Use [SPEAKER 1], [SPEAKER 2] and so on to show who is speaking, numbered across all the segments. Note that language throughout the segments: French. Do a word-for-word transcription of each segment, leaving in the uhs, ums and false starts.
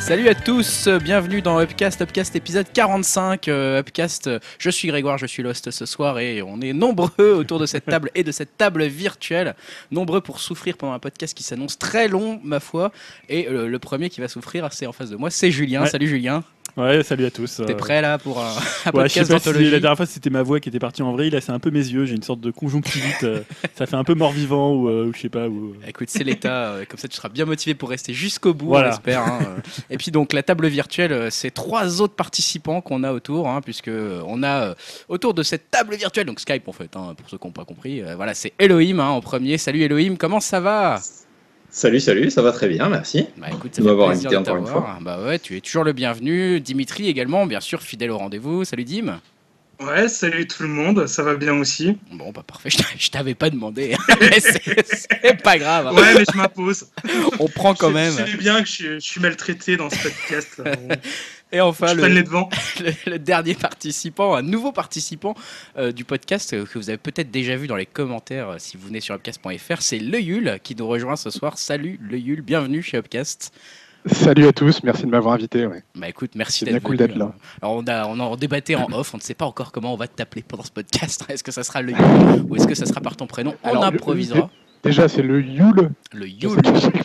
[SPEAKER 1] Salut à tous, bienvenue dans Upcast, Upcast épisode quarante-cinq. Euh, Upcast, je suis Grégoire, je suis l'host ce soir et on est nombreux autour de cette table et de cette table virtuelle. Nombreux pour souffrir pendant un podcast qui s'annonce très long, ma foi. Et euh, le premier qui va souffrir, c'est en face de moi, c'est Julien. Ouais. Salut Julien.
[SPEAKER 2] Ouais, salut à tous.
[SPEAKER 1] T'es prêt là pour un, un
[SPEAKER 2] ouais,
[SPEAKER 1] podcast d'anthologie?
[SPEAKER 2] Si la dernière fois c'était ma voix qui était partie en vrille, là c'est un peu mes yeux, j'ai une sorte de conjonctivite, euh, ça fait un peu mort-vivant ou, euh, ou je sais pas. Ou...
[SPEAKER 1] Écoute, c'est l'état, euh, comme ça tu seras bien motivé pour rester jusqu'au bout,
[SPEAKER 2] voilà.
[SPEAKER 1] on espère. Hein, euh. Et puis donc la table virtuelle, euh, c'est trois autres participants qu'on a autour, hein, puisque euh, on a euh, autour de cette table virtuelle, donc Skype en fait, hein, pour ceux qui n'ont pas compris, euh, voilà, c'est Elohim hein, en premier. Salut Elohim, comment ça va?
[SPEAKER 3] Salut, salut, ça va très bien, merci
[SPEAKER 1] bah, écoute, ça
[SPEAKER 3] de
[SPEAKER 1] fait
[SPEAKER 3] m'avoir
[SPEAKER 1] plaisir
[SPEAKER 3] invité
[SPEAKER 1] de
[SPEAKER 3] encore une fois.
[SPEAKER 1] Bah ouais, tu es toujours le bienvenu. Dimitri également, bien sûr, fidèle au rendez-vous. Salut Dim.
[SPEAKER 4] Ouais, salut tout le monde, ça va bien aussi.
[SPEAKER 1] Bon, bah parfait, je t'avais pas demandé, mais c'est pas grave. Hein.
[SPEAKER 4] Ouais, mais je m'impose.
[SPEAKER 1] On prend quand
[SPEAKER 4] je,
[SPEAKER 1] même.
[SPEAKER 4] Je sais bien que je, je suis maltraité dans ce podcast. Là.
[SPEAKER 1] Et enfin,
[SPEAKER 4] je
[SPEAKER 1] le,
[SPEAKER 4] les devants.
[SPEAKER 1] Le, le dernier participant, un nouveau participant euh, du podcast euh, que vous avez peut-être déjà vu dans les commentaires euh, si vous venez sur upcast point f r, c'est Le Yul qui nous rejoint ce soir. Salut Le Yul, bienvenue chez Upcast.
[SPEAKER 5] Salut à tous, merci de m'avoir invité. Ouais.
[SPEAKER 1] Bah écoute, merci
[SPEAKER 5] c'est
[SPEAKER 1] d'être
[SPEAKER 5] bien cool
[SPEAKER 1] venu.
[SPEAKER 5] d'être là.
[SPEAKER 1] Alors on a, on a débatté en off, on ne sait pas encore comment on va t'appeler pendant ce podcast. Est-ce que ça sera Le Yul ou est-ce que ça sera par ton prénom? On
[SPEAKER 5] Alors,
[SPEAKER 1] improvisera.
[SPEAKER 5] Le, déjà, c'est Le Yul.
[SPEAKER 1] Le Yul.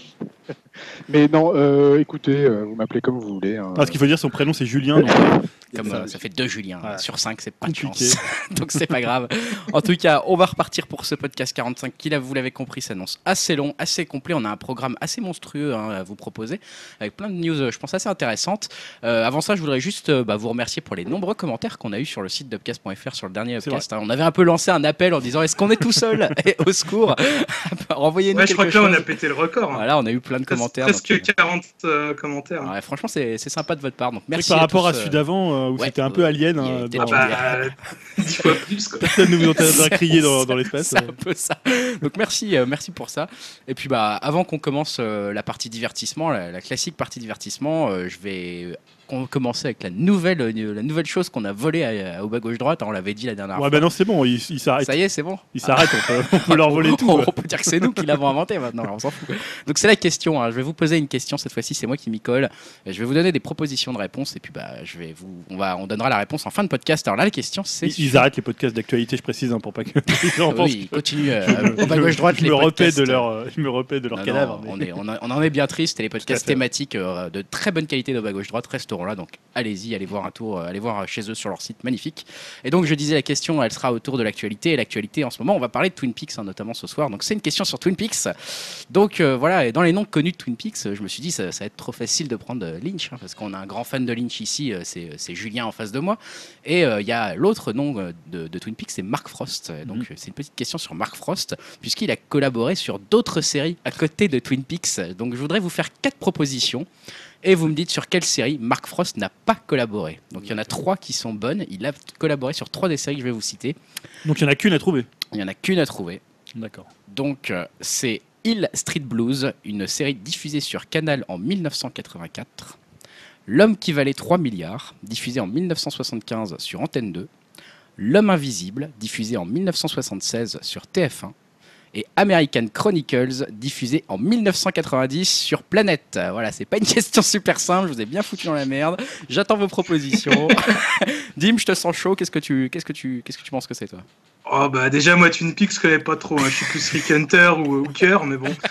[SPEAKER 5] Mais non, euh, écoutez, euh, vous m'appelez comme vous voulez. Hein.
[SPEAKER 2] Parce qu'il faut dire son prénom c'est Julien. Donc,
[SPEAKER 1] comme euh, ça fait deux Julien voilà. Sur cinq, c'est pas de
[SPEAKER 2] compliqué.
[SPEAKER 1] Chance. Donc c'est pas grave. En tout cas, on va repartir pour ce podcast quarante-cinq qui, là, vous l'avez compris, s'annonce assez long, assez complet. On a un programme assez monstrueux hein, à vous proposer avec plein de news, je pense, assez intéressantes. Euh, avant ça, je voudrais juste euh, bah, vous remercier pour les nombreux commentaires qu'on a eu sur le site d'upcast point f r sur le dernier Upcast. Hein. On avait un peu lancé un appel en disant est-ce qu'on est tout seul et au secours, renvoyez-nous
[SPEAKER 4] ouais,
[SPEAKER 1] quelque chose.
[SPEAKER 4] je crois que là, on a pété le record. Hein.
[SPEAKER 1] Voilà, on a eu plein de commentaires.
[SPEAKER 4] Presque donc, quarante euh, commentaires.
[SPEAKER 1] Ouais, franchement, c'est, c'est sympa de votre part. Donc merci.
[SPEAKER 2] Par rapport
[SPEAKER 1] tous,
[SPEAKER 2] à celui d'avant euh, où ouais, c'était un peu
[SPEAKER 1] euh,
[SPEAKER 2] alien. Hein,
[SPEAKER 4] ah bah, dix fois plus. Quoi.
[SPEAKER 2] Personne ne vous entendra crier dans, dans l'espace.
[SPEAKER 1] C'est un peu ça. Donc merci, euh, merci pour ça. Et puis bah, avant qu'on commence euh, la partie divertissement, la, la classique partie divertissement, euh, je vais qu'on commencer avec la nouvelle, euh, la nouvelle chose qu'on a volée à, à, au bas gauche droite. Hein, on l'avait dit la dernière
[SPEAKER 2] ouais,
[SPEAKER 1] fois.
[SPEAKER 2] Ouais, bah non, c'est bon, il, il s'arrête.
[SPEAKER 1] Ça y est, c'est bon.
[SPEAKER 2] Il s'arrête, on peut, on peut leur voler tout.
[SPEAKER 1] On, on peut dire que c'est nous qui l'avons inventé maintenant, on s'en fout. Donc c'est la question. Hein. Je vais vous poser une question cette fois-ci, c'est moi qui m'y colle. Je vais vous donner des propositions de réponses et puis bah je vais vous, on va, on donnera la réponse en fin de podcast. Alors là, la question c'est.
[SPEAKER 2] Ils, ils arrêtent les podcasts d'actualité, je précise, hein, pour pas que. Les gens
[SPEAKER 1] oui, ils continuent. Euh, au bas gauche droite,
[SPEAKER 2] je,
[SPEAKER 1] les
[SPEAKER 2] me
[SPEAKER 1] podcasts.
[SPEAKER 2] De leur, je me repais de leur
[SPEAKER 1] non,
[SPEAKER 2] cadavre.
[SPEAKER 1] Non,
[SPEAKER 2] mais...
[SPEAKER 1] on, est, on, a, on en est bien triste et les podcasts thématiques euh, de très bonne qualité de bas gauche droite resteront là. Donc allez-y, allez voir un tour, allez voir chez eux sur leur site magnifique. Et donc je disais la question, elle sera autour de l'actualité. Et l'actualité en ce moment, on va parler de Twin Peaks hein, notamment ce soir. Donc c'est une question sur Twin Peaks. Donc euh, voilà, et dans les noms connus de Twin Peaks, je me suis dit ça, ça va être trop facile de prendre Lynch hein, parce qu'on a un grand fan de Lynch ici, euh, c'est, c'est Julien en face de moi. Et il euh, y a l'autre nom de, de Twin Peaks, c'est Mark Frost. Donc mmh. c'est une petite question sur Mark Frost puisqu'il a collaboré sur d'autres séries à côté de Twin Peaks. Donc je voudrais vous faire quatre propositions. Et vous me dites sur quelle série Mark Frost n'a pas collaboré. Donc il y en a trois qui sont bonnes. Il a collaboré sur trois des séries que je vais vous citer.
[SPEAKER 2] Donc il n'y en a qu'une à trouver.
[SPEAKER 1] Il n'y en a qu'une à trouver.
[SPEAKER 2] D'accord.
[SPEAKER 1] Donc euh, c'est Hill Street Blues, une série diffusée sur Canal en dix-neuf cent quatre-vingt-quatre. L'homme qui valait trois milliards, diffusé en dix-neuf cent soixante-quinze sur Antenne deux. L'homme invisible, diffusé en dix-neuf cent soixante-seize sur T F un. Et American Chronicles, diffusé en dix-neuf cent quatre-vingt-dix sur Planète. Voilà, c'est pas une question super simple, je vous ai bien foutu dans la merde. J'attends vos propositions. Dim, je te sens chaud, qu'est-ce que tu, qu'est-ce que tu, qu'est-ce que tu penses que c'est toi?
[SPEAKER 4] Oh bah déjà moi Twin Peaks je connais pas trop, hein. Je suis plus Rick Hunter ou Hooker, mais bon.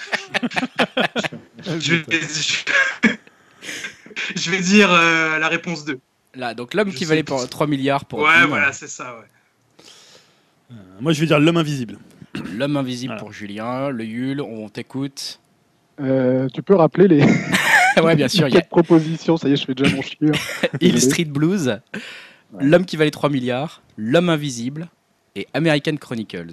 [SPEAKER 4] je, vais, je... je vais dire euh, la réponse deux.
[SPEAKER 1] Là, donc l'homme
[SPEAKER 4] je
[SPEAKER 1] qui valait pour trois milliards pour.
[SPEAKER 4] Ouais, voilà, c'est ça, ouais.
[SPEAKER 2] Euh, moi je vais dire l'homme invisible.
[SPEAKER 1] L'homme invisible
[SPEAKER 2] voilà.
[SPEAKER 1] Pour Julien, le Yul, on t'écoute.
[SPEAKER 5] Euh, tu peux rappeler les.
[SPEAKER 1] Ouais, bien sûr.
[SPEAKER 5] Il y a propositions, ça y est, je fais déjà mon chieur.
[SPEAKER 1] Hill Street Blues, ouais. L'homme qui valait trois milliards, l'homme invisible et American Chronicles.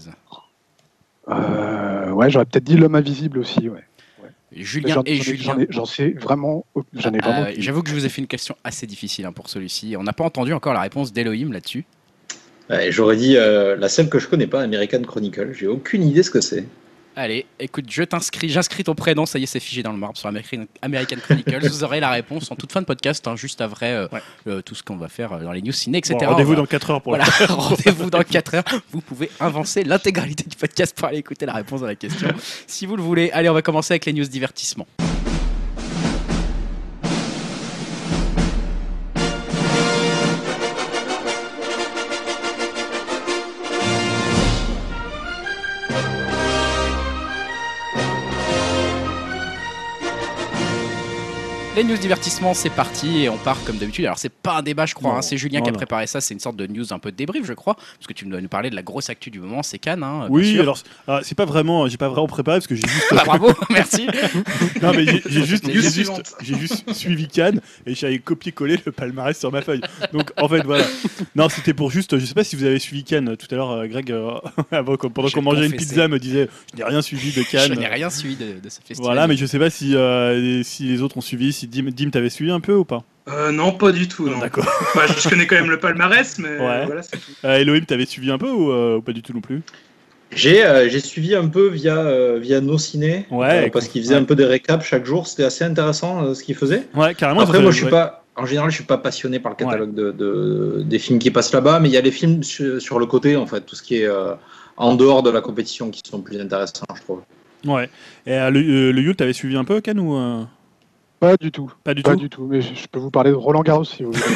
[SPEAKER 5] Euh, ouais, j'aurais peut-être dit l'homme invisible aussi, ouais.
[SPEAKER 1] Julien
[SPEAKER 5] j'en,
[SPEAKER 1] et
[SPEAKER 5] j'en,
[SPEAKER 1] Julien.
[SPEAKER 5] J'en, ai, j'en sais vraiment. J'en ai vraiment
[SPEAKER 1] euh, j'avoue que je vous ai fait une question assez difficile hein, pour celui-ci. On n'a pas entendu encore la réponse d'Elohim là-dessus.
[SPEAKER 3] Ouais, j'aurais dit euh, la seule que je connais pas, American Chronicle. J'ai aucune idée ce que c'est.
[SPEAKER 1] Allez, écoute, je t'inscris, j'inscris ton prénom, ça y est, c'est figé dans le marbre sur American, American Chronicles. Vous aurez la réponse en toute fin de podcast, hein, juste après euh, ouais. euh, tout ce qu'on va faire dans les news ciné, et cetera.
[SPEAKER 2] Bon, rendez-vous va... dans quatre heures pour
[SPEAKER 1] voilà, la... rendez-vous dans quatre heures. Vous pouvez avancer l'intégralité du podcast pour aller écouter la réponse à la question, si vous le voulez. Allez, on va commencer avec les news divertissement. Les news divertissement, c'est parti et on part comme d'habitude. Alors c'est pas un débat, je crois,
[SPEAKER 2] Non,
[SPEAKER 1] hein, c'est Julien
[SPEAKER 2] non,
[SPEAKER 1] qui a
[SPEAKER 2] non.
[SPEAKER 1] préparé ça. C'est une sorte de news un peu de débrief, je crois, parce que tu dois nous parler de la grosse actu du moment, c'est Cannes. Hein, bien
[SPEAKER 2] Oui,
[SPEAKER 1] sûr.
[SPEAKER 2] alors, alors, c'est pas vraiment, j'ai pas vraiment préparé parce que j'ai juste.
[SPEAKER 1] Bah, bravo, merci.
[SPEAKER 2] Non mais j'ai j'ai juste,
[SPEAKER 4] News
[SPEAKER 2] j'ai juste,
[SPEAKER 4] suivante.
[SPEAKER 2] j'ai juste suivi Cannes et j'avais copié-collé le palmarès sur ma feuille. Donc en fait voilà. Non, c'était pour juste, je sais pas si vous avez suivi Cannes tout à l'heure, euh, Greg, euh, avant, qu'on- pendant
[SPEAKER 1] Je
[SPEAKER 2] qu'on
[SPEAKER 1] vais
[SPEAKER 2] mangeait une
[SPEAKER 1] confesser.
[SPEAKER 2] pizza, me disait, je n'ai rien suivi de Cannes.
[SPEAKER 1] Je n'ai rien suivi de, de ce festival.
[SPEAKER 2] Voilà, mais je sais pas si, euh, si les autres ont suivi, si Dim, Dim t'avais suivi un peu ou pas.
[SPEAKER 4] Euh, non, pas du tout. Non.
[SPEAKER 2] D'accord.
[SPEAKER 4] Enfin, je connais quand même le palmarès, mais
[SPEAKER 2] Ouais.
[SPEAKER 4] voilà, c'est tout.
[SPEAKER 2] Euh, Elohim, t'avais suivi un peu ou, euh, ou pas du tout non plus?
[SPEAKER 3] J'ai euh, j'ai suivi un peu via, euh, via nos ciné,
[SPEAKER 2] Ouais,
[SPEAKER 3] parce
[SPEAKER 2] cool.
[SPEAKER 3] qu'ils faisaient
[SPEAKER 2] Ouais.
[SPEAKER 3] un peu des récaps chaque jour. C'était assez intéressant euh, ce qu'ils faisaient.
[SPEAKER 2] Ouais, carrément.
[SPEAKER 3] Après,
[SPEAKER 2] ça
[SPEAKER 3] moi,
[SPEAKER 2] fait-
[SPEAKER 3] je suis
[SPEAKER 2] ouais.
[SPEAKER 3] pas. En général, je suis pas passionné par le catalogue de, de- des films qui passent là-bas, mais il y a les films sur, sur le côté, en fait, tout ce qui est euh, en dehors de la compétition qui sont plus intéressants, je trouve.
[SPEAKER 2] Ouais. Et euh, le, euh, le Yule, t'avais suivi un peu Cannes ou euh,
[SPEAKER 5] Pas du tout.
[SPEAKER 2] pas du
[SPEAKER 5] Pas
[SPEAKER 2] tout?
[SPEAKER 5] du tout. Mais je, je peux vous parler de Roland Garros si vous voulez.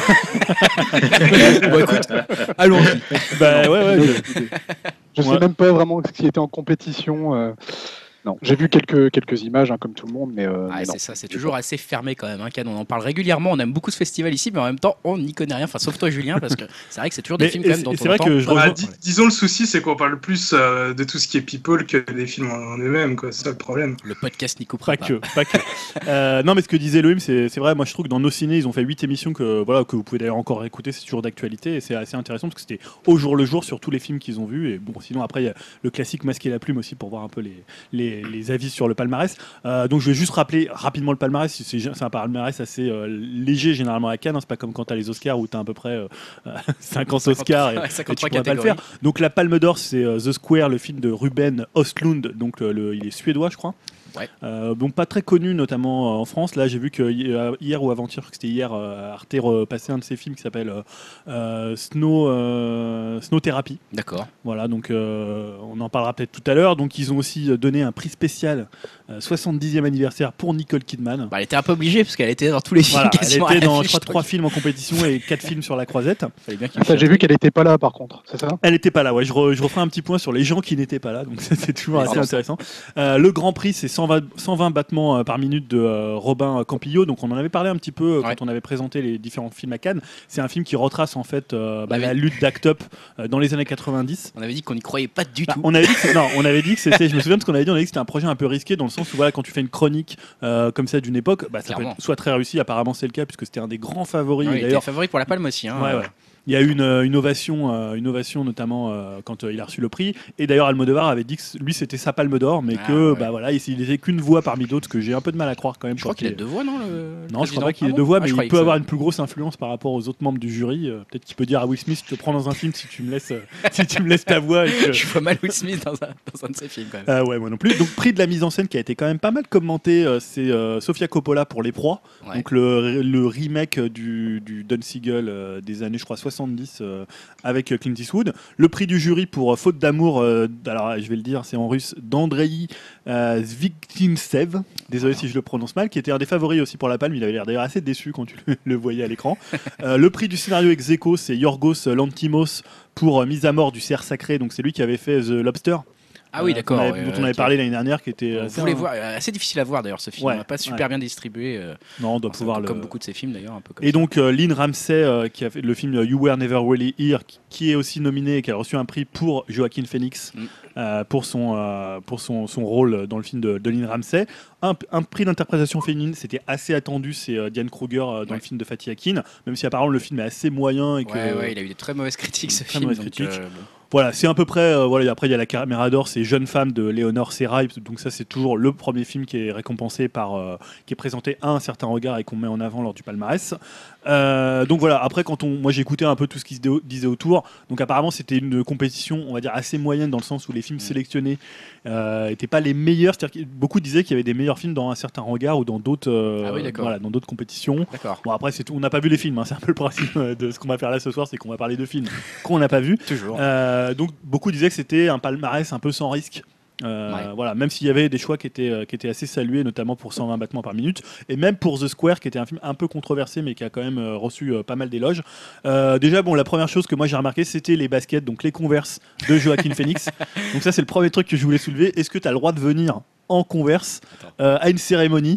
[SPEAKER 1] Bon, écoute, allons-y.
[SPEAKER 2] Bah ouais, ouais. je-
[SPEAKER 5] Écoutez, Je
[SPEAKER 2] Ouais.
[SPEAKER 5] sais même pas vraiment ce qui était en compétition. euh, Non, j'ai vu quelques, quelques images, hein, comme tout le monde, mais, euh,
[SPEAKER 1] Ah,
[SPEAKER 5] mais non.
[SPEAKER 1] c'est ça, c'est toujours assez fermé quand même, hein, Cannes. On en parle régulièrement, on aime beaucoup ce festival ici, mais en même temps, on n'y connaît rien. Enfin, sauf toi, Julien, parce que c'est vrai que c'est toujours des
[SPEAKER 2] Mais
[SPEAKER 1] films quand même
[SPEAKER 2] c'est-
[SPEAKER 1] dont
[SPEAKER 2] c'est
[SPEAKER 1] on
[SPEAKER 2] vrai
[SPEAKER 1] entend
[SPEAKER 2] que je
[SPEAKER 1] pas
[SPEAKER 2] rejoins-
[SPEAKER 4] Bah,
[SPEAKER 1] mal.
[SPEAKER 4] dis- disons le souci, c'est qu'on parle plus euh, de tout ce qui est people que des films en eux-mêmes, quoi. C'est ça le problème.
[SPEAKER 1] Le podcast n'y coupera
[SPEAKER 2] Pas
[SPEAKER 1] pas.
[SPEAKER 2] que, pas que. Euh, non, mais ce que disait Elohim, c'est c'est vrai. Moi, je trouve que dans nos ciné, ils ont fait huit émissions que voilà que vous pouvez d'ailleurs encore écouter. C'est toujours d'actualité et c'est assez intéressant parce que c'était au jour le jour sur tous les films qu'ils ont vus. Et bon, sinon après, il y a le classique Masquer la plume aussi pour voir un peu les les, les avis sur le palmarès. Euh, donc, je vais juste rappeler rapidement le palmarès. C'est c'est un palmarès assez euh, léger généralement à Cannes. Hein. C'est pas comme quand t'as les Oscars où t'as à peu près euh, cinquante Oscars et,
[SPEAKER 1] Ouais,
[SPEAKER 2] et tu
[SPEAKER 1] cinquante-trois
[SPEAKER 2] pourrais pas le
[SPEAKER 1] catégories.
[SPEAKER 2] faire. Donc, la Palme d'Or, c'est euh, The Square, le film de Ruben Östlund. Donc, le, le- il est suédois, je crois.
[SPEAKER 1] Ouais.
[SPEAKER 2] Euh, bon, pas très connu, notamment euh, en France. Là, j'ai vu que hi- euh, hier ou avant-hier, je crois que c'était hier, euh, Arte repassait un de ses films qui s'appelle euh, euh, Snow, euh, Snow Therapy.
[SPEAKER 1] D'accord.
[SPEAKER 2] Voilà, donc euh, on en parlera peut-être tout à l'heure. Donc, ils ont aussi euh, donné un prix spécial, euh, soixante-dixième anniversaire pour Nicole Kidman.
[SPEAKER 1] Bah, elle était un peu obligée, parce qu'elle était dans tous les films
[SPEAKER 2] Voilà, elle
[SPEAKER 1] quasiment à
[SPEAKER 2] était dans, je
[SPEAKER 1] l'affiche,
[SPEAKER 2] crois,
[SPEAKER 1] donc
[SPEAKER 2] trois films en compétition et quatre films sur la croisette.
[SPEAKER 1] fallait bien qu'il
[SPEAKER 5] Ça, j'ai vu qu'elle était pas là, par contre. C'est ça?
[SPEAKER 2] Elle n'était pas là, ouais. Je, re- je referai un petit point sur les gens qui n'étaient pas là, donc ça, c'est toujours
[SPEAKER 1] Oui,
[SPEAKER 2] assez
[SPEAKER 1] pardon.
[SPEAKER 2] intéressant. Euh, le Grand Prix, c'est cent vingt, cent vingt battements euh, par minute de euh, Robin Campillo. Donc on en avait parlé un petit peu euh,
[SPEAKER 1] Ouais.
[SPEAKER 2] quand on avait présenté les différents films à Cannes. C'est un film qui retrace en fait euh, bah,
[SPEAKER 1] Oui.
[SPEAKER 2] la lutte d'Act Up euh, dans les années quatre-vingt-dix.
[SPEAKER 1] On avait dit qu'on n'y croyait pas du
[SPEAKER 2] Bah,
[SPEAKER 1] tout.
[SPEAKER 2] on avait dit que c'est- non, on avait dit que c'était. Je me souviens de ce qu'on avait dit. On avait dit que c'était un projet un peu risqué dans le sens où voilà, quand tu fais une chronique euh, comme ça d'une époque, bah, ça peut
[SPEAKER 1] Clairement.
[SPEAKER 2] être soit très réussi. Apparemment, c'est le cas puisque c'était un des grands favoris.
[SPEAKER 1] Ouais,
[SPEAKER 2] Et
[SPEAKER 1] il était
[SPEAKER 2] d'ailleurs,
[SPEAKER 1] favori pour la palme aussi. Hein.
[SPEAKER 2] Ouais, ouais. Il y a eu une, euh, une ovation, euh, une ovation notamment euh, quand euh, il a reçu le prix. Et d'ailleurs, Almodovar avait dit que c- lui c'était sa palme d'or, mais
[SPEAKER 1] Ah,
[SPEAKER 2] que
[SPEAKER 1] ouais.
[SPEAKER 2] bah voilà, il n'était qu'une voix parmi d'autres, ce que j'ai un peu de mal à croire quand même.
[SPEAKER 1] Je crois
[SPEAKER 2] quand
[SPEAKER 1] qu'il a
[SPEAKER 2] il est-
[SPEAKER 1] deux voix, non le- le
[SPEAKER 2] Non, je
[SPEAKER 1] président
[SPEAKER 2] crois pas qu'il ait
[SPEAKER 1] Ah
[SPEAKER 2] deux
[SPEAKER 1] bon
[SPEAKER 2] voix,
[SPEAKER 1] Ah,
[SPEAKER 2] mais
[SPEAKER 1] je
[SPEAKER 2] il
[SPEAKER 1] croyais
[SPEAKER 2] peut
[SPEAKER 1] que
[SPEAKER 2] avoir
[SPEAKER 1] ça-
[SPEAKER 2] une plus grosse influence par rapport aux autres membres du jury. Euh, Peut-être qu'il peut dire à Will Smith, je te prends dans un film si tu me laisses, euh, si tu me laisses ta voix. Et que-
[SPEAKER 1] Je vois mal Will Smith dans un, dans un de ses films quand même.
[SPEAKER 2] Euh, ouais, moi non plus. Donc, prix de la mise en scène qui a été quand même pas mal commenté, euh, c'est euh, Sofia Coppola pour Les Proies.
[SPEAKER 1] Ouais.
[SPEAKER 2] Donc, le, le remake du, du Don Siegel euh, des années, je crois, soixante-dix euh, avec euh, Clint Eastwood. Le prix du jury pour euh, Faute d'amour, euh, alors je vais le dire, c'est en russe, d'Andrei euh, Zvikintsev. Désolé si je le prononce mal, qui était un des favoris aussi pour la palme. Il avait l'air d'ailleurs assez déçu quand tu le, le voyais à l'écran. Euh, le prix du scénario ex aequo, c'est Yorgos Lanthimos pour euh, Mise à mort du cerf sacré. Donc, c'est lui qui avait fait The Lobster.
[SPEAKER 1] Ah oui,
[SPEAKER 2] Euh,
[SPEAKER 1] d'accord.
[SPEAKER 2] qu'on avait-
[SPEAKER 1] ouais,
[SPEAKER 2] dont
[SPEAKER 1] ouais,
[SPEAKER 2] on avait
[SPEAKER 1] ok.
[SPEAKER 2] parlé l'année dernière, qui était
[SPEAKER 1] On
[SPEAKER 2] assez,
[SPEAKER 1] voulait
[SPEAKER 2] un-
[SPEAKER 1] voir, euh, assez difficile à voir d'ailleurs ce film,
[SPEAKER 2] Ouais,
[SPEAKER 1] On n'a pas super
[SPEAKER 2] ouais.
[SPEAKER 1] bien distribué. euh,
[SPEAKER 2] Non, on doit
[SPEAKER 1] enfin,
[SPEAKER 2] pouvoir
[SPEAKER 1] comme,
[SPEAKER 2] le.
[SPEAKER 1] comme beaucoup de ces films d'ailleurs, un peu comme
[SPEAKER 2] Et
[SPEAKER 1] ça.
[SPEAKER 2] donc euh, Lynn Ramsey, euh, qui a fait le film You Were Never Really Here, qui, qui est aussi nominé et qui a reçu un prix pour Joaquin Phoenix
[SPEAKER 1] Mm.
[SPEAKER 2] euh, pour, son, euh, pour son, son rôle dans le film de, de Lynn Ramsey. Un, un prix d'interprétation féminine, c'était assez attendu, c'est euh, Diane Kruger euh, dans
[SPEAKER 1] Ouais.
[SPEAKER 2] le film de Fatih Akin, même si apparemment le film est assez moyen et que
[SPEAKER 1] Ouais, ouais, il a eu des très mauvaises critiques ce
[SPEAKER 2] Très
[SPEAKER 1] film.
[SPEAKER 2] mauvaises
[SPEAKER 1] donc,
[SPEAKER 2] critiques.
[SPEAKER 1] euh, bon.
[SPEAKER 2] voilà, c'est à peu près. euh, voilà, après il y a la caméra d'or, c'est Jeune femme de Léonore Serrail, donc ça c'est toujours le premier film qui est récompensé par, euh, qui est présenté à un certain regard et qu'on met en avant lors du palmarès. Euh, donc voilà, après quand on, moi j'ai écouté un peu tout ce qui se dé- disait autour, donc apparemment c'était une compétition, on va dire assez moyenne dans le sens où les films
[SPEAKER 1] Mm.
[SPEAKER 2] sélectionnés n'étaient pas les meilleurs, c'est-à-dire que beaucoup disaient qu'il y avait des meilleurs films dans un certain regard ou dans d'autres, euh,
[SPEAKER 1] Ah oui, d'accord.
[SPEAKER 2] voilà, dans d'autres compétitions.
[SPEAKER 1] D'accord.
[SPEAKER 2] Bon après c'est tout, on n'a pas vu les films, hein, c'est un peu le principe euh, de ce qu'on va faire là ce soir, c'est qu'on va parler de films qu'on n'a pas vus.
[SPEAKER 1] Toujours.
[SPEAKER 2] Euh, donc beaucoup disaient que c'était un palmarès un peu sans risque. Euh,
[SPEAKER 1] Ouais.
[SPEAKER 2] Voilà, même s'il y avait des choix qui étaient, euh, qui étaient assez salués, notamment pour cent vingt battements par minute, et même pour The Square, qui était un film un peu controversé, mais qui a quand même euh, reçu euh, pas mal d'éloges. Euh, déjà, bon, la première chose que moi j'ai remarqué, c'était les baskets, donc les Converse de Joaquin Phoenix. Donc ça, c'est le premier truc que je voulais soulever. Est-ce que tu as le droit de venir en Converse
[SPEAKER 1] Attends.
[SPEAKER 2] euh, à une cérémonie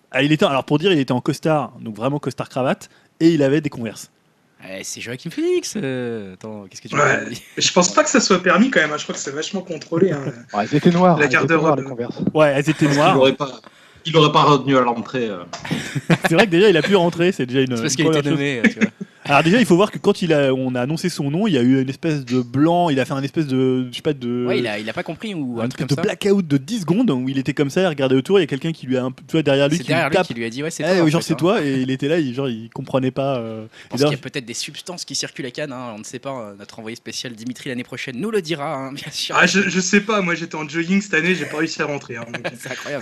[SPEAKER 2] Ah, il était, alors pour dire, il était en costard, donc vraiment costard cravate, et il avait des Converse.
[SPEAKER 1] Eh, c'est Joaquin Phoenix. euh, Attends, qu'est-ce que tu
[SPEAKER 4] Ouais.
[SPEAKER 1] veux dire?
[SPEAKER 4] Je pense pas que ça soit permis quand même. hein. Je crois que c'est vachement contrôlé. hein.
[SPEAKER 5] Ouais, elles étaient noires.
[SPEAKER 4] La
[SPEAKER 5] elles étaient
[SPEAKER 4] garde-robe.
[SPEAKER 5] noires, les Converse.
[SPEAKER 2] Ouais, elles étaient
[SPEAKER 3] Il
[SPEAKER 2] noires.
[SPEAKER 3] n'aurait pas, il aurait pas retenu à l'entrée. euh.
[SPEAKER 2] C'est vrai que déjà, il a pu rentrer, c'est déjà une.
[SPEAKER 1] C'est parce
[SPEAKER 2] une
[SPEAKER 1] qu'il était
[SPEAKER 2] première chose.
[SPEAKER 1] nommé, euh, tu vois.
[SPEAKER 2] Alors déjà, il faut voir que quand il a, on a annoncé son nom, il y a eu une espèce de blanc, il a fait un espèce de, je sais pas, de,
[SPEAKER 1] Ouais, il a, il a pas compris ou un,
[SPEAKER 2] un
[SPEAKER 1] truc
[SPEAKER 2] truc
[SPEAKER 1] comme
[SPEAKER 2] de
[SPEAKER 1] ça.
[SPEAKER 2] blackout de dix secondes où il était comme ça, il regardait autour, il y a quelqu'un qui lui a un peu, tu vois, derrière lui
[SPEAKER 1] C'est
[SPEAKER 2] qui
[SPEAKER 1] derrière
[SPEAKER 2] lui
[SPEAKER 1] lui
[SPEAKER 2] tape.
[SPEAKER 1] qui lui a dit ouais, c'est
[SPEAKER 2] Eh,
[SPEAKER 1] toi. en
[SPEAKER 2] genre
[SPEAKER 1] fait,
[SPEAKER 2] c'est
[SPEAKER 1] hein.
[SPEAKER 2] toi, et il était là, il, genre il comprenait pas. euh,
[SPEAKER 1] Je
[SPEAKER 2] et
[SPEAKER 1] pense qu'il
[SPEAKER 2] d'ailleurs,
[SPEAKER 1] y a peut-être des substances qui circulent à Cannes. hein, On ne sait pas. euh, Notre envoyé spécial Dimitri l'année prochaine nous le dira, hein, bien sûr.
[SPEAKER 4] Ah, je, je sais pas. Moi, j'étais en jogging cette année. J'ai pas réussi à rentrer. hein, donc.
[SPEAKER 1] C'est incroyable.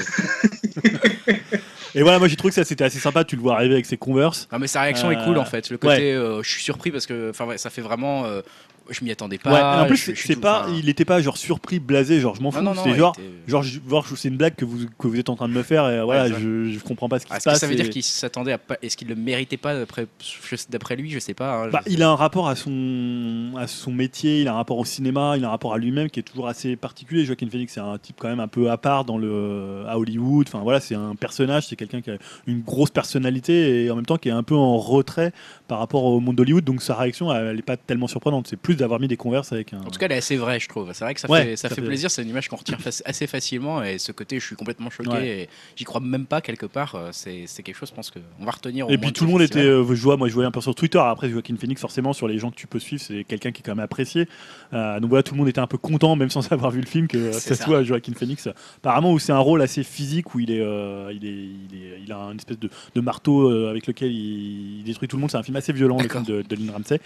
[SPEAKER 2] Et voilà, moi j'ai trouvé que ça c'était assez sympa, tu le vois arriver avec ses Converse.
[SPEAKER 1] Non mais sa réaction est
[SPEAKER 2] Euh,
[SPEAKER 1] cool en fait. Le côté, euh, je suis surpris parce que, enfin ouais, ça fait vraiment, euh, je m'y attendais pas.
[SPEAKER 2] Ouais, et en plus
[SPEAKER 1] je-
[SPEAKER 2] c'est
[SPEAKER 1] je suis
[SPEAKER 2] c'est
[SPEAKER 1] tout-
[SPEAKER 2] pas,
[SPEAKER 1] enfin,
[SPEAKER 2] il était pas genre surpris, blasé, genre je m'en fous.
[SPEAKER 1] Non, non, non,
[SPEAKER 2] C'était
[SPEAKER 1] il
[SPEAKER 2] genre,
[SPEAKER 1] était-
[SPEAKER 2] genre je, voir, c'est une blague que vous que vous êtes en train de me faire et voilà,
[SPEAKER 1] Ouais,
[SPEAKER 2] je, je comprends pas ce qui
[SPEAKER 1] Ah,
[SPEAKER 2] se
[SPEAKER 1] Est-ce que
[SPEAKER 2] passe.
[SPEAKER 1] ça veut
[SPEAKER 2] et-
[SPEAKER 1] dire qu'il s'attendait à pas. Est-ce qu'il le méritait pas d'après, je- d'après lui, je sais pas. hein, je-
[SPEAKER 2] Bah, il a un rapport à son, à son métier, il a un rapport au cinéma, il a un rapport à lui-même qui est toujours assez particulier. Joaquin Phoenix, c'est un type quand même un peu à part dans le, à Hollywood. Enfin voilà, c'est un personnage, c'est quelqu'un qui a une grosse personnalité et en même temps qui est un peu en retrait par rapport au monde d'Hollywood. Donc sa réaction, elle n'est pas tellement surprenante. C'est plus d'avoir mis des Converse avec un.
[SPEAKER 1] En tout cas, elle est assez vraie, je trouve. C'est vrai que ça
[SPEAKER 2] Ouais,
[SPEAKER 1] fait, ça
[SPEAKER 2] ça
[SPEAKER 1] fait
[SPEAKER 2] fait-
[SPEAKER 1] plaisir. C'est une image qu'on retire faci- assez facilement. Et ce côté, je suis complètement choqué.
[SPEAKER 2] Ouais.
[SPEAKER 1] Et j'y crois même pas quelque part. euh, C'est c'est quelque chose, je pense qu'on va retenir. au
[SPEAKER 2] Et
[SPEAKER 1] moins
[SPEAKER 2] puis
[SPEAKER 1] de
[SPEAKER 2] tout le
[SPEAKER 1] ce
[SPEAKER 2] monde était,
[SPEAKER 1] festival.
[SPEAKER 2] euh, je vois, moi je voyais un peu sur Twitter. Après Joaquin Phoenix, forcément sur les gens que tu peux suivre, c'est quelqu'un qui est quand même apprécié. Euh, donc voilà, tout le monde était un peu content, même sans avoir vu le film, que euh,
[SPEAKER 1] C'est
[SPEAKER 2] ça
[SPEAKER 1] ça.
[SPEAKER 2] soit Joaquin Phoenix. Apparemment, où c'est un rôle assez physique, où il est, euh, il est, il est, il a une espèce de, de marteau euh, avec lequel il, il détruit tout le monde. C'est un film assez violent, le
[SPEAKER 1] D'accord.
[SPEAKER 2] film de, de Lynn Ramsey.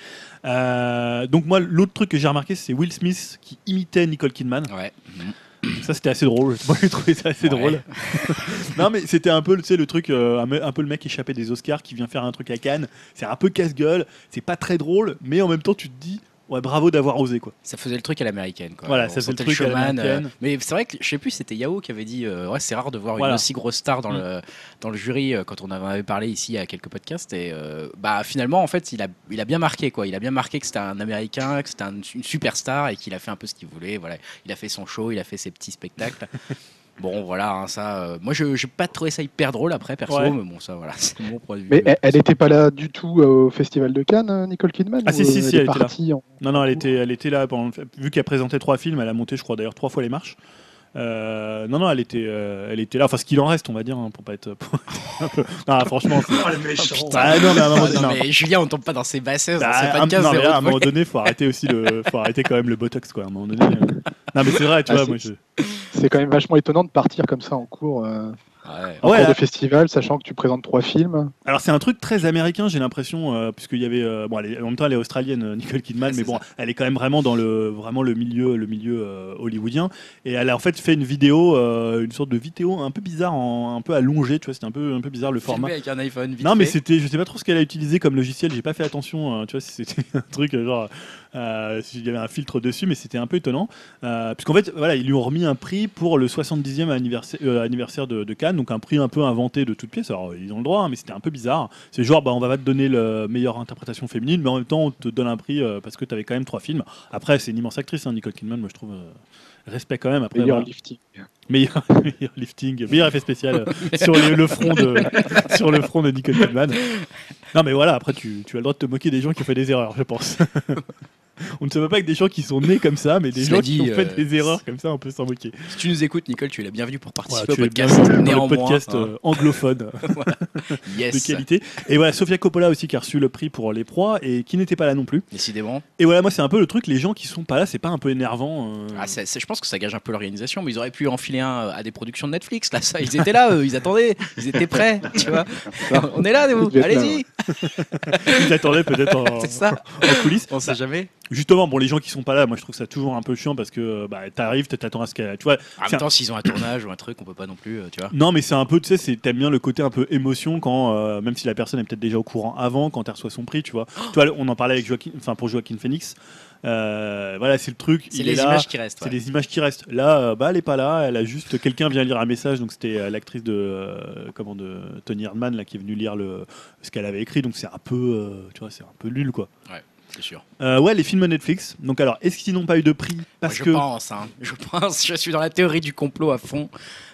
[SPEAKER 2] Euh, donc moi, l'autre truc que j'ai remarqué, c'est Will Smith qui imitait Nicole Kidman.
[SPEAKER 1] Ouais.
[SPEAKER 2] Donc ça c'était assez drôle. Moi j'ai trouvé ça assez
[SPEAKER 1] Ouais.
[SPEAKER 2] drôle. Non mais c'était un peu, tu sais, le truc, euh, un, me- un peu le mec échappé des Oscars qui vient faire un truc à Cannes. C'est un peu casse-gueule. C'est pas très drôle, mais en même temps tu te dis, ouais, bravo d'avoir osé quoi.
[SPEAKER 1] Ça faisait le truc à l'américaine. quoi.
[SPEAKER 2] Voilà,
[SPEAKER 1] On
[SPEAKER 2] ça faisait le
[SPEAKER 1] sentait
[SPEAKER 2] truc à
[SPEAKER 1] showman,
[SPEAKER 2] l'américaine.
[SPEAKER 1] euh, mais c'est vrai que je sais plus, c'était Yao qui avait dit euh, ouais, c'est rare de voir
[SPEAKER 2] Voilà.
[SPEAKER 1] une aussi grosse star dans,
[SPEAKER 2] Mm.
[SPEAKER 1] le, dans le jury euh, quand on en avait parlé ici à quelques podcasts. Et euh, bah, finalement, en fait, il a, il a bien marqué. Quoi. Il a bien marqué que c'était un américain, que c'était un- une superstar et qu'il a fait un peu ce qu'il voulait. Voilà. Il a fait son show, il a fait ses petits spectacles. Bon, voilà, hein, ça. euh, moi, je n'ai pas trouvé ça hyper drôle après, perso,
[SPEAKER 2] Ouais.
[SPEAKER 1] mais bon, ça, voilà, c'est mon point de vue.
[SPEAKER 5] Mais elle- elle n'était pas là du tout euh, au Festival de Cannes, euh, Nicole Kidman
[SPEAKER 2] Ah,
[SPEAKER 5] ou,
[SPEAKER 2] si, si,
[SPEAKER 5] euh,
[SPEAKER 2] si,
[SPEAKER 5] elle
[SPEAKER 2] elle
[SPEAKER 5] est
[SPEAKER 2] était là.
[SPEAKER 5] partie en-
[SPEAKER 2] Non non, elle était, elle était là pendant, vu qu'elle présentait trois films, elle a monté, je crois d'ailleurs trois fois les marches. Euh, non non, elle était, euh, elle était là. Enfin, ce qu'il en reste, on va dire, hein, pour pas être, pour être un peu. Non, franchement. c'est-
[SPEAKER 4] Oh, le méchant.
[SPEAKER 2] Ah, non mais à un moment
[SPEAKER 1] Ah,
[SPEAKER 2] donné,
[SPEAKER 1] non,
[SPEAKER 2] non.
[SPEAKER 1] mais Julien, on tombe pas dans ces bassesses, dans
[SPEAKER 2] Bah,
[SPEAKER 1] ces
[SPEAKER 2] un-
[SPEAKER 1] podcasts.
[SPEAKER 2] non, mais
[SPEAKER 1] zéro
[SPEAKER 2] là, à un
[SPEAKER 1] de
[SPEAKER 2] moment
[SPEAKER 1] volet.
[SPEAKER 2] donné, faut arrêter aussi le, faut arrêter quand même le botox quoi. À un moment donné. euh. Non mais c'est vrai, tu
[SPEAKER 5] Ah,
[SPEAKER 2] vois,
[SPEAKER 5] c'est-
[SPEAKER 2] moi je.
[SPEAKER 5] C'est quand même vachement étonnant de partir comme ça en cours, euh,
[SPEAKER 1] Ouais.
[SPEAKER 5] en
[SPEAKER 2] Ouais,
[SPEAKER 5] cours
[SPEAKER 2] là-
[SPEAKER 5] de festival, sachant que tu présentes trois films.
[SPEAKER 2] Alors c'est un truc très américain, j'ai l'impression, euh, puisqu'il y avait, euh, bon, elle est- en même temps elle est australienne, euh, Nicole Kidman,
[SPEAKER 1] Ouais,
[SPEAKER 2] mais
[SPEAKER 1] c'est
[SPEAKER 2] bon,
[SPEAKER 1] ça.
[SPEAKER 2] elle est quand même vraiment dans le, vraiment le milieu, le milieu euh, hollywoodien, et elle a en fait fait une vidéo, euh, une sorte de vidéo un peu bizarre, en, un peu allongée, tu vois, c'était un peu, un peu bizarre le format.
[SPEAKER 1] Filmé avec un iPhone. Vite
[SPEAKER 2] Non mais
[SPEAKER 1] fait.
[SPEAKER 2] c'était, je sais pas trop ce qu'elle a utilisé comme logiciel, j'ai pas fait attention, euh, tu vois, si c'était un truc euh, genre, euh, s'il y avait un filtre dessus, mais c'était un peu étonnant, euh, puisqu'en fait, voilà, ils lui ont remis un prix pour le soixante-dixième anniversaire, euh, anniversaire de, de Cannes, donc un prix un peu inventé de toutes pièces. Alors ils ont le droit, hein, mais c'était un peu bizarre. C'est genre, bah on va te donner la meilleure interprétation féminine, mais en même temps on te donne un prix euh, parce que tu avais quand même trois films. Après c'est une immense actrice, hein, Nicole Kidman, moi je trouve. euh, Respect quand même. Après,
[SPEAKER 5] Meilleur
[SPEAKER 2] voilà.
[SPEAKER 5] lifting.
[SPEAKER 2] meilleur, meilleur lifting, meilleur effet spécial euh, sur les- le front de sur le front de Nicole Kidman. Non mais voilà, après tu, tu as le droit de te moquer des gens qui ont fait des erreurs, je pense. On ne se moque pas avec des gens qui sont nés comme ça, mais des
[SPEAKER 1] Cela
[SPEAKER 2] gens
[SPEAKER 1] dit,
[SPEAKER 2] qui ont fait
[SPEAKER 1] euh,
[SPEAKER 2] des erreurs comme ça, on peut s'en moquer.
[SPEAKER 1] Si tu nous écoutes, Nicole, tu es la bienvenue pour
[SPEAKER 2] Voilà,
[SPEAKER 1] participer
[SPEAKER 2] tu
[SPEAKER 1] au
[SPEAKER 2] es
[SPEAKER 1] podcast.
[SPEAKER 2] bienvenue dans
[SPEAKER 1] Néanmoins,
[SPEAKER 2] le podcast
[SPEAKER 1] hein.
[SPEAKER 2] euh, anglophone de
[SPEAKER 1] Yes.
[SPEAKER 2] qualité. Et voilà, Sofia Coppola aussi qui a reçu le prix pour Les Proies et qui n'était pas là non plus.
[SPEAKER 1] Décidément.
[SPEAKER 2] Et voilà, moi c'est un peu le truc, les gens qui sont pas là, c'est pas un peu énervant euh,
[SPEAKER 1] Ah, c'est- c'est- je pense que ça gage un peu l'organisation, mais ils auraient pu enfiler un à des productions de Netflix. Là, ça, ils étaient là, eux, ils attendaient, ils étaient prêts, tu vois. On est là, nous.
[SPEAKER 5] Ils devaient être là,
[SPEAKER 1] Allez-y.
[SPEAKER 2] Ils attendaient peut-être en,
[SPEAKER 1] C'est ça.
[SPEAKER 2] en coulisses.
[SPEAKER 1] On sait jamais.
[SPEAKER 2] Justement, bon, les gens qui sont pas là, moi je trouve ça toujours un peu chiant parce que bah, t'arrives, t'attends à ce qu'elle. Tu vois,
[SPEAKER 1] En
[SPEAKER 2] c'est
[SPEAKER 1] même
[SPEAKER 2] un-
[SPEAKER 1] temps, s'ils ont un tournage ou un truc, on peut pas non plus, euh, tu vois.
[SPEAKER 2] Non, mais c'est un peu, tu sais, c'est- t'aimes bien le côté un peu émotion quand, euh, même si la personne est peut-être déjà au courant avant, quand elle reçoit son prix, tu vois. tu vois, on en parlait avec Joaquin, enfin pour Joaquin Phoenix. Euh, voilà, c'est le truc.
[SPEAKER 1] C'est
[SPEAKER 2] il
[SPEAKER 1] les
[SPEAKER 2] est là,
[SPEAKER 1] images qui restent.
[SPEAKER 2] C'est
[SPEAKER 1] ouais.
[SPEAKER 2] des images qui restent. Là, euh, bah, elle est pas là. Elle a juste quelqu'un vient lire un message. Donc c'était euh, l'actrice de euh, comment de Tony Erdmann là qui est venue lire le ce qu'elle avait écrit. Donc c'est un peu, euh, tu vois, c'est un peu nul quoi.
[SPEAKER 1] C'est sûr.
[SPEAKER 2] Euh, ouais, les films Netflix. Donc alors, est-ce qu'ils n'ont pas eu de prix parce
[SPEAKER 1] Moi, je
[SPEAKER 2] que
[SPEAKER 1] pense, hein. Je pense, je suis dans la théorie du complot à fond.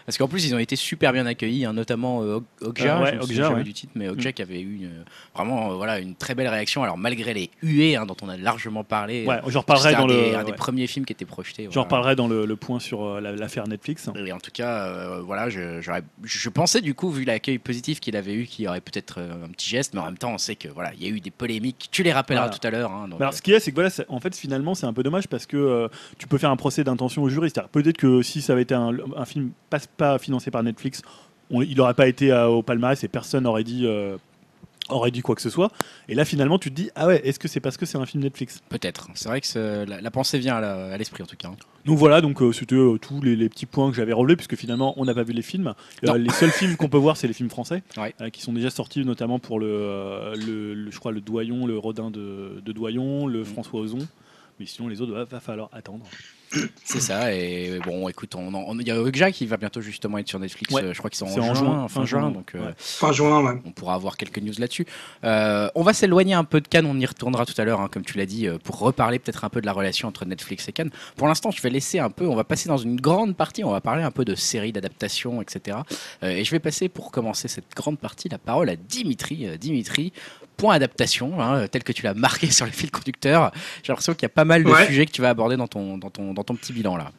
[SPEAKER 1] Parce qu'en plus, ils ont été super bien accueillis, hein, notamment euh, Okja,
[SPEAKER 2] Euh, ouais,
[SPEAKER 1] je me souviens
[SPEAKER 2] Okja,
[SPEAKER 1] jamais
[SPEAKER 2] ouais.
[SPEAKER 1] du titre, mais Okja qui avait eu une, vraiment euh, voilà, une très belle réaction. Alors, malgré les huées hein, dont on a largement parlé,
[SPEAKER 2] Ouais,
[SPEAKER 1] euh,
[SPEAKER 2] j'en reparlerai
[SPEAKER 1] c'était
[SPEAKER 2] dans
[SPEAKER 1] un, des,
[SPEAKER 2] le.
[SPEAKER 1] un des
[SPEAKER 2] ouais.
[SPEAKER 1] premiers films qui était projeté.
[SPEAKER 2] J'en
[SPEAKER 1] Voilà.
[SPEAKER 2] reparlerai dans le, le point sur euh, la- l'affaire Netflix.
[SPEAKER 1] Et en tout cas, euh, voilà, je, j'aurais- je pensais du coup, vu l'accueil positif qu'il avait eu, qu'il y aurait peut-être euh, un petit geste, mais en même temps, on sait que voilà, il y a eu des polémiques. Tu les rappelleras
[SPEAKER 2] Voilà.
[SPEAKER 1] tout à l'heure. Hein, donc,
[SPEAKER 2] Mais alors, ce qu'il y a, c'est que voilà, c'est- en fait, finalement, c'est un peu dommage parce que euh, tu peux faire un procès d'intention au jury. C'est-à-dire, peut-être que si ça avait été un, un film pas, pas financé par Netflix, on- il n'aurait pas été euh, au palmarès et personne n'aurait dit, euh, aurait dit quoi que ce soit. Et là, finalement, tu te dis, ah ouais, est-ce que c'est parce que c'est un film Netflix?
[SPEAKER 1] peut-être. C'est vrai que c'est- la, la pensée vient à, la- à l'esprit en tout cas. hein.
[SPEAKER 2] Donc voilà, donc euh, c'était euh, tous les, les petits points que j'avais relevés, puisque finalement, on n'a pas vu les films.
[SPEAKER 1] Non.
[SPEAKER 2] Euh, les seuls films qu'on peut voir, c'est les films français,
[SPEAKER 1] Ouais.
[SPEAKER 2] euh, qui sont déjà sortis, notamment pour le, euh, le, le- je crois, le Doyon, le Rodin de, de Doyon, le
[SPEAKER 1] Mm.
[SPEAKER 2] François Ozon. Mais sinon, les autres, va, va falloir attendre.
[SPEAKER 1] C'est ça, et bon, écoute, on, en- on- il y a Okja qui va bientôt justement être sur Netflix,
[SPEAKER 2] Ouais.
[SPEAKER 1] euh, je crois qu'ils sont
[SPEAKER 2] C'est
[SPEAKER 1] en,
[SPEAKER 2] en
[SPEAKER 1] juin,
[SPEAKER 2] juin,
[SPEAKER 1] fin
[SPEAKER 2] fin
[SPEAKER 1] juin,
[SPEAKER 2] juin,
[SPEAKER 1] donc euh,
[SPEAKER 2] ouais.
[SPEAKER 4] Fin juin, ouais.
[SPEAKER 1] on pourra avoir quelques news là-dessus. Euh, on va s'éloigner un peu de Cannes, on y retournera tout à l'heure, hein, comme tu l'as dit, euh, pour reparler peut-être un peu de la relation entre Netflix et Cannes. Pour l'instant, je vais laisser un peu, on va passer dans une grande partie, on va parler un peu de séries, d'adaptations, et cetera. Euh, et je vais passer, pour commencer cette grande partie, la parole à Dimitri. Euh, Dimitri, point adaptation, hein, tel que tu l'as marqué sur le fil conducteur. J'ai l'impression qu'il y a pas mal de
[SPEAKER 4] Ouais.
[SPEAKER 1] sujets que tu vas aborder dans ton, dans ton, dans ton petit bilan là.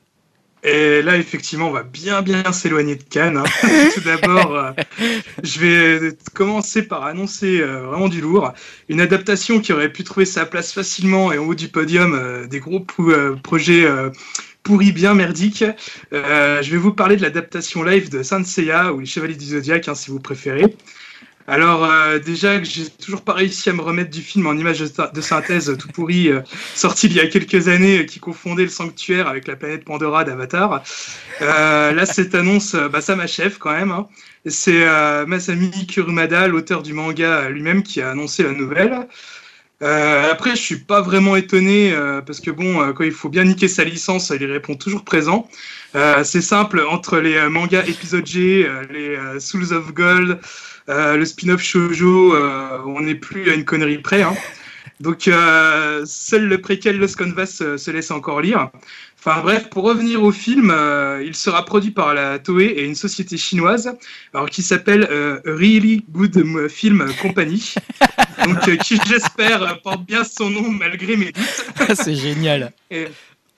[SPEAKER 4] Et là, effectivement, on va bien, bien s'éloigner de Cannes. hein. Tout d'abord, euh, je vais commencer par annoncer euh, vraiment du lourd. Une adaptation qui aurait pu trouver sa place facilement et en haut du podium euh, des gros pou- euh, projets euh, pourris bien merdiques. Euh, je vais vous parler de l'adaptation live de Saint Seiya ou Les Chevaliers du Zodiaque, hein, si vous préférez. Alors euh, déjà que j'ai toujours pas réussi à me remettre du film en image de, de synthèse tout pourri euh, sorti il y a quelques années euh, qui confondait le sanctuaire avec la planète Pandora d'Avatar. Euh, là cette annonce euh, bah, ça m'achève quand même. Hein. C'est euh, Masami Kurumada, l'auteur du manga lui-même, qui a annoncé la nouvelle. Euh, après je suis pas vraiment étonné euh, parce que bon euh, quand il faut bien niquer sa licence il répond toujours présent. Euh, c'est simple, entre les euh, mangas épisode G, euh, les euh, Souls of Gold, euh, le spin-off Shoujo, euh, on n'est plus à une connerie près. Hein. Donc, euh, seul le préquel Lost Canvas euh, se laisse encore lire. Enfin bref, pour revenir au film, euh, il sera produit par la Toei et une société chinoise, alors qui s'appelle euh, Really Good Film Company, donc euh, qui j'espère euh, porte bien son nom malgré mes doutes.
[SPEAKER 1] C'est génial.
[SPEAKER 4] Et,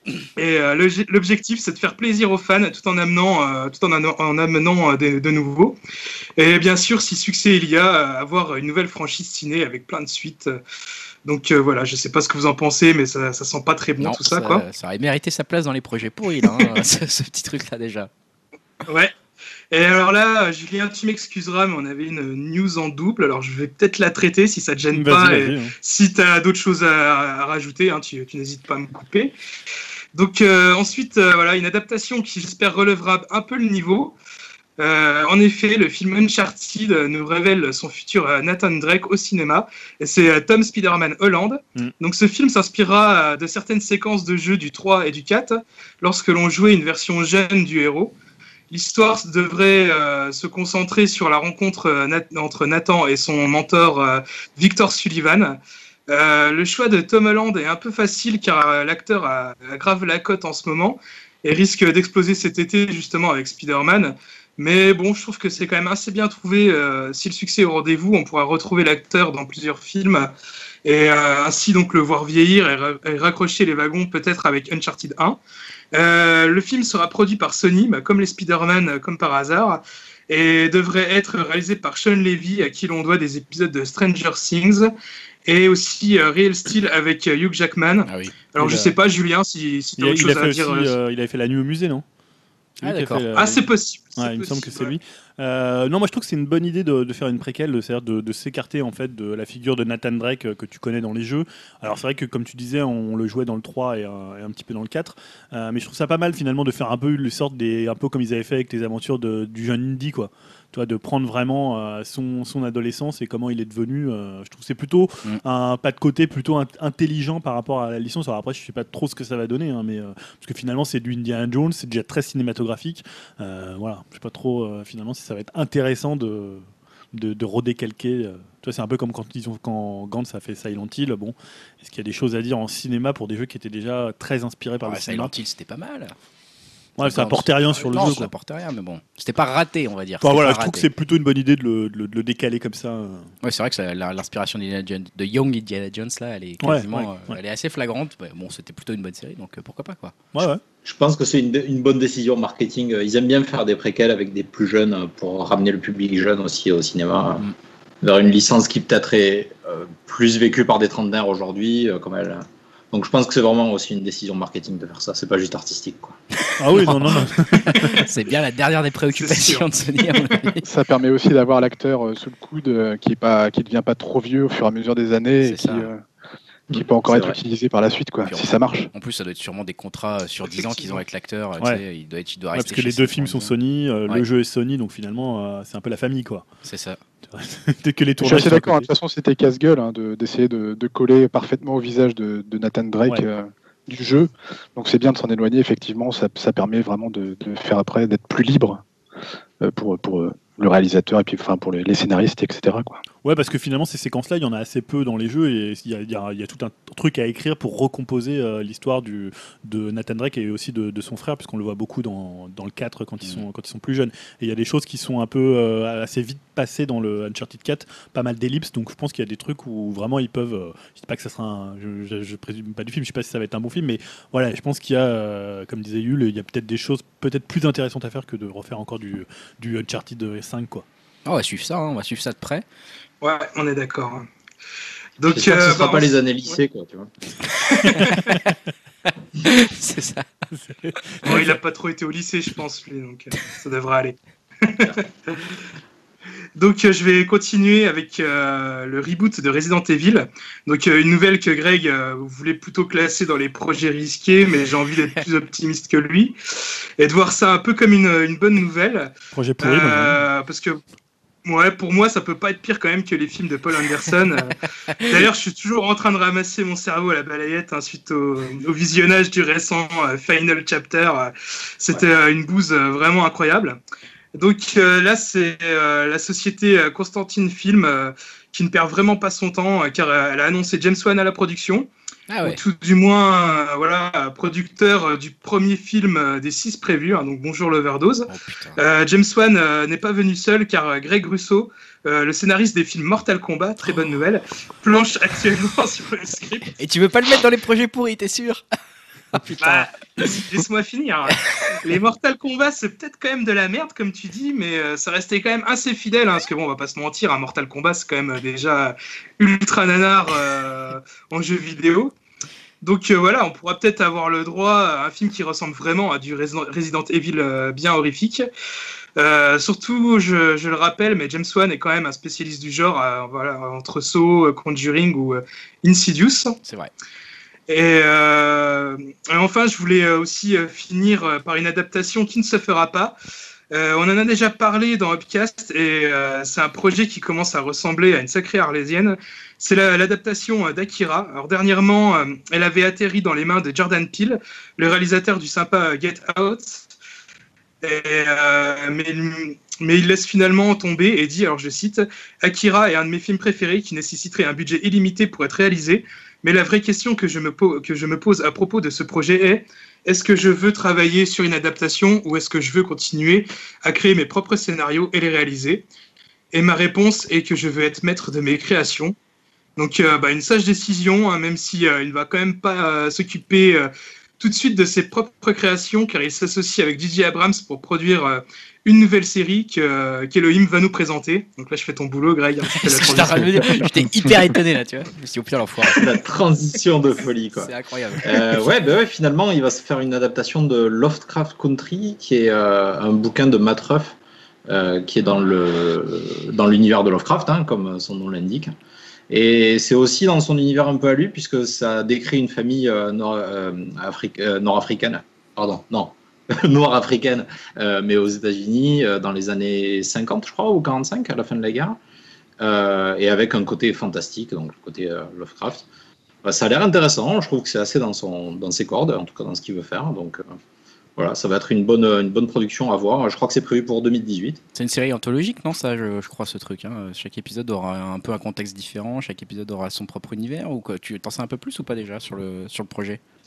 [SPEAKER 4] et euh, le- l'objectif, c'est de faire plaisir aux fans tout en amenant, euh, tout en, amenant- en amenant euh, des- de nouveaux. Et bien sûr, si succès il y a, euh, avoir une nouvelle franchise ciné avec plein de suites. euh, Donc euh, voilà, je sais pas ce que vous en pensez, mais ça, ça sent pas très bon
[SPEAKER 1] Non,
[SPEAKER 4] tout ça, quoi.
[SPEAKER 1] ça aurait mérité sa place dans les projets pourris, là, hein, ce, ce petit truc-là déjà.
[SPEAKER 4] Ouais. Et alors là, Julien, tu m'excuseras, mais on avait une news en double, alors je vais peut-être la traiter si ça te gêne
[SPEAKER 2] Vas-y,
[SPEAKER 4] pas.
[SPEAKER 2] vas-y,
[SPEAKER 4] Et
[SPEAKER 2] hein.
[SPEAKER 4] si tu as d'autres choses à, à rajouter, hein, tu, tu n'hésites pas à me couper. Donc euh, ensuite, euh, voilà, une adaptation qui j'espère relèvera un peu le niveau. Euh, en effet, le film Uncharted nous révèle son futur euh, Nathan Drake au cinéma. Et c'est euh, Tom Spiderman Holland.
[SPEAKER 2] Mm.
[SPEAKER 4] Donc ce film s'inspirera euh, de certaines séquences de jeux du trois et du quatre, lorsque l'on jouait une version jeune du héros. L'histoire devrait euh, se concentrer sur la rencontre euh, Nat- entre Nathan et son mentor euh, Victor Sullivan. Euh, le choix de Tom Holland est un peu facile car euh, l'acteur a, a grave la cote en ce moment et risque d'exploser cet été justement avec Spider-Man. Mais bon, je trouve que c'est quand même assez bien trouvé. Euh, si le succès est au rendez-vous, on pourra retrouver l'acteur dans plusieurs films et euh, ainsi donc le voir vieillir et, ra- et raccrocher les wagons peut-être avec Uncharted un. Euh, le film sera produit par Sony, bah, comme les Spider-Man, euh, comme par hasard, et devrait être réalisé par Sean Levy, à qui l'on doit des épisodes de Stranger Things, et aussi euh, Real Steel avec euh, Hugh Jackman.
[SPEAKER 1] Ah oui.
[SPEAKER 4] Alors
[SPEAKER 2] Il
[SPEAKER 4] je
[SPEAKER 2] a-
[SPEAKER 4] sais pas, Julien, si, si tu
[SPEAKER 2] Il,
[SPEAKER 4] as
[SPEAKER 2] a,
[SPEAKER 4] autre
[SPEAKER 2] il
[SPEAKER 4] chose
[SPEAKER 2] a
[SPEAKER 4] à
[SPEAKER 2] fait
[SPEAKER 4] dire.
[SPEAKER 2] aussi,
[SPEAKER 4] euh,
[SPEAKER 2] euh, il avait fait la nuit au musée, non? C'est
[SPEAKER 1] Ah,
[SPEAKER 2] lui qui a
[SPEAKER 1] d'accord.
[SPEAKER 2] fait la-
[SPEAKER 4] Ah, c'est possible. c'est
[SPEAKER 2] Ouais, il me semble que
[SPEAKER 4] possible,
[SPEAKER 2] c'est
[SPEAKER 4] ouais.
[SPEAKER 2] lui. Euh, non, moi je trouve que c'est une bonne idée de, de faire une préquelle, de- c'est-à-dire de, de s'écarter en fait de la figure de Nathan Drake euh, que tu connais dans les jeux. Alors c'est vrai que comme tu disais, on le jouait dans le trois et, un- et un petit peu dans le quatre, euh, mais je trouve ça pas mal finalement de faire un peu les sortes des, un peu comme ils avaient fait avec les aventures de- du jeune Indy, quoi. Tu vois, de prendre vraiment euh, son, son adolescence et comment il est devenu. euh, je trouve que c'est plutôt
[SPEAKER 1] Mm.
[SPEAKER 2] un pas de côté plutôt int- intelligent par rapport à la licence. Alors après, je sais pas trop ce que ça va donner, hein, mais euh, parce que finalement c'est du Indiana Jones, c'est déjà très cinématographique. Euh, voilà, je sais pas trop euh, finalement si ça va être intéressant de de, de redécalquer. euh. Tu vois, c'est un peu comme quand ils ont quand Gantz a fait Silent Hill. Bon, est-ce qu'il y a des choses à dire en cinéma pour des jeux qui étaient déjà très inspirés par
[SPEAKER 1] Ouais,
[SPEAKER 2] le cinéma?
[SPEAKER 1] Silent Hill, c'était pas mal.
[SPEAKER 2] Ouais, ça apportait rien sur le
[SPEAKER 1] non,
[SPEAKER 2] jeu.
[SPEAKER 1] ça
[SPEAKER 2] Quoi.
[SPEAKER 1] apportait rien, mais bon, c'était pas raté, on va dire.
[SPEAKER 2] Enfin, voilà,
[SPEAKER 1] pas
[SPEAKER 2] je trouve
[SPEAKER 1] raté.
[SPEAKER 2] que c'est plutôt une bonne idée de le, de le, de le décaler comme ça.
[SPEAKER 1] Ouais, c'est vrai que ça, la, l'inspiration d'Indiana Jones, de Young Indiana Jones là, elle est quasiment,
[SPEAKER 2] ouais, ouais,
[SPEAKER 1] euh,
[SPEAKER 2] ouais.
[SPEAKER 1] elle est assez flagrante. Mais bon, c'était plutôt une bonne série, donc euh, pourquoi pas quoi.
[SPEAKER 2] Ouais, ouais.
[SPEAKER 3] Je pense que c'est une, une bonne décision marketing. Ils aiment bien faire des préquels avec des plus jeunes pour ramener le public jeune aussi au cinéma
[SPEAKER 1] Mm.
[SPEAKER 3] vers une licence qui peut-être est euh, plus vécue par des trentenaires aujourd'hui, euh, comme elle. Donc je pense que c'est vraiment aussi une décision marketing de faire ça. C'est pas juste artistique, quoi.
[SPEAKER 2] Ah oui, non, non, non.
[SPEAKER 1] C'est bien la dernière des préoccupations de Sony, à mon avis.
[SPEAKER 5] Ça permet aussi d'avoir l'acteur euh, sous le coude euh, qui est pas, qui devient pas trop vieux au fur et à mesure des années
[SPEAKER 1] C'est
[SPEAKER 5] et qui,
[SPEAKER 1] ça.
[SPEAKER 5] euh, qui peut encore
[SPEAKER 3] C'est
[SPEAKER 5] être
[SPEAKER 3] vrai.
[SPEAKER 5] utilisé par la suite, quoi,
[SPEAKER 1] Puis
[SPEAKER 5] si
[SPEAKER 1] en-
[SPEAKER 5] ça marche.
[SPEAKER 1] En plus, ça doit être sûrement des contrats euh, sur dix ans qu'ils ont avec l'acteur. tu
[SPEAKER 2] Ouais.
[SPEAKER 1] sais, Il doit, être, il doit
[SPEAKER 2] Ouais,
[SPEAKER 1] rester
[SPEAKER 2] parce que
[SPEAKER 1] chez
[SPEAKER 2] les deux
[SPEAKER 1] Sony
[SPEAKER 2] films sont
[SPEAKER 1] pendant-
[SPEAKER 2] Sony, euh,
[SPEAKER 1] Ouais.
[SPEAKER 2] le jeu est Sony, donc finalement, euh, c'est un peu la famille, quoi.
[SPEAKER 1] C'est ça.
[SPEAKER 2] Dès que les
[SPEAKER 5] Je suis
[SPEAKER 2] tournages
[SPEAKER 5] assez
[SPEAKER 2] sont à
[SPEAKER 5] d'accord, hein. De
[SPEAKER 2] côté.
[SPEAKER 5] toute façon, c'était casse-gueule hein, de- d'essayer de, de coller parfaitement au visage de, de Nathan Drake
[SPEAKER 2] Ouais.
[SPEAKER 5] euh, du jeu. Donc c'est bien de s'en éloigner, effectivement, ça, ça permet vraiment de, de faire après, d'être plus libre euh, pour, pour euh, le réalisateur et puis enfin, pour les, les scénaristes, et cetera. Quoi.
[SPEAKER 2] Ouais, parce que finalement, ces séquences-là, il y en a assez peu dans les jeux et il y a, il y a- il y a tout un truc à écrire pour recomposer euh, l'histoire du, de Nathan Drake et aussi de, de son frère, puisqu'on le voit beaucoup dans, dans le quatre quand ils, sont, quand ils sont plus jeunes. Et il y a des choses qui sont un peu euh, assez vite passées dans le Uncharted quatre, pas mal d'ellipses, donc je pense qu'il y a des trucs où vraiment ils peuvent. Euh, je dis pas que ça sera un. Je, je, je présume pas du film, je sais pas si ça va être un bon film, mais voilà, je pense qu'il y a, euh, comme disait Yul, il y a peut-être des choses peut-être plus intéressantes à faire que de refaire encore du, du Uncharted cinq, quoi.
[SPEAKER 1] Ah, on va suivre ça, hein, on va suivre ça de près.
[SPEAKER 4] Ouais, on est d'accord. Donc,
[SPEAKER 3] J'espère que ce
[SPEAKER 4] euh,
[SPEAKER 3] sera
[SPEAKER 4] bah,
[SPEAKER 3] pas
[SPEAKER 4] on-
[SPEAKER 3] les années lycée, quoi, tu vois.
[SPEAKER 1] C'est ça.
[SPEAKER 4] Bon, il a pas trop été au lycée, je pense, lui, donc euh, ça devrait aller. Donc, euh, je vais continuer avec euh, le reboot de Resident Evil. Donc, euh, une nouvelle que Greg euh, voulait plutôt classer dans les projets risqués, mais j'ai envie d'être plus optimiste que lui et de voir ça un peu comme une, une bonne nouvelle.
[SPEAKER 2] Projet pourri, moi,
[SPEAKER 4] Euh, parce que ouais, pour moi, ça peut pas être pire quand même que les films de Paul Anderson. Euh, D'ailleurs, je suis toujours en train de ramasser mon cerveau à la balayette hein, suite au, au visionnage du récent euh, Final Chapter. Euh, C'était euh, une bouse euh, vraiment incroyable. Donc euh, là, c'est euh, la société euh, Constantine Film euh, qui ne perd vraiment pas son temps, euh, car euh, elle a annoncé James Wan à la production.
[SPEAKER 1] Ah ouais.
[SPEAKER 4] Ou tout du moins, euh, voilà, producteur euh, du premier film euh, des six prévus, hein, donc Bonjour l'Overdose.
[SPEAKER 1] Oh putain.
[SPEAKER 4] Euh, James Wan euh, n'est pas venu seul car euh, Greg Russo, euh, le scénariste des films Mortal Kombat, très bonne nouvelle, planche actuellement sur le script.
[SPEAKER 1] Et tu veux pas le mettre dans les projets pourris, t'es sûr? Oh putain.
[SPEAKER 4] Bah, laisse-moi finir. Les Mortal Kombat, c'est peut-être quand même de la merde, comme tu dis, mais euh, ça restait quand même assez fidèle, hein, parce que bon, on va pas se mentir, un Mortal Kombat, c'est quand même euh, déjà ultra nanar euh, en jeu vidéo. Donc euh, voilà, on pourra peut-être avoir le droit à un film qui ressemble vraiment à du Resident, Resident Evil euh, bien horrifique. Euh, surtout, je, je le rappelle, mais James Wan est quand même un spécialiste du genre, euh, voilà, entre Saw, Conjuring ou euh, Insidious.
[SPEAKER 1] C'est vrai.
[SPEAKER 4] Et, euh, et enfin, je voulais aussi euh, finir euh, par une adaptation qui ne se fera pas. Euh, on en a déjà parlé dans Upcast et euh, c'est un projet qui commence à ressembler à une sacrée arlésienne. C'est la, l'adaptation d'Akira. Alors dernièrement, euh, elle avait atterri dans les mains de Jordan Peele, le réalisateur du sympa Get Out. Et, euh, mais, mais il laisse finalement tomber et dit, alors je cite, « Akira est un de mes films préférés qui nécessiterait un budget illimité pour être réalisé. Mais la vraie question que je me pose, que je me pose à propos de ce projet est, est-ce que je veux travailler sur une adaptation ou est-ce que je veux continuer à créer mes propres scénarios et les réaliser? Et ma réponse est que je veux être maître de mes créations. » Donc euh, bah, une sage décision, hein, même si euh, il ne va quand même pas euh, s'occuper euh, tout de suite de ses propres créations, car il s'associe avec J J Abrams pour produire euh, une nouvelle série que, euh, qu'Elohim va nous présenter. Donc là, je fais ton boulot, Greg. Hein, tu fais la
[SPEAKER 1] C'est ce que
[SPEAKER 4] transition.
[SPEAKER 1] je t'ai J'étais hyper étonné là, tu vois. Je me suis dit, oh putain, l'enfoiré.
[SPEAKER 3] La transition de folie, quoi.
[SPEAKER 1] C'est incroyable.
[SPEAKER 3] Euh, ouais, bah ouais, finalement, il va se faire une adaptation de Lovecraft Country, qui est euh, un bouquin de Matt Ruff, euh, qui est dans, le, dans l'univers de Lovecraft, hein, comme son nom l'indique. Et c'est aussi dans son univers un peu à lui, puisque ça décrit une famille euh, nord, euh, Afri- euh, nord-africaine. Pardon, non, noire africaine, euh, mais aux États-Unis, euh, dans les années cinquante, je crois, ou quarante-cinq, à la fin de la guerre. Euh, et avec un côté fantastique, donc le côté euh, Lovecraft. Bah, ça a l'air intéressant, je trouve que c'est assez dans, son, dans ses cordes, en tout cas dans ce qu'il veut faire. Donc euh, voilà, ça va être une bonne, une bonne production à voir. Je crois que c'est prévu pour deux mille dix-huit.
[SPEAKER 1] C'est une série anthologique, non, ça, je, je crois, ce truc. Hein. Chaque épisode aura un peu un contexte différent, chaque épisode aura son propre univers. Ou quoi, tu t'en sais un peu plus ou pas déjà sur le, sur le projet?
[SPEAKER 3] J'en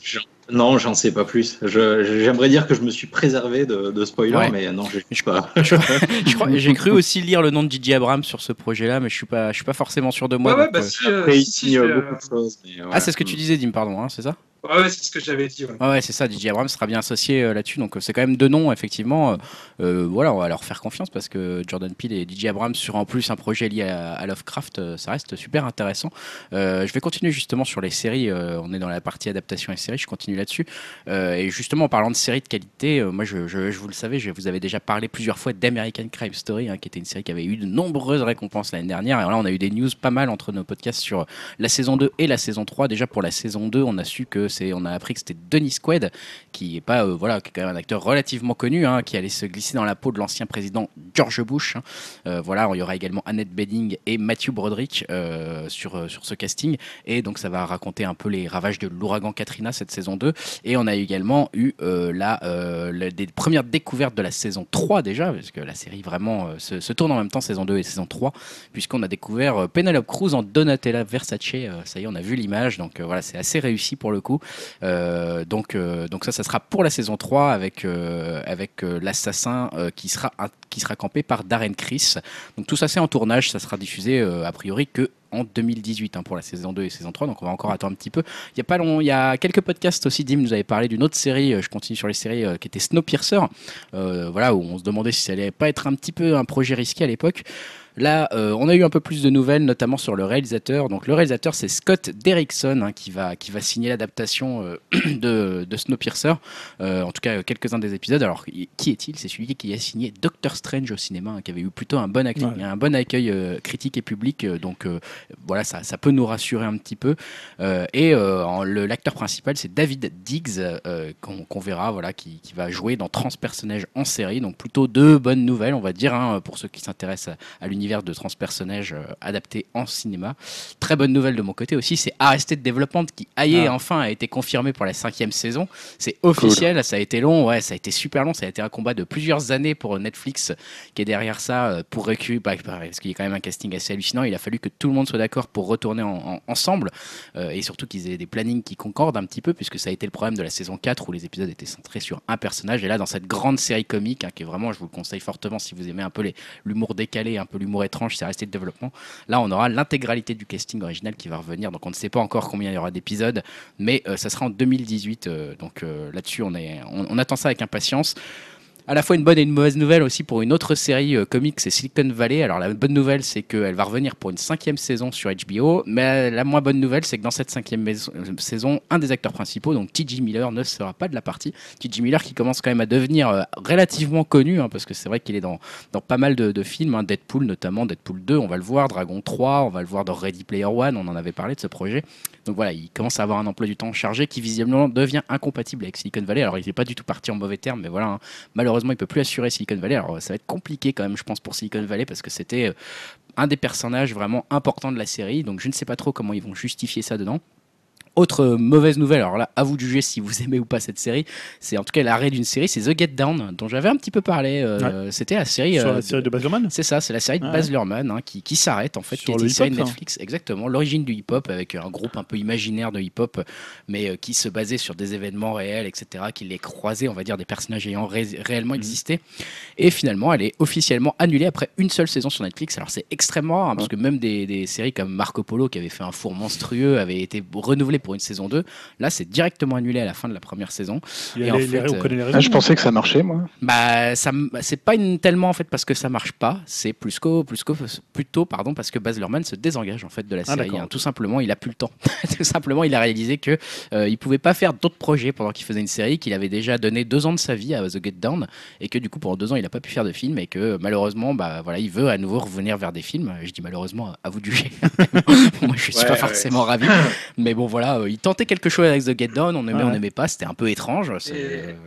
[SPEAKER 3] Non, j'en sais pas plus. Je, j'aimerais dire que je me suis préservé de, de spoilers,
[SPEAKER 1] Ouais.
[SPEAKER 3] mais non, je
[SPEAKER 1] Je
[SPEAKER 3] sais pas.
[SPEAKER 1] Je, je crois, j'ai cru aussi lire le nom de J J Abrams sur ce projet-là, mais je suis pas, je suis pas forcément sûr de moi.
[SPEAKER 4] Ouais, ouais,
[SPEAKER 1] donc,
[SPEAKER 4] bah
[SPEAKER 1] euh,
[SPEAKER 4] si, euh,
[SPEAKER 3] Après, il
[SPEAKER 4] si, si,
[SPEAKER 3] signe
[SPEAKER 4] je fais,
[SPEAKER 3] beaucoup
[SPEAKER 4] euh,
[SPEAKER 3] de choses. mais
[SPEAKER 1] Ah,
[SPEAKER 3] ouais.
[SPEAKER 1] c'est ce que tu disais, Dim, pardon, hein, c'est ça?
[SPEAKER 4] ouais, ouais, c'est ce que j'avais dit. Ouais.
[SPEAKER 1] Ouais, ouais, c'est ça. D J Abrams sera bien associé euh, là-dessus, donc euh, c'est quand même deux noms, effectivement. Euh, euh, voilà, on va leur faire confiance parce que Jordan Peele et D J Abrams sur en plus un projet lié à, à Lovecraft, euh, ça reste super intéressant. Euh, je vais continuer justement sur les séries. Euh, on est dans la partie adaptation et séries, je continue là-dessus. Euh, et justement, en parlant de séries de qualité, euh, moi, je, je, je vous le savez, je vous avais déjà parlé plusieurs fois d'American Crime Story, hein, qui était une série qui avait eu de nombreuses récompenses l'année dernière. Et là, on a eu des news pas mal entre nos podcasts sur la saison deux et la saison trois. Déjà pour la saison deux, on a su que c'est, on a appris que c'était Dennis Quaid, qui est pas, euh, voilà, qui est quand même un acteur relativement connu, hein, qui allait se glisser dans la peau de l'ancien président George Bush. Hein. Euh, voilà, il y aura également Annette Bening et Matthew Broderick euh, sur euh, sur ce casting, et donc ça va raconter un peu les ravages de l'ouragan Katrina cette saison deux. Et on a également eu euh, la, euh, la des premières découvertes de la saison trois déjà, parce que la série vraiment euh, se, se tourne en même temps saison deux et saison trois, puisqu'on a découvert euh, Penelope Cruz en Donatella Versace. Euh, ça y est, on a vu l'image, donc euh, voilà, c'est assez réussi pour le coup. Euh, donc, euh, donc ça, ça sera pour la saison trois avec, euh, avec euh, l'assassin euh, qui, sera, un, qui sera campé par Darren Criss. Donc tout ça, c'est en tournage, ça sera diffusé euh, a priori que en deux mille dix-huit, hein, pour la saison deux et saison trois, donc on va encore attendre un petit peu. Il y a pas long, il y a quelques podcasts aussi, Dim nous avait parlé d'une autre série, euh, je continue sur les séries, euh, qui était Snowpiercer, euh, voilà, où on se demandait si ça allait pas être un petit peu un projet risqué à l'époque. Là, euh, on a eu un peu plus de nouvelles, notamment sur le réalisateur. Donc, le réalisateur, c'est Scott Derrickson, hein, qui va qui va signer l'adaptation euh, de, de Snowpiercer. Euh, en tout cas, quelques-uns des épisodes. Alors, qui est-il? C'est celui qui a signé Doctor Strange au cinéma, hein, qui avait eu plutôt un bon accueil, ouais. un bon accueil euh, critique et public. Euh, donc, euh, voilà, ça, ça peut nous rassurer un petit peu. Euh, et euh, en, le, l'acteur principal, c'est David Diggs, euh, qu'on, qu'on verra, voilà, qui, qui va jouer dans Transpersonnage en série. Donc, plutôt deux bonnes nouvelles, on va dire, hein, pour ceux qui s'intéressent à, à l'univers de Transpersonnage euh, adapté en cinéma. Très bonne nouvelle de mon côté aussi, c'est Arrested Development qui aïe ah. enfin a été confirmé pour la cinquième saison. C'est officiel, cool. Ça a été long, ouais, ça a été super long, ça a été un combat de plusieurs années pour Netflix qui est derrière ça euh, pour récupérer, bah, parce qu'il y a quand même un casting assez hallucinant. Il a fallu que tout le monde soit d'accord pour retourner en, en, ensemble euh, et surtout qu'ils aient des plannings qui concordent un petit peu, puisque ça a été le problème de la saison quatre où les épisodes étaient centrés sur un personnage. Et là, dans cette grande série comique, hein, qui est vraiment, je vous le conseille fortement si vous aimez un peu les, l'humour décalé, un peu l'humour étrange, c'est resté de développement. Là, on aura l'intégralité du casting original qui va revenir. Donc, on ne sait pas encore combien il y aura d'épisodes, mais euh, ça sera en deux mille dix-huit. Euh, donc euh, là-dessus, on, est, on, on attend ça avec impatience. À la fois une bonne et une mauvaise nouvelle aussi pour une autre série euh, comique, c'est Silicon Valley. Alors la bonne nouvelle, c'est qu'elle va revenir pour une cinquième saison sur H B O, mais la moins bonne nouvelle, c'est que dans cette cinquième maison, euh, saison, un des acteurs principaux, donc T J Miller, ne sera pas de la partie. T J Miller qui commence quand même à devenir euh, relativement connu, hein, parce que c'est vrai qu'il est dans, dans pas mal de, de films, hein, Deadpool notamment, Deadpool deux, on va le voir, Dragon trois, on va le voir dans Ready Player One, on en avait parlé de ce projet. Donc voilà, il commence à avoir un emploi du temps chargé qui visiblement devient incompatible avec Silicon Valley. Alors il n'est pas du tout parti en mauvais termes, mais voilà, hein, malheureusement il ne peut plus assurer Silicon Valley. Alors ça va être compliqué quand même, je pense, pour Silicon Valley, parce que c'était euh, un des personnages vraiment importants de la série. Donc je ne sais pas trop comment ils vont justifier ça dedans. Autre mauvaise nouvelle, alors là, à vous de juger si vous aimez ou pas cette série, c'est en tout cas l'arrêt d'une série, c'est The Get Down, dont j'avais un petit peu parlé. Euh, ouais. C'était la série.
[SPEAKER 2] Sur
[SPEAKER 1] euh,
[SPEAKER 2] la série de Baz Luhrmann.
[SPEAKER 1] C'est ça, c'est la série de ouais. Baz Luhrmann, hein, qui, qui s'arrête en fait,
[SPEAKER 2] sur
[SPEAKER 1] qui est une série de Netflix,
[SPEAKER 2] hein.
[SPEAKER 1] Exactement, l'origine du hip-hop avec un groupe un peu imaginaire de hip-hop, mais euh, qui se basait sur des événements réels, et cetera, qui les croisait, on va dire, des personnages ayant ré- réellement mmh. existé. Et finalement, elle est officiellement annulée après une seule saison sur Netflix. Alors c'est extrêmement rare, hein, parce que même des, des séries comme Marco Polo, qui avait fait un four monstrueux, avait été renouvelée pour une saison deux. Là, c'est directement annulé à la fin de la première saison.
[SPEAKER 2] Et,
[SPEAKER 1] et
[SPEAKER 2] les,
[SPEAKER 1] en
[SPEAKER 2] les,
[SPEAKER 1] fait,
[SPEAKER 2] on connaît les raisons.
[SPEAKER 5] Ah, je pensais que ça marchait, moi.
[SPEAKER 1] Bah, ça, c'est pas une, tellement en fait parce que ça marche pas. C'est plus qu'au, plus qu'au, plutôt pardon parce que Baz Luhrmann se désengage en fait de la série. Ah, hein. Tout simplement, il a plus le temps. Tout simplement, il a réalisé que euh, il pouvait pas faire d'autres projets pendant qu'il faisait une série, qu'il avait déjà donné deux ans de sa vie à The Get Down, et que du coup pendant deux ans il a pas pu faire de film, et que malheureusement, bah voilà, il veut à nouveau revenir vers des films. Je dis malheureusement, à vous de juger. Moi, je suis ouais, pas ouais. forcément ravi, mais bon voilà, euh, il tentait quelque chose avec The Get Down. On aimait, ouais. on n'aimait pas, c'était un peu étrange. C'est, euh, voilà.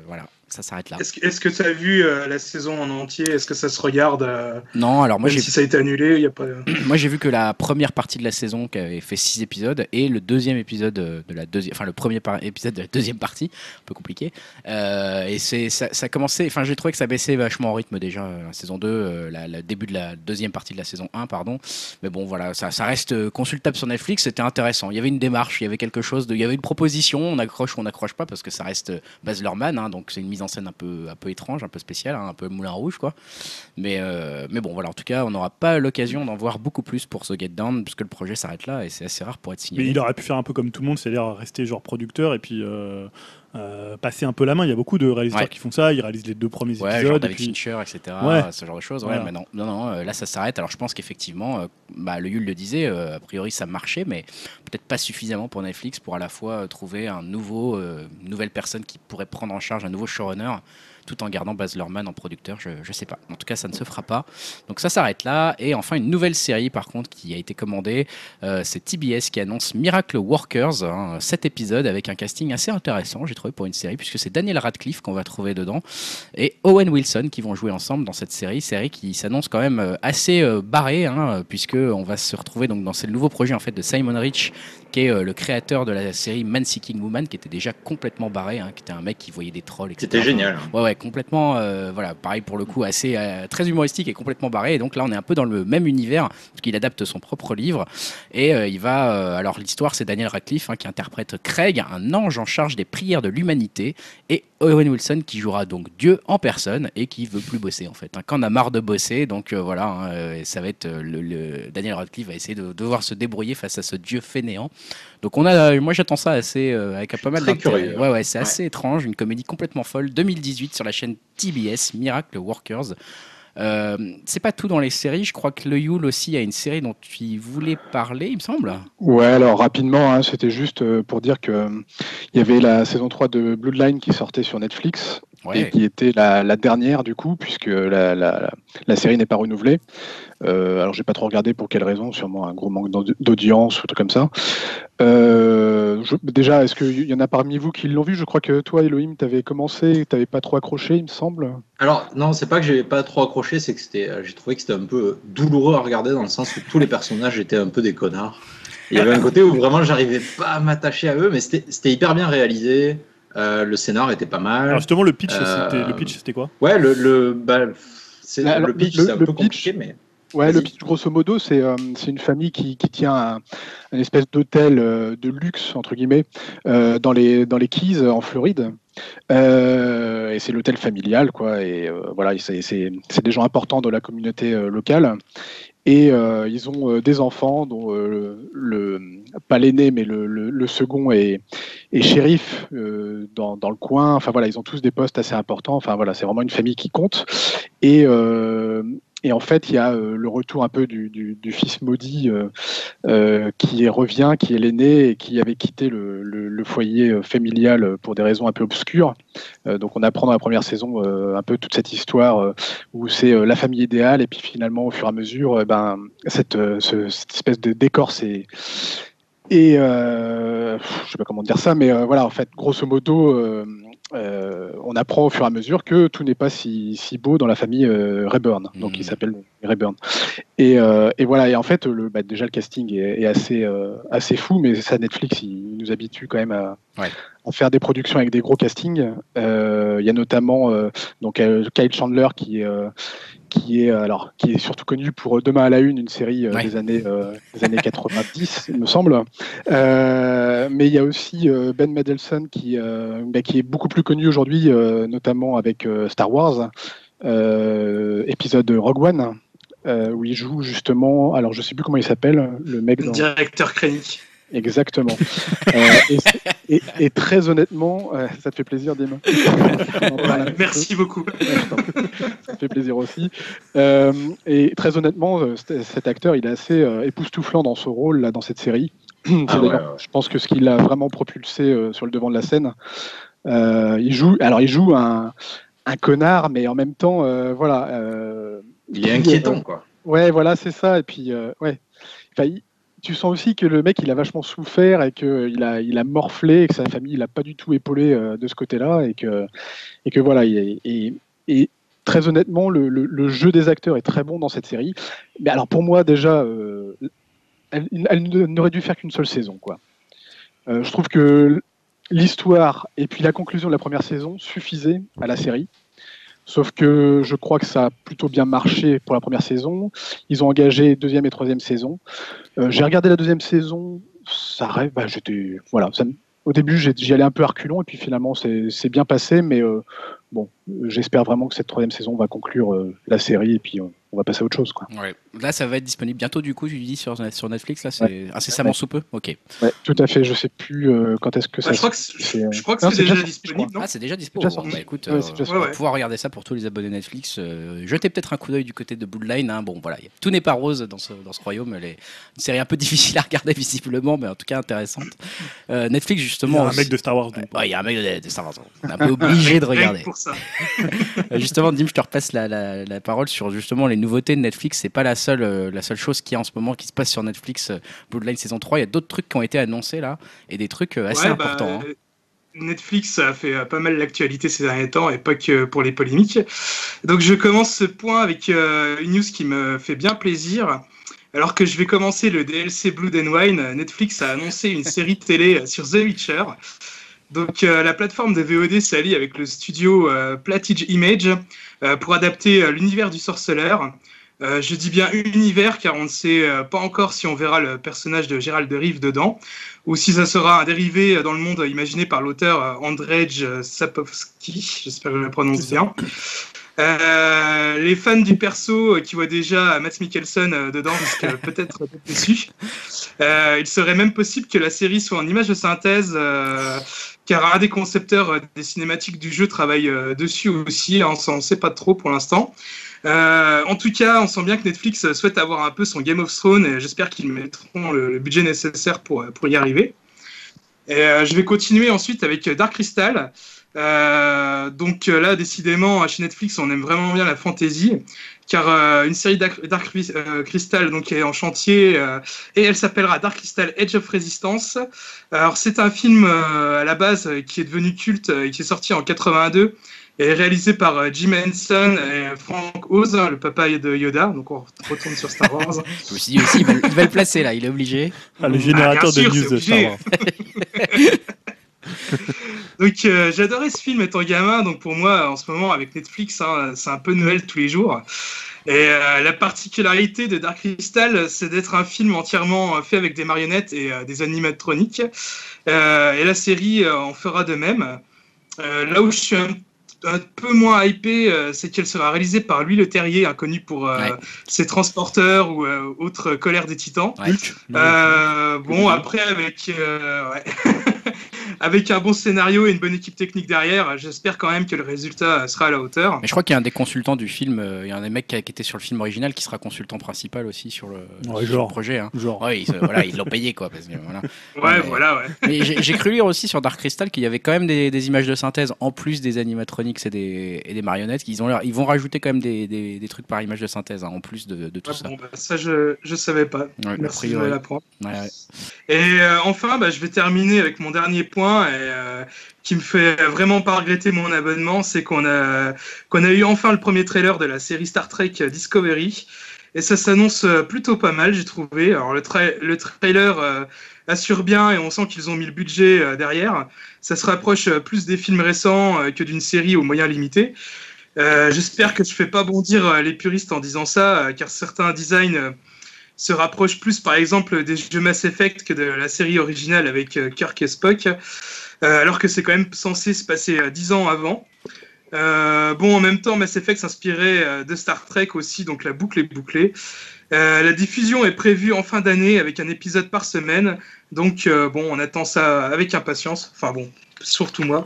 [SPEAKER 1] Ça s'arrête là.
[SPEAKER 4] Est-ce que est-ce que tu as vu euh, la saison en entier? Est-ce que ça se regarde euh,
[SPEAKER 1] Non, alors moi
[SPEAKER 4] même
[SPEAKER 1] j'ai
[SPEAKER 4] si ça a été annulé, il y a pas.
[SPEAKER 1] moi j'ai vu que la première partie de la saison qui avait fait six épisodes et le deuxième épisode de la deuxième, enfin le premier par- épisode de la deuxième partie, un peu compliqué. Euh, et c'est ça, ça commençait, enfin j'ai trouvé que ça baissait vachement en rythme déjà euh, la saison deux, euh, la, la début de la deuxième partie de la saison un, pardon. Mais bon voilà, ça, ça reste consultable sur Netflix, c'était intéressant. Il y avait une démarche, il y avait quelque chose, de, il y avait une proposition, on accroche ou on n'accroche pas parce que ça reste Baz Luhrmann, hein, donc c'est une mise en scène un peu un peu étrange, un peu spéciale, hein, un peu Moulin Rouge quoi. Mais euh, mais bon voilà, en tout cas on n'aura pas l'occasion d'en voir beaucoup plus pour The Get Down puisque le projet s'arrête là et c'est assez rare pour être signalé.
[SPEAKER 2] Mais il aurait pu faire un peu comme tout le monde, c'est-à-dire rester genre producteur et puis euh, euh, passer un peu la main. Il y a beaucoup de réalisateurs
[SPEAKER 1] Ouais.
[SPEAKER 2] qui font ça, ils réalisent les deux premiers
[SPEAKER 1] Ouais,
[SPEAKER 2] épisodes.
[SPEAKER 1] genre
[SPEAKER 2] et
[SPEAKER 1] David
[SPEAKER 2] puis...
[SPEAKER 1] Fincher, et cetera.
[SPEAKER 2] Ouais.
[SPEAKER 1] Ce genre de choses. Ouais,
[SPEAKER 2] Voilà.
[SPEAKER 1] mais non, non, non, euh, là ça s'arrête. Alors je pense qu'effectivement, euh, bah, le Yule le disait, euh, a priori ça marchait, mais peut-être pas suffisamment pour Netflix pour à la fois euh, trouver un nouveau, euh, une nouvelle personne qui pourrait prendre en charge un nouveau showrunner tout en gardant Baz Luhrmann en producteur, je, je sais pas. En tout cas, ça ne se fera pas. Donc ça s'arrête là. Et enfin, une nouvelle série, par contre, qui a été commandée. Euh, c'est T B S qui annonce Miracle Workers, hein, sept épisodes avec un casting assez intéressant, j'ai trouvé, pour une série, puisque c'est Daniel Radcliffe qu'on va trouver dedans et Owen Wilson qui vont jouer ensemble dans cette série. Série qui s'annonce quand même assez euh, barrée, hein, puisqu'on va se retrouver donc, dans ce nouveau projet en fait, de Simon Rich, qui est euh, le créateur de la série Man Seeking Woman, qui était déjà complètement barré, hein, qui était un mec qui voyait des trolls, et cetera.
[SPEAKER 3] C'était génial.
[SPEAKER 1] Ouais, ouais, complètement, euh, voilà, pareil pour le coup, assez euh, très humoristique et complètement barré. Et donc là, on est un peu dans le même univers, parce qu'il adapte son propre livre. Et euh, il va, euh, alors l'histoire, c'est Daniel Radcliffe hein, qui interprète Craig, un ange en charge des prières de l'humanité, et Owen Wilson qui jouera donc Dieu en personne et qui veut plus bosser en fait, hein, qu'on a marre de bosser. Donc euh, voilà, hein, euh, ça va être euh, le, le Daniel Radcliffe va essayer de devoir se débrouiller face à ce Dieu fainéant. Donc on a, moi j'attends ça assez euh, avec pas mal
[SPEAKER 3] très
[SPEAKER 1] d'intérêt.
[SPEAKER 3] curieux.
[SPEAKER 1] Ouais ouais, c'est
[SPEAKER 3] Ouais.
[SPEAKER 1] assez étrange, une comédie complètement folle, deux mille dix-huit sur la chaîne T B S, Miracle Workers. Euh, c'est pas tout dans les séries, je crois que le Yule aussi a une série dont tu voulais parler, il me semble.
[SPEAKER 5] Ouais, alors rapidement, hein, c'était juste euh, pour dire que euh, il y avait la saison trois de Bloodline qui sortait sur Netflix
[SPEAKER 1] Ouais.
[SPEAKER 5] et qui était la, la dernière du coup, puisque la, la, la série n'est pas renouvelée. Euh, alors j'ai pas trop regardé pour quelle raison, sûrement un gros manque d'audi- d'audience ou un truc comme ça. Euh, je- déjà, est-ce qu'il y en a parmi vous qui l'ont vu? Je crois que toi, Elohim, t'avais commencé, t'avais pas trop accroché, il me semble.
[SPEAKER 3] Alors, non, c'est pas que j'ai pas trop accroché, c'est que c'était, euh, j'ai trouvé que c'était un peu douloureux à regarder dans le sens où tous les personnages étaient un peu des connards. Il y avait un côté où vraiment j'arrivais pas à m'attacher à eux, mais c'était c'était hyper bien réalisé. Euh, le scénar était pas mal.
[SPEAKER 2] Alors justement, le pitch,
[SPEAKER 3] Euh,
[SPEAKER 2] c'était, le pitch, c'était quoi?
[SPEAKER 3] Ouais, le, le, bah, c'est,
[SPEAKER 5] Là, alors,
[SPEAKER 3] le pitch,
[SPEAKER 5] le-
[SPEAKER 3] c'est un
[SPEAKER 5] le
[SPEAKER 3] peu
[SPEAKER 5] pitch-
[SPEAKER 3] compliqué, mais.
[SPEAKER 5] Ouais,
[SPEAKER 3] Vas-y.
[SPEAKER 5] le pitch, grosso modo, c'est euh, c'est une famille qui, qui tient un, un espèce d'hôtel euh, de luxe, entre guillemets, euh, dans, les, dans les Keys, en Floride. Euh, et c'est l'hôtel familial, quoi. Et euh, voilà, et c'est c'est- c'est des gens importants dans la communauté euh, locale. Et euh, ils ont euh, des enfants, dont euh, le, pas l'aîné, mais le, le, le second est, est shérif euh, dans, dans le coin. Enfin voilà, ils ont tous des postes assez importants. Enfin voilà, c'est vraiment une famille qui compte. Et, euh, et en fait, il y a euh, le retour un peu du, du, du fils maudit euh, euh, qui revient, qui est l'aîné et qui avait quitté le, le, le foyer euh, familial pour des raisons un peu obscures. Euh, donc on apprend dans la première saison euh, un peu toute cette histoire euh, où c'est euh, la famille idéale et puis finalement au fur et à mesure, euh, ben, cette, euh, ce- cette espèce de décor c'est et euh, pff, je sais pas comment dire ça, mais euh, voilà, en fait, grosso modo, euh, euh, on apprend au fur et à mesure que tout n'est pas si, si beau dans la famille euh, Rayburn. Donc,
[SPEAKER 1] Mhm.
[SPEAKER 5] il s'appelle Rayburn. Et, euh, et voilà, et en fait, le, bah, déjà, le casting est, est assez, euh, assez fou, mais ça, Netflix, il nous habitue quand même à,
[SPEAKER 1] Ouais.
[SPEAKER 5] à faire des productions avec des gros castings. Euh, Il y a notamment euh, donc, euh, Kyle Chandler qui est. Euh, qui est alors qui est surtout connu pour Demain à la Une, une série euh,
[SPEAKER 1] Ouais.
[SPEAKER 5] des années euh, des années quatre-vingt-dix, il me semble. Euh, mais il y a aussi euh, Ben Mendelsohn qui euh, bah, qui est beaucoup plus connu aujourd'hui, euh, notamment avec euh, Star Wars, euh, épisode Rogue One, euh, où il joue justement. Alors je sais plus comment il s'appelle, le mec. Dans...
[SPEAKER 4] Directeur Krennic.
[SPEAKER 5] Exactement. euh, et, et, et très honnêtement, euh, ça te fait plaisir, Dim.
[SPEAKER 4] Ouais, merci beaucoup.
[SPEAKER 5] Ça me fait plaisir aussi. Euh, et très honnêtement, euh, cet, cet acteur, il est assez euh, époustouflant dans ce rôle là, dans cette série. C'est
[SPEAKER 3] Ah
[SPEAKER 5] d'ailleurs,
[SPEAKER 3] ouais, ouais.
[SPEAKER 5] je pense que ce qui l'a vraiment propulsé euh, sur le devant de la scène. Euh, il joue, alors il joue un, un connard, mais en même temps, euh, voilà. Euh,
[SPEAKER 3] Il est
[SPEAKER 5] qui,
[SPEAKER 3] inquiétant,
[SPEAKER 5] euh,
[SPEAKER 3] quoi.
[SPEAKER 5] ouais, voilà, c'est ça. Et puis, euh, ouais. Enfin, il, tu sens aussi que le mec, il a vachement souffert et qu'il a, il a morflé et que sa famille, il a pas du tout épaulé euh, de ce côté-là et que, et que voilà. Et, et, et très honnêtement, le, le, le jeu des acteurs est très bon dans cette série. Mais alors pour moi, déjà, euh, elle, elle n'aurait dû faire qu'une seule saison, quoi. Euh, je trouve que l'histoire et puis la conclusion de la première saison suffisaient à la série. Sauf que je crois que ça a plutôt bien marché pour la première saison. Ils ont engagé deuxième et troisième saison. Euh, j'ai regardé la deuxième saison, ça rêve. Bah, j'étais, voilà, ça, au début, j'y allais un peu à reculons, et puis finalement, c'est, c'est bien passé. Mais euh, bon, j'espère vraiment que cette troisième saison va conclure euh, la série, et puis euh, on va passer à autre chose, quoi.
[SPEAKER 1] Ouais. Là, ça va être disponible bientôt, du coup, tu dis sur, sur Netflix, là, c'est
[SPEAKER 5] ouais.
[SPEAKER 1] incessamment
[SPEAKER 5] ouais.
[SPEAKER 1] sous peu. Ok.
[SPEAKER 5] Ouais, tout à fait. Je sais plus euh, quand est-ce que ça.
[SPEAKER 4] Ah, je crois que c'est, c'est, je crois que non, c'est, c'est déjà, déjà disponible. Non
[SPEAKER 1] ah, c'est déjà dispo.
[SPEAKER 5] C'est déjà
[SPEAKER 1] bon, bah, écoute,
[SPEAKER 5] ouais,
[SPEAKER 1] euh,
[SPEAKER 5] déjà
[SPEAKER 1] on va
[SPEAKER 4] ouais.
[SPEAKER 1] pouvoir regarder ça pour tous les abonnés Netflix. Euh, jetez peut-être un coup d'œil du côté de Bloodline. Hein. Bon, voilà, tout n'est pas rose dans ce, dans ce royaume. Elle est une série un peu difficile à regarder visiblement, mais en tout cas intéressante. Euh, Netflix, justement.
[SPEAKER 2] Il y a un mec de Star Wars.
[SPEAKER 1] Ouais, ouais, il y a un mec de, de Star Wars. On est un peu obligé de regarder.
[SPEAKER 4] Pour ça.
[SPEAKER 1] Justement, Dim, je te repasse la, la, la parole sur justement les nouveautés de Netflix. C'est pas la seule, euh, la seule chose qui est en ce moment qui se passe sur Netflix. Euh, Bloodline saison trois. Il y a d'autres trucs qui ont été annoncés là et des trucs euh, assez
[SPEAKER 4] ouais,
[SPEAKER 1] importants.
[SPEAKER 4] Bah,
[SPEAKER 1] hein.
[SPEAKER 4] Netflix a fait pas mal l'actualité ces derniers temps et pas que pour les polémiques. Donc je commence ce point avec euh, une news qui me fait bien plaisir. Alors que je vais commencer le D L C Blood and Wine, Netflix a annoncé une série télé sur The Witcher. Donc euh, la plateforme de V O D s'allie avec le studio euh, Platige Image euh, pour adapter euh, l'univers du sorceleur. Euh, je dis bien univers car on ne sait euh, pas encore si on verra le personnage de Gérald de Rive dedans ou si ça sera un dérivé dans le monde imaginé par l'auteur euh, Andrzej Sapkowski, j'espère que je le prononce bien. Euh, les fans du perso qui voient déjà Mads Mikkelsen euh, dedans risquent peut-être d'être déçus. Euh, il serait même possible que la série soit en image de synthèse euh, car un des concepteurs des cinématiques du jeu travaille euh, dessus aussi, hein, on ne sait pas trop pour l'instant. Euh, en tout cas, on sent bien que Netflix souhaite avoir un peu son Game of Thrones et j'espère qu'ils mettront le, le budget nécessaire pour, pour y arriver. Et, euh, je vais continuer ensuite avec Dark Crystal. Euh, donc là, décidément, chez Netflix, on aime vraiment bien la fantasy, car euh, une série Dark, Dark euh, Crystal donc, est en chantier euh, et elle s'appellera Dark Crystal Edge of Resistance. Alors, c'est un film euh, à la base qui est devenu culte et qui est sorti en quatre-vingt-deux. Et réalisé par euh, Jim Henson et Frank Oz, hein, le papa de Yoda. Donc on retourne sur Star Wars.
[SPEAKER 1] Je me suis dit aussi, il va, il va le placer là, il est obligé.
[SPEAKER 2] Ah, le générateur ah, de news de Star Wars.
[SPEAKER 4] Donc euh, j'ai adoré ce film étant gamin. Donc pour moi, en ce moment, avec Netflix, hein, c'est un peu Noël tous les jours. Et euh, la particularité de Dark Crystal, c'est d'être un film entièrement fait avec des marionnettes et euh, des animatroniques. Euh, et la série euh, en fera de même. Euh, là où je suis un un peu moins hypé, euh, c'est qu'elle sera réalisée par Louis Leterrier, inconnu pour euh, ouais. ses transporteurs ou euh, autres colères des titans. Ouais. Euh, bon, après, avec, euh, ouais. avec un bon scénario et une bonne équipe technique derrière, j'espère quand même que le résultat sera à la hauteur.
[SPEAKER 1] Mais je crois qu'il y a un des consultants du film, euh, il y a un des mecs qui, a, qui était sur le film original qui sera consultant principal aussi sur le,
[SPEAKER 2] ouais,
[SPEAKER 1] sur le projet. Hein.
[SPEAKER 2] Genre.
[SPEAKER 1] Ouais, ils, voilà, ils l'ont payé, quoi. Parce que, voilà.
[SPEAKER 4] Ouais, mais, voilà, ouais.
[SPEAKER 1] Mais j'ai, j'ai cru lire aussi sur Dark Crystal qu'il y avait quand même des, des images de synthèse en plus des animatroniques et des, et des marionnettes. Ils, ont leur, ils vont rajouter quand même des, des, des trucs par image de synthèse hein, en plus de, de tout
[SPEAKER 4] ouais,
[SPEAKER 1] ça.
[SPEAKER 4] Bon, bah, ça, je ne savais pas.
[SPEAKER 1] Ouais,
[SPEAKER 4] merci, je vais l'apprendre.
[SPEAKER 1] Ouais, ouais.
[SPEAKER 4] Et euh, enfin, bah, je vais terminer avec mon dernier point et, euh, qui me fait vraiment pas regretter mon abonnement, c'est qu'on a, qu'on a eu enfin le premier trailer de la série Star Trek Discovery. Et ça s'annonce plutôt pas mal, j'ai trouvé. Alors le, tra- le trailer euh, assure bien et on sent qu'ils ont mis le budget euh, derrière. Ça se rapproche euh, plus des films récents euh, que d'une série aux moyens limités. Euh, j'espère que je fais pas bondir euh, les puristes en disant ça, euh, car certains designs euh, se rapprochent plus, par exemple, des jeux Mass Effect que de la série originale avec euh, Kirk et Spock, euh, alors que c'est quand même censé se passer euh, dix ans avant. Euh, bon, en même temps, Mass Effect s'inspirait euh, de Star Trek aussi, donc la boucle est bouclée. Euh, la diffusion est prévue en fin d'année avec un épisode par semaine, donc euh, bon, on attend ça avec impatience. Enfin bon, surtout moi.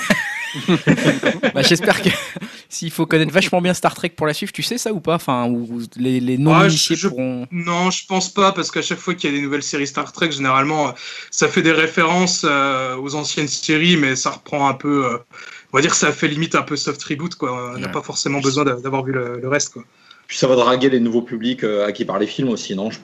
[SPEAKER 1] Bah, j'espère que s'il faut connaître vachement bien Star Trek pour la suivre, tu sais ça ou pas, enfin, ou les, les non-initiés
[SPEAKER 4] ah,
[SPEAKER 1] pourront...
[SPEAKER 4] Non, je pense pas, parce qu'à chaque fois qu'il y a des nouvelles séries Star Trek, généralement, ça fait des références euh, aux anciennes séries, mais ça reprend un peu... Euh, on va dire que ça fait limite un peu soft reboot, quoi. On n'a ouais. pas forcément besoin d'avoir vu le, le reste, quoi.
[SPEAKER 3] Puis ça va draguer les nouveaux publics euh, à qui par les films aussi, non, je pense.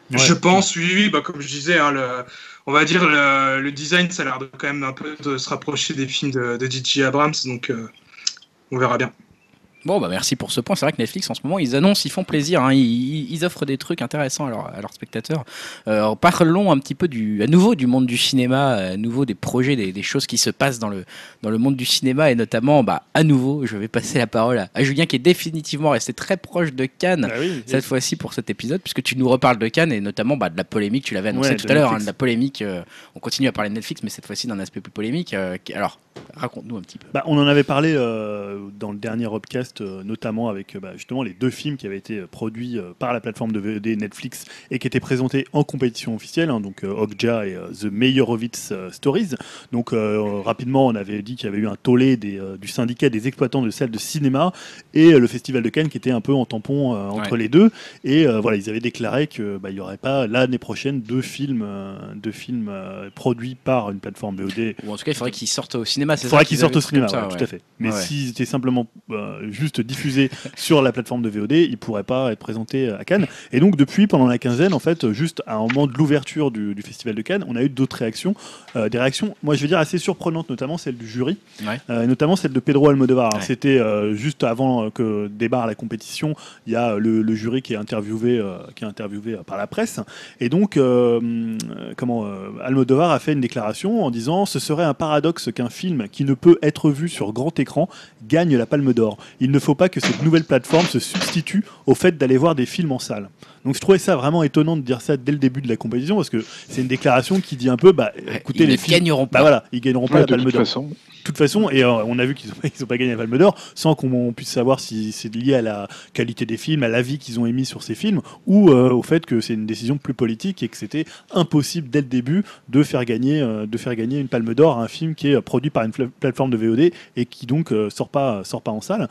[SPEAKER 2] Ouais.
[SPEAKER 4] Je pense, oui, oui, bah, comme je disais, hein, le, on va dire le, le design, ça a l'air de quand même un peu de se rapprocher des films de, de J J Abrams, donc euh, on verra bien.
[SPEAKER 1] Bon, bah merci pour ce point. C'est vrai que Netflix, en ce moment, ils annoncent, ils font plaisir. Hein. Ils, ils offrent des trucs intéressants à, leur, à leurs spectateurs. Euh, alors, parlons un petit peu du, à nouveau du monde du cinéma, à nouveau des projets, des, des choses qui se passent dans le, dans le monde du cinéma. Et notamment, bah, à nouveau, je vais passer la parole à, à Julien, qui est définitivement resté très proche de Cannes,
[SPEAKER 2] Ah oui,
[SPEAKER 1] cette
[SPEAKER 2] et...
[SPEAKER 1] fois-ci pour cet épisode, puisque tu nous reparles de Cannes et notamment bah, de la polémique. Tu l'avais annoncé
[SPEAKER 2] Ouais,
[SPEAKER 1] tout
[SPEAKER 2] de
[SPEAKER 1] à l'heure, hein,
[SPEAKER 2] Netflix.
[SPEAKER 1] de la polémique. Euh, on continue à parler de Netflix, mais cette fois-ci d'un aspect plus polémique. Euh, qui- alors, raconte-nous un petit peu.
[SPEAKER 2] Bah, on en avait parlé euh, dans le dernier Upcast, euh, notamment avec euh, bah, justement les deux films qui avaient été euh, produits euh, par la plateforme de V O D Netflix et qui étaient présentés en compétition officielle, hein, donc euh, Okja et euh, The Meyerowitz euh, Stories. Donc euh, rapidement, on avait dit qu'il y avait eu un tollé des, euh, du syndicat des exploitants de salles de cinéma et euh, le Festival de Cannes qui était un peu en tampon euh, entre
[SPEAKER 1] Ouais.
[SPEAKER 2] les deux. Et euh, voilà, ils avaient déclaré qu'il bah, n'y aurait pas l'année prochaine deux films, euh, deux films euh, produits par une plateforme V O D.
[SPEAKER 1] Ou en tout cas, il faudrait qu'ils sortent au cinéma.
[SPEAKER 2] Il faudrait qu'ils sortent au cinéma,
[SPEAKER 1] ça,
[SPEAKER 2] ouais,
[SPEAKER 1] ouais.
[SPEAKER 2] tout à fait. Mais
[SPEAKER 1] Ouais, ouais.
[SPEAKER 2] s'ils étaient simplement euh, juste diffusés sur la plateforme de V O D, ils ne pourraient pas être présentés à Cannes. Et donc depuis, pendant la quinzaine, en fait, juste à un moment de l'ouverture du, du Festival de Cannes, on a eu d'autres réactions. Euh, des réactions, moi je vais dire, assez surprenantes, notamment celle du jury,
[SPEAKER 1] Ouais.
[SPEAKER 2] euh, notamment celle de Pedro Almodovar. Alors,
[SPEAKER 1] Ouais.
[SPEAKER 2] c'était euh, juste avant euh, que démarre la compétition, il y a le, le jury qui est interviewé, euh, qui est interviewé euh, par la presse. Et donc, euh, euh, comment, euh, Almodovar a fait une déclaration en disant « Ce serait un paradoxe qu'un film qui ne peut être vu sur grand écran gagne la Palme d'Or. Il ne faut pas que cette nouvelle plateforme se substitue au fait d'aller voir des films en salle. » Donc je trouvais ça vraiment étonnant de dire ça dès le début de la compétition parce que c'est une déclaration qui dit un peu bah écoutez
[SPEAKER 1] Ils
[SPEAKER 2] les
[SPEAKER 1] ne
[SPEAKER 2] films
[SPEAKER 1] gagneront pas.
[SPEAKER 2] bah voilà, ils gagneront pas
[SPEAKER 5] Ouais,
[SPEAKER 2] la
[SPEAKER 5] de
[SPEAKER 2] Palme
[SPEAKER 5] toute
[SPEAKER 2] d'Or.
[SPEAKER 5] façon.
[SPEAKER 2] De toute façon, et euh, on a vu qu'ils n'ont ils ont pas gagné la Palme d'Or sans qu'on puisse savoir si c'est lié à la qualité des films, à l'avis qu'ils ont émis sur ces films, ou euh, au fait que c'est une décision plus politique et que c'était impossible dès le début de faire gagner, euh, de faire gagner une Palme d'Or à un film qui est produit par une fla- plateforme de V O D et qui donc euh, sort pas, sort pas en salle.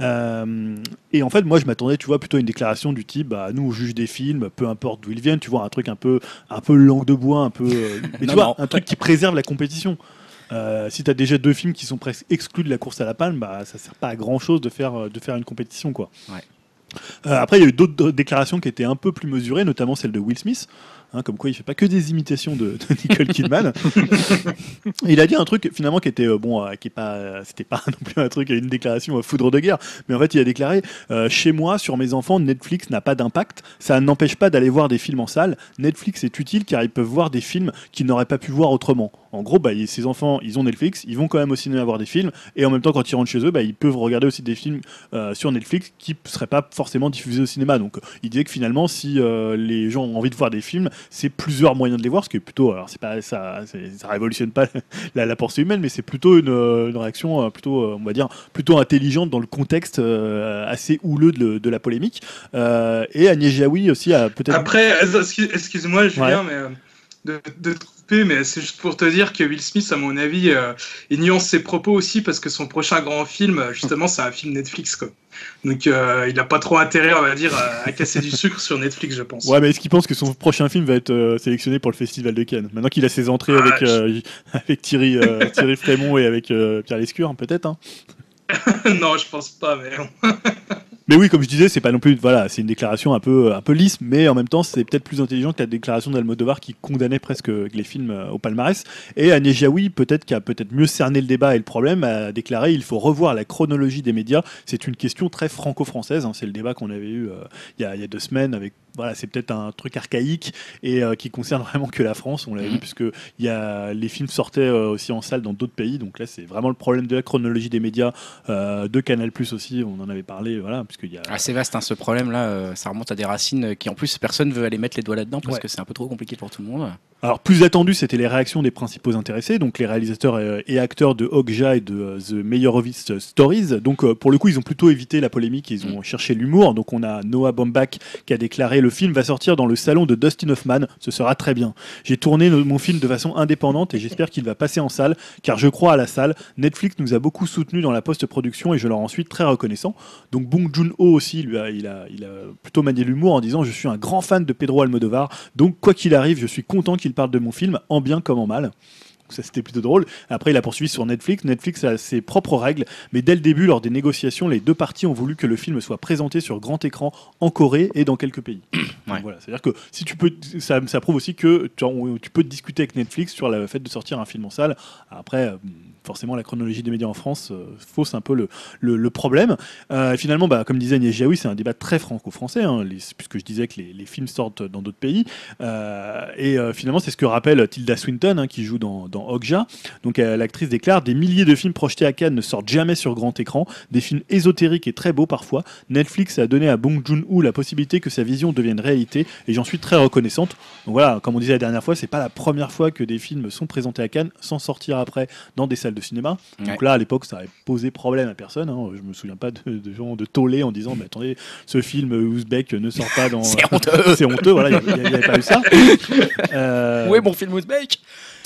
[SPEAKER 2] Euh, et en fait, moi, je m'attendais, tu vois, plutôt à une déclaration du type, bah, nous, on juge des films, peu importe d'où ils viennent, tu vois, un truc un peu, un peu langue de bois, un peu, euh, mais
[SPEAKER 1] Non,
[SPEAKER 2] tu vois,
[SPEAKER 1] non.
[SPEAKER 2] un truc qui préserve la compétition. Euh, si tu as déjà deux films qui sont presque exclus de la course à la palme, bah, ça sert pas à grand chose de faire, de faire une compétition, quoi.
[SPEAKER 1] Ouais.
[SPEAKER 2] Euh, après, il y a eu d'autres déclarations qui étaient un peu plus mesurées, notamment celle de Will Smith, hein, comme quoi il fait pas que des imitations de, de Nicole Kidman. Il a dit un truc finalement qui était euh, bon, euh, qui est pas, euh, c'était pas non plus un truc, une déclaration euh, foudre de guerre, mais en fait il a déclaré euh, chez moi, sur mes enfants, Netflix n'a pas d'impact. Ça n'empêche pas d'aller voir des films en salle. Netflix est utile car ils peuvent voir des films qu'ils n'auraient pas pu voir autrement. En gros, bah, y- ces enfants, ils ont Netflix, ils vont quand même au cinéma voir des films, et en même temps, quand ils rentrent chez eux, bah, ils peuvent regarder aussi des films euh, sur Netflix qui ne seraient pas forcément diffusés au cinéma. Donc, il disait que finalement, si euh, les gens ont envie de voir des films, c'est plusieurs moyens de les voir, ce qui est plutôt, alors c'est pas ça, c'est- ça révolutionne pas la, la pensée humaine, mais c'est plutôt une, euh, une réaction euh, plutôt, euh, on va dire, plutôt intelligente dans le contexte euh, assez houleux de, de la polémique. Euh, et Agnès Jaoui aussi a peut-être.
[SPEAKER 4] Après, excuse- excuse-moi Julien,
[SPEAKER 2] Ouais.
[SPEAKER 4] mais euh, de, de te couper, mais c'est juste pour te dire que Will Smith, à mon avis, euh, il nuance ses propos aussi parce que son prochain grand film, euh, justement, c'est un film Netflix, quoi. Donc, euh, il n'a pas trop intérêt, on va dire, à, à casser du sucre sur Netflix, je pense.
[SPEAKER 2] Ouais, mais est-ce qu'il pense que son prochain film va être euh, sélectionné pour le Festival de Cannes? Maintenant qu'il a ses entrées
[SPEAKER 4] Ah,
[SPEAKER 2] avec,
[SPEAKER 4] je-
[SPEAKER 2] euh, avec Thierry, euh, Thierry Frémont et avec euh, Pierre Lescure, hein, peut-être. Hein.
[SPEAKER 4] Non, je pense pas, mais
[SPEAKER 2] Mais oui, comme je disais, c'est pas non plus, voilà, c'est une déclaration un peu, un peu lisse, mais en même temps, c'est peut-être plus intelligent que la déclaration d'Almodovar qui condamnait presque les films euh, au palmarès. Et Agnès Jaoui, peut-être qui a peut-être mieux cerné le débat et le problème, a déclaré il faut revoir la chronologie des médias. C'est une question très franco-française. Hein, c'est le débat qu'on avait eu euh, il y, a, il y a deux semaines avec. Voilà, c'est peut-être un truc archaïque et euh, qui concerne vraiment que la France, on l'a vu, puisque il y a, les films sortaient euh, aussi en salle dans d'autres pays. Donc là, c'est vraiment le problème de la chronologie des médias, euh, de Canal+ aussi, on en avait parlé, voilà, puisqu'il y a.
[SPEAKER 1] Ah, c'est vaste hein, ce problème-là, euh, ça remonte à des racines qui en plus personne veut aller mettre les doigts là-dedans parce
[SPEAKER 2] Ouais.
[SPEAKER 1] que c'est un peu trop compliqué pour tout le monde.
[SPEAKER 2] Alors plus attendu, c'était les réactions des principaux intéressés, donc les réalisateurs euh, et acteurs de Okja et de euh, The Meyerowitz Stories. Donc euh, pour le coup, ils ont plutôt évité la polémique, ils ont cherché l'humour. Donc on a Noah Baumbach qui a déclaré le film va sortir dans le salon de Dustin Hoffman, ce sera très bien. J'ai tourné le- mon film de façon indépendante et j'espère qu'il va passer en salle, car je crois à la salle. Netflix nous a beaucoup soutenus dans la post-production et je leur en suis très reconnaissant. Donc Bong Joon-ho aussi, lui a, il, a, il a plutôt manié l'humour en disant je suis un grand fan de Pedro Almodovar, donc quoi qu'il arrive, je suis content qu'il parle de mon film, en bien comme en mal. Ça, c'était plutôt drôle. Après, il a poursuivi sur Netflix. Netflix a ses propres règles, mais dès le début, lors des négociations, les deux parties ont voulu que le film soit présenté sur grand écran en Corée et dans quelques pays.
[SPEAKER 1] Ouais.
[SPEAKER 2] Donc, voilà, c'est-à-dire que si tu peux, ça, ça prouve aussi que tu, tu peux discuter avec Netflix sur le fait de sortir un film en salle. Après, euh, forcément, la chronologie des médias en France euh, fausse un peu le, le, le problème. Euh, finalement, bah, comme disait Agnès Jaoui, c'est un débat très franco-français, hein, les, puisque je disais que les, les films sortent dans d'autres pays. Euh, et euh, finalement, c'est ce que rappelle Tilda Swinton, hein, qui joue dans, dans Okja. Donc, euh, l'actrice déclare: des milliers de films projetés à Cannes ne sortent jamais sur grand écran. Des films ésotériques et très beaux parfois. Netflix a donné à Bong Joon-ho la possibilité que sa vision devienne réalité, et j'en suis très reconnaissante. Donc voilà, comme on disait la dernière fois, c'est pas la première fois que des films sont présentés à Cannes sans sortir après dans des salles de cinéma.
[SPEAKER 1] Ouais.
[SPEAKER 2] Donc là, à l'époque, ça avait posé problème à personne. Hein. Je me souviens pas de, de gens de toller en disant: mais attendez, ce film ouzbek ne sort pas dans.
[SPEAKER 1] C'est honteux.
[SPEAKER 2] C'est honteux. Voilà, il n'y avait pas eu ça. Euh...
[SPEAKER 1] Où est mon film ouzbek?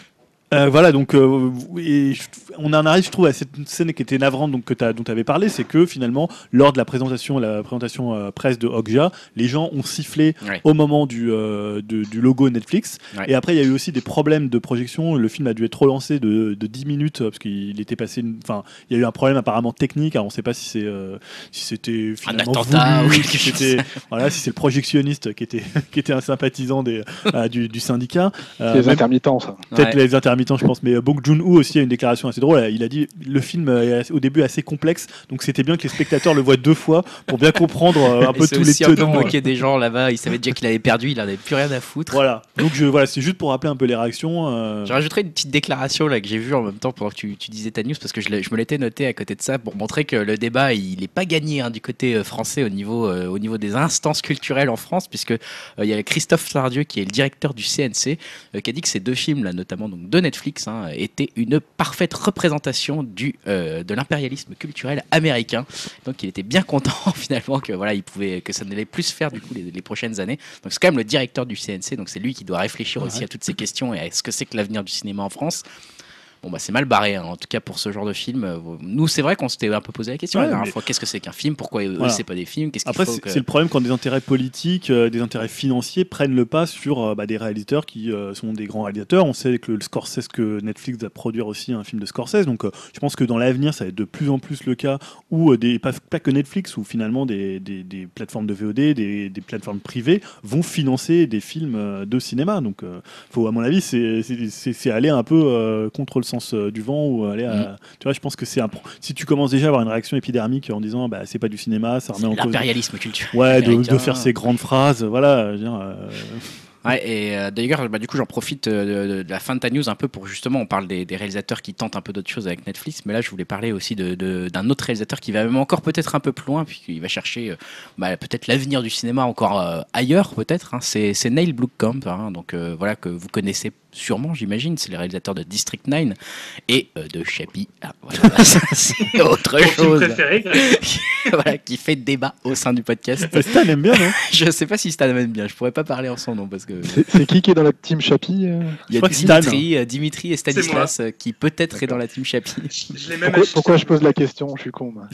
[SPEAKER 2] Euh, voilà, donc euh, et je- on en arrive, je trouve, à cette scène qui était navrante, donc que t'as, dont tu avais parlé, c'est que finalement, lors de la présentation, la présentation euh, presse de Okja, les gens ont sifflé
[SPEAKER 1] Ouais.
[SPEAKER 2] au moment du, euh, de- du logo Netflix.
[SPEAKER 1] Ouais.
[SPEAKER 2] Et après, il y a eu aussi des problèmes de projection. Le film a dû être relancé de, de dix minutes, euh, parce qu'il était passé. une- Enfin, il y a eu un problème apparemment technique. Alors, on ne sait pas si, c'est, euh, si c'était finalement
[SPEAKER 1] attentat
[SPEAKER 2] voulu,
[SPEAKER 1] ou quelque
[SPEAKER 2] si
[SPEAKER 1] chose.
[SPEAKER 2] c'était, voilà, si c'est le projectionniste qui était, qui était un sympathisant des, euh, du, du syndicat. Euh,
[SPEAKER 5] C'est les
[SPEAKER 2] même-
[SPEAKER 5] intermittents, ça.
[SPEAKER 2] Peut-être
[SPEAKER 1] Ouais.
[SPEAKER 2] les intermittents, je pense, mais euh, Bong Joon-ho aussi a une déclaration assez drôle. Il a dit: le film euh, est assez- au début assez complexe, donc c'était bien que les spectateurs le voient deux fois pour bien comprendre euh, un
[SPEAKER 1] Et
[SPEAKER 2] peu
[SPEAKER 1] c'est
[SPEAKER 2] tous les
[SPEAKER 1] aussi un peu
[SPEAKER 2] tenants. euh.
[SPEAKER 1] moqué des gens là-bas. Il savait déjà qu'il avait perdu, il en avait plus rien à foutre.
[SPEAKER 2] Voilà. Donc je, voilà, c'est juste pour rappeler un peu les réactions. euh.
[SPEAKER 1] Je rajouterais une petite déclaration là que j'ai vue en même temps pendant que tu, tu disais ta news, parce que je, l'ai- je me l'étais noté à côté de ça pour montrer que le débat il n'est pas gagné, hein, du côté euh, français au niveau, euh, au niveau des instances culturelles en France, puisque euh, il y a Christophe Sardieu qui est le directeur du C N C euh, qui a dit que ces deux films là, notamment donc de Netflix, hein, étaient une parfaite représentation du, euh, de l'impérialisme culturel américain. Donc il était bien content finalement que voilà, il pouvait, que ça n'allait plus se faire du coup les, les prochaines années. Donc c'est quand même le directeur du C N C, donc c'est lui qui doit réfléchir aussi
[SPEAKER 2] Ouais.
[SPEAKER 1] à toutes ces questions et à ce que c'est que l'avenir du cinéma en France. Bon bah c'est mal barré, hein, en tout cas pour ce genre de film. Euh, Nous c'est vrai qu'on s'était un peu posé la question
[SPEAKER 2] Ouais,
[SPEAKER 1] la dernière
[SPEAKER 2] mais-
[SPEAKER 1] fois, qu'est-ce que c'est qu'un film, pourquoi eux
[SPEAKER 2] Voilà.
[SPEAKER 1] c'est pas des films, qu'est-ce qu'il
[SPEAKER 2] Après,
[SPEAKER 1] faut
[SPEAKER 2] c'est
[SPEAKER 1] que...
[SPEAKER 2] c'est le problème quand des intérêts politiques, euh, des intérêts financiers prennent le pas sur euh, bah, des réalisateurs qui euh, sont des grands réalisateurs. On sait que le Scorsese, que Netflix va produire aussi un film de Scorsese, donc euh, je pense que dans l'avenir, ça va être de plus en plus le cas où euh, des, pas, pas que Netflix, où finalement des, des, des plateformes de V O D, des, des plateformes privées vont financer des films euh, de cinéma. Donc, euh, faut, à mon avis, c'est c'est- c'est- c'est aller un peu euh, contre le sens euh, du vent ou aller à, tu vois, je pense que c'est un pro- si tu commences déjà à avoir une réaction épidermique en disant bah c'est pas du cinéma, ça remet en cause
[SPEAKER 1] l'impérialisme culturel
[SPEAKER 2] ouais de,
[SPEAKER 1] américain.
[SPEAKER 2] de faire ces grandes phrases, voilà, je veux dire, euh,
[SPEAKER 1] Ouais, et euh, d'ailleurs, bah, du coup, j'en profite euh, de, de la fin de ta news un peu pour justement, on parle des, des réalisateurs qui tentent un peu d'autres choses avec Netflix, mais là, je voulais parler aussi de, de- d'un autre réalisateur qui va même encore peut-être un peu plus loin, puisqu'il va chercher euh, bah, peut-être l'avenir du cinéma encore euh, ailleurs, peut-être. Hein. C'est, c'est Neil Blomkamp, hein, donc euh, voilà, que vous connaissez sûrement, j'imagine. C'est le réalisateur de District neuf et euh, de Chappie. Ah, voilà, ça, c'est autre
[SPEAKER 4] Ton film
[SPEAKER 1] chose.
[SPEAKER 4] préféré, Greg.
[SPEAKER 1] Voilà, qui fait débat au sein du podcast.
[SPEAKER 2] Stan aime bien, non?
[SPEAKER 1] Je sais pas si Stan aime bien, je pourrais pas parler en son nom parce que.
[SPEAKER 5] C'est c'est qui qui est dans la team Chappie euh
[SPEAKER 1] Il y a
[SPEAKER 2] crois que Stan,
[SPEAKER 1] Dimitri, euh, Dimitri et Stanislas euh, qui peut-être est dans la team Chappie.
[SPEAKER 4] Je l'ai même
[SPEAKER 5] pourquoi,
[SPEAKER 4] acheté.
[SPEAKER 5] pourquoi je pose la question? Je suis con. moi.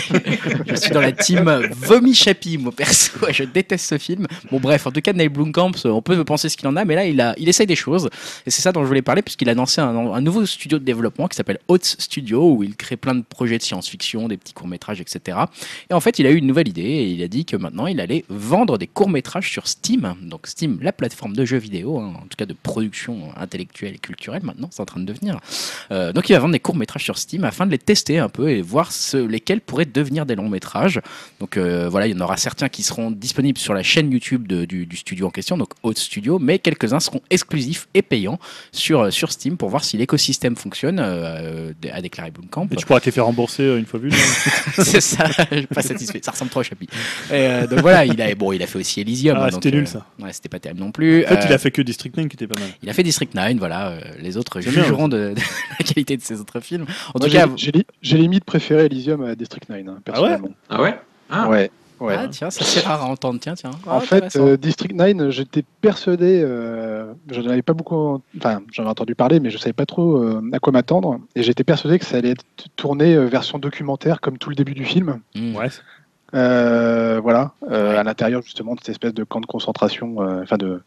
[SPEAKER 1] Je suis dans la team Vomi Chappie, moi perso. Je déteste ce film. Bon bref, en tout cas, Neil Blomkamp, on peut penser ce qu'il en a, mais là, il, a, il essaye des choses. Et c'est ça dont je voulais parler, puisqu'il a lancé un, un nouveau studio de développement qui s'appelle Oats Studio, où il crée plein de projets de science-fiction, des petits courts-métrages, et cetera. Et en fait, il a eu une nouvelle idée et il a dit que maintenant, il allait vendre des courts-métrages sur Steam. Donc Steam, la plateforme de jeux vidéo, hein, en tout cas de production intellectuelle et culturelle, maintenant, c'est en train de devenir. Euh, donc il va vendre des courts-métrages sur Steam afin de les tester un peu et voir ce, lesquels pourraient devenir des longs-métrages. Donc euh, voilà, il y en aura certains qui seront disponibles sur la chaîne YouTube de- du, du studio en question, donc Oats Studio, mais quelques-uns seront exclusifs et payants sur, sur Steam pour voir si l'écosystème fonctionne, euh, a déclaré Blomkamp.
[SPEAKER 2] Et tu pourras te les faire rembourser euh, une fois vu. non
[SPEAKER 1] C'est ça, je suis pas satisfait, ça ressemble trop à Chappie. Et, euh, donc voilà, il a, bon, il a fait aussi Elysium.
[SPEAKER 2] Ah,
[SPEAKER 1] hein,
[SPEAKER 2] c'était
[SPEAKER 1] donc,
[SPEAKER 2] nul,
[SPEAKER 1] euh,
[SPEAKER 2] ça.
[SPEAKER 1] Ouais, c'était pas terrible non plus.
[SPEAKER 2] En fait, il
[SPEAKER 1] Euh,
[SPEAKER 2] a fait que District neuf qui était pas mal.
[SPEAKER 1] il a fait District neuf, voilà, euh, les autres
[SPEAKER 2] J'aime bien,
[SPEAKER 1] jugeront de, de la qualité de ses autres films. En
[SPEAKER 5] Moi,
[SPEAKER 1] tout cas,
[SPEAKER 5] j'ai- j'ai li- j'ai limite préféré Elysium à District neuf, hein, personnellement.
[SPEAKER 3] Ah ouais Ah,
[SPEAKER 5] ouais, ouais.
[SPEAKER 1] ah, tiens, ça c'est rare à entendre, tiens, tiens.
[SPEAKER 5] En
[SPEAKER 1] Ah,
[SPEAKER 5] fait,
[SPEAKER 1] intéressant.
[SPEAKER 5] euh, District neuf, j'étais persuadé, euh, j'en avais pas beaucoup, en- enfin, j'en avais entendu parler, mais je savais pas trop euh, à quoi m'attendre, et j'étais persuadé que ça allait être tourné euh, version documentaire comme tout le début du film.
[SPEAKER 1] Mm.
[SPEAKER 2] Ouais.
[SPEAKER 5] Euh, voilà, euh,
[SPEAKER 1] Ouais.
[SPEAKER 5] à l'intérieur justement de cette espèce de camp de concentration, euh, enfin de,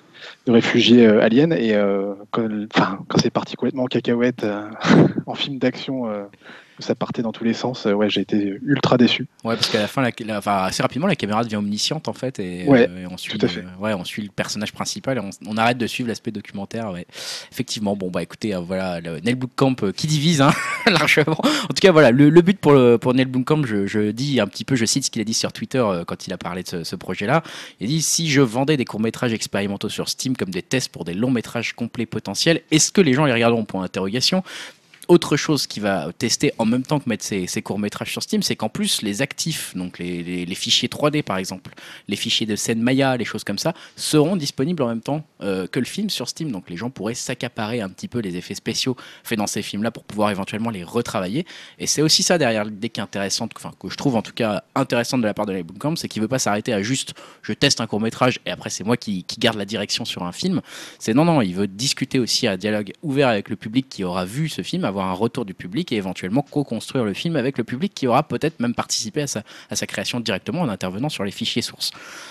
[SPEAKER 5] de réfugiés euh, aliens. Et euh, quand, enfin, quand c'est parti complètement en cacahuète euh, en film d'action, euh, où ça partait dans tous les sens, euh, ouais, j'ai été ultra déçu.
[SPEAKER 1] Ouais, parce qu'à la fin, la, la- enfin, assez rapidement, la caméra devient omnisciente en fait, et,
[SPEAKER 5] Ouais,
[SPEAKER 1] euh, et on suit,
[SPEAKER 5] tout à fait.
[SPEAKER 1] euh, ouais, on suit le personnage principal, et on, on arrête de suivre l'aspect documentaire. Ouais. Effectivement, bon bah écoutez, euh, voilà, le Neil Blomkamp euh, qui divise hein, largement. En tout cas, voilà, le, le but pour le, pour Neil Blomkamp, je, je dis un petit peu, je cite ce qu'il a dit sur Twitter euh, quand il a parlé de ce, ce projet-là. Il a dit si je vendais des courts métrages expérimentaux sur Steam comme des tests pour des longs métrages complets potentiels, est-ce que les gens les regarderont? Point d'interrogation. Autre chose qu'il va tester en même temps que mettre ses, ses courts-métrages sur Steam, c'est qu'en plus, les actifs, donc les, les, les fichiers trois D par exemple, les fichiers de scène Maya, les choses comme ça, seront disponibles en même temps euh, que le film sur Steam. Donc les gens pourraient s'accaparer un petit peu les effets spéciaux faits dans ces films-là pour pouvoir éventuellement les retravailler. Et c'est aussi ça derrière l'idée qui est intéressante, enfin que je trouve en tout cas intéressante de la part de Neil Blomkamp, c'est qu'il veut pas s'arrêter à juste je teste un court-métrage et après c'est moi qui, qui garde la direction sur un film. C'est non, non, il veut discuter aussi à dialogue ouvert avec le public qui aura vu ce film, avoir un retour du public et éventuellement co-construire le film avec le public qui aura peut-être même participé à sa, à sa création directement en intervenant sur les fichiers sources.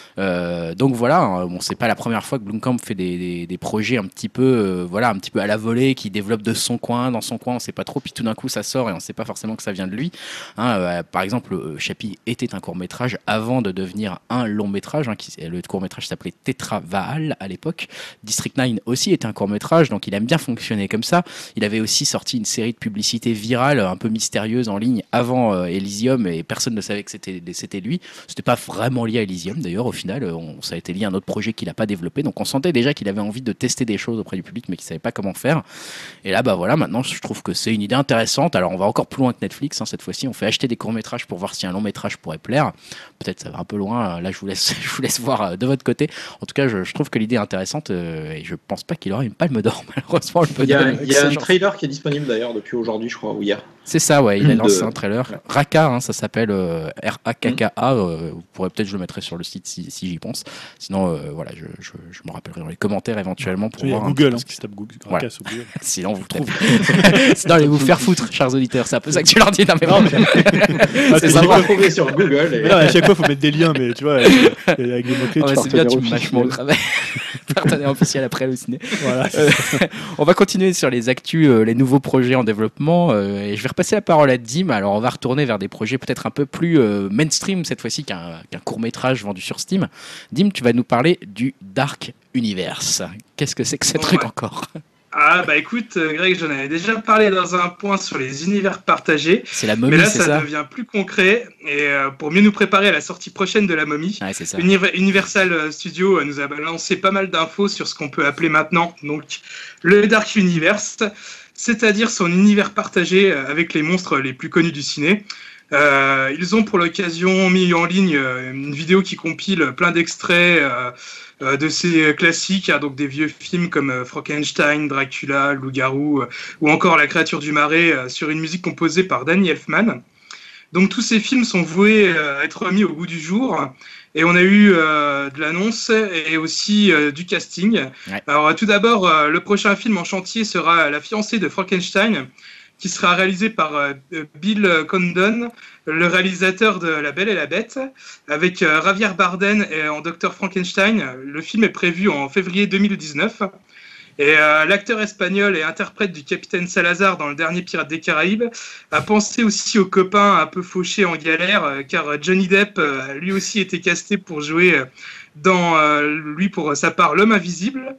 [SPEAKER 1] Euh, donc voilà, hein, bon, c'est pas la première fois que Blomkamp fait des, des, des projets un petit peu, euh, voilà, un petit peu à la volée, qui développe de son coin, dans son coin, on sait pas trop, puis tout d'un coup ça sort et on sait pas forcément que ça vient de lui. Hein, euh, par exemple, euh, Chappie était un court métrage avant de devenir un long métrage. Hein, qui, le court métrage s'appelait Tetravaal à l'époque. District neuf aussi était un court métrage, donc il aime bien fonctionner comme ça. Il avait aussi sorti une série de publicités virales, un peu mystérieuses en ligne avant euh, Elysium et personne ne savait que c'était, c'était lui. C'était pas vraiment lié à Elysium d'ailleurs au final, on, ça a été lié à un autre projet qu'il n'a pas développé, donc on sentait déjà qu'il avait envie de tester des choses auprès du public mais qu'il savait pas comment faire. Et là bah voilà, maintenant je trouve que c'est une idée intéressante. Alors on va encore plus loin que Netflix, hein, cette fois-ci on fait acheter des courts-métrages pour voir si un long métrage pourrait plaire. Peut-être ça va un peu loin, là je vous laisse, je vous laisse voir de votre côté. En tout cas je, je trouve que l'idée est intéressante euh, et je pense pas qu'il aura une palme d'or malheureusement.
[SPEAKER 3] Il y a, il y a un trailer qui est disponible d'ailleurs depuis aujourd'hui je crois, ou hier.
[SPEAKER 1] C'est ça, ouais, il a lancé
[SPEAKER 3] de...
[SPEAKER 1] un trailer. Ouais. Raka, hein, ça s'appelle euh, R A K K A. Euh, vous pourrez peut-être, je le mettrai sur le site si, si j'y pense. Sinon, euh, voilà, je, je, je me rappellerai dans les commentaires éventuellement pour
[SPEAKER 2] il y a
[SPEAKER 1] voir.
[SPEAKER 2] Google, hein, qui se tape Google. Voilà. Raka, Google.
[SPEAKER 1] Sinon, on vous trouve. Sinon, allez vous faire foutre, chers auditeurs. C'est un peu ça que tu leur dis. Non, mais non, mais...
[SPEAKER 3] ah, c'est ça, on va trouver sur Google. Et...
[SPEAKER 2] Non, à chaque fois, il faut mettre des liens, mais tu vois, avec, avec des mots-clés.
[SPEAKER 1] Oh,
[SPEAKER 2] tu
[SPEAKER 1] c'est bien, tu me mâches mon travail. Partenaire officiel après le ciné. Voilà, euh, on va continuer sur les actus, euh, les nouveaux projets en développement. Euh, et je vais repasser la parole à Dim. Alors, on va retourner vers des projets peut-être un peu plus euh, mainstream cette fois-ci qu'un, qu'un court-métrage vendu sur Steam. Dim, tu vas nous parler du Dark Universe. Qu'est-ce que c'est que ce bon, truc ouais. encore?
[SPEAKER 4] Ah bah écoute, Greg, j'en avais déjà parlé dans un point sur les univers partagés.
[SPEAKER 1] C'est la momie,
[SPEAKER 4] mais là
[SPEAKER 1] c'est
[SPEAKER 4] ça,
[SPEAKER 1] ça
[SPEAKER 4] devient plus concret. Et euh, pour mieux nous préparer à la sortie prochaine de la momie,
[SPEAKER 1] ouais, c'est ça.
[SPEAKER 4] Universal Studios nous a balancé pas mal d'infos sur ce qu'on peut appeler maintenant donc le Dark Universe, c'est-à-dire son univers partagé avec les monstres les plus connus du ciné. Euh, ils ont pour l'occasion mis en ligne une vidéo qui compile plein d'extraits euh, euh, de ces classiques, hein, donc des vieux films comme Frankenstein, Dracula, Loup-garou, euh, ou encore La créature du marais, euh, sur une musique composée par Danny Elfman. Donc tous ces films sont voués euh, à être mis au goût du jour. Et on a eu euh, de l'annonce et aussi euh, du casting. Ouais. Alors tout d'abord, euh, le prochain film en chantier sera La fiancée de Frankenstein, qui sera réalisé par euh, Bill Condon, le réalisateur de La Belle et la Bête, avec euh, Javier Bardem et, en Docteur Frankenstein. Le film est prévu en février deux mille dix-neuf. Et euh, l'acteur espagnol et interprète du capitaine Salazar dans le dernier Pirates des Caraïbes a pensé aussi aux copains un peu fauchés en galère, euh, car Johnny Depp euh, lui aussi était casté pour jouer euh, dans, euh, lui pour sa part, L'Homme Invisible.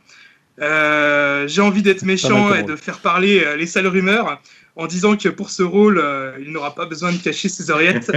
[SPEAKER 4] Euh, j'ai envie d'être méchant et de faire parler euh, les sales rumeurs en disant que pour ce rôle, euh, il n'aura pas besoin de cacher ses oreillettes.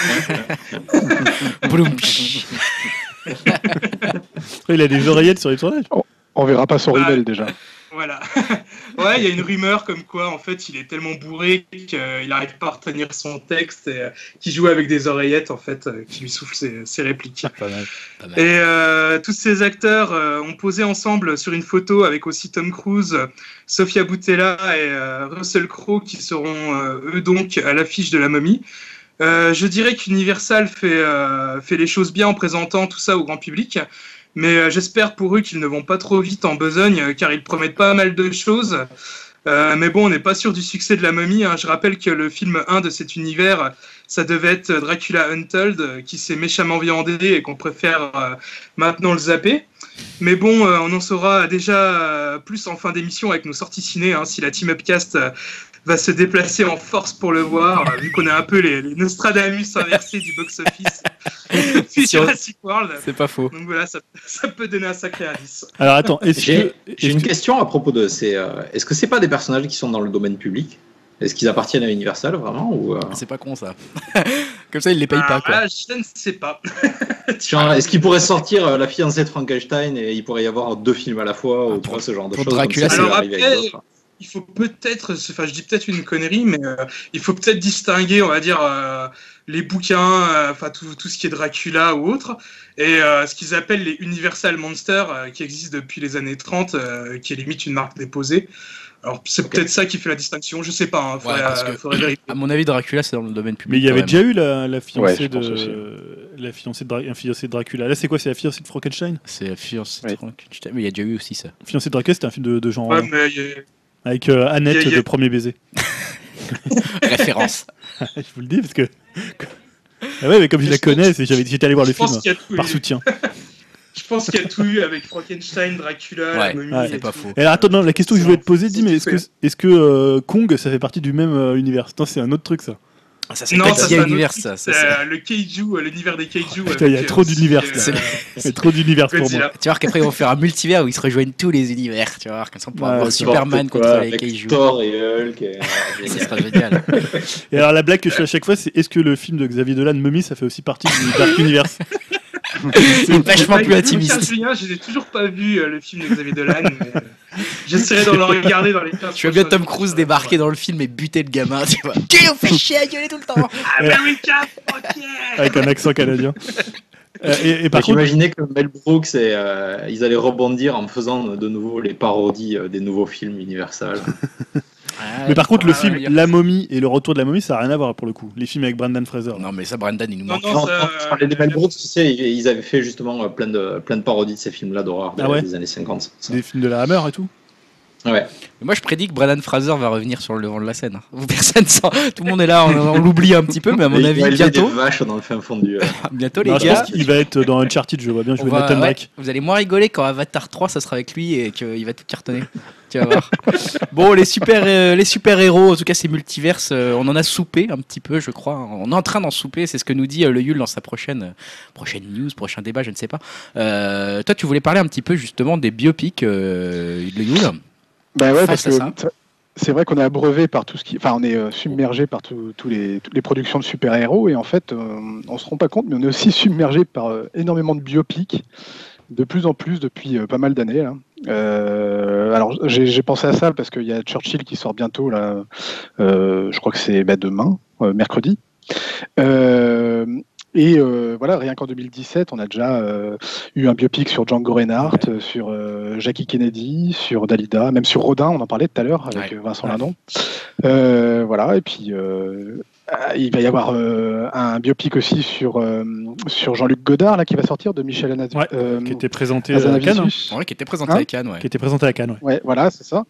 [SPEAKER 2] Il a des oreillettes sur les tournages.
[SPEAKER 5] Oh, on verra pas son
[SPEAKER 4] bah,
[SPEAKER 5] rimel déjà.
[SPEAKER 4] Voilà. Ouais, il y a une rumeur comme quoi, en fait, il est tellement bourré qu'il n'arrive pas à retenir son texte et euh, qu'il joue avec des oreillettes, en fait, euh, qui lui soufflent ses, ses répliques.
[SPEAKER 2] Pas mal. Pas mal.
[SPEAKER 4] Et euh, tous ces acteurs euh, ont posé ensemble sur une photo avec aussi Tom Cruise, Sofia Boutella et euh, Russell Crowe qui seront, euh, eux, donc, à l'affiche de La Momie. Euh, je dirais qu'Universal fait, euh, fait les choses bien en présentant tout ça au grand public. Mais euh, j'espère pour eux qu'ils ne vont pas trop vite en besogne, car ils promettent pas mal de choses. Euh, mais bon, on n'est pas sûr du succès de La Momie. Hein. Je rappelle que le film un de cet univers, ça devait être Dracula Untold, qui s'est méchamment viandé et qu'on préfère euh, maintenant le zapper. Mais bon, euh, on en saura déjà euh, plus en fin d'émission avec nos sorties ciné, hein, si la Team Upcast euh, va se déplacer en force pour le voir, euh, vu qu'on est un peu les, les Nostradamus inversés du box-office depuis Jurassic World.
[SPEAKER 1] C'est pas faux.
[SPEAKER 4] Donc voilà, ça, ça peut donner un sacré indice.
[SPEAKER 2] Alors attends, est-ce
[SPEAKER 3] J'ai
[SPEAKER 2] que...
[SPEAKER 3] j'ai une question à propos de ces. Euh, est-ce que c'est pas des personnages qui sont dans le domaine public? Est-ce qu'ils appartiennent à Universal vraiment ou euh...
[SPEAKER 1] C'est pas con ça. Comme ça, ils les payent
[SPEAKER 4] Ah,
[SPEAKER 1] pas quoi.
[SPEAKER 4] là, je ne sais pas.
[SPEAKER 3] Genre, est-ce qu'il pourrait sortir euh, La fiancée de Frankenstein et il pourrait y avoir deux films à la fois ou
[SPEAKER 1] pour-
[SPEAKER 3] tu vois, ce genre de
[SPEAKER 1] pour
[SPEAKER 3] choses
[SPEAKER 1] Dracula,
[SPEAKER 3] comme ça,
[SPEAKER 4] c'est-
[SPEAKER 3] ça arrive
[SPEAKER 4] Alors
[SPEAKER 3] avec
[SPEAKER 4] après,
[SPEAKER 3] d'autres.
[SPEAKER 4] Il faut peut-être, enfin je dis peut-être une connerie, mais euh, il faut peut-être distinguer, on va dire, euh, les bouquins, euh, enfin tout, tout ce qui est Dracula ou autre, et euh, ce qu'ils appellent les Universal Monsters, euh, qui existent depuis les années trente, euh, qui est limite une marque déposée. Alors c'est
[SPEAKER 3] Ok.
[SPEAKER 4] peut-être ça qui fait la distinction, je sais pas, hein, faudrait,
[SPEAKER 1] Ouais, parce que-
[SPEAKER 4] euh, faudrait vérifier.
[SPEAKER 1] À mon avis, Dracula, c'est dans le domaine public.
[SPEAKER 2] Mais il y
[SPEAKER 1] quand
[SPEAKER 2] avait
[SPEAKER 1] même.
[SPEAKER 2] déjà eu la, la
[SPEAKER 5] Ouais,
[SPEAKER 2] fiancée
[SPEAKER 5] je pense aussi.
[SPEAKER 2] de la fiancée de, Dra- un fiancée de Dracula. Là, c'est quoi? C'est la fiancée de Frankenstein?
[SPEAKER 1] C'est la fiancée de
[SPEAKER 5] Ouais.
[SPEAKER 1] Frankenstein. Mais il y a déjà eu aussi ça.
[SPEAKER 2] Fiancée de Dracula, c'était un film de, de genre
[SPEAKER 4] Ouais, mais il y a-
[SPEAKER 2] avec euh, Annette
[SPEAKER 4] y a- y a-
[SPEAKER 2] de Premier Baiser.
[SPEAKER 1] Référence.
[SPEAKER 2] Je vous le dis parce que. Ah ouais, mais comme je la connais, c'est- j'avais- j'étais allé voir le
[SPEAKER 4] je pense
[SPEAKER 2] film
[SPEAKER 4] qu'il y a tout
[SPEAKER 2] par
[SPEAKER 4] eu.
[SPEAKER 2] soutien.
[SPEAKER 4] Je pense qu'il y a tout eu avec Frankenstein, Dracula,
[SPEAKER 1] Ouais,
[SPEAKER 4] la momie.
[SPEAKER 2] ouais,
[SPEAKER 1] c'est
[SPEAKER 4] et
[SPEAKER 1] pas
[SPEAKER 4] tout.
[SPEAKER 1] faux.
[SPEAKER 2] Et alors, attends, non, la question que je voulais te poser,
[SPEAKER 4] C'est
[SPEAKER 2] dis, mais
[SPEAKER 4] tout
[SPEAKER 2] est-ce que,
[SPEAKER 4] fait.
[SPEAKER 2] est-ce que euh, Kong, ça fait partie du même euh, univers? Non, c'est un autre truc ça.
[SPEAKER 1] Ah, ça, c'est
[SPEAKER 4] Non, ça c'est
[SPEAKER 1] Godzilla
[SPEAKER 4] un autre
[SPEAKER 1] Univers,
[SPEAKER 4] truc,
[SPEAKER 1] ça. ça,
[SPEAKER 4] c'est,
[SPEAKER 1] c'est-
[SPEAKER 4] euh, le Kaiju, euh, l'univers des Kaiju.
[SPEAKER 2] Putain, il y a
[SPEAKER 4] avec,
[SPEAKER 2] trop
[SPEAKER 4] euh,
[SPEAKER 2] d'univers,
[SPEAKER 4] aussi,
[SPEAKER 2] là.
[SPEAKER 4] euh,
[SPEAKER 2] C'est trop d'univers pour moi.
[SPEAKER 4] Godzilla.
[SPEAKER 1] Tu vas voir qu'après, ils vont faire un multivers où ils se rejoignent tous les univers. Tu vas voir, comme ça, on pourra
[SPEAKER 2] Ouais,
[SPEAKER 1] voir
[SPEAKER 2] c'est
[SPEAKER 1] Superman
[SPEAKER 3] N'importe
[SPEAKER 1] contre
[SPEAKER 3] quoi,
[SPEAKER 1] les
[SPEAKER 3] avec
[SPEAKER 1] Kaiju.
[SPEAKER 3] Thor et Hulk. Et, euh,
[SPEAKER 1] Ça
[SPEAKER 3] génial.
[SPEAKER 1] sera génial.
[SPEAKER 2] Et alors, la blague que je fais à chaque fois, c'est est-ce que le film de Xavier Dolan, Mummy, ça fait aussi partie du Dark Universe?
[SPEAKER 1] C'est vachement
[SPEAKER 4] Avec
[SPEAKER 1] plus
[SPEAKER 4] Lucas
[SPEAKER 1] intimiste.
[SPEAKER 4] Julien, je n'ai toujours pas vu euh, le film de Xavier Dolan, mais euh, j'essaierai de le regarder dans les quinze
[SPEAKER 1] Tu vois bien
[SPEAKER 4] prochains
[SPEAKER 1] Tom
[SPEAKER 4] jours.
[SPEAKER 1] Cruise débarquer dans le film et buter le gamin, tu vois. Tu nous fais chier à gueuler tout le temps.
[SPEAKER 4] America, fuck yeah.
[SPEAKER 2] Avec un accent canadien. Euh, et, et par
[SPEAKER 3] Donc,
[SPEAKER 2] contre,
[SPEAKER 3] imaginez que Mel Brooks et euh, ils allaient rebondir en faisant de nouveau les parodies euh, des nouveaux films Universal.
[SPEAKER 2] mais par contre, le
[SPEAKER 1] Ah,
[SPEAKER 2] film
[SPEAKER 1] ouais,
[SPEAKER 2] La Momie et le retour de la momie, ça n'a rien à voir pour le coup. Les films avec Brendan Fraser. là.
[SPEAKER 1] Non, mais ça, Brandon, il nous
[SPEAKER 4] Non,
[SPEAKER 1] manque.
[SPEAKER 4] non,
[SPEAKER 3] Non,
[SPEAKER 4] ça,
[SPEAKER 3] non, je parlais des Mel Brooks, tu sais, ils ils avaient fait justement euh, plein de, plein de parodies de ces films-là d'horreur
[SPEAKER 2] Ah ouais
[SPEAKER 3] des années cinquante. Ça.
[SPEAKER 2] Des films de la Hammer et tout.
[SPEAKER 3] Ouais.
[SPEAKER 1] Mais moi, je prédis que Brandon Fraser va revenir sur le devant de la scène. Vous, personne sent- Tout le monde est là, on, on l'oublie un petit peu, mais à mon
[SPEAKER 3] Et ils
[SPEAKER 1] avis,
[SPEAKER 3] vont élever
[SPEAKER 1] bientôt,
[SPEAKER 3] des vaches dans le fin fond du. euh,
[SPEAKER 1] bientôt les
[SPEAKER 2] Non, je
[SPEAKER 1] gars.
[SPEAKER 2] pense qu'il va être dans Uncharted, je vois bien
[SPEAKER 1] on
[SPEAKER 2] jouer
[SPEAKER 1] va-
[SPEAKER 2] Nathan
[SPEAKER 1] ouais,
[SPEAKER 2] Drake.
[SPEAKER 1] vous allez moins rigoler quand Avatar trois, ça sera avec lui et qu'il va tout cartonner. Tu vas voir. Bon, les super, euh, les super héros, en tout cas ces multiverses, euh, on en a soupé un petit peu, je crois. On est en train d'en souper, c'est ce que nous dit euh, le Yule dans sa prochaine, euh, prochaine news, prochain débat, je ne sais pas. Euh, toi, tu voulais parler un petit peu justement des biopics, euh, le Yule.
[SPEAKER 5] Bah ouais,
[SPEAKER 1] Face
[SPEAKER 5] parce
[SPEAKER 1] à
[SPEAKER 5] que
[SPEAKER 1] ça.
[SPEAKER 5] c'est vrai qu'on est abreuvé par tout ce qui. Enfin, on est euh, submergé par tout- tous les, toutes les productions de super-héros et en fait, euh, on se rend pas compte, mais on est aussi submergé par euh, énormément de biopics, de plus en plus depuis euh, pas mal d'années. Là. Euh, alors, j'ai j'ai pensé à ça parce qu'il y a Churchill qui sort bientôt, là. Euh, je crois que c'est bah, demain, euh, mercredi. Euh, Et euh, voilà, rien qu'en deux mille dix-sept, on a déjà euh, eu un biopic sur Django Reinhardt, euh, sur euh, Jackie Kennedy, sur Dalida, même sur Rodin, on en parlait tout à l'heure avec
[SPEAKER 1] Ouais.
[SPEAKER 5] euh, Vincent Lindon. Euh, voilà, et puis euh, ah, il va y avoir euh, un biopic aussi sur, euh, sur Jean-Luc Godard là, qui va sortir de Michel Anaz-
[SPEAKER 2] Ouais,
[SPEAKER 5] euh,
[SPEAKER 2] qui était présenté à Cannes. hein.
[SPEAKER 5] Hazanavicius.
[SPEAKER 1] Ouais, qui était présenté
[SPEAKER 5] Hein
[SPEAKER 1] à Cannes, ouais.
[SPEAKER 2] Qui était présenté à Cannes, ouais.
[SPEAKER 5] Ouais, voilà, c'est ça.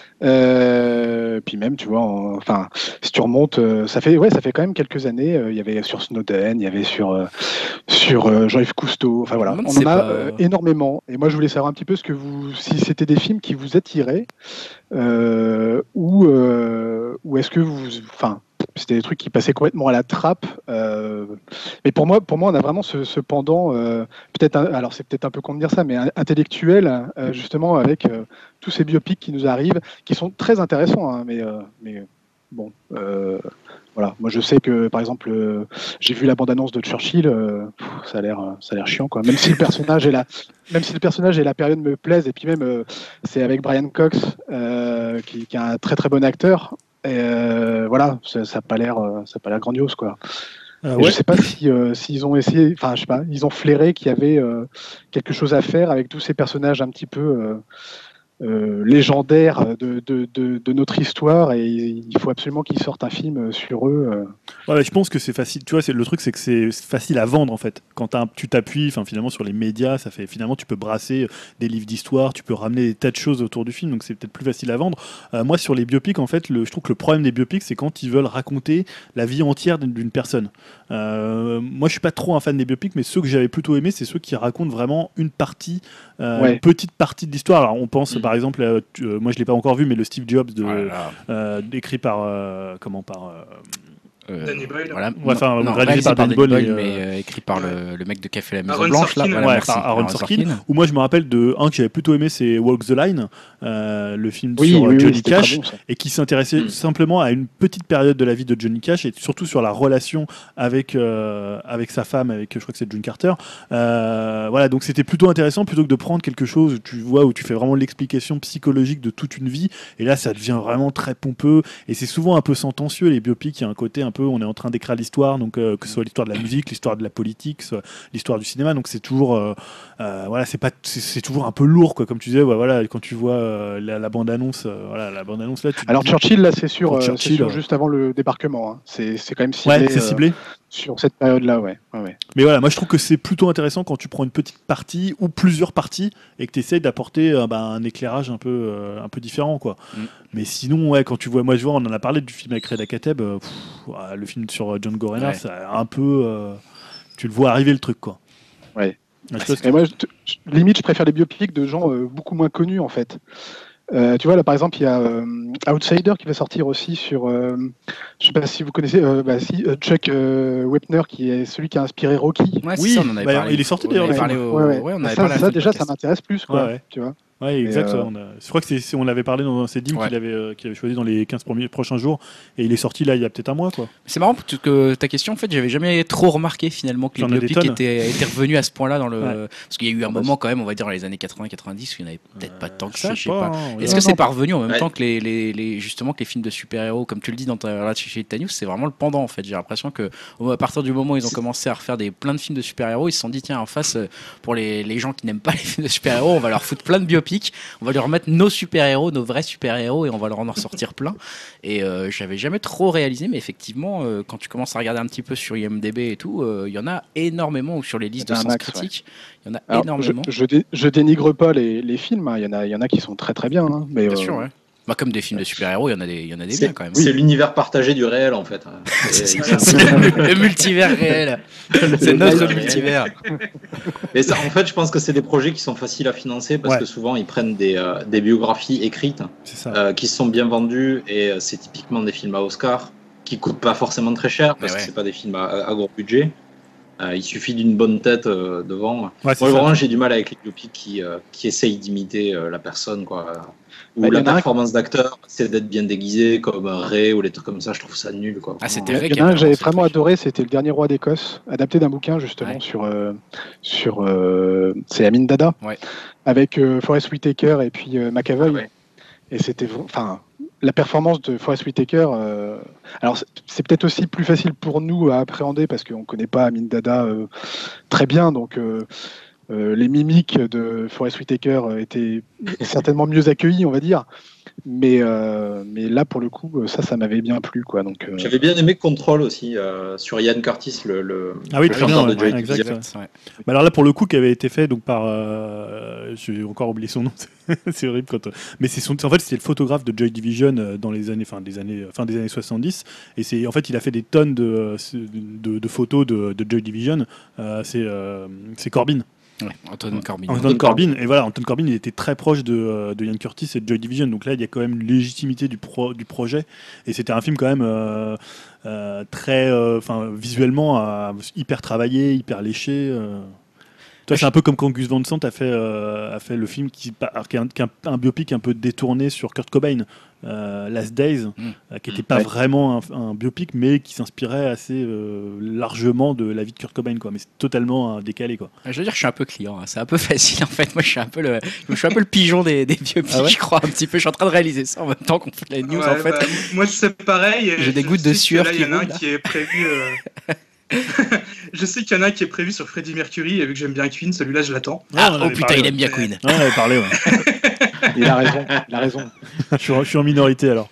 [SPEAKER 5] Euh, puis même, tu vois, en- enfin, si tu remontes, euh, ça fait, ouais, ça fait quand même quelques années. euh, Il y avait sur Snowden, il y avait sur euh, sur euh, Jean-Yves Cousteau. Enfin voilà,
[SPEAKER 1] Moi,
[SPEAKER 5] on
[SPEAKER 1] c'est
[SPEAKER 5] en a
[SPEAKER 1] pas-
[SPEAKER 5] euh, énormément. Et moi, je voulais savoir un petit peu ce que vous, si c'était des films qui vous attiraient, euh, ou euh, ou est-ce que vous, enfin, c'était des trucs qui passaient complètement à la trappe. euh, mais pour moi, pour moi, on a vraiment ce, ce pendant, euh, peut-être, un- alors c'est peut-être un peu con de dire ça, mais un- intellectuel, euh, justement, avec euh, tous ces biopics qui nous arrivent, qui sont très intéressants, hein, mais, euh, mais bon, euh, voilà. Moi, je sais que, par exemple, euh, j'ai vu la bande-annonce de Churchill, euh, pff, ça a l'air, euh, ça a l'air chiant, quoi. Même si le personnage et la, même si le personnage et la période me plaisent, et puis même, euh, c'est avec Brian Cox, euh, qui, qui est un très très bon acteur. Et euh, voilà, ça n'a pas l'air, euh, ça a pas l'air grandiose, quoi.
[SPEAKER 2] Ah
[SPEAKER 5] Et
[SPEAKER 2] ouais.
[SPEAKER 5] je sais pas si euh, s'ils ont essayé, enfin je sais pas, ils ont flairé qu'il y avait euh, quelque chose à faire avec tous ces personnages un petit peu, euh, euh, légendaires de, de, de, de notre histoire, et il faut absolument qu'ils sortent un film sur eux. Euh.
[SPEAKER 2] Ouais, je pense que c'est facile. Tu vois, c'est, le truc, c'est que c'est facile à vendre en fait. Quand t'as un- tu t'appuies, enfin finalement sur les médias, ça fait finalement tu peux brasser des livres d'histoire, tu peux ramener des tas de choses autour du film, donc c'est peut-être plus facile à vendre. Euh, moi, sur les biopics, en fait, le, je trouve que le problème des biopics, c'est quand ils veulent raconter la vie entière d'une, d'une personne. Euh, moi, je suis pas trop un fan des biopics, mais ceux que j'avais plutôt aimé, c'est ceux qui racontent vraiment une partie, euh,
[SPEAKER 5] Ouais.
[SPEAKER 2] une petite partie de l'histoire. Alors, on pense
[SPEAKER 3] Mm.
[SPEAKER 2] par exemple, à, tu- euh, moi je l'ai pas encore vu, mais le Steve Jobs de,
[SPEAKER 1] Oh là là.
[SPEAKER 2] euh, écrit par euh, comment par euh,
[SPEAKER 1] Euh,
[SPEAKER 4] Danny Boyle.
[SPEAKER 1] Voilà.
[SPEAKER 2] Ouais, enfin,
[SPEAKER 1] non,
[SPEAKER 2] réalisé
[SPEAKER 1] réalisé
[SPEAKER 2] par
[SPEAKER 1] par
[SPEAKER 2] Danny
[SPEAKER 1] Danny
[SPEAKER 2] Boyle,
[SPEAKER 1] Boyle,
[SPEAKER 2] et,
[SPEAKER 1] mais
[SPEAKER 2] euh,
[SPEAKER 1] euh, écrit par le, le mec de Qui a fait la Maison
[SPEAKER 4] Aaron
[SPEAKER 1] Blanche. Là,
[SPEAKER 4] Sorkin.
[SPEAKER 1] voilà,
[SPEAKER 2] Ouais,
[SPEAKER 1] merci.
[SPEAKER 2] par Aaron
[SPEAKER 1] Aaron
[SPEAKER 2] Sorkin.
[SPEAKER 1] Sorkin.
[SPEAKER 2] Ou moi je me rappelle de un que j'avais plutôt aimé, c'est Walk the Line, euh, le film
[SPEAKER 5] Oui,
[SPEAKER 2] sur
[SPEAKER 5] oui,
[SPEAKER 2] euh,
[SPEAKER 5] oui,
[SPEAKER 2] Johnny
[SPEAKER 5] c'était
[SPEAKER 2] Cash,
[SPEAKER 5] très bon, ça.
[SPEAKER 2] et qui s'intéressait
[SPEAKER 3] Mm.
[SPEAKER 2] simplement à une petite période de la vie de Johnny Cash, et surtout sur la relation avec, euh, avec sa femme, avec je crois que c'est June Carter. Euh, voilà, donc c'était plutôt intéressant plutôt que de prendre quelque chose où tu vois où tu fais vraiment l'explication psychologique de toute une vie, et là ça devient vraiment très pompeux, et c'est souvent un peu sentencieux les biopics. Il y a un côté un peu, on est en train d'écrire l'histoire, donc euh, que ce soit l'histoire de la musique, l'histoire de la politique, soit l'histoire du cinéma, donc c'est toujours euh, euh, voilà, c'est pas c'est, c'est toujours un peu lourd quoi, comme tu disais. Ouais, voilà, quand tu vois euh, la, la bande annonce, euh, voilà, la bande annonce là, tu te
[SPEAKER 5] Alors
[SPEAKER 2] dis-
[SPEAKER 5] Churchill, là, c'est sûr,
[SPEAKER 2] Pour
[SPEAKER 5] euh, c'est
[SPEAKER 2] Churchill,
[SPEAKER 5] sûr
[SPEAKER 2] ouais.
[SPEAKER 5] juste avant le débarquement. Hein. C'est, c'est quand même ciblé,
[SPEAKER 2] ouais, c'est
[SPEAKER 5] euh,
[SPEAKER 2] ciblé.
[SPEAKER 5] sur cette période-là, ouais. ouais, ouais.
[SPEAKER 2] Mais voilà, moi je trouve que c'est plutôt intéressant quand tu prends une petite partie ou plusieurs parties et que tu essaies d'apporter euh, bah, un éclairage un peu, euh, un peu différent, quoi.
[SPEAKER 1] Mm.
[SPEAKER 2] Mais sinon, ouais, quand tu vois, moi je vois, on en a parlé du film avec Reda Kateb, euh, pff, ouais, le film sur euh, John Gorena,
[SPEAKER 1] Ouais.
[SPEAKER 2] ça a un peu, euh, tu le vois arriver le truc, quoi.
[SPEAKER 5] Ouais.
[SPEAKER 2] Je sais pas ce que-
[SPEAKER 5] Et moi, je te- je- limite, je préfère les biopics de gens euh, beaucoup moins connus, en fait. Euh, tu vois, là, par exemple, il y a euh, Outsider qui va sortir aussi sur. Euh, je sais pas si vous connaissez. Euh, bah, si, euh, Chuck euh, Wepner, qui est celui qui a inspiré Rocky.
[SPEAKER 1] Ouais, c'est
[SPEAKER 2] Oui,
[SPEAKER 1] ça, on en avait
[SPEAKER 2] bah,
[SPEAKER 1] parlé.
[SPEAKER 2] il est sorti,
[SPEAKER 1] On
[SPEAKER 2] d'ailleurs,
[SPEAKER 1] avait
[SPEAKER 2] le
[SPEAKER 1] parlé
[SPEAKER 2] film.
[SPEAKER 1] au-
[SPEAKER 5] Ouais, ouais.
[SPEAKER 1] ouais, on avait
[SPEAKER 5] ça,
[SPEAKER 1] parlé à
[SPEAKER 5] ça,
[SPEAKER 1] ce
[SPEAKER 5] déjà,
[SPEAKER 1] podcast.
[SPEAKER 5] ça m'intéresse plus, quoi.
[SPEAKER 2] Ouais, ouais.
[SPEAKER 5] Tu vois.
[SPEAKER 2] Ouais, exact.
[SPEAKER 5] euh,
[SPEAKER 2] ouais, on a- Je crois que c'est, c'est- on l'avait parlé dans ses dîmes
[SPEAKER 1] Ouais.
[SPEAKER 2] qu'il avait, euh, qu'il avait choisi dans les quinze premiers prochains jours, et il est sorti là il y a peut-être un mois, quoi.
[SPEAKER 1] C'est marrant parce que ta question, en fait, j'avais jamais trop remarqué finalement que
[SPEAKER 2] J'en ai
[SPEAKER 1] les
[SPEAKER 2] des
[SPEAKER 1] biopics
[SPEAKER 2] tonnes.
[SPEAKER 1] étaient, étaient revenus à ce point-là dans le.
[SPEAKER 2] Ouais.
[SPEAKER 1] Parce qu'il y a eu un moment quand même, on va dire dans les années quatre-vingts quatre-vingt-dix, où il n'y en avait peut-être pas tant que ça, je sais pas.
[SPEAKER 2] hein,
[SPEAKER 1] Est-ce
[SPEAKER 5] Non,
[SPEAKER 1] que c'est
[SPEAKER 5] non,
[SPEAKER 1] pas revenu en même
[SPEAKER 3] ouais.
[SPEAKER 1] temps que les, les, les- justement que les films de super-héros, comme tu le dis dans ta là, chez Tanius, c'est vraiment le pendant en fait. J'ai l'impression que au- à partir du moment où ils ont
[SPEAKER 3] C'est-
[SPEAKER 1] commencé à refaire des plein de films de super-héros, ils se sont dit tiens en face euh, pour les, les gens qui n'aiment pas les films de super-héros, on va leur foutre plein de biopics, on va leur mettre nos super-héros, nos vrais super-héros et on va leur en sortir plein. Et euh, j'avais jamais trop réalisé, mais effectivement euh, quand tu commences à regarder un petit peu sur I M D B et tout, euh, il y en a énormément ou sur les listes
[SPEAKER 5] Il y
[SPEAKER 1] de
[SPEAKER 5] en a un
[SPEAKER 1] sens
[SPEAKER 5] max,
[SPEAKER 1] critique, il y en a
[SPEAKER 5] Alors, je,
[SPEAKER 1] énormément.
[SPEAKER 5] je, dé- je dénigre pas les, les films. hein. Il y en a, il y en a qui sont très très bien. hein. Mais,
[SPEAKER 1] Bien
[SPEAKER 5] euh,
[SPEAKER 1] sûr, ouais. Bah, comme des films de super-héros, il y en a des, il y en a des
[SPEAKER 3] C'est
[SPEAKER 1] biens quand même.
[SPEAKER 3] c'est l'univers partagé du réel en fait.
[SPEAKER 1] C'est
[SPEAKER 3] Et-
[SPEAKER 1] ça, c'est le, le multivers réel. C'est notre
[SPEAKER 3] réel.
[SPEAKER 1] multivers.
[SPEAKER 3] Et ça, en fait, je pense que c'est des projets qui sont faciles à financer parce
[SPEAKER 2] Ouais.
[SPEAKER 3] que souvent ils prennent des, euh, des biographies écrites
[SPEAKER 2] C'est ça.
[SPEAKER 3] euh, qui sont bien vendues et euh, c'est typiquement des films à Oscar qui coûtent pas forcément très cher parce
[SPEAKER 1] Mais
[SPEAKER 3] que
[SPEAKER 1] ouais.
[SPEAKER 3] c'est pas des films à, à gros budget. Euh, il suffit d'une bonne tête euh, devant.
[SPEAKER 2] Ouais, c'est
[SPEAKER 3] Moi,
[SPEAKER 2] ça.
[SPEAKER 3] vraiment, j'ai du mal avec les biopics qui, euh, qui essayent d'imiter euh, la personne, quoi. Ou
[SPEAKER 5] Bah, il y
[SPEAKER 3] la
[SPEAKER 5] en a un
[SPEAKER 3] performance d'acteur, c'est d'être bien déguisé, comme Ray ou les trucs comme ça. Je trouve ça nul, quoi.
[SPEAKER 1] Ah,
[SPEAKER 3] Vraiment.
[SPEAKER 1] c'était
[SPEAKER 5] Il y
[SPEAKER 1] vrai
[SPEAKER 5] en
[SPEAKER 1] qu'il y
[SPEAKER 5] a un
[SPEAKER 1] avait
[SPEAKER 5] que j'avais
[SPEAKER 1] vraiment ce
[SPEAKER 5] vraiment
[SPEAKER 1] truc.
[SPEAKER 5] adoré, c'était Le Dernier Roi d'Écosse, adapté d'un bouquin justement
[SPEAKER 1] Ouais.
[SPEAKER 5] sur, euh, sur euh, c'est Amin Dada,
[SPEAKER 1] Ouais.
[SPEAKER 5] avec euh, Forest Whitaker et puis euh, McAvoy.
[SPEAKER 3] Ah ouais.
[SPEAKER 5] Et c'était, v- enfin, la performance de Forest Whitaker. euh, alors c'est- c'est peut-être aussi plus facile pour nous à appréhender parce qu'on connaît pas Amin Dada euh, très bien, donc. euh, euh, les mimiques de Forest Whitaker euh, étaient certainement mieux accueillies, on va dire. Mais, euh, mais là, pour le coup, ça, ça m'avait bien plu. Quoi. Donc, euh,
[SPEAKER 3] J'avais bien aimé Control aussi, euh, sur Ian Curtis, le, le,
[SPEAKER 2] Ah oui,
[SPEAKER 3] le
[SPEAKER 2] très
[SPEAKER 3] chanteur
[SPEAKER 2] bien,
[SPEAKER 3] de
[SPEAKER 2] ouais,
[SPEAKER 3] Joy
[SPEAKER 2] exact.
[SPEAKER 3] Division.
[SPEAKER 1] Ouais.
[SPEAKER 2] Bah alors là, pour le coup, qui avait été fait donc par, euh, j'ai encore oublié son nom, c'est horrible quand. Mais c'est son, en fait, c'était le photographe de Joy Division euh, dans les années, fin des années, fin des années soixante-dix, et c'est, en fait, il a fait des tonnes de, euh, de, de photos de, de Joy Division. Euh, c'est, euh, c'est Corbin.
[SPEAKER 1] Ouais, Anton Corbin.
[SPEAKER 2] Anton Corbin, et voilà, Anton Corbin, il était très proche de, euh, de Ian Curtis et de Joy Division, donc là, il y a quand même une légitimité du, pro, du projet, et c'était un film quand même euh, euh, très, enfin, euh, visuellement euh, hyper travaillé, hyper léché. Euh. Toi, c'est un peu comme quand Gus Van Sant a fait, euh, a fait le film qui, qui est un, qui est un, un biopic un peu détourné sur Kurt Cobain, euh, Last Days,
[SPEAKER 1] Mm.
[SPEAKER 2] euh, qui n'était pas
[SPEAKER 5] Ouais.
[SPEAKER 2] vraiment un, un biopic, mais qui s'inspirait assez euh, largement de la vie de Kurt Cobain, quoi. Mais c'est totalement euh, décalé, quoi.
[SPEAKER 1] Je veux dire, je suis un peu client. hein. C'est un peu facile en fait. Moi, je suis un peu le, je suis un peu le pigeon des, des biopics,
[SPEAKER 2] Ah ouais
[SPEAKER 1] je crois un petit peu. Je suis en train de réaliser ça en même temps qu'on fait la news
[SPEAKER 4] Ouais,
[SPEAKER 1] en fait.
[SPEAKER 4] bah, moi, c'est pareil.
[SPEAKER 1] J'ai des
[SPEAKER 4] Je
[SPEAKER 1] gouttes de
[SPEAKER 4] sais que
[SPEAKER 1] sueur
[SPEAKER 4] là,
[SPEAKER 1] qui
[SPEAKER 4] Il y en a un
[SPEAKER 1] roulent, là.
[SPEAKER 4] qui est prévu. euh, je sais qu'il y en a un qui est prévu sur Freddie Mercury, et vu que j'aime bien Queen, celui-là, je l'attends.
[SPEAKER 2] Ouais,
[SPEAKER 1] Ah,
[SPEAKER 2] on en
[SPEAKER 1] oh
[SPEAKER 2] avait
[SPEAKER 1] putain,
[SPEAKER 2] parlé,
[SPEAKER 1] il
[SPEAKER 2] ouais.
[SPEAKER 1] aime bien Queen.
[SPEAKER 2] Ouais, on avait parlé, ouais.
[SPEAKER 5] Il a raison, il a raison.
[SPEAKER 2] je, suis, je suis en minorité alors.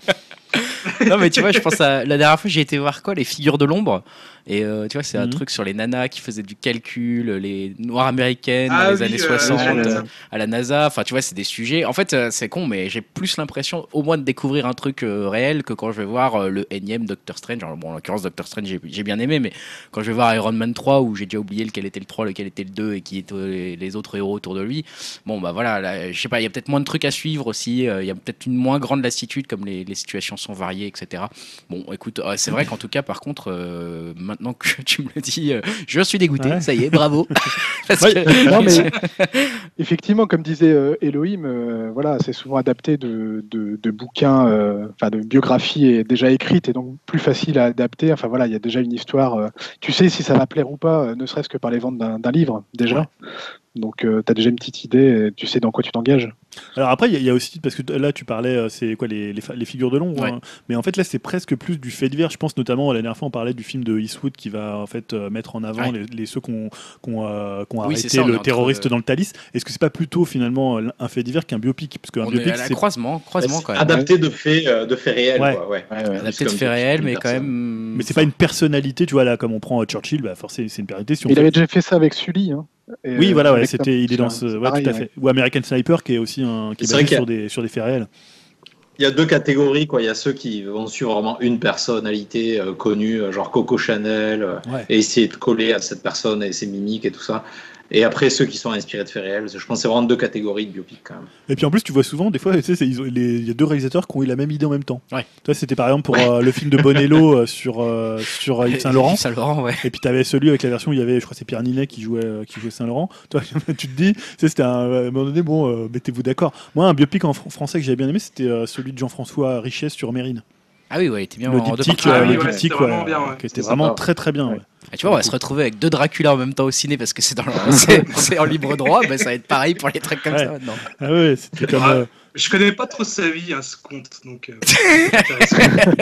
[SPEAKER 1] Non mais tu vois, je pense à la dernière fois j'ai été voir quoi, les figures de l'ombre. Et euh, tu vois, c'est un
[SPEAKER 2] Mhm.
[SPEAKER 1] truc sur les nanas qui faisaient du calcul, les noires américaines
[SPEAKER 4] Ah
[SPEAKER 1] dans les
[SPEAKER 4] oui,
[SPEAKER 1] années
[SPEAKER 4] euh,
[SPEAKER 1] soixante
[SPEAKER 4] à la NASA.
[SPEAKER 1] euh, à la NASA. Enfin, tu vois, c'est des sujets. En fait, euh, c'est con, mais j'ai plus l'impression au moins de découvrir un truc euh, réel que quand je vais voir euh, le énième Doctor Strange. Alors, bon, en l'occurrence, Doctor Strange, j'ai, j'ai bien aimé, mais quand je vais voir Iron Man trois, où j'ai déjà oublié lequel était le trois, lequel était le deux et qui étaient les, les autres héros autour de lui, bon, bah voilà, là, je sais pas, il y a peut-être moins de trucs à suivre aussi. euh, Il y a peut-être une moins grande lassitude, comme les, les situations sont variées, et cetera. Bon, écoute, euh, c'est vrai qu'en tout cas, par contre, euh, maintenant que tu me le dis, euh, je suis dégoûté.
[SPEAKER 2] Ouais.
[SPEAKER 1] Ça y est, bravo. Parce
[SPEAKER 2] Ouais.
[SPEAKER 1] que-
[SPEAKER 5] Non, mais effectivement, comme disait euh, Elohim, euh, voilà, c'est souvent adapté de, de, de bouquins, euh, enfin de biographies et déjà écrites et donc plus facile à adapter. Enfin voilà, il y a déjà une histoire. euh, tu sais si ça va plaire ou pas, euh, ne serait-ce que par les ventes d'un, d'un livre déjà.
[SPEAKER 1] Ouais.
[SPEAKER 5] Donc tu as déjà une petite idée, et tu sais dans quoi tu t'engages.
[SPEAKER 2] Alors après, il y, a- il y a aussi, parce que là tu parlais, euh, c'est quoi les, les, fa- les figures de l'ombre,
[SPEAKER 1] Ouais.
[SPEAKER 2] hein. Mais en fait là c'est presque plus du fait divers. Je pense notamment la dernière fois on parlait du film de Eastwood qui va en fait euh, mettre en avant
[SPEAKER 1] Ouais.
[SPEAKER 2] les, les- ceux qui ont euh,
[SPEAKER 1] Oui,
[SPEAKER 2] arrêté
[SPEAKER 1] c'est ça, on est
[SPEAKER 2] le
[SPEAKER 1] entre-
[SPEAKER 2] terroriste dans le Thalys. Est-ce que c'est pas plutôt finalement euh, un fait divers qu'un biopic? Parce qu'un
[SPEAKER 1] on est
[SPEAKER 2] biopic
[SPEAKER 1] à la
[SPEAKER 2] c'est
[SPEAKER 1] croisement, croisement quand même.
[SPEAKER 3] Adapté de faits, euh, de faits réels,
[SPEAKER 2] Ouais.
[SPEAKER 3] quoi. Ouais.
[SPEAKER 5] Ouais, ouais.
[SPEAKER 1] Adapté de
[SPEAKER 3] Plus
[SPEAKER 1] faits
[SPEAKER 3] comme
[SPEAKER 1] réels,
[SPEAKER 3] une
[SPEAKER 1] mais quand
[SPEAKER 3] personne.
[SPEAKER 1] même.
[SPEAKER 2] mais c'est pas une personnalité, tu vois là comme on prend euh, Churchill, bah forcément c'est une personnalité. Si on
[SPEAKER 5] Mais il
[SPEAKER 2] fait-
[SPEAKER 5] avait déjà fait ça avec Sully. Hein. Et,
[SPEAKER 2] Oui,
[SPEAKER 5] euh,
[SPEAKER 2] voilà, ouais,
[SPEAKER 5] avec
[SPEAKER 2] c'était,
[SPEAKER 5] Tom
[SPEAKER 2] il est dans
[SPEAKER 5] Cruise,
[SPEAKER 2] ce,
[SPEAKER 5] c'est
[SPEAKER 2] ouais,
[SPEAKER 5] pareil,
[SPEAKER 2] tout à
[SPEAKER 5] ouais.
[SPEAKER 2] fait. Ou American Sniper, qui est aussi un, qui est
[SPEAKER 3] C'est vrai
[SPEAKER 2] basé
[SPEAKER 3] qu'il y a-
[SPEAKER 2] sur des, sur des faits réels.
[SPEAKER 3] Il y a deux catégories, quoi. Il y a ceux qui vont suivre vraiment une personnalité euh, connue, euh, genre Coco Chanel, euh,
[SPEAKER 2] Ouais.
[SPEAKER 3] et essayer de coller à cette personne et ses mimiques et tout ça. Et après, ceux qui sont inspirés de faits réels. Je pense que c'est vraiment deux catégories de biopic, quand même.
[SPEAKER 2] Et puis en plus, tu vois souvent, des fois, tu sais, c'est- ils ont- les- il y a deux réalisateurs qui ont eu la même idée en même temps.
[SPEAKER 1] Ouais.
[SPEAKER 2] Tu vois, c'était par exemple pour
[SPEAKER 3] Ouais.
[SPEAKER 2] euh, le film de Bonello euh, sur, euh, sur euh, Yves Saint-Laurent.
[SPEAKER 1] Saint-Laurent, ouais.
[SPEAKER 2] Et puis tu avais celui avec la version où il y avait, je crois que c'est Pierre Ninet qui jouait, euh, qui jouait Saint-Laurent. Toi, tu te dis, tu sais, c'était un, à un moment donné, bon, euh, mettez-vous d'accord. Moi, un biopic en fr- français que j'avais bien aimé, c'était euh, celui de Jean-François Richet sur Mérine.
[SPEAKER 1] Ah oui, ouais, il était bien
[SPEAKER 2] Le
[SPEAKER 1] en deux
[SPEAKER 2] diptyque,
[SPEAKER 1] parties.
[SPEAKER 4] Ah
[SPEAKER 2] euh,
[SPEAKER 4] oui,
[SPEAKER 2] le
[SPEAKER 4] ouais,
[SPEAKER 2] diptyque,
[SPEAKER 4] c'était vraiment
[SPEAKER 2] ouais,
[SPEAKER 4] bien, ouais.
[SPEAKER 2] qui était
[SPEAKER 3] C'est
[SPEAKER 2] vraiment
[SPEAKER 3] sympa.
[SPEAKER 2] très très bien.
[SPEAKER 5] Ouais.
[SPEAKER 2] Ouais.
[SPEAKER 1] Ah, tu vois, on va se retrouver avec deux Dracula en même temps au ciné parce que c'est, dans le... c'est, c'est en libre droit. Bah, ça va être pareil pour les trucs comme
[SPEAKER 2] Ouais.
[SPEAKER 1] ça maintenant.
[SPEAKER 2] Ah ouais, c'était comme.
[SPEAKER 4] Ah,
[SPEAKER 2] euh,
[SPEAKER 4] Je connais pas trop sa vie, hein, ce conte, donc. euh, c'est intéressant.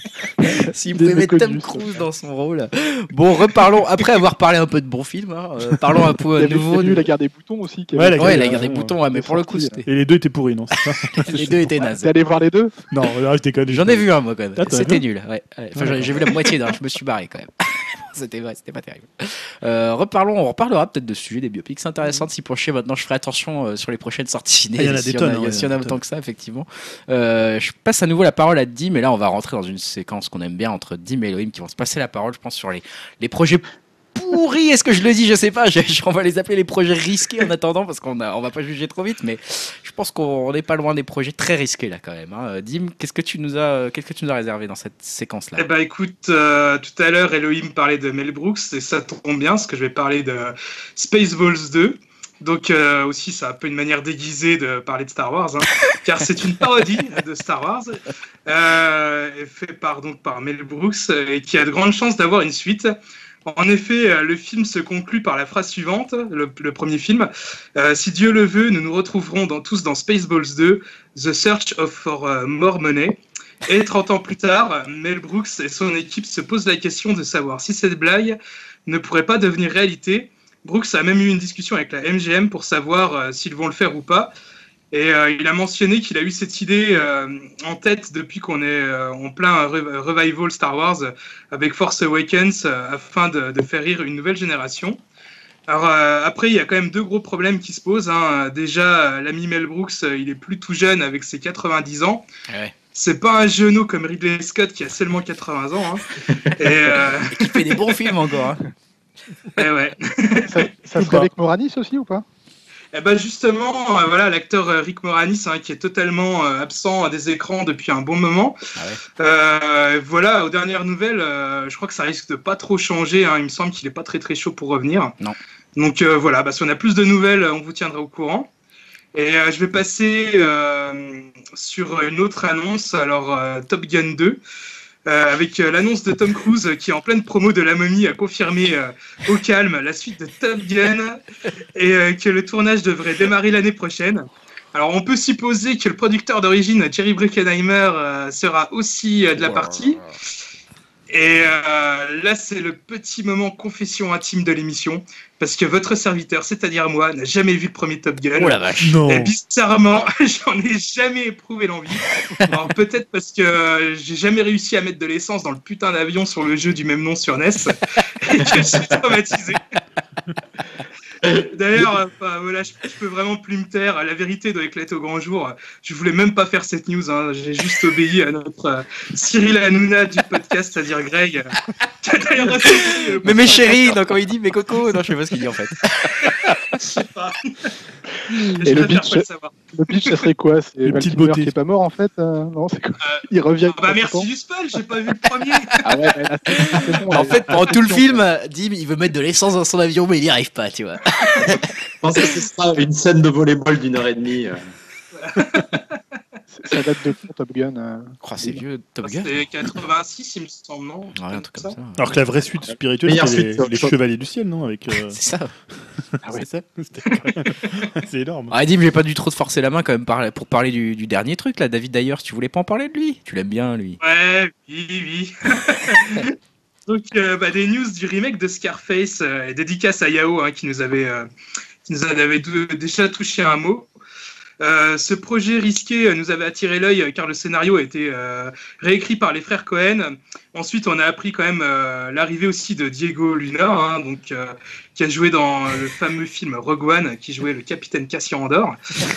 [SPEAKER 1] S'il
[SPEAKER 5] Des
[SPEAKER 1] pouvait mettre Tom
[SPEAKER 5] méconnus, ça.
[SPEAKER 1] Cruise dans son rôle. Bon, reparlons, après avoir parlé un peu de bons films, hein, euh, parlons un peu
[SPEAKER 5] Il y
[SPEAKER 1] à
[SPEAKER 5] avait
[SPEAKER 1] nouveau.
[SPEAKER 5] prévu
[SPEAKER 1] de-
[SPEAKER 5] la guerre des boutons aussi. qui
[SPEAKER 2] Ouais,
[SPEAKER 5] avait-
[SPEAKER 2] la
[SPEAKER 1] Ouais,
[SPEAKER 2] guerre
[SPEAKER 1] la
[SPEAKER 2] des
[SPEAKER 1] guerre des
[SPEAKER 2] boutons,
[SPEAKER 1] boutons, ouais, mais
[SPEAKER 5] c'est
[SPEAKER 1] pour le
[SPEAKER 5] sorti,
[SPEAKER 1] coup,
[SPEAKER 5] là.
[SPEAKER 1] c'était.
[SPEAKER 2] Et les deux étaient pourris, non c'est ça
[SPEAKER 1] Les deux étaient nazes.
[SPEAKER 5] T'es allé voir les deux?
[SPEAKER 2] Non, là, je déconne.
[SPEAKER 1] J'en ai vu un, moi, quand même.
[SPEAKER 2] Ah, t'en as
[SPEAKER 1] C'était
[SPEAKER 2] vu
[SPEAKER 1] nul. Ouais. Ouais. Enfin, j'ai j'ai vu la moitié d'un, je me suis barré quand même. C'était vrai, c'était pas terrible. Euh, reparlons, on reparlera peut-être de ce sujet des biopics. C'est intéressant de s'y pencher. Maintenant, je ferai attention euh, sur les prochaines sorties ciné.
[SPEAKER 2] Ah, il y en a
[SPEAKER 1] S'il
[SPEAKER 2] des tonnes,
[SPEAKER 1] il y
[SPEAKER 2] ouais,
[SPEAKER 1] S'il y en
[SPEAKER 2] il y en
[SPEAKER 1] a
[SPEAKER 2] a des
[SPEAKER 1] autant
[SPEAKER 2] tonnes.
[SPEAKER 1] que ça, effectivement. Euh, je passe à nouveau la parole à Dim, et là, on va rentrer dans une séquence qu'on aime bien entre Dim et Elohim qui vont se passer la parole, je pense, sur les, les projets pourris. Est-ce que je le dis? Je sais pas. Je, je- on va les appeler les projets risqués en attendant, parce qu'on a, on va pas juger trop vite, mais je pense qu'on n'est pas loin des projets très risqués là quand même. Hein. Dim, qu'est-ce que tu nous as, qu'est-ce que tu nous as réservé dans cette séquence-là?
[SPEAKER 4] Eh ben écoute, euh, tout à l'heure, Elohim parlait de Mel Brooks, et ça tombe bien, parce que je vais parler de Spaceballs deux. Donc euh, aussi, c'est un peu une manière déguisée de parler de Star Wars, hein, car c'est une parodie de Star Wars, euh, fait par, donc, par Mel Brooks, euh, et qui a de grandes chances d'avoir une suite. En effet, euh, le film se conclut par la phrase suivante, le, le premier film. Euh, si Dieu le veut, nous nous retrouverons dans, tous dans Spaceballs deux, The Search of for uh, More Money. Et trente ans plus tard, Mel Brooks et son équipe se posent la question de savoir si cette blague ne pourrait pas devenir réalité. Brooks a même eu une discussion avec la M G M pour savoir euh, s'ils vont le faire ou pas. Et euh, il a mentionné qu'il a eu cette idée euh, en tête depuis qu'on est euh, en plein re- revival Star Wars euh, avec Force Awakens euh, afin de, de faire rire une nouvelle génération. Alors euh, après, il y a quand même deux gros problèmes qui se posent. Hein. Déjà, euh, l'ami Mel Brooks, euh, il est plus tout jeune avec ses quatre-vingt-dix ans.
[SPEAKER 1] Ouais.
[SPEAKER 4] C'est pas un genou comme Ridley Scott qui a seulement quatre-vingts ans. Hein. Et, euh,
[SPEAKER 1] Et qui fait des bons films encore. Hein.
[SPEAKER 4] et ouais.
[SPEAKER 5] Ça, ça serait avec Moranis aussi ou pas?
[SPEAKER 4] Eh ben justement, euh, voilà, l'acteur euh, Rick Moranis, hein, qui est totalement euh, absent des écrans depuis un bon moment.
[SPEAKER 1] Ah ouais.
[SPEAKER 4] Euh, voilà, aux dernières nouvelles, euh, je crois que ça risque de pas trop changer. Hein. Il me semble qu'il est pas très très chaud pour revenir.
[SPEAKER 1] Non.
[SPEAKER 4] Donc euh, voilà, bah, si on a plus de nouvelles, on vous tiendra au courant. Et euh, je vais passer euh, sur une autre annonce. Alors euh, Top Gun deux. Euh, avec euh, l'annonce de Tom Cruise euh, qui, en pleine promo de La Momie, a confirmé euh, au calme la suite de Top Gun et euh, que le tournage devrait démarrer l'année prochaine. Alors, on peut supposer que le producteur d'origine, Jerry Bruckheimer, euh, sera aussi euh, de la partie. Et euh, là, c'est le petit moment confession intime de l'émission, parce que votre serviteur, c'est-à-dire moi, n'a jamais vu le premier Top Gun.
[SPEAKER 1] Oh la vache.
[SPEAKER 2] Non.
[SPEAKER 4] Et bizarrement, j'en ai jamais éprouvé l'envie. Alors peut-être parce que euh, j'ai jamais réussi à mettre de l'essence dans le putain d'avion sur le jeu du même nom sur N E S, et que je suis traumatisé. D'ailleurs, euh, bah, voilà, je, je peux vraiment plus me taire. La vérité doit éclater au grand jour. Je voulais même pas faire cette news. Hein. J'ai juste obéi à notre euh, Cyril Hanouna du podcast, c'est-à-dire Greg. D'ailleurs, euh,
[SPEAKER 1] Mais mes chéris, donc quand il dit mes cocos, non, je sais pas ce qu'il dit en fait.
[SPEAKER 4] je sais pas.
[SPEAKER 5] Et le
[SPEAKER 4] préfère
[SPEAKER 5] pitch,
[SPEAKER 4] pas le savoir.
[SPEAKER 5] le pitch, ça serait quoi? C'est
[SPEAKER 2] Une
[SPEAKER 5] Val
[SPEAKER 2] petite
[SPEAKER 5] Kilmer
[SPEAKER 2] beauté.
[SPEAKER 5] qui est pas mort en fait euh, Non, c'est quoi?
[SPEAKER 4] Euh,
[SPEAKER 5] Il revient.
[SPEAKER 4] Ah bah merci du spoil, j'ai pas vu le premier.
[SPEAKER 5] Ah ouais, mais là, c'est- c'est bon,
[SPEAKER 1] En
[SPEAKER 5] là,
[SPEAKER 1] fait, pendant tout le
[SPEAKER 5] attention,
[SPEAKER 1] film, Dim, il veut mettre de l'essence dans son avion, mais il n'y arrive pas, tu vois.
[SPEAKER 3] Je pense que ce sera une scène de volleyball d'une heure et demie. euh.
[SPEAKER 5] Ça date de quand, Top Gun euh,
[SPEAKER 1] Oh, c'est vieux, Top Gun.
[SPEAKER 4] C'était quatre-vingt-six, il me semble, non
[SPEAKER 1] Ouais, un truc comme ça.
[SPEAKER 2] Alors que la vraie suite spirituelle,
[SPEAKER 3] Meilleure
[SPEAKER 2] c'était les,
[SPEAKER 3] suite,
[SPEAKER 2] les
[SPEAKER 3] sur-
[SPEAKER 2] Chevaliers du Ciel, non avec, euh,
[SPEAKER 1] C'est ça.
[SPEAKER 5] Ah ouais.
[SPEAKER 2] C'est ça C'était quand même- C'est énorme.
[SPEAKER 1] Ah, Dim, j'ai pas dû trop te forcer la main quand même par- pour parler du, du dernier truc là, David Ayer. Tu voulais pas en parler de lui? Tu l'aimes bien, lui.
[SPEAKER 4] Ouais, oui, oui. Donc, euh, bah, des news du remake de Scarface, euh, et dédicace à Yao, hein, qui nous avait, euh, qui nous en avait dou- déjà touché un mot. Euh, ce projet risqué euh, nous avait attiré l'œil euh, car le scénario a été euh, réécrit par les frères Cohen. Ensuite, on a appris quand même euh, l'arrivée aussi de Diego Luna, hein, donc, euh, qui a joué dans le fameux film Rogue One, qui jouait le capitaine Cassian Andor.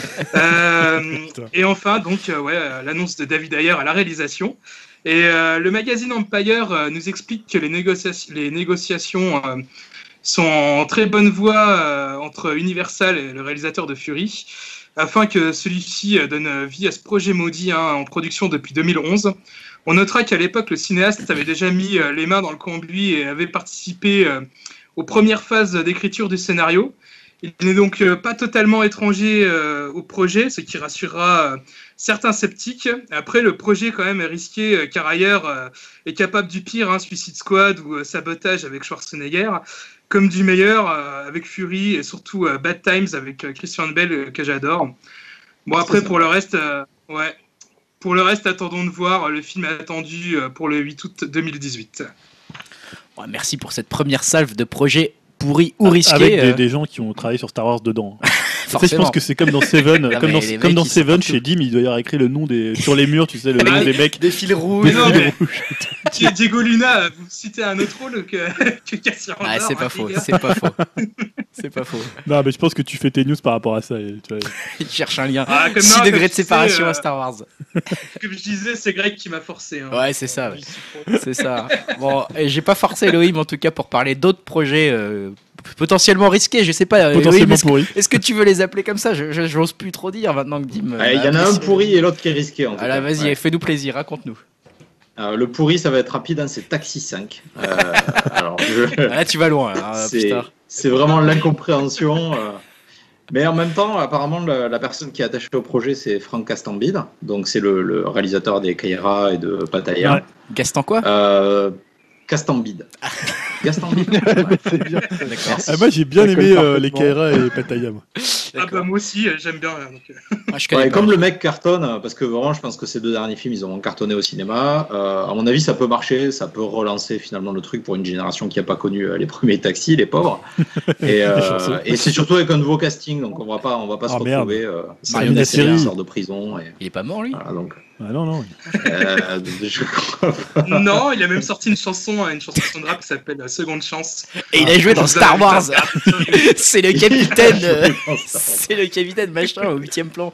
[SPEAKER 4] Euh,
[SPEAKER 2] Putain.
[SPEAKER 4] et enfin, donc, euh, ouais, euh, l'annonce de David Ayer à la réalisation. Et euh, le magazine Empire euh, nous explique que les, négocia- les négociations euh, sont en très bonne voie euh, entre Universal et le réalisateur de Fury, afin que celui-ci euh, donne vie à ce projet maudit, hein, en production depuis deux mille onze. On notera qu'à l'époque, le cinéaste avait déjà mis euh, les mains dans le cambouis et avait participé euh, aux premières phases d'écriture du scénario. Il n'est donc euh, pas totalement étranger euh, au projet, ce qui rassurera euh, certains sceptiques. Après, le projet quand même est risqué, euh, car ailleurs euh, est capable du pire, hein, Suicide Squad ou euh, Sabotage avec Schwarzenegger, comme du meilleur euh, avec Fury et surtout euh, Bad Times avec euh, Christian Bale, euh, que j'adore. Bon, après, pour le reste, euh, ouais. Pour le reste, attendons de voir. Le film est attendu euh, pour le huit août deux mille dix-huit.
[SPEAKER 1] Ouais, merci pour cette première salve de projets pourris ou risqués.
[SPEAKER 2] Avec des,
[SPEAKER 1] euh,
[SPEAKER 2] des gens qui ont travaillé sur Star Wars dedans. Tu sais, je
[SPEAKER 1] forcément.
[SPEAKER 2] pense que c'est comme dans Seven,
[SPEAKER 1] Non,
[SPEAKER 2] comme
[SPEAKER 1] mais
[SPEAKER 2] dans,
[SPEAKER 1] les
[SPEAKER 2] comme
[SPEAKER 1] mecs,
[SPEAKER 2] dans
[SPEAKER 1] ils sont
[SPEAKER 2] Seven
[SPEAKER 1] partout.
[SPEAKER 2] chez Dim, il doit y avoir écrit le nom des sur les murs, tu sais, le
[SPEAKER 4] Ah,
[SPEAKER 2] nom
[SPEAKER 4] mais-
[SPEAKER 2] des mecs.
[SPEAKER 1] Des fils rouges.
[SPEAKER 4] Mais non,
[SPEAKER 2] Des
[SPEAKER 4] mais-
[SPEAKER 2] rouges.
[SPEAKER 4] Di- Diego Luna, vous citez un autre rôle que, que Cassian Andor.
[SPEAKER 1] Ah, c'est pas
[SPEAKER 4] hein,
[SPEAKER 1] faux,
[SPEAKER 4] les gars.
[SPEAKER 1] c'est pas faux. C'est pas faux.
[SPEAKER 2] Non, mais je pense que tu fais tes news par rapport à ça. Et, tu vois.
[SPEAKER 1] Il cherche un lien.
[SPEAKER 4] Ah, comme
[SPEAKER 1] six
[SPEAKER 4] non, comme
[SPEAKER 1] degrés de
[SPEAKER 4] je disais,
[SPEAKER 1] séparation
[SPEAKER 4] euh,
[SPEAKER 1] à Star Wars.
[SPEAKER 4] Comme je disais, c'est Greg qui m'a forcé. Hein.
[SPEAKER 1] Ouais, c'est ça, ouais.
[SPEAKER 4] J'y suis pour-
[SPEAKER 1] C'est ça. Bon, et j'ai pas forcé Elohim en tout cas pour parler d'autres projets euh, potentiellement risqués. Je sais pas. Elohim,
[SPEAKER 2] Potentiellement
[SPEAKER 1] est-ce,
[SPEAKER 2] pourri.
[SPEAKER 1] est-ce que tu veux les appeler comme ça? je, je- J'ose plus trop dire maintenant que Dim.
[SPEAKER 3] Ah, Il y en a un pourri et l'autre qui est risqué. En tout
[SPEAKER 1] Voilà,
[SPEAKER 3] cas.
[SPEAKER 1] vas-y,
[SPEAKER 3] Ouais.
[SPEAKER 1] fais-nous plaisir, raconte-nous.
[SPEAKER 3] Alors, le pourri, ça va être rapide, hein, c'est Taxi cinq. Euh, alors, je-
[SPEAKER 1] Ah, là, tu vas loin. Là,
[SPEAKER 3] c'est
[SPEAKER 1] putain.
[SPEAKER 3] c'est vraiment l'incompréhension. euh. Mais en même temps, apparemment, la, la personne qui est attachée au projet, c'est Frank Castambide. Donc, c'est le, le réalisateur des Kaira et de Pattaya.
[SPEAKER 2] Ouais.
[SPEAKER 1] Gaston quoi?
[SPEAKER 3] Euh, Castambide. Castambide.
[SPEAKER 5] Mais c'est bien.
[SPEAKER 1] D'accord.
[SPEAKER 2] Ah, moi, j'ai bien
[SPEAKER 5] Ça
[SPEAKER 2] aimé
[SPEAKER 5] colle
[SPEAKER 2] euh, les
[SPEAKER 5] parfaitement.
[SPEAKER 2] Kaira et Pattaya. Moi.
[SPEAKER 4] Ah bah moi aussi, euh, j'aime bien. euh, donc, euh.
[SPEAKER 1] Moi, je connais
[SPEAKER 3] Ouais,
[SPEAKER 1] pas.
[SPEAKER 3] comme le mec cartonne, parce que vraiment, je pense que ces deux derniers films, ils ont cartonné au cinéma. Euh, à mon avis, ça peut marcher, ça peut relancer finalement le truc pour une génération qui n'a pas connu euh, les premiers taxis, les pauvres. Et, euh,
[SPEAKER 2] chanceux.
[SPEAKER 3] et c'est surtout avec un nouveau casting, donc on va pas, on va pas
[SPEAKER 2] Ah,
[SPEAKER 3] se
[SPEAKER 2] merde.
[SPEAKER 3] retrouver. Euh,
[SPEAKER 1] Mario
[SPEAKER 3] Mario
[SPEAKER 2] Nasseri.
[SPEAKER 3] Nasseri sort de prison. Et,
[SPEAKER 1] Il est pas mort lui?
[SPEAKER 3] voilà, donc,
[SPEAKER 2] Ah non, non.
[SPEAKER 3] euh, je crois pas.
[SPEAKER 4] Non, il a même sorti une chanson, une chanson de rap qui s'appelle euh, Seconde Chance.
[SPEAKER 1] Et il a joué dans Star Wars. C'est le capitaine. euh,
[SPEAKER 3] Je pense ça.
[SPEAKER 1] C'est le capitaine machin au huitième plan.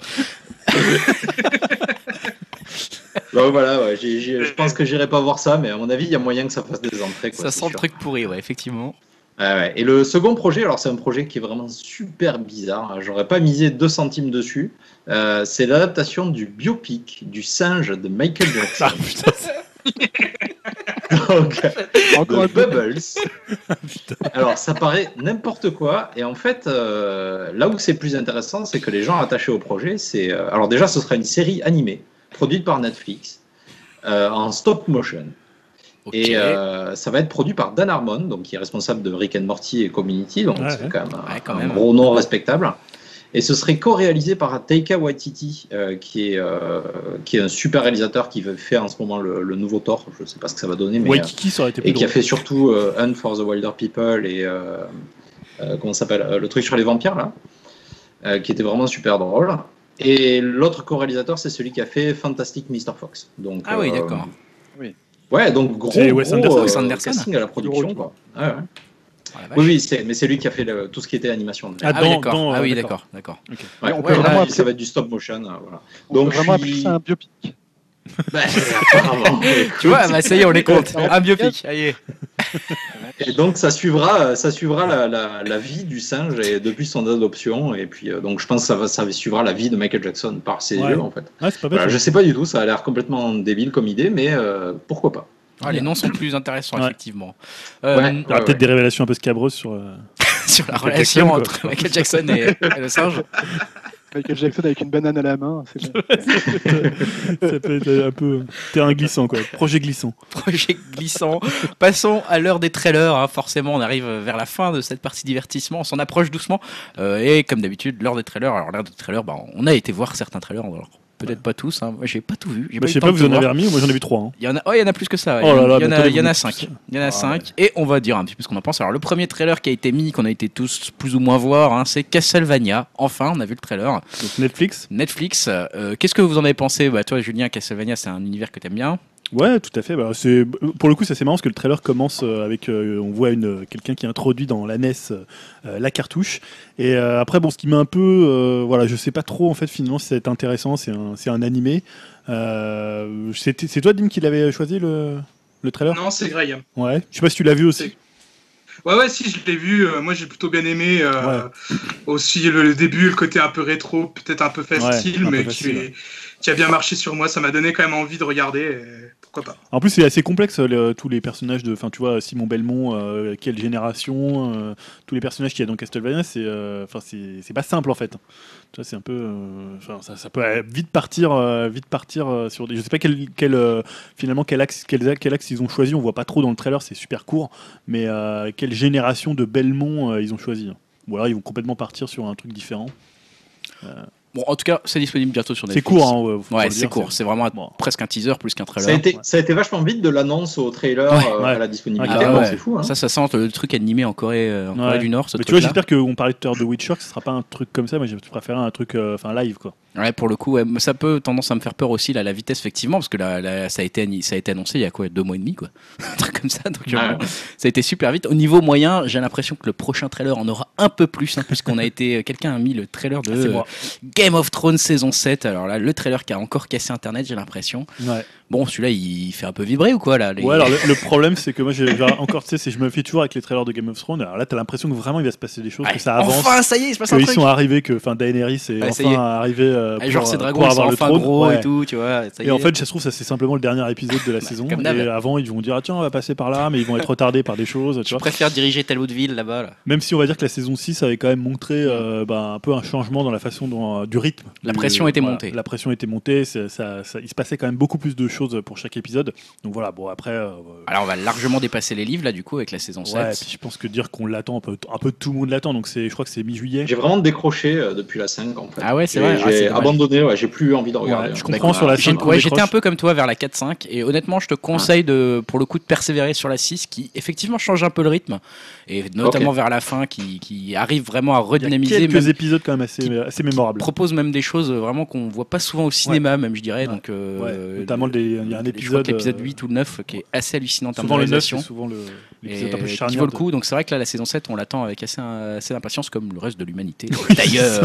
[SPEAKER 3] Bah, voilà, ouais, j'ai- j'ai- je pense que j'irai pas voir ça, mais à mon avis, il y a moyen que ça fasse des entrées. Quoi,
[SPEAKER 1] Ça
[SPEAKER 3] c'est
[SPEAKER 1] sent le
[SPEAKER 3] sûr.
[SPEAKER 1] truc pourri, ouais, effectivement.
[SPEAKER 3] Ouais, ouais. Et le second projet, alors c'est un projet qui est vraiment super bizarre. J'aurais pas misé deux centimes dessus. Euh, c'est l'adaptation du biopic du singe de Michael Jackson.
[SPEAKER 2] Ah putain.
[SPEAKER 3] Donc,
[SPEAKER 5] Encore un
[SPEAKER 3] de
[SPEAKER 5] peu.
[SPEAKER 3] Bubbles. Alors ça paraît n'importe quoi. Et en fait, euh, là où c'est plus intéressant, c'est que les gens attachés au projet, c'est euh, alors déjà, ce sera une série animée produite par Netflix euh, en stop motion.
[SPEAKER 1] Ok.
[SPEAKER 3] Et euh, ça va être produit par Dan Harmon, donc qui est responsable de Rick and Morty et Community, donc
[SPEAKER 2] Ouais,
[SPEAKER 3] c'est
[SPEAKER 2] ouais.
[SPEAKER 3] quand même un,
[SPEAKER 1] Ouais, quand
[SPEAKER 3] un
[SPEAKER 1] même.
[SPEAKER 3] gros nom respectable. Et ce serait co-réalisé par Taika Waititi, euh, qui, est, euh, qui est un super réalisateur qui fait en ce moment le, le nouveau Thor. Je ne sais pas ce que ça va donner, mais
[SPEAKER 2] Waititi, ça aurait été plus
[SPEAKER 3] et qui a
[SPEAKER 2] drôle.
[SPEAKER 3] fait surtout euh, Hunt for the Wilder People et euh, euh, comment ça s'appelle, le truc sur les vampires là, euh, qui était vraiment super drôle. Et l'autre co-réalisateur, c'est celui qui a fait Fantastic mister Fox. Donc,
[SPEAKER 1] Ah oui,
[SPEAKER 3] euh,
[SPEAKER 1] d'accord.
[SPEAKER 3] Ouais, donc gros,
[SPEAKER 2] C'est Wes
[SPEAKER 3] gros
[SPEAKER 2] Anderson.
[SPEAKER 3] euh,
[SPEAKER 1] Wes Anderson.
[SPEAKER 3] casting à la production, quoi. Ouais, ouais.
[SPEAKER 1] Oh, la vache.
[SPEAKER 3] Oui, oui, c'est, mais c'est lui qui a fait le- tout ce qui était animation.
[SPEAKER 2] Ah,
[SPEAKER 1] Ah oui,
[SPEAKER 2] dans-
[SPEAKER 1] d'accord.
[SPEAKER 2] dans,
[SPEAKER 1] Ah
[SPEAKER 2] euh,
[SPEAKER 1] oui,
[SPEAKER 2] d'accord.
[SPEAKER 1] d'accord, d'accord.
[SPEAKER 3] Ouais,
[SPEAKER 5] on
[SPEAKER 3] ouais,
[SPEAKER 5] peut
[SPEAKER 3] là,
[SPEAKER 5] vraiment
[SPEAKER 3] ça va être du stop motion. euh, Voilà.
[SPEAKER 5] On
[SPEAKER 3] Donc,
[SPEAKER 5] peut vraiment
[SPEAKER 3] je
[SPEAKER 5] appeler
[SPEAKER 3] suis-
[SPEAKER 5] ça un biopic.
[SPEAKER 3] Ben, apparemment.
[SPEAKER 1] Tu vois, bah, ça y est, on les compte. Un biopic, allez.
[SPEAKER 3] Et donc ça suivra, ça suivra la, la, la vie du singe et depuis son adoption. Et puis euh, donc je pense que ça, va, ça suivra la vie de Michael Jackson par ses
[SPEAKER 2] Ouais.
[SPEAKER 3] yeux en fait.
[SPEAKER 2] Ouais, c'est pas bête.
[SPEAKER 3] Voilà,
[SPEAKER 2] ouais.
[SPEAKER 3] je sais pas du tout, ça a l'air complètement débile comme idée, mais euh, pourquoi pas.
[SPEAKER 1] Ah, les noms sont plus intéressants,
[SPEAKER 2] Ouais.
[SPEAKER 1] effectivement. Euh,
[SPEAKER 3] Ouais.
[SPEAKER 2] Il y aura peut-être des révélations un peu scabreuses sur. euh,
[SPEAKER 1] Sur la
[SPEAKER 2] Michael
[SPEAKER 1] relation
[SPEAKER 2] Jackson, quoi.
[SPEAKER 1] entre Michael Jackson et, et le singe.
[SPEAKER 5] Michael Jackson avec une banane à la main, c'est bon.
[SPEAKER 2] Ça peut être un peu terrain glissant, quoi. Projet glissant.
[SPEAKER 1] Projet glissant. Passons à l'heure des trailers. Hein. Forcément, on arrive vers la fin de cette partie divertissement. On s'en approche doucement. Euh, et comme d'habitude, l'heure des trailers. Alors, l'heure des trailers, bah, on a été voir certains trailers. Alors, peut-être pas tous. Hein. Moi, j'ai pas tout vu. J'ai
[SPEAKER 2] Bah,
[SPEAKER 1] pas
[SPEAKER 2] je
[SPEAKER 1] eu
[SPEAKER 2] sais
[SPEAKER 1] le temps
[SPEAKER 2] pas,
[SPEAKER 1] de
[SPEAKER 2] vous
[SPEAKER 1] tout
[SPEAKER 2] en avez
[SPEAKER 1] voir.
[SPEAKER 2] remis, moi j'en ai vu trois. hein.
[SPEAKER 1] Il y en a, oh, il y en a plus que ça. ouais.
[SPEAKER 2] Oh là là,
[SPEAKER 1] il y en
[SPEAKER 2] mais
[SPEAKER 1] a,
[SPEAKER 2] attendez,
[SPEAKER 1] il y en
[SPEAKER 2] vous
[SPEAKER 1] a
[SPEAKER 2] me
[SPEAKER 1] cinq.
[SPEAKER 2] poussez.
[SPEAKER 1] Il y en a
[SPEAKER 2] Ah,
[SPEAKER 1] cinq. Et on va dire un petit peu ce qu'on en pense. Alors, le premier trailer qui a été mis, qu'on a été tous plus ou moins voir, hein, c'est Castlevania. Enfin, on a vu le trailer.
[SPEAKER 2] Donc Netflix.
[SPEAKER 1] Netflix. Euh, qu'est-ce que vous en avez pensé? Bah, toi, Julien, Castlevania, c'est un univers que t'aimes bien.
[SPEAKER 2] Ouais, tout à fait. Bah, c'est pour le coup, ça c'est marrant parce que le trailer commence euh, avec, euh, on voit une quelqu'un qui introduit dans la N E S euh, la cartouche. Et euh, après, bon, ce qui m'a un peu, euh, voilà, je sais pas trop en fait finalement si ça va être intéressant. C'est un, c'est un animé. Euh, c'était- c'est toi, Dim, qui l'avait choisi le, le trailer.
[SPEAKER 4] Non, c'est Grey.
[SPEAKER 2] Ouais. Je sais pas si tu l'as vu aussi.
[SPEAKER 4] Ouais, ouais, si, je l'ai vu. euh, moi, j'ai plutôt bien aimé. euh, Aussi, le, le début, le côté un peu rétro, peut-être un peu facile,
[SPEAKER 2] Ouais, un peu
[SPEAKER 4] mais
[SPEAKER 2] facile,
[SPEAKER 4] qui,
[SPEAKER 2] ouais.
[SPEAKER 4] qui a bien marché sur moi. Ça m'a donné quand même envie de regarder. Et pourquoi pas.
[SPEAKER 2] En plus, c'est assez complexe, le- tous les personnages de. Enfin, tu vois, Simon Belmont, euh, quelle génération, euh, tous les personnages qu'il y a dans Castlevania, c'est euh, enfin, c'est c'est pas simple en fait. Tu vois, c'est un peu. euh, Enfin, ça, ça peut vite partir, euh, vite partir euh, sur des. Je sais pas quel, quel, euh, finalement quel axe, quel, quel axe ils ont choisi. On voit pas trop dans le trailer, c'est super court. Mais euh, quelle génération de Belmont euh, ils ont choisi. Ou alors ils vont complètement partir sur un truc différent.
[SPEAKER 1] Bon, en tout cas, c'est disponible bientôt sur
[SPEAKER 2] C'est
[SPEAKER 1] Netflix.
[SPEAKER 2] court, hein, ouais, faut pas
[SPEAKER 1] Ouais,
[SPEAKER 2] le
[SPEAKER 1] c'est
[SPEAKER 2] dire,
[SPEAKER 1] court. C'est vraiment un-
[SPEAKER 2] Bon.
[SPEAKER 1] presque un teaser plus qu'un trailer.
[SPEAKER 3] Ça a, été, ça a été vachement vite de l'annonce au trailer
[SPEAKER 1] Ouais,
[SPEAKER 3] euh,
[SPEAKER 2] ouais.
[SPEAKER 3] à la disponibilité.
[SPEAKER 2] Ah,
[SPEAKER 3] quoi,
[SPEAKER 1] ouais.
[SPEAKER 3] C'est fou. Hein.
[SPEAKER 1] Ça, ça sent le truc animé en Corée, euh, en
[SPEAKER 2] Ouais.
[SPEAKER 1] Corée du Nord. Ce
[SPEAKER 2] Mais tu vois,
[SPEAKER 1] truc-là.
[SPEAKER 2] j'espère qu'on parlait tout à l'heure de Witcher, que ce sera pas un truc comme ça. Moi, je préférerais un truc, euh, enfin live quoi.
[SPEAKER 1] Ouais, pour le coup, ouais, ça peut tendance à me faire peur aussi, là, la vitesse, effectivement, parce que là, là, ça, a été, anni- ça a été annoncé il y a quoi, deux mois et demi, quoi. Un truc comme ça. Donc,
[SPEAKER 3] Ouais.
[SPEAKER 1] euh, ça a été super vite. Au niveau moyen, j'ai l'impression que le prochain trailer en aura un peu plus, hein, puisqu'on a été. Quelqu'un a mis le trailer de
[SPEAKER 2] Ah, c'est
[SPEAKER 1] euh,
[SPEAKER 2] moi.
[SPEAKER 1] Game of Thrones saison sept. Alors là, le trailer qui a encore cassé Internet, j'ai l'impression.
[SPEAKER 2] Ouais.
[SPEAKER 1] Bon, celui-là, il fait un peu vibrer ou quoi, là les-
[SPEAKER 2] Ouais, alors le, le problème, c'est que moi, j'ai j'ai encore, tu sais, c'est- je me fie toujours avec les trailers de Game of Thrones. Alors là, t'as l'impression que vraiment il va se passer des choses,
[SPEAKER 1] Ouais.
[SPEAKER 2] que ça avance,
[SPEAKER 1] Enfin, ça y est, il se passe un
[SPEAKER 2] qu'ils
[SPEAKER 1] truc.
[SPEAKER 2] sont arrivés, que enfin Daenerys est
[SPEAKER 1] Ouais, ça y est.
[SPEAKER 2] enfin arrivé euh,
[SPEAKER 1] Ah,
[SPEAKER 2] pour,
[SPEAKER 1] genre, ces
[SPEAKER 2] euh,
[SPEAKER 1] dragons,
[SPEAKER 2] pour
[SPEAKER 1] ils sont
[SPEAKER 2] avoir le
[SPEAKER 1] enfin
[SPEAKER 2] trône.
[SPEAKER 1] gros
[SPEAKER 2] Ouais.
[SPEAKER 1] et tout, tu vois. Ça y
[SPEAKER 2] Et en
[SPEAKER 1] est.
[SPEAKER 2] fait, ça se trouve, ça c'est simplement le dernier épisode de la saison.
[SPEAKER 1] comme d'hab.
[SPEAKER 2] Et avant, ils vont dire ah tiens, on va passer par là, mais ils vont être retardés par des choses, tu
[SPEAKER 1] je
[SPEAKER 2] vois.
[SPEAKER 1] préfère diriger telle autre ville là-bas. Là.
[SPEAKER 2] Même si on va dire que la saison six avait quand même montré euh, bah, un peu un changement dans la façon dont, euh, du rythme.
[SPEAKER 1] La
[SPEAKER 2] Du-
[SPEAKER 1] pression était
[SPEAKER 2] voilà,
[SPEAKER 1] montée.
[SPEAKER 2] La pression était montée. c'est- Ça, ça- il se passait quand même beaucoup plus de choses pour chaque épisode. Donc voilà. Bon après. euh,
[SPEAKER 1] Alors, on va largement dépasser les livres, là, du coup, avec la saison
[SPEAKER 2] ouais,
[SPEAKER 1] sept.
[SPEAKER 2] puis je pense que dire qu'on l'attend, un peu, un peu tout le monde l'attend. Donc c'est, je crois que c'est mi-juillet.
[SPEAKER 3] J'ai vraiment décroché euh, depuis la cinq en fait.
[SPEAKER 1] Ah ouais, c'est
[SPEAKER 3] J'ai-
[SPEAKER 1] vrai. Ah, c'est
[SPEAKER 3] J'ai
[SPEAKER 1] dommage.
[SPEAKER 3] abandonné, ouais, j'ai plus envie de regarder.
[SPEAKER 2] Ouais, je
[SPEAKER 3] hein.
[SPEAKER 2] comprends
[SPEAKER 1] D'accord.
[SPEAKER 2] sur la
[SPEAKER 1] J'ai-
[SPEAKER 2] cinq, on
[SPEAKER 1] ouais, j'étais
[SPEAKER 2] décroche.
[SPEAKER 1] un peu comme toi vers la quatre cinq et honnêtement je te conseille de pour le coup de persévérer sur la six qui effectivement change un peu le rythme et notamment
[SPEAKER 3] Ok.
[SPEAKER 1] vers la fin qui, qui arrive vraiment à
[SPEAKER 2] Il y a
[SPEAKER 1] redynamiser,
[SPEAKER 2] quelques
[SPEAKER 1] même,
[SPEAKER 2] épisodes quand même assez,
[SPEAKER 1] qui
[SPEAKER 2] assez mémorables.
[SPEAKER 1] propose même des choses vraiment qu'on voit pas souvent au cinéma même je dirais
[SPEAKER 2] Ouais.
[SPEAKER 1] donc euh,
[SPEAKER 2] Ouais, notamment des- il y a un
[SPEAKER 1] je crois
[SPEAKER 2] épisode,
[SPEAKER 1] que l'épisode
[SPEAKER 2] euh,
[SPEAKER 1] huit ou le neuf qui est assez hallucinant en termes
[SPEAKER 2] Souvent
[SPEAKER 1] de
[SPEAKER 2] le neuf,
[SPEAKER 1] réalisation
[SPEAKER 2] c'est souvent le,
[SPEAKER 1] et
[SPEAKER 2] l'épisode un peu
[SPEAKER 1] qui
[SPEAKER 2] charnière.
[SPEAKER 1] vaut le
[SPEAKER 2] de-
[SPEAKER 1] coup donc c'est vrai que là la saison sept on l'attend avec assez, assez d'impatience comme le reste de l'humanité d'ailleurs.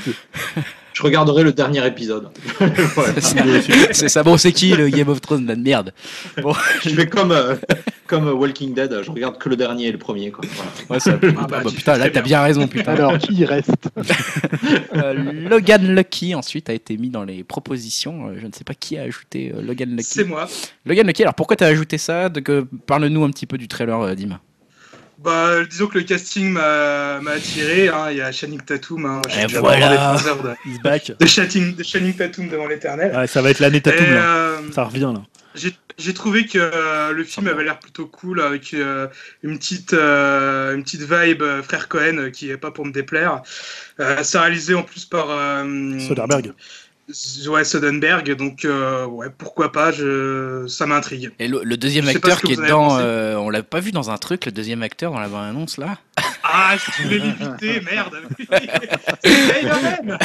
[SPEAKER 3] Je regarderai le dernier épisode. Voilà.
[SPEAKER 1] C'est ça, bon c'est qui le Game of Thrones là, de merde. Bon,
[SPEAKER 3] Je fais comme, euh, comme Walking Dead, je regarde que le dernier et le premier. Quoi. Voilà.
[SPEAKER 1] ouais, ça-
[SPEAKER 4] Ah bah,
[SPEAKER 1] bah,
[SPEAKER 4] tu
[SPEAKER 1] putain
[SPEAKER 4] fais
[SPEAKER 1] là
[SPEAKER 4] très
[SPEAKER 1] t'as
[SPEAKER 4] bien.
[SPEAKER 1] bien raison putain.
[SPEAKER 5] Alors, qui y reste?
[SPEAKER 1] Euh, Logan Lucky ensuite a été mis dans les propositions. Euh, je ne sais pas qui a ajouté euh, Logan Lucky.
[SPEAKER 4] C'est moi.
[SPEAKER 1] Logan Lucky, alors pourquoi tu as ajouté ça de que... Parle-nous un petit peu du trailer, euh, Dim.
[SPEAKER 4] Bah, disons que le casting m'a m'a attiré. Hein. Il y a Channing Tatum. Hein. J'ai
[SPEAKER 1] Et
[SPEAKER 4] déjà
[SPEAKER 1] voilà.
[SPEAKER 4] vraiment des trois heures de,
[SPEAKER 2] He's back.
[SPEAKER 4] de, Channing, de Channing Tatum devant l'éternel.
[SPEAKER 2] Ouais, ça va être l'année
[SPEAKER 4] Et,
[SPEAKER 2] Tatum là.
[SPEAKER 4] euh,
[SPEAKER 2] Ça revient là.
[SPEAKER 4] j'ai J'ai trouvé que euh, le film avait l'air plutôt cool avec euh, une petite euh, une petite vibe euh, frère Cohen euh, qui est pas pour me déplaire. Euh, c'est réalisé en plus par euh,
[SPEAKER 2] Soderbergh.
[SPEAKER 4] Ouais, Soderbergh, donc euh, ouais, pourquoi pas, je... ça m'intrigue.
[SPEAKER 1] Et le, le deuxième acteur qui est dedans, euh, on l'a pas vu dans un truc, le deuxième acteur dans la bande-annonce là.
[SPEAKER 4] Ah, je voulais l'éviter, merde. C'est Iron Man.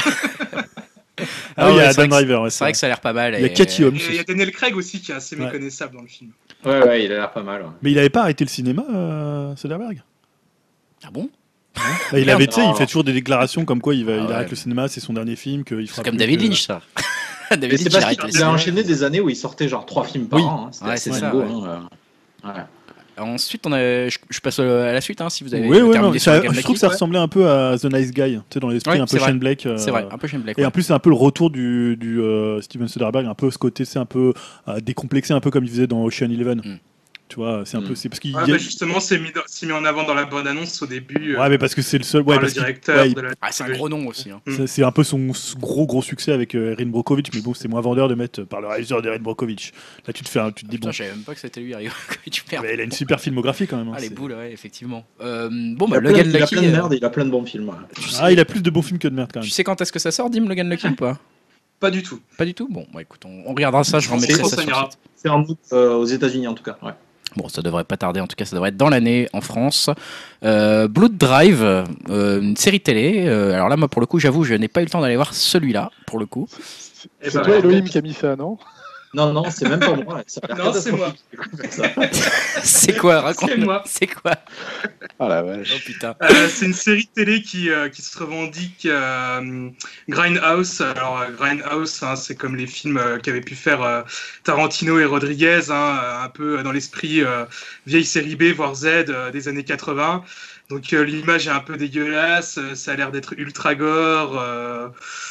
[SPEAKER 2] Ah oui, il y a Adam Driver.
[SPEAKER 1] C'est vrai que ça a l'air pas mal.
[SPEAKER 2] Il y a Katie Holmes.
[SPEAKER 4] Il y a Daniel Craig aussi qui est assez méconnaissable dans le film.
[SPEAKER 3] Ouais, ouais, il a l'air pas mal. Ouais.
[SPEAKER 2] Mais il avait pas arrêté le cinéma, euh, Soderbergh.
[SPEAKER 1] Ah bon?
[SPEAKER 2] Bah, il avait, tu sais, il fait toujours des déclarations comme quoi il, va,
[SPEAKER 1] ah
[SPEAKER 2] il
[SPEAKER 1] ouais.
[SPEAKER 2] arrête le cinéma, c'est son dernier film, qu'il fera.
[SPEAKER 1] C'est comme David
[SPEAKER 2] que...
[SPEAKER 1] Lynch, ça. David
[SPEAKER 3] c'est parce qu'il il a enchaîné des années où il sortait genre trois films par
[SPEAKER 2] oui.
[SPEAKER 3] an. Hein. C'était
[SPEAKER 1] ouais,
[SPEAKER 3] assez
[SPEAKER 1] c'est
[SPEAKER 3] dingo.
[SPEAKER 1] ça, ouais.
[SPEAKER 3] Hein. Ouais.
[SPEAKER 1] Ensuite, on a... je, je passe à la suite, hein, si vous avez
[SPEAKER 2] oui, oui,
[SPEAKER 1] terminé
[SPEAKER 2] non,
[SPEAKER 1] sur
[SPEAKER 2] ça,
[SPEAKER 1] le
[SPEAKER 2] je trouve que ça
[SPEAKER 1] ouais.
[SPEAKER 2] ressemblait un peu à The Nice Guy, tu sais, dans l'esprit
[SPEAKER 1] ouais,
[SPEAKER 2] un peu Shane Black. Euh,
[SPEAKER 1] c'est vrai, un peu Shane Black.
[SPEAKER 2] Et
[SPEAKER 1] ouais.
[SPEAKER 2] en plus, c'est un peu le retour du, du euh, Steven Soderbergh, un peu ce côté, c'est un peu euh, décomplexé, un peu comme il faisait dans Ocean Eleven. Mm. Tu vois, c'est un mm. peu, c'est parce qu'il.
[SPEAKER 4] Ouais, bah justement, c'est mis, c'est mis en avant dans la bande annonce au début.
[SPEAKER 2] Ouais, euh, mais parce que c'est le seul. Ouais, parce
[SPEAKER 4] le directeur.
[SPEAKER 2] Ouais,
[SPEAKER 4] de la...
[SPEAKER 1] Ah, c'est un gros nom aussi. Hein.
[SPEAKER 2] C'est, c'est un peu son gros gros succès avec euh, Erin Brockovich, mais bon, c'est moins vendeur de mettre par le réalisateur d'Erin Brockovich. Là, tu te fais, un, tu te dis
[SPEAKER 1] Putain,
[SPEAKER 2] bon.
[SPEAKER 1] Je savais même pas que c'était lui, Erin Brockovich.
[SPEAKER 2] Mais il a une super filmographie quand même. Hein,
[SPEAKER 1] ah, les
[SPEAKER 2] c'est...
[SPEAKER 1] boules, ouais, effectivement. Euh, bon, bah,
[SPEAKER 3] il
[SPEAKER 1] Logan
[SPEAKER 3] plein,
[SPEAKER 1] Lucky.
[SPEAKER 3] Il a plein de merde, il a plein de bons films. Ouais.
[SPEAKER 2] Ah, sais, il a plus de bons films que de merde quand même.
[SPEAKER 1] Tu sais quand est-ce que ça sort, Dim, Logan Lucky ou pas?
[SPEAKER 4] Pas du tout.
[SPEAKER 1] Pas du tout. Bon, bah écoute, on, on regardera ça. Je remettrai ça, ça sur le site.
[SPEAKER 3] C'est en août euh, aux États-Unis en tout cas. Ouais.
[SPEAKER 1] Bon, ça devrait pas tarder, en tout cas, ça devrait être dans l'année en France. Euh, Blood Drive, euh, une série télé. Euh, alors là, moi, pour le coup, j'avoue, je n'ai pas eu le temps d'aller voir celui-là, pour le coup.
[SPEAKER 5] C'est, c'est bah, toi, Elohim, qui a mis ça, non?
[SPEAKER 3] Non, non, c'est même pas moi. Ça
[SPEAKER 4] non, c'est moi.
[SPEAKER 1] C'est quoi? Raconte-moi.
[SPEAKER 4] C'est moi.
[SPEAKER 1] C'est quoi?
[SPEAKER 5] Ah la vache.
[SPEAKER 1] Oh putain.
[SPEAKER 4] Euh, c'est une série de télé qui, euh, qui se revendique euh, Grindhouse. Alors, euh, Grindhouse, hein, c'est comme les films euh, qu'avaient pu faire euh, Tarantino et Rodriguez, hein, un peu dans l'esprit euh, vieille série B, voire Z euh, des années quatre-vingts. Donc, euh, l'image est un peu dégueulasse. Euh, ça a l'air d'être ultra gore. Euh,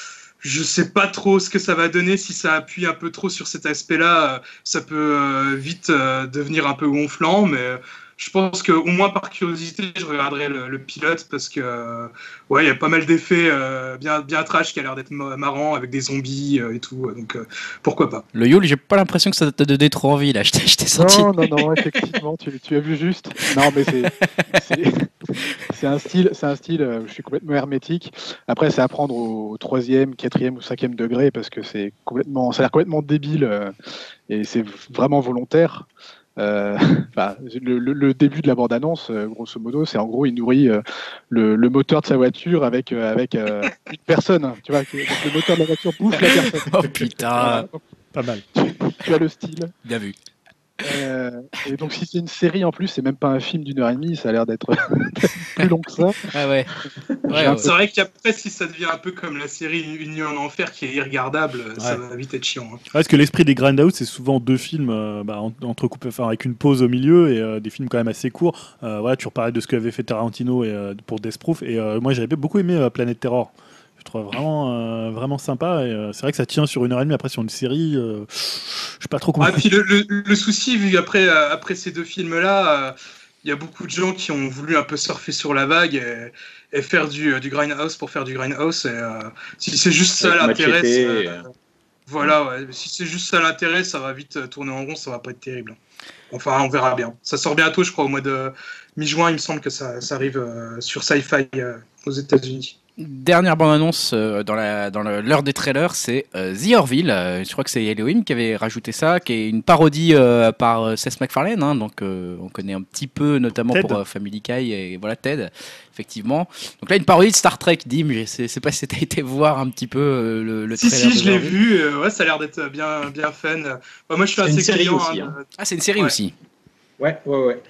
[SPEAKER 4] Je sais pas trop ce que ça va donner. Si ça appuie un peu trop sur cet aspect-là, ça peut euh, vite euh, devenir un peu gonflant, mais euh, je pense qu'au moins par curiosité, je regarderai le, le pilote parce que euh, ouais, il y a pas mal d'effets euh, bien, bien trash qui a l'air d'être marrant avec des zombies euh, et tout, donc euh, pourquoi pas.
[SPEAKER 1] Le Yule, j'ai pas l'impression que ça t'a donné trop envie là. Je t'ai, je t'ai senti.
[SPEAKER 5] Non, non, non, effectivement, tu, tu as vu juste. Non, mais c'est. c'est... C'est un style, c'est un style. Euh, je suis complètement hermétique. Après, c'est à prendre au troisième, quatrième ou cinquième degré parce que c'est complètement, ça a l'air complètement débile euh, et c'est vraiment volontaire. Euh, bah, le, le, le début de la bande-annonce, euh, grosso modo, c'est en gros, il nourrit euh, le, le moteur de sa voiture avec euh, avec euh, une personne. Hein, tu vois, donc le moteur de la voiture bouffe la personne.
[SPEAKER 1] Oh putain,
[SPEAKER 5] donc,
[SPEAKER 2] pas mal.
[SPEAKER 5] Tu, tu as le style.
[SPEAKER 1] Bien vu.
[SPEAKER 5] Euh, et donc si c'est une série en plus, c'est même pas un film d'une heure et demie, ça a l'air d'être plus long que ça.
[SPEAKER 1] Ah ouais.
[SPEAKER 4] ouais, ouais. C'est vrai qu'après, si ça devient un peu comme la série Union en Enfer qui est irregardable, ouais. Ça va vite être chiant. Hein.
[SPEAKER 2] Ouais, parce que l'esprit des Grindhouse, c'est souvent deux films euh, bah, entrecoupés, enfin avec une pause au milieu et euh, des films quand même assez courts. Euh, voilà, tu reparlais de ce qu'avait fait Tarantino et, euh, pour Death Proof, et euh, moi j'avais beaucoup aimé euh, Planète Terror. Je trouve vraiment, euh, vraiment sympa et euh, c'est vrai que ça tient sur une heure et demie. Après sur une série, euh, je sais pas trop comment.
[SPEAKER 4] Ah, puis le, le, le souci, vu après, euh, après ces deux films-là, il euh, y a beaucoup de gens qui ont voulu un peu surfer sur la vague et, et faire du, du grindhouse pour faire du grindhouse. Et euh, si c'est juste ça avec l'intérêt, euh, voilà, ouais, si c'est juste ça l'intérêt, ça va vite tourner en rond, ça va pas être terrible. Enfin, on verra bien. Ça sort bientôt, je crois, au mois de mi-juin, il me semble que ça, ça arrive euh, sur Sci-Fi euh, aux États-Unis.
[SPEAKER 1] Dernière bande-annonce euh, dans, la, dans le, l'heure des trailers, c'est euh, The Orville. Euh, je crois que c'est Elohim qui avait rajouté ça, qui est une parodie euh, par euh, Seth MacFarlane. Hein, donc euh, on connaît un petit peu, notamment Ted. pour euh, Family Guy et voilà Ted, effectivement. Donc là, une parodie de Star Trek. Dim, je sais, sais pas si t'as été voir un petit peu euh, le, le
[SPEAKER 4] si,
[SPEAKER 1] trailer.
[SPEAKER 4] Si, si, je l'ai vu. Euh, ouais, ça a l'air d'être bien, bien fun. Bah, moi, je suis
[SPEAKER 3] c'est
[SPEAKER 4] assez client.
[SPEAKER 3] Aussi,
[SPEAKER 4] hein,
[SPEAKER 3] hein.
[SPEAKER 1] Ah, c'est une série
[SPEAKER 4] ouais.
[SPEAKER 1] aussi.
[SPEAKER 3] Ouais, ouais, ouais.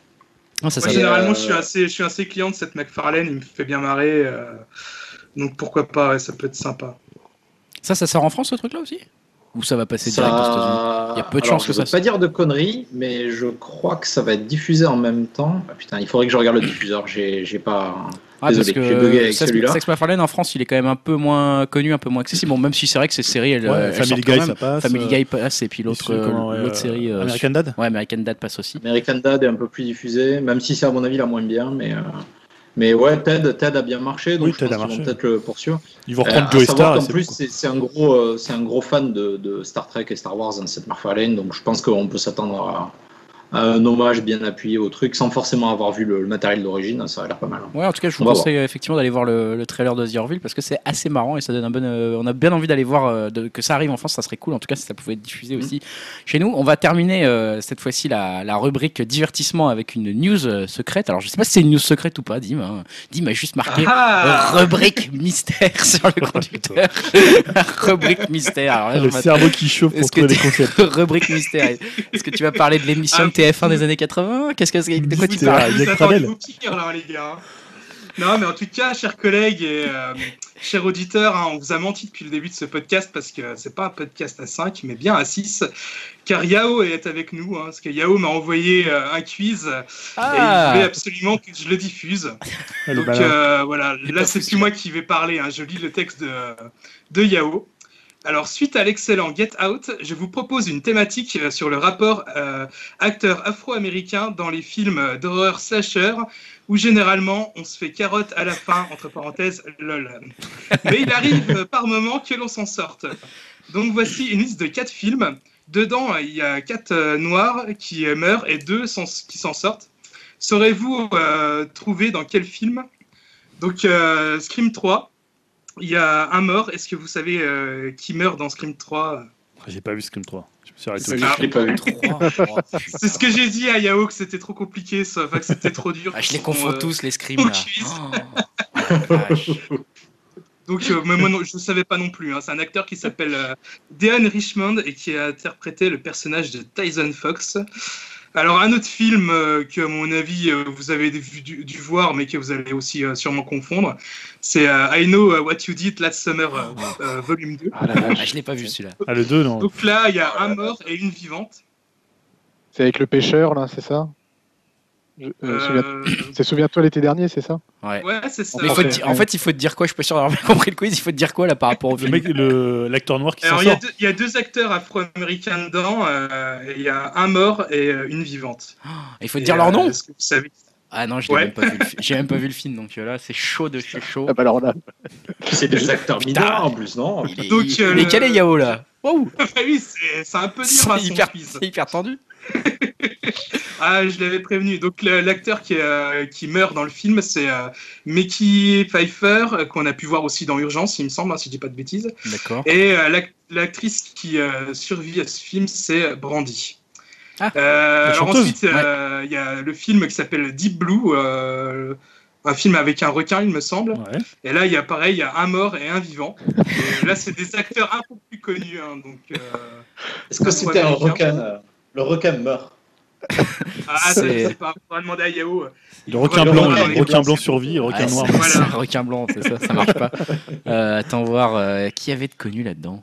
[SPEAKER 1] Non, ça,
[SPEAKER 4] moi,
[SPEAKER 1] ça
[SPEAKER 4] généralement,
[SPEAKER 3] euh...
[SPEAKER 4] je suis assez, je suis assez client de cette MacFarlane. Il me fait bien marrer. Euh... Donc pourquoi pas, ouais, ça peut être sympa.
[SPEAKER 1] Ça, ça sort en France ce truc-là aussi? Ou ça va passer
[SPEAKER 3] ça...
[SPEAKER 1] direct aux États-Unis? Il y a peu de chances que ça.
[SPEAKER 3] Je ne veux pas dire de conneries, mais je crois que ça va être diffusé en même temps. Ah, putain, il faudrait que je regarde le diffuseur. J'ai, j'ai pas.
[SPEAKER 1] Ah,
[SPEAKER 3] Désolé,
[SPEAKER 1] parce que
[SPEAKER 3] j'ai bugué avec
[SPEAKER 1] Seth,
[SPEAKER 3] celui-là.
[SPEAKER 1] Seth MacFarlane en France, il est quand même un peu moins connu, un peu moins accessible. Bon, même si c'est vrai que ces séries, elles,
[SPEAKER 2] ouais,
[SPEAKER 1] elles
[SPEAKER 2] Family
[SPEAKER 1] Guy,
[SPEAKER 2] ça passe.
[SPEAKER 1] Family Guy passe, et puis l'autre,
[SPEAKER 2] et comment,
[SPEAKER 1] l'autre
[SPEAKER 2] euh,
[SPEAKER 1] série. Euh,
[SPEAKER 2] American Dad.
[SPEAKER 1] Ouais, American Dad passe aussi.
[SPEAKER 3] American Dad est un peu plus diffusé, même si c'est à mon avis la moins bien, mais. Euh... Mais ouais, Ted, Ted a bien marché, donc
[SPEAKER 2] Oui,
[SPEAKER 3] je
[SPEAKER 2] Ted
[SPEAKER 3] pense
[SPEAKER 2] a
[SPEAKER 3] qu'ils
[SPEAKER 2] marché.
[SPEAKER 3] vont peut-être le poursuivre.
[SPEAKER 2] Ils vont
[SPEAKER 3] Euh,
[SPEAKER 2] reprendre
[SPEAKER 3] à
[SPEAKER 2] Joey
[SPEAKER 3] savoir
[SPEAKER 2] Star. et
[SPEAKER 3] qu'en
[SPEAKER 2] c'est
[SPEAKER 3] plus,
[SPEAKER 2] bon, quoi.
[SPEAKER 3] c'est c'est un gros, euh, c'est un gros fan de, de Star Trek et Star Wars, hein, cette McFarlane, donc je pense qu'on peut s'attendre à, à un hommage bien appuyé au truc, sans forcément avoir vu le, le matériel d'origine. Ça a l'air pas mal.
[SPEAKER 1] Ouais, en tout cas, je vous
[SPEAKER 3] On va
[SPEAKER 1] conseille euh, effectivement d'aller voir le, le trailer de The Orville parce que c'est assez marrant et ça donne un bon. euh, on a bien envie d'aller voir euh, de- que ça arrive en France, ça serait cool. En tout cas, si ça pouvait être diffusé
[SPEAKER 3] Mhm.
[SPEAKER 1] aussi chez nous. On va terminer euh, cette fois-ci la, la rubrique divertissement avec une news euh, secrète. Alors, je sais pas si c'est une news secrète ou pas, Dim. Hein. Dim a juste marqué
[SPEAKER 4] Ah
[SPEAKER 1] euh, rubrique mystère sur le conducteur. rubrique mystère. Alors là,
[SPEAKER 2] Ah,
[SPEAKER 1] je
[SPEAKER 2] le
[SPEAKER 1] m'attends-
[SPEAKER 2] cerveau qui chauffe pour
[SPEAKER 1] Est-ce que
[SPEAKER 2] trouver des
[SPEAKER 1] tu-
[SPEAKER 2] concepts.
[SPEAKER 1] rubrique mystère. Est-ce que tu vas parler de l'émission de T F un des années quatre-vingts? Qu'est-ce que c'est? De quoi tu
[SPEAKER 2] Mystère.
[SPEAKER 1] parles?
[SPEAKER 2] Ah,
[SPEAKER 4] vous
[SPEAKER 2] Yannick
[SPEAKER 4] attendez
[SPEAKER 2] Pradel.
[SPEAKER 4] vos pires, là, les gars. hein. Non, mais en tout cas, chers collègues et euh, chers auditeurs, hein, on vous a menti depuis le début de ce podcast parce que c'est pas un podcast à cinq, mais bien à six. Car Yao est avec nous, hein, parce que Yao m'a envoyé euh, un quiz et il voulait absolument que je le diffuse.
[SPEAKER 2] Ah, le
[SPEAKER 4] Donc
[SPEAKER 2] malin.
[SPEAKER 4] euh, voilà,
[SPEAKER 1] Il est
[SPEAKER 4] là
[SPEAKER 1] pas
[SPEAKER 4] c'est
[SPEAKER 1] fou,
[SPEAKER 4] plus moi qui vais parler, hein, je lis le texte de, de Yao. Alors, suite à l'excellent Get Out, je vous propose une thématique euh, sur le rapport euh, acteur afro-américain dans les films euh, d'horreur slasher, où généralement on se fait carotte à la fin, entre parenthèses, lol. Mais il arrive euh, par moment que l'on s'en sorte. Donc voici une liste de quatre films. Dedans, euh, il y a quatre euh, noirs qui euh, meurent et deux s'en- qui s'en sortent. Saurez-vous euh, trouver dans quel film? Donc, euh, Scream trois. Il y a un mort. Est-ce que vous savez euh, qui meurt dans Scream trois?
[SPEAKER 2] Ah, J'ai pas vu Scream trois. Je me suis arrêté.
[SPEAKER 3] C'est
[SPEAKER 2] au-
[SPEAKER 3] ça. Je l'ai pas vu.
[SPEAKER 1] C'est
[SPEAKER 4] C'est ce que j'ai dit à Yao, que c'était trop compliqué, ça, enfin, que c'était trop dur.
[SPEAKER 1] Ah, je les
[SPEAKER 4] Son,
[SPEAKER 1] confonds
[SPEAKER 4] euh,
[SPEAKER 1] tous, les scrims.
[SPEAKER 4] son
[SPEAKER 1] Là.
[SPEAKER 4] quiz.
[SPEAKER 1] Oh, la vache.
[SPEAKER 4] Donc, euh, mais moi, non, je ne savais pas non plus. Hein. C'est un acteur qui s'appelle euh, Dean Richmond et qui a interprété le personnage de Tyson Fox. Alors, un autre film euh, que, à mon avis, euh, vous avez dû, dû- dû voir, mais que vous allez aussi euh, sûrement confondre, c'est euh, I Know What You Did Last Summer, euh, euh, volume deux.
[SPEAKER 5] Ah la
[SPEAKER 1] Ah,
[SPEAKER 5] vache.
[SPEAKER 1] je l'ai pas vu celui-là.
[SPEAKER 2] Ah, le deux, non.
[SPEAKER 4] Donc là, il y a un mort et une vivante.
[SPEAKER 5] C'est avec le pêcheur, là, c'est ça? Je- euh, souviens-
[SPEAKER 4] Euh,
[SPEAKER 5] C'est Souviens-toi l'été dernier, c'est ça?
[SPEAKER 1] Ouais.
[SPEAKER 4] ouais, c'est ça.
[SPEAKER 1] Mais il faut
[SPEAKER 5] Ouais.
[SPEAKER 1] te- en fait, il faut te dire quoi? Je suis pas sûr d'avoir bien compris le quiz. Il faut te dire quoi là par rapport au
[SPEAKER 2] Le
[SPEAKER 1] film?
[SPEAKER 2] mec, le- l'acteur noir qui s'en
[SPEAKER 4] Alors, il y, a
[SPEAKER 2] sort.
[SPEAKER 4] deux, il y a deux acteurs afro-américains dedans. euh, et il y a un mort et euh, une vivante.
[SPEAKER 1] Il faut te
[SPEAKER 4] Et,
[SPEAKER 1] dire leur
[SPEAKER 4] euh,
[SPEAKER 1] nom?
[SPEAKER 4] Est-ce que vous savez?
[SPEAKER 1] Ah non, je l'ai
[SPEAKER 4] Ouais.
[SPEAKER 1] même pas vu. le fi- J'ai même pas vu le film, donc euh, là, c'est chaud de chez chaud.
[SPEAKER 5] Ah bah alors là,
[SPEAKER 3] C'est des acteurs
[SPEAKER 1] Putain.
[SPEAKER 3] mineurs en plus, non?
[SPEAKER 1] Il est,
[SPEAKER 4] Donc,
[SPEAKER 1] il,
[SPEAKER 4] euh,
[SPEAKER 1] il est
[SPEAKER 4] le-
[SPEAKER 1] calé Yao là. Waouh!
[SPEAKER 4] Ah oui, c'est c'est un peu dur
[SPEAKER 1] C'est
[SPEAKER 4] hein, son
[SPEAKER 1] hyper,
[SPEAKER 4] quiz.
[SPEAKER 1] c'est hyper tendu.
[SPEAKER 4] Ah, je l'avais prévenu. Donc le- l'acteur qui, euh, qui meurt dans le film, c'est euh, Mickey Pfeiffer, euh, qu'on a pu voir aussi dans Urgence, il me semble, hein, si je dis pas de bêtises.
[SPEAKER 1] D'accord.
[SPEAKER 4] Et euh, l'ac- l'actrice qui euh, survit à ce film, c'est Brandy.
[SPEAKER 1] Ah,
[SPEAKER 4] Euh,
[SPEAKER 2] la
[SPEAKER 4] alors
[SPEAKER 2] chanteuse.
[SPEAKER 4] ensuite, euh, il y a le film qui s'appelle Deep Blue, euh, un film avec un requin, il me semble.
[SPEAKER 2] Ouais.
[SPEAKER 4] Et là, il y a pareil, il y a un mort et un vivant. Et là, c'est des acteurs un peu plus connus. hein, donc, euh,
[SPEAKER 3] Est-ce que c'était un requin euh, Le requin meurt.
[SPEAKER 4] ah,
[SPEAKER 1] C'est-
[SPEAKER 4] c'est pas. On va demander à Yao. Il
[SPEAKER 2] Le requin
[SPEAKER 4] faudrait
[SPEAKER 2] blanc,
[SPEAKER 4] le voir
[SPEAKER 2] il-
[SPEAKER 4] dans
[SPEAKER 2] requin
[SPEAKER 4] les
[SPEAKER 2] blanc
[SPEAKER 4] blancs,
[SPEAKER 2] survit et requin
[SPEAKER 1] Ah,
[SPEAKER 2] noir.
[SPEAKER 1] c'est-
[SPEAKER 4] Voilà.
[SPEAKER 1] c'est un requin blanc, c'est ça, ça marche pas. Euh, attends voir euh, qui avait de connu là-dedans.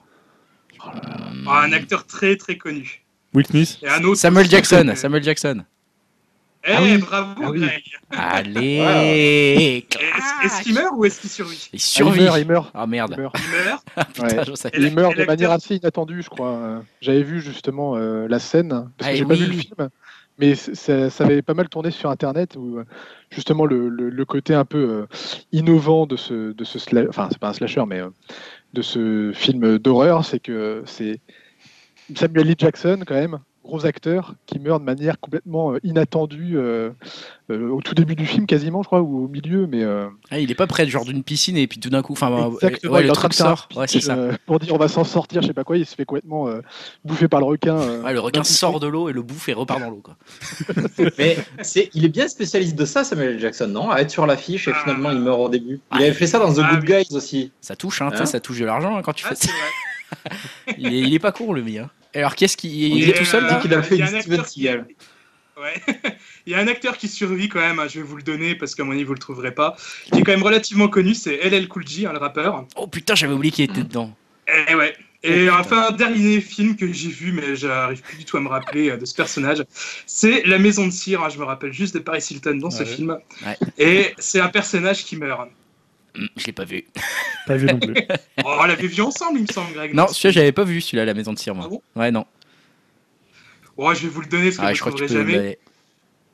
[SPEAKER 1] Hum,
[SPEAKER 4] Ah, un acteur très très connu.
[SPEAKER 2] Will Smith.
[SPEAKER 4] Et un autre
[SPEAKER 1] Samuel
[SPEAKER 4] aussi,
[SPEAKER 1] Jackson,
[SPEAKER 4] euh,
[SPEAKER 1] Samuel Jackson.
[SPEAKER 4] Eh,
[SPEAKER 5] Ah oui.
[SPEAKER 4] bravo,
[SPEAKER 5] Ah oui.
[SPEAKER 4] Greg.
[SPEAKER 1] Allez,
[SPEAKER 4] Est-ce est-ce qu'il meurt ou est-ce qu'il survit?
[SPEAKER 1] il
[SPEAKER 5] Ah, il
[SPEAKER 1] survit.
[SPEAKER 5] meurt, il meurt.
[SPEAKER 1] Ah
[SPEAKER 5] Il
[SPEAKER 1] merde.
[SPEAKER 5] meurt.
[SPEAKER 4] Il meurt.
[SPEAKER 1] Putain,
[SPEAKER 5] Ouais.
[SPEAKER 1] je savais.
[SPEAKER 4] Et la-
[SPEAKER 5] Il meurt
[SPEAKER 4] et
[SPEAKER 5] de
[SPEAKER 4] l'acteur-
[SPEAKER 5] manière assez inattendue, je crois. Euh, J'avais vu justement euh, la scène, parce
[SPEAKER 1] Ah,
[SPEAKER 5] que j'ai
[SPEAKER 1] oui.
[SPEAKER 5] pas vu le film, mais c- ça, ça avait pas mal tourné sur Internet, où euh, justement le, le- le côté un peu euh, innovant de ce, de ce sla- enfin c'est pas un slasher, mais euh, de ce film d'horreur, c'est que c'est Samuel L. Jackson quand même, gros acteur, qui meurt de manière complètement euh, inattendue euh, euh, au tout début du film quasiment, je crois, ou au milieu, mais euh,
[SPEAKER 1] Ah, il est pas près, genre d'une piscine et puis tout d'un coup, enfin, euh,
[SPEAKER 5] exactement,
[SPEAKER 1] ouais,
[SPEAKER 5] il est
[SPEAKER 1] le
[SPEAKER 5] en train
[SPEAKER 1] truc
[SPEAKER 5] de faire un
[SPEAKER 1] sort. Ouais, c'est
[SPEAKER 5] speech,
[SPEAKER 1] ça.
[SPEAKER 5] euh, pour dire on va s'en sortir, je sais pas quoi, il se fait complètement euh, bouffer par le requin. euh,
[SPEAKER 1] Ouais, le requin
[SPEAKER 5] d'un coup.
[SPEAKER 1] sort de l'eau et le bouffe et repart dans l'eau, quoi.
[SPEAKER 3] Mais c'est, il est bien spécialiste de ça, Samuel L. Jackson, non? À être sur l'affiche et
[SPEAKER 4] Ah.
[SPEAKER 3] finalement il meurt au début.
[SPEAKER 1] Ah,
[SPEAKER 3] Il avait fait ça dans The
[SPEAKER 4] ah,
[SPEAKER 3] Good
[SPEAKER 4] oui.
[SPEAKER 3] Guys aussi.
[SPEAKER 1] Ça touche, hein, tu sais,
[SPEAKER 3] Hein
[SPEAKER 1] ça touche de l'argent hein, quand tu
[SPEAKER 4] Ah,
[SPEAKER 1] fais
[SPEAKER 4] c'est
[SPEAKER 1] ça.
[SPEAKER 4] vrai.
[SPEAKER 1] Il est, il est pas court, le mien. Hein. Alors, qu'est-ce qui. Il
[SPEAKER 3] Et,
[SPEAKER 1] est tout seul,
[SPEAKER 3] euh,
[SPEAKER 1] là
[SPEAKER 3] qu'il a fait
[SPEAKER 4] Il y a
[SPEAKER 3] du
[SPEAKER 4] un
[SPEAKER 3] Steven
[SPEAKER 4] acteur qui-
[SPEAKER 3] Seagal.
[SPEAKER 4] Ouais. Il y a un acteur qui survit quand même, hein, je vais vous le donner parce qu'à mon avis vous le trouverez pas, qui est quand même relativement connu, c'est L L Cool J, hein, le rappeur.
[SPEAKER 1] Oh putain, j'avais oublié qu'il était dedans.
[SPEAKER 4] Et ouais. Et enfin, un dernier film que j'ai vu, mais j'arrive plus du tout à me rappeler euh, de ce personnage, c'est La Maison de Cire. hein, je me rappelle juste de Paris Hilton dans ce
[SPEAKER 2] Ouais.
[SPEAKER 4] film.
[SPEAKER 1] Ouais.
[SPEAKER 4] Et c'est un personnage qui meurt.
[SPEAKER 1] Hum, Je l'ai pas vu.
[SPEAKER 2] Pas vu non plus.
[SPEAKER 4] Oh, on l'avait vu ensemble, il me semble, Greg.
[SPEAKER 1] Non, celui-là, j'avais pas vu, celui-là, La Maison de Cire, moi.
[SPEAKER 4] Ah bon
[SPEAKER 1] Ouais, non.
[SPEAKER 4] Oh, je vais vous le donner parce que
[SPEAKER 1] Ah,
[SPEAKER 4] vous
[SPEAKER 1] je
[SPEAKER 4] ne
[SPEAKER 1] crois que
[SPEAKER 4] le
[SPEAKER 1] tu peux
[SPEAKER 4] trouverez
[SPEAKER 1] me
[SPEAKER 4] jamais.
[SPEAKER 1] donner.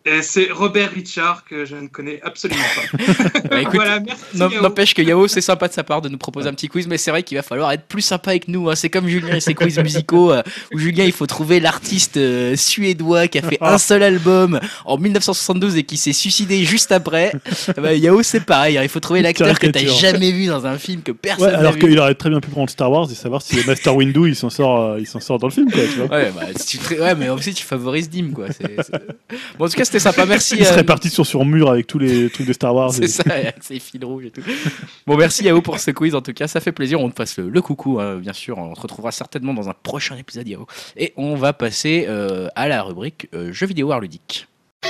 [SPEAKER 4] Et c'est Robert Richard que je ne connais absolument pas.
[SPEAKER 1] Bah, écoute,
[SPEAKER 4] voilà, merci.
[SPEAKER 1] non-
[SPEAKER 4] Yao.
[SPEAKER 1] n'empêche que Yao, c'est sympa de sa part de nous proposer un petit quiz, mais c'est vrai qu'il va falloir être plus sympa avec nous. Hein. C'est comme Julien et ses quiz musicaux, euh, où Julien, il faut trouver l'artiste euh, suédois qui a fait un seul album en dix-neuf cent soixante-douze et qui s'est suicidé juste après. Bah, Yao, c'est pareil. hein. Il faut trouver l'acteur que t'as
[SPEAKER 2] Caricature.
[SPEAKER 1] jamais vu dans un film que personne
[SPEAKER 2] Ouais,
[SPEAKER 1] n'a
[SPEAKER 2] alors
[SPEAKER 1] vu.
[SPEAKER 2] qu'il aurait très bien pu prendre Star Wars et savoir si le Master Windu il s'en sort, euh, il s'en sort dans le film, quoi, tu vois.
[SPEAKER 1] Ouais, bah, si tu tra- ouais, mais aussi tu favorises Dim, quoi. C'est, c'est... Bon, en tout cas, c'était sympa. Merci.
[SPEAKER 2] Il
[SPEAKER 1] euh,
[SPEAKER 2] serait parti sur sur mur avec tous les trucs de Star Wars.
[SPEAKER 1] C'est
[SPEAKER 2] et-
[SPEAKER 1] ça, avec ses fils rouges et tout. Bon, merci Yao pour ce quiz. En tout cas, ça fait plaisir. On te passe le, le coucou, hein, bien sûr. On se retrouvera certainement dans un prochain épisode, Yao. Et on va passer euh, à la rubrique euh, jeux vidéo art ludique.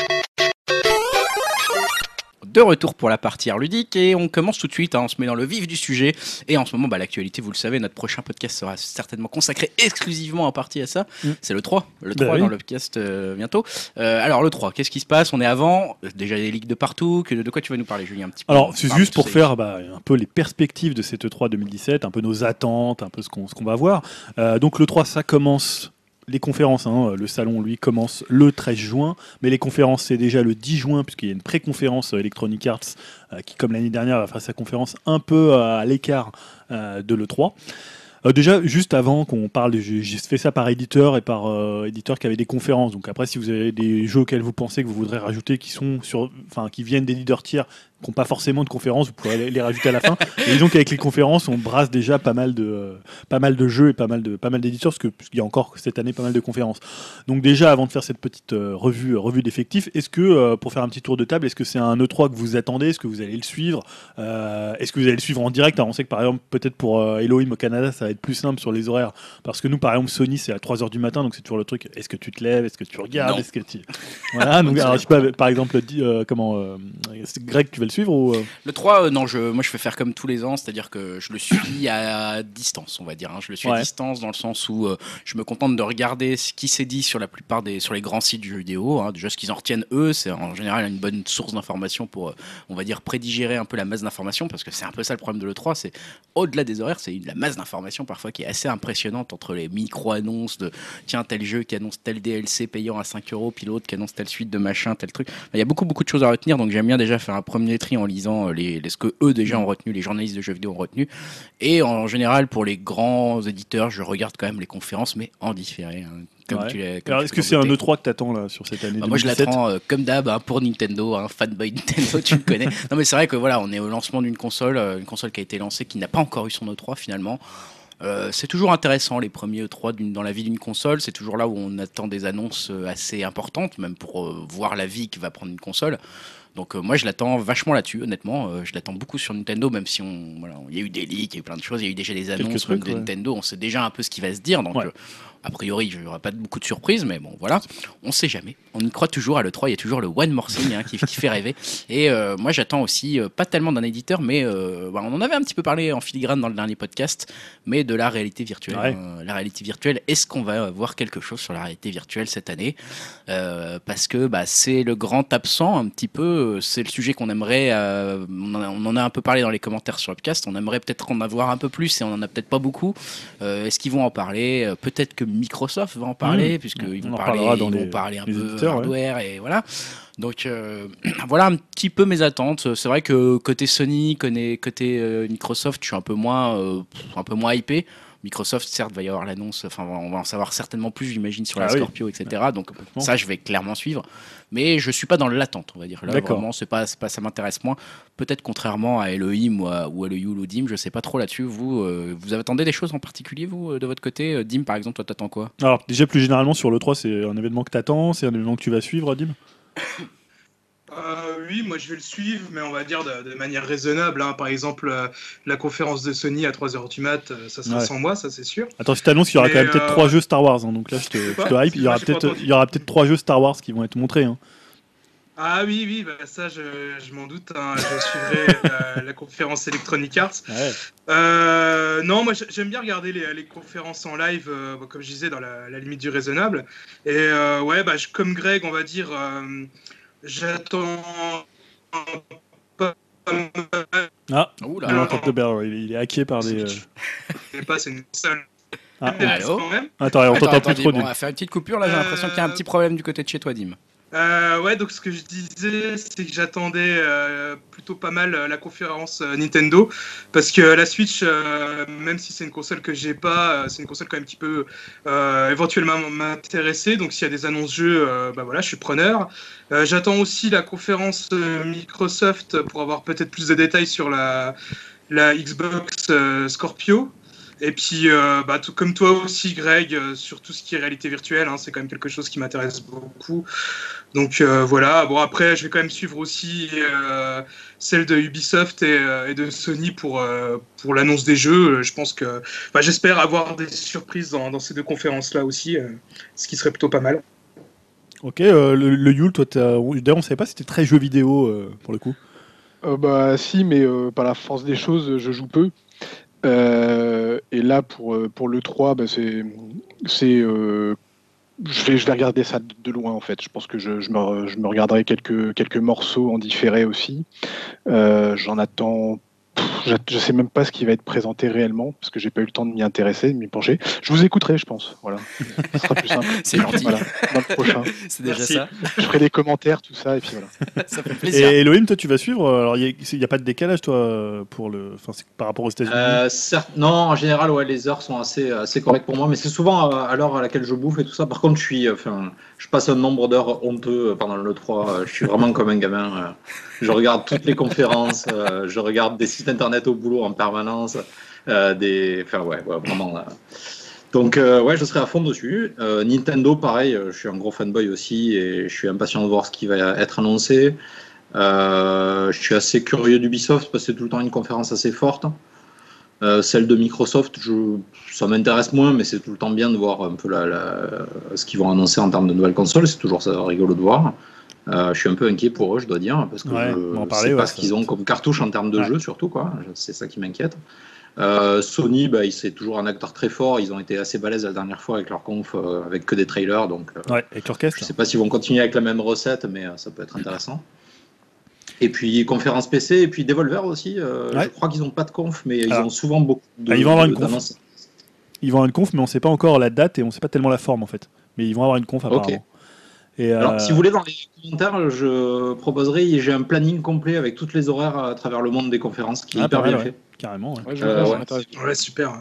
[SPEAKER 1] De retour pour la partie art ludique et on commence tout de suite, hein, on se met dans le vif du sujet et en ce moment bah, l'actualité, vous le savez, notre prochain podcast sera certainement consacré exclusivement en partie à ça,
[SPEAKER 2] Mm.
[SPEAKER 1] c'est le trois, le
[SPEAKER 2] Bah
[SPEAKER 1] trois
[SPEAKER 2] oui.
[SPEAKER 1] dans le podcast euh, bientôt. Euh, alors le trois, qu'est-ce qui se passe? On est avant, euh, déjà des ligues de partout, que, de quoi tu vas nous parler Julien un petit peu?
[SPEAKER 2] Alors,
[SPEAKER 1] On
[SPEAKER 2] c'est
[SPEAKER 1] parle
[SPEAKER 2] juste
[SPEAKER 1] de
[SPEAKER 2] pour
[SPEAKER 1] tous ces-
[SPEAKER 2] faire bah, un peu les perspectives de cette E trois deux mille dix-sept, un peu nos attentes, un peu ce qu'on ce qu'on va voir. Euh, donc, le trois, ça commence. Les conférences, hein, le salon, lui, commence le treize juin, mais les conférences, c'est déjà le dix juin, puisqu'il y a une pré-conférence euh, Electronic Arts, euh, qui, comme l'année dernière, va faire sa conférence un peu euh, à l'écart euh, de l'E trois. Euh, déjà, juste avant qu'on parle, de- j'ai j'ai fait ça par éditeur et par euh, éditeur qui avait des conférences. Donc après, si vous avez des jeux auxquels vous pensez que vous voudrez rajouter, qui sont sur, enfin, qui viennent d'éditeurs tiers, qui n'ont pas forcément de conférences, vous pourrez les, les rajouter à la fin. Et disons qu'avec les conférences, on brasse déjà pas mal de, euh, pas mal de jeux et pas mal de, pas mal d'éditeurs, parce que- parce qu'il y a encore cette année pas mal de conférences. Donc déjà, avant de faire cette petite euh, revue, euh, revue d'effectifs, est-ce que, euh, pour faire un petit tour de table, est-ce que c'est un E trois que vous attendez? Est-ce que vous allez le suivre? Euh, Est-ce que vous allez le suivre en direct? Alors on sait que par exemple, peut-être pour euh, Elohim au Canada, ça va être plus simple sur les horaires, parce que nous, par exemple, Sony, c'est à trois heures du matin, donc c'est toujours le truc. Est-ce que tu te lèves? Est-ce que tu regardes?
[SPEAKER 1] Non.
[SPEAKER 2] Est-ce que tu... Voilà, donc alors, je sais pas, par exemple, dis, euh, comment, euh, c'est Greg, tu vas le suivre ou euh
[SPEAKER 1] Le trois, euh, non, je, moi je vais faire comme tous les ans, c'est-à-dire que je le suis à distance, on va dire. hein. Je le suis à
[SPEAKER 2] Ouais.
[SPEAKER 1] distance dans le sens où euh, je me contente de regarder ce qui s'est dit sur la plupart des, sur les grands sites du jeu vidéo. hein. Déjà, ce qu'ils en retiennent eux, c'est en général une bonne source d'information pour, euh, on va dire, prédigérer un peu la masse d'informations, parce que c'est un peu ça le problème de l'E trois, c'est au-delà des horaires, c'est la masse d'informations parfois qui est assez impressionnante entre les micro-annonces de tiens, tel jeu qui annonce tel D L C payant à cinq euros, puis l'autre qui annonce telle suite de machin, tel truc. Il y a beaucoup, beaucoup de choses à retenir, donc j'aime bien déjà faire un premier tri en lisant euh, les, les- ce que eux déjà ont retenu, les journalistes de jeux vidéo ont retenu. Et en général, pour les grands éditeurs, je regarde quand même les conférences, mais en différé. hein, comme
[SPEAKER 2] Ouais.
[SPEAKER 1] tu l'as- comme
[SPEAKER 2] Alors,
[SPEAKER 1] tu
[SPEAKER 2] est-ce
[SPEAKER 1] peux
[SPEAKER 2] que c'est
[SPEAKER 1] en
[SPEAKER 2] un
[SPEAKER 1] douter.
[SPEAKER 2] E trois que t'attends là sur cette année
[SPEAKER 1] Bah, moi je
[SPEAKER 2] deux mille dix-sept?
[SPEAKER 1] l'attends euh, comme d'hab hein, pour Nintendo, hein, fanboy Nintendo, tu le connais. Non mais c'est vrai que voilà, on est au lancement d'une console, euh, une console qui a été lancée, qui n'a pas encore eu son E trois finalement. Euh, c'est toujours intéressant les premiers E trois d'une- dans la vie d'une console, c'est toujours là où on attend des annonces euh, assez importantes, même pour euh, voir la vie que va prendre une console. Donc euh, moi je l'attends vachement là-dessus, honnêtement. Euh, je l'attends beaucoup sur Nintendo, même si on, voilà, il y a eu des leaks, il y a eu plein de choses, il y a eu déjà des
[SPEAKER 2] Quelques
[SPEAKER 1] annonces
[SPEAKER 2] trucs,
[SPEAKER 1] même de
[SPEAKER 2] ouais.
[SPEAKER 1] Nintendo. On sait déjà un peu ce qui va se dire, donc
[SPEAKER 2] Ouais.
[SPEAKER 1] euh, a priori il n'y aura pas beaucoup de surprises, mais bon voilà, on sait jamais. On y croit toujours à l'E trois, il y a toujours le One More Thing hein, qui, qui fait rêver. Et euh, moi j'attends aussi, euh, pas tellement d'un éditeur, mais euh, bah, on en avait un petit peu parlé en filigrane dans le dernier podcast, mais de la réalité virtuelle.
[SPEAKER 2] Ouais.
[SPEAKER 1] hein. La réalité virtuelle, est-ce qu'on va voir quelque chose sur la réalité virtuelle cette année? Euh, parce que bah, c'est le grand absent un petit peu, c'est le sujet qu'on aimerait, euh, on, en a, on en a un peu parlé dans les commentaires sur le podcast, on aimerait peut-être en avoir un peu plus et on en a peut-être pas beaucoup. Euh, est-ce qu'ils vont en parler? Euh, Peut-être que Microsoft va en parler,
[SPEAKER 2] Mmh.
[SPEAKER 1] puisqu'ils
[SPEAKER 2] On
[SPEAKER 1] vont
[SPEAKER 2] en
[SPEAKER 1] parler,
[SPEAKER 2] parlera dans
[SPEAKER 1] ils vont
[SPEAKER 2] les-
[SPEAKER 1] parler un
[SPEAKER 2] les
[SPEAKER 1] peu
[SPEAKER 2] éditeurs, ouais.
[SPEAKER 1] hardware et voilà. Donc euh, voilà un petit peu mes attentes. C'est vrai que côté Sony, côté, côté euh, Microsoft, je suis un peu moins, euh, un peu moins hypé. Microsoft, certes, va y avoir l'annonce, enfin, on va en savoir certainement plus, j'imagine, sur la
[SPEAKER 2] Ah oui.
[SPEAKER 1] Scorpio, et cetera. Donc, ça, je vais clairement suivre. Mais je suis pas dans l'attente, on va dire. Là,
[SPEAKER 2] D'accord.
[SPEAKER 1] vraiment, c'est pas, c'est pas, ça m'intéresse moins. Peut-être contrairement à Elohim ou à, ou à le Yule ou Dim, je sais pas trop là-dessus. Vous, euh, vous attendez des choses en particulier, vous, euh, de votre côté? Euh, Dim, par exemple, toi, t'attends quoi?
[SPEAKER 2] Alors, déjà, plus généralement, sur l'E trois, c'est un événement que t'attends, c'est un événement que tu vas suivre, Dim?
[SPEAKER 4] Euh, oui, moi je vais le suivre, mais on va dire de, de manière raisonnable. hein. Par exemple, euh, la conférence de Sony à trois heures du mat, euh, ça sera
[SPEAKER 2] Ouais.
[SPEAKER 4] sans moi, ça c'est sûr.
[SPEAKER 2] Attends, je t'annonce qu'il y aura
[SPEAKER 4] Mais,
[SPEAKER 2] quand même peut-être
[SPEAKER 4] euh,
[SPEAKER 2] trois jeux Star Wars, hein, donc là, je te, je
[SPEAKER 4] Quoi
[SPEAKER 2] te hype. Il y aura
[SPEAKER 4] Excuse-moi, j'ai pas
[SPEAKER 2] peut-être
[SPEAKER 4] entendu.
[SPEAKER 2] il y aura peut-être trois jeux Star Wars qui vont être montrés. hein.
[SPEAKER 4] Ah oui, oui, bah, ça je, je m'en doute. hein. Je suivrai la, la conférence Electronic Arts.
[SPEAKER 2] Ouais.
[SPEAKER 4] Euh, non, moi j'aime bien regarder les, les conférences en live, euh, comme je disais, dans la, la limite du raisonnable. Et euh, ouais, bah, je- comme Greg, on va dire, euh, j'attends pas.
[SPEAKER 2] Ah,
[SPEAKER 1] Ouh
[SPEAKER 2] on
[SPEAKER 1] là.
[SPEAKER 4] Alors,
[SPEAKER 2] entend de Bear, il est- il est hacké par des. euh,
[SPEAKER 4] Je sais pas, c'est une seule.
[SPEAKER 2] Ah,
[SPEAKER 1] Allô
[SPEAKER 4] quand même.
[SPEAKER 2] attends, on
[SPEAKER 1] Attends,
[SPEAKER 2] t'entend
[SPEAKER 1] attends,
[SPEAKER 2] plus trop.
[SPEAKER 1] Dim, on
[SPEAKER 2] Dim.
[SPEAKER 1] va faire une petite coupure. Là, j'ai l'impression qu'il y a un petit problème du côté de chez toi, Dim.
[SPEAKER 4] Euh, ouais, donc ce que je disais, c'est que j'attendais euh, plutôt pas mal euh, la conférence euh, Nintendo, parce que la Switch, euh, même si c'est une console que j'ai pas, euh, c'est une console quand même qui peut euh, éventuellement m'intéresser. Donc s'il y a des annonces jeux, euh, bah voilà, je suis preneur. Euh, j'attends aussi la conférence euh, Microsoft pour avoir peut-être plus de détails sur la, la Xbox euh, Scorpio. Et puis, euh, bah, tout comme toi aussi, Greg, euh, sur tout ce qui est réalité virtuelle, hein, c'est quand même quelque chose qui m'intéresse beaucoup. Donc euh, voilà, bon après je vais quand même suivre aussi euh, celle de Ubisoft et, euh, et de Sony pour, euh, pour l'annonce des jeux. Je pense que, bah, j'espère avoir des surprises dans, dans ces deux conférences-là aussi, euh, ce qui serait plutôt pas mal.
[SPEAKER 2] Ok, euh, le, le Yule, toi, t'as- d'ailleurs on savait pas si c'était très jeu vidéo euh, pour le coup.
[SPEAKER 5] Euh, bah si, mais euh, par la force des choses, je joue peu. Euh, et là, pour, euh, pour l'E trois, bah, c'est, c'est, euh, je vais, je vais regarder ça de, de loin, en fait. Je pense que je, je, me, je me regarderai quelques, quelques morceaux en différé aussi. Euh, j'en attends... pff, je ne sais même pas ce qui va être présenté réellement, parce que j'ai pas eu le temps de m'y intéresser, de m'y pencher. Je vous écouterai, je pense. Voilà. Ce sera plus simple.
[SPEAKER 1] C'est gentil.
[SPEAKER 5] Voilà, dans le prochain.
[SPEAKER 1] C'est déjà
[SPEAKER 4] Merci.
[SPEAKER 1] ça.
[SPEAKER 5] Je ferai des commentaires, tout ça, et puis voilà.
[SPEAKER 1] Ça fait
[SPEAKER 2] Et
[SPEAKER 1] plaisir.
[SPEAKER 2] Elohim, toi, tu vas suivre. Alors, il n'y a, a pas de décalage, toi, pour le, enfin, c'est par rapport aux États-Unis.
[SPEAKER 3] Euh, certes, non, en général, ouais, les heures sont assez, assez correctes pour moi, mais c'est souvent à, à l'heure à laquelle je bouffe et tout ça. Par contre, je suis, enfin, je passe un nombre d'heures honteux pendant le trois. Je suis vraiment comme un gamin. euh. Je regarde toutes les conférences, euh, je regarde des sites internet au boulot en permanence, euh, des, enfin, ouais, ouais, vraiment. Là. Donc, euh, ouais, je serai à fond dessus. Euh, Nintendo, pareil, je suis un gros fanboy aussi et je suis impatient de voir ce qui va être annoncé. Euh, je suis assez curieux d'Ubisoft parce que c'est tout le temps une conférence assez forte. Euh, celle de Microsoft, je, ça m'intéresse moins, mais c'est tout le temps bien de voir un peu la, la, ce qu'ils vont annoncer en termes de nouvelles consoles. C'est toujours ça, rigolo de voir. Euh, je suis un peu inquiet pour eux, je dois dire, parce que
[SPEAKER 2] Ouais,
[SPEAKER 3] je
[SPEAKER 2] on va en
[SPEAKER 3] ne
[SPEAKER 2] parler,
[SPEAKER 3] sais pas
[SPEAKER 2] ouais,
[SPEAKER 3] ce
[SPEAKER 2] ça-
[SPEAKER 3] qu'ils ont comme cartouche en termes de
[SPEAKER 2] Ouais.
[SPEAKER 3] jeu, surtout. Quoi. C'est ça qui m'inquiète. Euh, Sony, bah, c'est toujours un acteur très fort. Ils ont été assez balèzes la dernière fois avec leur conf, euh, avec que des trailers. Donc, euh,
[SPEAKER 2] Ouais, avec l'orchestre.
[SPEAKER 3] je ne sais pas s'ils vont continuer avec la même recette, mais euh, ça peut être intéressant. Et puis conférence P C, et puis Devolver aussi. Euh,
[SPEAKER 2] Ouais.
[SPEAKER 3] Je crois qu'ils n'ont pas de conf, mais ils
[SPEAKER 2] Alors,
[SPEAKER 3] ont souvent beaucoup de,
[SPEAKER 2] ah, ils vont avoir
[SPEAKER 3] de-
[SPEAKER 2] une conf.
[SPEAKER 3] d'annonces.
[SPEAKER 2] Ils vont avoir une conf, mais on ne sait pas encore la date et on ne sait pas tellement la forme en fait. Mais ils vont avoir une conf apparemment.
[SPEAKER 3] Ok.
[SPEAKER 2] Et,
[SPEAKER 3] Alors,
[SPEAKER 2] euh,
[SPEAKER 3] si vous voulez, dans les commentaires, je proposerai, j'ai un planning complet avec toutes les horaires à travers le monde des conférences qui est
[SPEAKER 2] ah, pas
[SPEAKER 3] hyper
[SPEAKER 2] mal,
[SPEAKER 3] bien
[SPEAKER 2] ouais.
[SPEAKER 3] fait.
[SPEAKER 2] Carrément. Ouais.
[SPEAKER 5] Ouais, je
[SPEAKER 3] Euh,
[SPEAKER 5] vois, ça
[SPEAKER 3] ouais.
[SPEAKER 5] m'intéresse.
[SPEAKER 4] Ouais, super.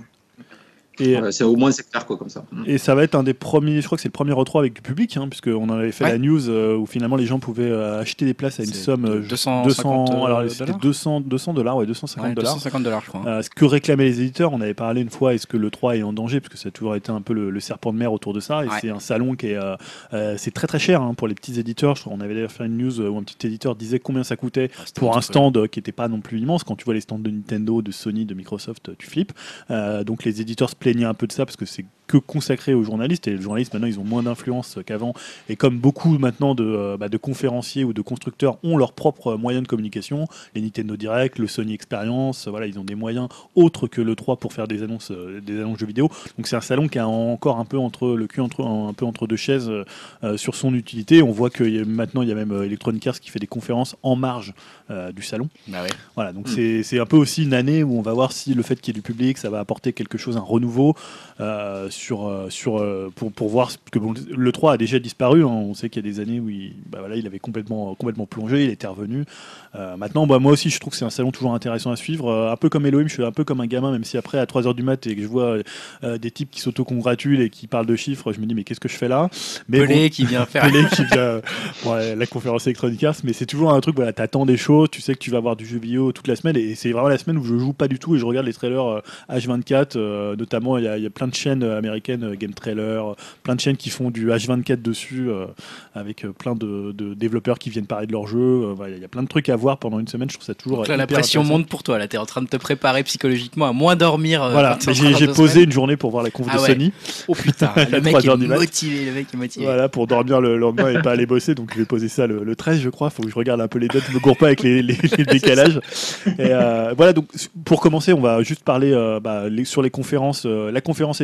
[SPEAKER 2] Et,
[SPEAKER 3] Ouais, c'est, au moins, c'est clair quoi, comme ça.
[SPEAKER 2] et ça va être un des premiers, je crois que c'est le premier E trois avec du public, hein, puisqu'on en avait fait
[SPEAKER 1] Ouais.
[SPEAKER 2] la news euh, où finalement les gens pouvaient euh, acheter des places à une
[SPEAKER 1] C'est
[SPEAKER 2] somme
[SPEAKER 1] de
[SPEAKER 2] euh,
[SPEAKER 1] deux cent cinquante
[SPEAKER 2] alors c'était
[SPEAKER 1] dollars.
[SPEAKER 2] deux cents dollars, ouais, deux cent cinquante
[SPEAKER 1] Ouais, deux
[SPEAKER 2] dollars.
[SPEAKER 1] cent cinquante dollars, je crois.
[SPEAKER 2] Euh, ce que réclamaient les éditeurs, on avait parlé une fois, est-ce que le trois est en danger, parce que ça a toujours été un peu le, le serpent de mer autour de ça, et
[SPEAKER 1] Ouais.
[SPEAKER 2] c'est un salon qui est, euh, euh, c'est très très cher hein, pour les petits éditeurs. Je crois qu'on avait d'ailleurs fait une news où un petit éditeur disait combien ça coûtait
[SPEAKER 1] C'était
[SPEAKER 2] pour un
[SPEAKER 1] monstrueux.
[SPEAKER 2] stand euh, qui n'était pas non plus immense. Quand tu vois les stands de Nintendo, de Sony, de Microsoft, euh, tu flippes. Euh, donc les éditeurs se plaignaient un peu de ça parce que c'est que consacré aux journalistes, et les journalistes maintenant ils ont moins d'influence qu'avant, et comme beaucoup maintenant de, euh, bah, de conférenciers ou de constructeurs ont leurs propres moyens de communication, les Nintendo Direct, le Sony Experience, voilà, ils ont des moyens autres que le trois pour faire des annonces, euh, des annonces jeux vidéo. Donc c'est un salon qui a encore un peu entre le cul entre, un peu entre deux chaises euh, sur son utilité. On voit que y a, maintenant il y a même euh, Electronic Arts qui fait des conférences en marge euh, du salon.
[SPEAKER 1] Bah ouais.
[SPEAKER 2] Voilà, donc
[SPEAKER 3] Mm.
[SPEAKER 2] c'est, c'est un peu aussi une année où on va voir si le fait qu'il y ait du public, ça va apporter quelque chose, un renouveau euh, sur, euh, sur, euh, pour, pour voir que bon, le trois a déjà disparu. Hein. On sait qu'il y a des années où il, bah voilà, il avait complètement, complètement plongé, il était revenu. Euh, maintenant, bah, moi aussi, je trouve que c'est un salon toujours intéressant à suivre. Euh, un peu comme Elohim, je suis un peu comme un gamin, même si après, à trois heures du mat, et que je vois euh, des types qui s'auto-congratulent et qui parlent de chiffres, je me dis, mais qu'est-ce que je fais là? Mais
[SPEAKER 1] Pelé
[SPEAKER 2] bon,
[SPEAKER 1] qui vient faire.
[SPEAKER 2] Pelé qui vient ouais, la conférence Electronic Arts, mais c'est toujours un truc, voilà, t'attends des choses, tu sais que tu vas avoir du jeu vidéo toute la semaine, et c'est vraiment la semaine où je joue pas du tout et je regarde les trailers euh, H vingt-quatre, euh, notamment il y, y a plein de chaînes euh, américaines, euh, Game Trailer, euh, plein de chaînes qui font du H vingt-quatre dessus, euh, avec euh, plein de, de développeurs qui viennent parler de leur jeu. Euh, voilà, il y a plein de trucs à voir pendant une semaine, je trouve ça toujours
[SPEAKER 1] Donc là,
[SPEAKER 2] euh,
[SPEAKER 1] la
[SPEAKER 2] hyper
[SPEAKER 1] pression
[SPEAKER 2] intéressant.
[SPEAKER 1] monte pour toi. Là, t'es en train de te préparer psychologiquement à moins dormir. euh,
[SPEAKER 2] Voilà,
[SPEAKER 1] quand t'es en
[SPEAKER 2] mais
[SPEAKER 1] train
[SPEAKER 2] j'ai,
[SPEAKER 1] de
[SPEAKER 2] j'ai
[SPEAKER 1] deux
[SPEAKER 2] posé
[SPEAKER 1] semaines.
[SPEAKER 2] une journée pour voir la conf
[SPEAKER 1] Ah
[SPEAKER 2] de
[SPEAKER 1] ouais.
[SPEAKER 2] Sony.
[SPEAKER 1] Oh putain,
[SPEAKER 2] À
[SPEAKER 1] le mec
[SPEAKER 2] trois heures
[SPEAKER 1] est
[SPEAKER 2] du mat.
[SPEAKER 1] motivé. Le mec est motivé.
[SPEAKER 2] Voilà, pour dormir le lendemain et pas aller bosser, donc je vais poser ça le, le treize, je crois. Faut que je regarde un peu les dates, je me gourre pas avec les, les, les décalages. Et euh, voilà, donc pour commencer, on va juste parler euh, bah, les, sur les conférences. Euh, la conférence Electronic Arts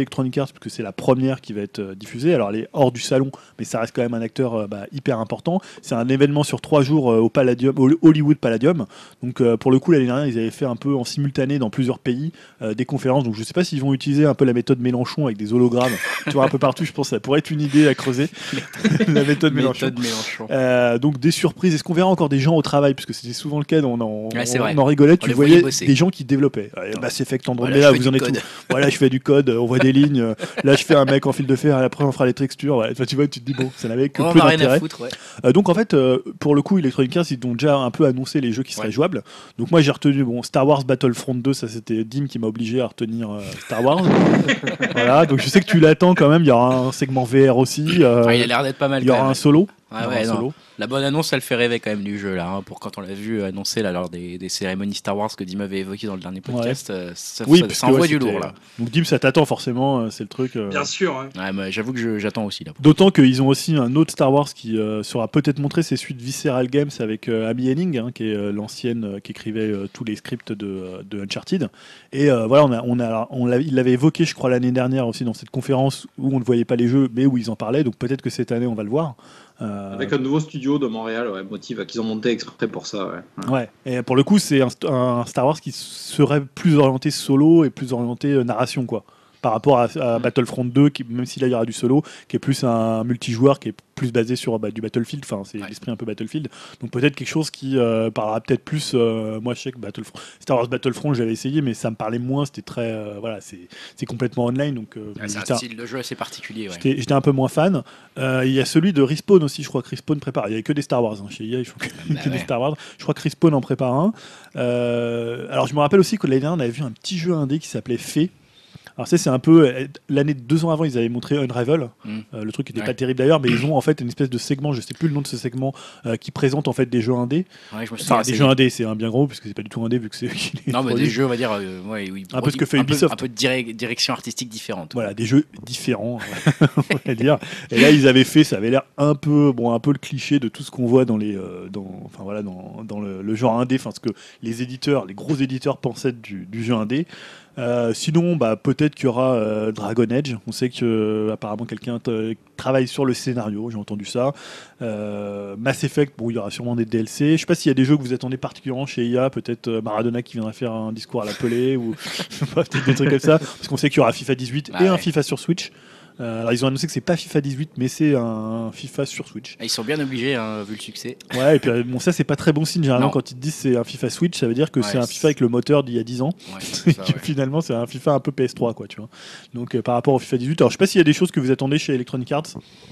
[SPEAKER 2] Arts parce que c'est la première qui va être euh, diffusée. Alors elle est hors du salon, mais ça reste quand même un acteur euh, bah, hyper important. C'est un événement sur trois jours euh, au Palladium, au Hollywood Palladium. Donc euh, pour le coup l'année dernière ils avaient fait un peu en simultané dans plusieurs pays euh, des conférences. Donc je sais pas s'ils vont utiliser un peu la méthode Mélenchon avec des hologrammes, tu vois un peu partout. Je pense que ça pourrait être une idée à creuser. La méthode Mélenchon.
[SPEAKER 1] Méthode Mélenchon.
[SPEAKER 2] Euh, donc des surprises. Est-ce qu'on verra encore des gens au travail parce que c'était souvent le cas. On en,
[SPEAKER 1] Ouais, c'est
[SPEAKER 2] on,
[SPEAKER 1] vrai.
[SPEAKER 2] on en rigolait.
[SPEAKER 1] On
[SPEAKER 2] Tu
[SPEAKER 1] les
[SPEAKER 2] voyais
[SPEAKER 1] voyait
[SPEAKER 2] des gens qui développaient. Euh, Mass Effect Andromeda,
[SPEAKER 1] Voilà, je fais
[SPEAKER 2] vous en
[SPEAKER 1] du
[SPEAKER 2] êtes
[SPEAKER 1] code.
[SPEAKER 2] tout. Voilà, je fais du code. On voit des lignes. euh, Là, je fais un mec en fil de fer. Et après, on fera les textures. Ouais. Enfin, tu vois, tu te dis bon, ça n'avait que
[SPEAKER 1] On
[SPEAKER 2] peu
[SPEAKER 1] en a rien à
[SPEAKER 2] d'intérêt.
[SPEAKER 1] foutre, ouais.
[SPEAKER 2] Euh, donc en fait, euh, pour le coup, Electronic Arts, ils ont déjà un peu annoncé les jeux qui seraient
[SPEAKER 1] Ouais.
[SPEAKER 2] jouables. Donc moi, j'ai retenu bon Star Wars Battlefront deux. Ça, c'était Dim qui m'a obligé à retenir euh, Star Wars. Voilà. Donc je sais que tu l'attends quand même. Il y aura un segment V R aussi. euh,
[SPEAKER 1] Ah, il a l'air d'être pas mal.
[SPEAKER 2] il y
[SPEAKER 1] quand
[SPEAKER 2] aura
[SPEAKER 1] même.
[SPEAKER 2] un solo.
[SPEAKER 1] Ouais,
[SPEAKER 2] Il y aura
[SPEAKER 1] ouais,
[SPEAKER 2] un
[SPEAKER 1] non.
[SPEAKER 2] solo.
[SPEAKER 1] La bonne annonce, elle fait rêver quand même du jeu là. Hein, pour quand on l'a vu annoncer là, lors des, des cérémonies Star Wars que Dim avait évoqué dans le dernier podcast, euh, ça,
[SPEAKER 2] Oui,
[SPEAKER 1] ça,
[SPEAKER 2] parce
[SPEAKER 1] ça
[SPEAKER 2] que,
[SPEAKER 1] envoie
[SPEAKER 2] ouais,
[SPEAKER 1] du
[SPEAKER 2] c'était-
[SPEAKER 1] lourd là.
[SPEAKER 2] Donc Dim, ça t'attend forcément. euh, C'est le truc. euh.
[SPEAKER 4] Bien sûr. hein.
[SPEAKER 1] Ouais, mais j'avoue que je- j'attends aussi là.
[SPEAKER 2] D'autant qu'ils ont aussi un autre Star Wars qui euh, sera peut-être montré, c'est celui de Visceral Games avec euh, Amy Hennig, hein, qui est euh, l'ancienne euh, qui écrivait euh, tous les scripts de, euh, de Uncharted. Et euh, voilà, on a, on a, on l'a- il l'avait évoqué, je crois, l'année dernière aussi dans cette conférence où on ne voyait pas les jeux, mais où ils en parlaient. Donc peut-être que cette année, on va le voir. Euh,
[SPEAKER 3] Avec un nouveau studio de Montréal, ouais, Motive, qu'ils ont monté exprès pour ça. Ouais.
[SPEAKER 2] Ouais. Et pour le coup, c'est un, st- un Star Wars qui serait plus orienté solo et plus orienté euh, narration, quoi. Par rapport à, à
[SPEAKER 3] Mm.
[SPEAKER 2] Battlefront deux, qui, même s'il y aura du solo, qui est plus un multijoueur, qui est plus basé sur bah, du Battlefield, enfin c'est
[SPEAKER 1] Ouais.
[SPEAKER 2] l'esprit un peu Battlefield. Donc peut-être quelque chose qui euh, parlera peut-être plus. euh, moi, je sais que Battlefront, Star Wars Battlefront, j'avais essayé, mais ça me parlait moins. C'était très, euh, voilà, c'est c'est complètement online, donc euh,
[SPEAKER 1] Ouais, c'est
[SPEAKER 2] j'étais
[SPEAKER 1] un
[SPEAKER 2] un-
[SPEAKER 1] style de jeu assez particulier. Ouais.
[SPEAKER 2] j'étais j'étais un peu moins fan. Euh, Il y a celui de Respawn aussi, je crois que Respawn prépare. Il n'y avait que des Star Wars hein, chez I A, il faut que,
[SPEAKER 1] Bah
[SPEAKER 2] que des
[SPEAKER 1] ouais.
[SPEAKER 2] Star Wars. Je crois que Respawn en prépare un. Euh, alors je me rappelle aussi que l'année dernière, on avait vu un petit jeu indé qui s'appelait Fée. Alors ça c'est un peu euh, l'année deux ans avant ils avaient montré Unravel.
[SPEAKER 1] Mm.
[SPEAKER 2] Euh, le truc était
[SPEAKER 1] Ouais.
[SPEAKER 2] pas terrible d'ailleurs, mais ils ont en fait une espèce de segment, je sais plus le nom de ce segment, euh, qui présente en fait des jeux indés.
[SPEAKER 1] Ouais, je me souviens.
[SPEAKER 2] Enfin des
[SPEAKER 1] c'est-
[SPEAKER 2] jeux indés, c'est un bien gros puisque c'est pas du tout indé vu que c'est eux qui les
[SPEAKER 1] Non, mais des
[SPEAKER 2] produisent.
[SPEAKER 1] jeux, on va dire, euh, ouais, oui,
[SPEAKER 2] Un peu ce que fait
[SPEAKER 1] un peu-
[SPEAKER 2] Ubisoft.
[SPEAKER 1] Un peu de direc- direction artistique différente.
[SPEAKER 2] Voilà, des jeux différents, on va dire. Et là, ils avaient fait, ça avait l'air un peu, bon, un peu le cliché de tout ce qu'on voit dans les, euh, dans, enfin voilà, dans, dans le, le genre indé, enfin ce que les éditeurs, les gros éditeurs pensaient du, du jeu indé. Euh, sinon, bah, peut-être qu'il y aura euh, Dragon Age. On sait que euh, apparemment quelqu'un t- travaille sur le scénario. J'ai entendu ça. Euh, Mass Effect. Bon, il y aura sûrement des D L C. Je sais pas s'il y a des jeux que vous attendez particulièrement chez I A. Peut-être euh, Maradona qui viendra faire un discours à la Pelé ou peut-être des trucs comme ça. Parce qu'on sait qu'il y aura FIFA dix-huit
[SPEAKER 1] Ah
[SPEAKER 2] et un
[SPEAKER 1] ouais.
[SPEAKER 2] FIFA sur Switch. Euh, alors ils ont annoncé que c'est pas FIFA dix-huit, mais c'est un FIFA sur Switch.
[SPEAKER 1] Et ils sont bien obligés, hein, vu le succès.
[SPEAKER 2] Ouais, et puis euh, bon, ça c'est pas très bon signe généralement
[SPEAKER 1] Non.
[SPEAKER 2] quand ils te disent c'est un FIFA Switch, ça veut dire que
[SPEAKER 1] Ouais,
[SPEAKER 2] c'est un
[SPEAKER 1] c'est-
[SPEAKER 2] FIFA avec le moteur d'il y a dix ans.
[SPEAKER 1] Ouais,
[SPEAKER 2] Et
[SPEAKER 1] c'est ça,
[SPEAKER 2] que
[SPEAKER 1] ouais.
[SPEAKER 2] finalement c'est un FIFA un peu P S trois quoi, tu vois. Donc euh, par rapport au FIFA dix-huit, alors je sais pas s'il y a des choses que vous attendez chez Electronic Arts.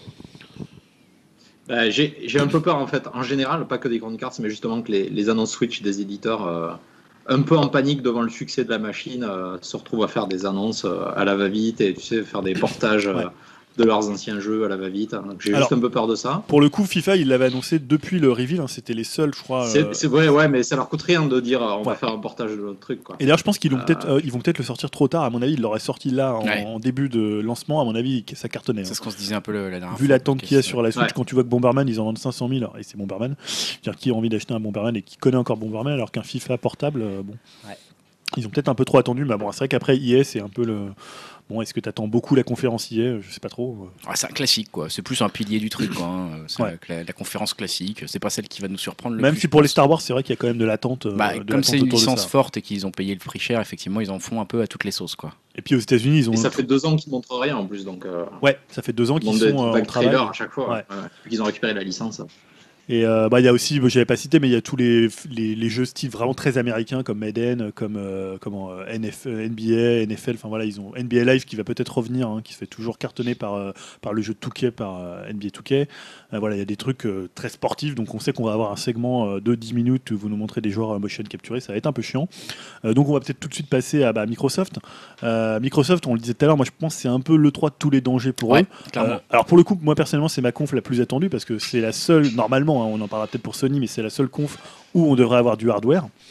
[SPEAKER 3] Bah, j'ai j'ai un peu peur en fait, en général, pas que des Electronic Arts, mais justement que les, les annonces Switch des éditeurs, euh, un peu en panique devant le succès de la machine, euh, se retrouvent à faire des annonces euh, à la va-vite et tu sais, faire des portages euh,
[SPEAKER 2] Ouais.
[SPEAKER 3] de leurs anciens jeux à la va-vite. Donc j'ai
[SPEAKER 2] Alors,
[SPEAKER 3] juste un peu peur de ça.
[SPEAKER 2] Pour le coup, FIFA, il l'avait annoncé depuis le reveal, hein, c'était les seuls, je crois.
[SPEAKER 3] C'est
[SPEAKER 2] euh,
[SPEAKER 3] c'est vrai, ouais, mais ça leur coûte rien de dire euh, on
[SPEAKER 2] Ouais.
[SPEAKER 3] va faire un portage de notre truc. Quoi.
[SPEAKER 2] Et d'ailleurs, je pense qu'ils l'ont
[SPEAKER 3] Euh,
[SPEAKER 2] peut-être, euh, ils vont peut-être le sortir trop tard. À mon avis, ils l'auraient sorti là en,
[SPEAKER 1] Ouais.
[SPEAKER 2] en début de lancement. À mon avis, ça cartonnait. hein.
[SPEAKER 1] C'est ce qu'on se disait un peu le- la dernière
[SPEAKER 2] Vu
[SPEAKER 1] fois.
[SPEAKER 2] l'attente qu'il y a
[SPEAKER 1] Ok,
[SPEAKER 2] sur la Switch,
[SPEAKER 3] Ouais.
[SPEAKER 2] quand tu vois que Bomberman, ils en vendent cinq cent mille, et c'est Bomberman. C'est-à-dire qui a envie d'acheter un Bomberman et qui connaît encore Bomberman, alors qu'un FIFA portable, euh, bon.
[SPEAKER 1] Ouais.
[SPEAKER 2] Ils ont peut-être un peu trop attendu, mais bon, c'est vrai qu'après I A, c'est un peu le. Bon, est-ce que tu attends beaucoup la conférence I A? Je sais pas trop.
[SPEAKER 1] Ouais, c'est un classique, quoi. C'est plus un pilier du truc, quoi. hein. C'est
[SPEAKER 2] Ouais.
[SPEAKER 1] la, la- la conférence classique. C'est pas celle qui va nous surprendre le
[SPEAKER 2] Même
[SPEAKER 1] plus,
[SPEAKER 2] si
[SPEAKER 1] je
[SPEAKER 2] pour les
[SPEAKER 1] pense.
[SPEAKER 2] Star Wars, c'est vrai qu'il y a quand même de l'attente. euh,
[SPEAKER 1] Bah,
[SPEAKER 2] de
[SPEAKER 1] comme
[SPEAKER 2] l'attente
[SPEAKER 1] c'est une
[SPEAKER 2] autour de
[SPEAKER 1] licence
[SPEAKER 2] ça.
[SPEAKER 1] forte et qu'ils ont payé le prix cher, effectivement, ils en font un peu à toutes les sauces, quoi.
[SPEAKER 2] Et puis aux États-Unis, ils ont.
[SPEAKER 3] Et ça fait deux ans qu'ils montrent rien en plus, donc euh,
[SPEAKER 2] Ouais, ça fait deux ans
[SPEAKER 3] ils
[SPEAKER 2] qu'ils
[SPEAKER 3] montrent des
[SPEAKER 2] sont euh, en
[SPEAKER 3] vagues
[SPEAKER 2] travail.
[SPEAKER 3] trailers à chaque fois.
[SPEAKER 2] Ouais.
[SPEAKER 3] Ouais. Ouais. Depuis qu'ils ont récupéré la licence.
[SPEAKER 2] Et euh, bah, il y a aussi, je n'avais pas cité, mais il y a tous les, les, les jeux style vraiment très américains comme Madden, comme euh, comment, euh, N F, N B A, N F L, enfin voilà, ils ont N B A Live qui va peut-être revenir, hein, qui se fait toujours cartonner par, euh, par le jeu deux K, par euh, N B A deux K. Euh, voilà, il y a des trucs euh, très sportifs, donc on sait qu'on va avoir un segment euh, de dix minutes où vous nous montrez des joueurs euh, motion capturés, ça va être un peu chiant. Euh, donc on va peut-être tout de suite passer à bah, Microsoft. Euh, Microsoft, on le disait tout à l'heure, moi je pense que c'est un peu l'E trois de tous les dangers pour
[SPEAKER 1] Ouais,
[SPEAKER 2] eux.
[SPEAKER 1] clairement.
[SPEAKER 2] Euh, alors pour le coup, moi personnellement, c'est ma conf la plus attendue parce que c'est la seule, normalement, hein, on en parlera peut-être pour Sony, mais c'est la seule conf où on devrait avoir du hardware.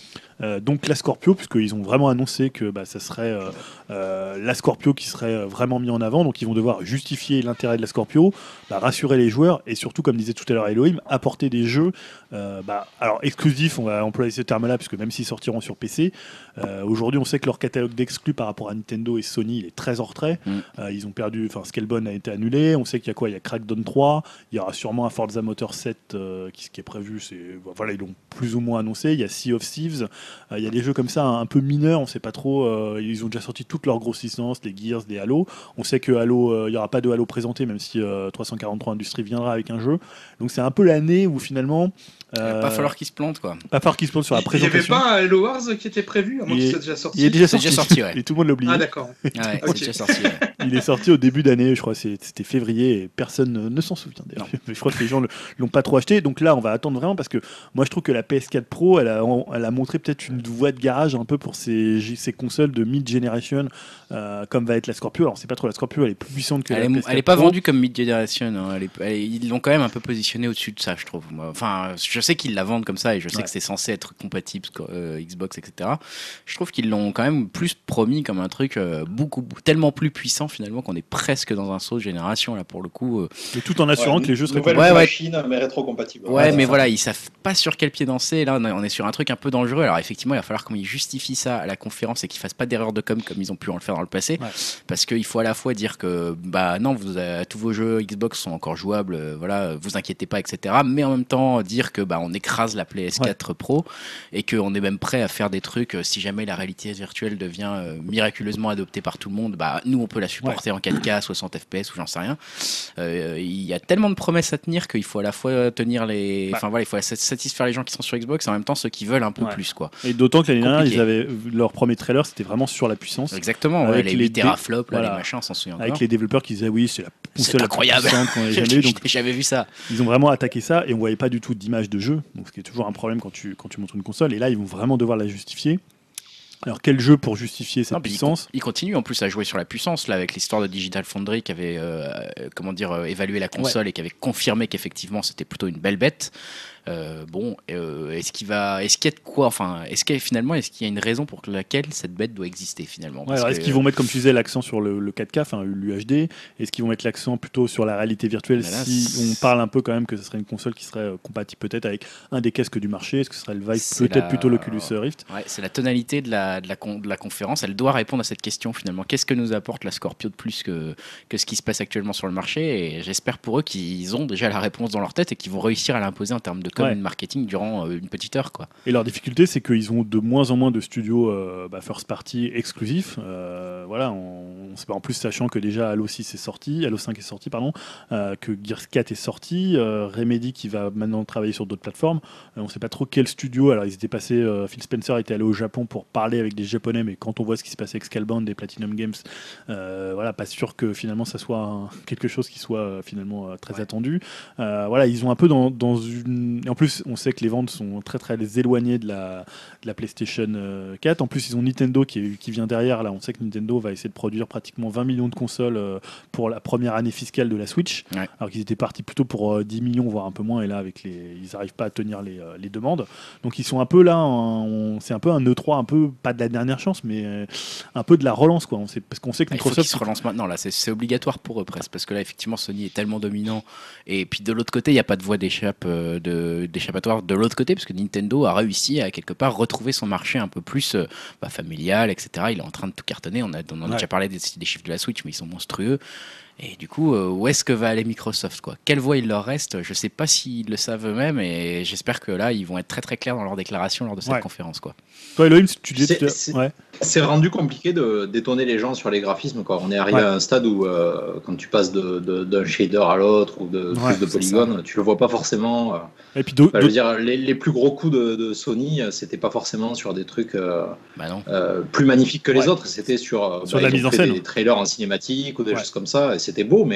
[SPEAKER 2] euh, donc la Scorpio, puisqu'ils ont vraiment annoncé que bah, ça serait euh, euh, la Scorpio qui serait vraiment mis en avant, donc ils vont devoir justifier l'intérêt de la Scorpio, bah, rassurer les joueurs et surtout, comme disait tout à l'heure Elohim, apporter des jeux euh, bah, alors exclusifs, on va employer ce terme-là, puisque même s'ils sortiront sur P C, euh, aujourd'hui on sait que leur catalogue d'exclus par rapport à Nintendo et Sony, il est très en retrait. Mm. Euh, ils ont perdu, enfin Scalebound a été annulé, on sait qu'il y a quoi, il y a Crackdown trois, il y aura sûrement un Forza Motorsport euh, qui, qui est prévu, c'est, voilà, ils l'ont plus ou moins annoncé, il y a Sea of Thieves, euh, il y a des jeux comme ça un peu mineurs, on sait pas trop, euh, ils ont déjà sorti toutes leurs grosses licences, les Gears, les Halo, on sait que Halo, euh, il n'y aura pas de Halo présenté, même si euh, trois cent quarante-trois Industries viendra avec un jeu, donc c'est un peu l'année où finalement
[SPEAKER 1] il va euh, pas falloir qu'il se plante quoi.
[SPEAKER 2] Pas falloir qu'il se plante sur la
[SPEAKER 4] il
[SPEAKER 2] présentation.
[SPEAKER 4] Il n'y avait pas un Halo Wars qui était prévu, à moins qu'il soit déjà sorti.
[SPEAKER 2] Il est déjà sorti,
[SPEAKER 1] déjà sorti ouais.
[SPEAKER 2] Et tout le monde l'a oublié.
[SPEAKER 4] Ah d'accord.
[SPEAKER 1] Ouais, okay. C'est déjà sorti. Ouais.
[SPEAKER 2] Il est sorti au début d'année, je crois, c'était février, et personne ne, ne s'en souvient d'ailleurs. Mais je crois que les gens ne l'ont pas trop acheté. Donc là, on va attendre vraiment parce que moi, je trouve que la P S quatre Pro, elle a, elle a montré peut-être une voie de garage un peu pour ces, ces consoles de mid-generation, euh, comme va être la Scorpio. Alors, c'est pas trop la Scorpio, elle est plus puissante que
[SPEAKER 1] elle
[SPEAKER 2] la
[SPEAKER 1] est,
[SPEAKER 2] P S quatre
[SPEAKER 1] Elle n'est pas
[SPEAKER 2] Pro.
[SPEAKER 1] vendue comme mid-generation. Hein. Elle est, elle est, ils l'ont quand même un peu positionnée au-dessus de ça, je trouve. Moi. Enfin, je sais qu'ils la vendent comme ça et je sais ouais. que c'est censé être compatible euh, Xbox, et cetera. Je trouve qu'ils l'ont quand même plus promis comme un truc euh, beaucoup, tellement plus puissant finalement qu'on est presque dans un saut de génération là pour le coup. Euh...
[SPEAKER 2] Mais tout en assurant
[SPEAKER 3] ouais,
[SPEAKER 2] que les jeux seraient
[SPEAKER 3] nouvelle
[SPEAKER 1] ouais,
[SPEAKER 3] machine ouais. mais rétro-compatible.
[SPEAKER 1] Ouais, ouais mais ça. Voilà, ils savent pas sur quel pied danser. Là, on est sur un truc un peu dangereux. Alors effectivement, il va falloir qu'ils justifient ça à la conférence et qu'ils fassent pas d'erreur de com comme ils ont pu en le faire dans le passé, ouais. parce qu'il faut à la fois dire que bah non, vous avez, tous vos jeux Xbox sont encore jouables, euh, voilà, vous inquiétez pas, et cetera. Mais en même temps dire que bah on écrase la P S quatre ouais. Pro et qu'on est même prêt à faire des trucs euh, si jamais la réalité virtuelle devient euh, miraculeusement adoptée par tout le monde. Bah nous on peut la supporter ouais. en quatre K, soixante F P S ou j'en sais rien. Euh, il y a tellement de promesses à tenir qu'il faut à la fois tenir les, enfin bah. voilà, il faut satisfaire les gens qui sont sur Xbox et en même temps ceux qui veulent un peu ouais. plus quoi.
[SPEAKER 2] Et d'autant que l'année dernière ils avaient leur premier trailer, c'était vraiment sur la puissance.
[SPEAKER 1] Exactement. Ouais, les, les teraflops, dé... voilà. les machins, on s'en souvient encore.
[SPEAKER 2] Avec les développeurs qui disaient oui, c'est la console la plus puissante qu'on ait jamais eu.
[SPEAKER 1] J'avais vu ça.
[SPEAKER 2] Ils ont vraiment attaqué ça et on voyait pas du tout d'image de jeu, donc ce qui est toujours un problème quand tu quand tu montres une console. Et là, ils vont vraiment devoir la justifier. Alors quel jeu pour justifier cette non, puissance ?
[SPEAKER 1] Il continue en plus à jouer sur la puissance là avec l'histoire de Digital Foundry qui avait euh, comment dire euh, évalué la console ouais. et qui avait confirmé qu'effectivement c'était plutôt une belle bête. Euh, bon, euh, est-ce qu'il va, est-ce qu'il y a de quoi, enfin, est-ce qu'il y a, finalement, est-ce qu'il y a une raison pour laquelle cette bête doit exister finalement ?
[SPEAKER 2] Ouais, alors est-ce
[SPEAKER 1] que...
[SPEAKER 2] qu'ils vont mettre, comme tu disais, l'accent sur le, le quatre K, enfin l'U H D ? Est-ce qu'ils vont mettre l'accent plutôt sur la réalité virtuelle là, si c'est... on parle un peu quand même que ce serait une console qui serait euh, compatible peut-être avec un des casques du marché ? Est-ce que ce serait le Vive, c'est peut-être la... plutôt l'Oculus Rift ?
[SPEAKER 1] Ouais, c'est la tonalité de la, de, la con, de la conférence. Elle doit répondre à cette question finalement. Qu'est-ce que nous apporte la Scorpio de plus que, que ce qui se passe actuellement sur le marché ? Et j'espère pour eux qu'ils ont déjà la réponse dans leur tête et qu'ils vont réussir à l'imposer en termes de com et ouais. de marketing durant une petite heure quoi.
[SPEAKER 2] Et leur difficulté c'est qu'ils ont de moins en moins de studios euh, bah, first party exclusifs euh, voilà, on, on sait pas, en plus sachant que déjà Halo six est sorti, Halo cinq est sorti pardon, euh, que Gears quatre est sorti, euh, Remedy qui va maintenant travailler sur d'autres plateformes, euh, on sait pas trop quel studio, alors ils étaient passés, euh, Phil Spencer était allé au Japon pour parler avec des japonais, mais quand on voit ce qui se passait avec Scalebound et Platinum Games, euh, voilà, pas sûr que finalement ça soit un, quelque chose qui soit euh, finalement euh, très ouais. attendu, euh, voilà, ils ont un peu dans, dans une, et en plus on sait que les ventes sont très très éloignés de la, de la PlayStation quatre. En plus, ils ont Nintendo qui, est, qui vient derrière. Là, on sait que Nintendo va essayer de produire pratiquement vingt millions de consoles euh, pour la première année fiscale de la Switch. Ouais. Alors qu'ils étaient partis plutôt pour euh, dix millions, voire un peu moins. Et là, avec les, ils n'arrivent pas à tenir les, euh, les demandes. Donc, ils sont un peu là. On, c'est un peu un E trois, un peu pas de la dernière chance, mais euh, un peu de la relance, quoi. On sait, parce qu'on sait que Microsoft
[SPEAKER 1] il faut qu'ils se relance maintenant. Là, c'est, c'est obligatoire pour eux presque, parce que là, effectivement, Sony est tellement dominant. Et puis de l'autre côté, il n'y a pas de voie d'échappe, euh, de, d'échappatoire de l'autre côté, parce que Nintendo a réussi à quelque part retrouver son marché un peu plus euh, bah, familial, et cetera. Il est en train de tout cartonner. On a, on a ouais. déjà parlé des, des chiffres de la Switch, mais ils sont monstrueux. Et du coup, euh, où est-ce que va aller Microsoft quoi ? Quelle voie il leur reste ? Je ne sais pas s'ils le savent eux-mêmes, et j'espère que là, ils vont être très très clairs dans leur déclaration lors de cette ouais. conférence. Quoi.
[SPEAKER 2] Toi, Elohim, tu dis...
[SPEAKER 3] C'est, c'est, ouais. c'est rendu compliqué de d'étonner les gens sur les graphismes. Quoi. On est arrivé ouais. à un stade où, euh, quand tu passes de, de, d'un shader à l'autre ou de ouais, plus de polygones, tu le vois pas forcément. Euh, et puis bah, je veux dire, les, les plus gros coups de, de Sony, c'était pas forcément sur des trucs euh, bah euh, plus magnifiques que les ouais. autres. C'était sur,
[SPEAKER 2] sur
[SPEAKER 3] bah,
[SPEAKER 2] la mise en scène.
[SPEAKER 3] Des trailers en cinématique ou des ouais. choses comme ça. Et c'était beau, mais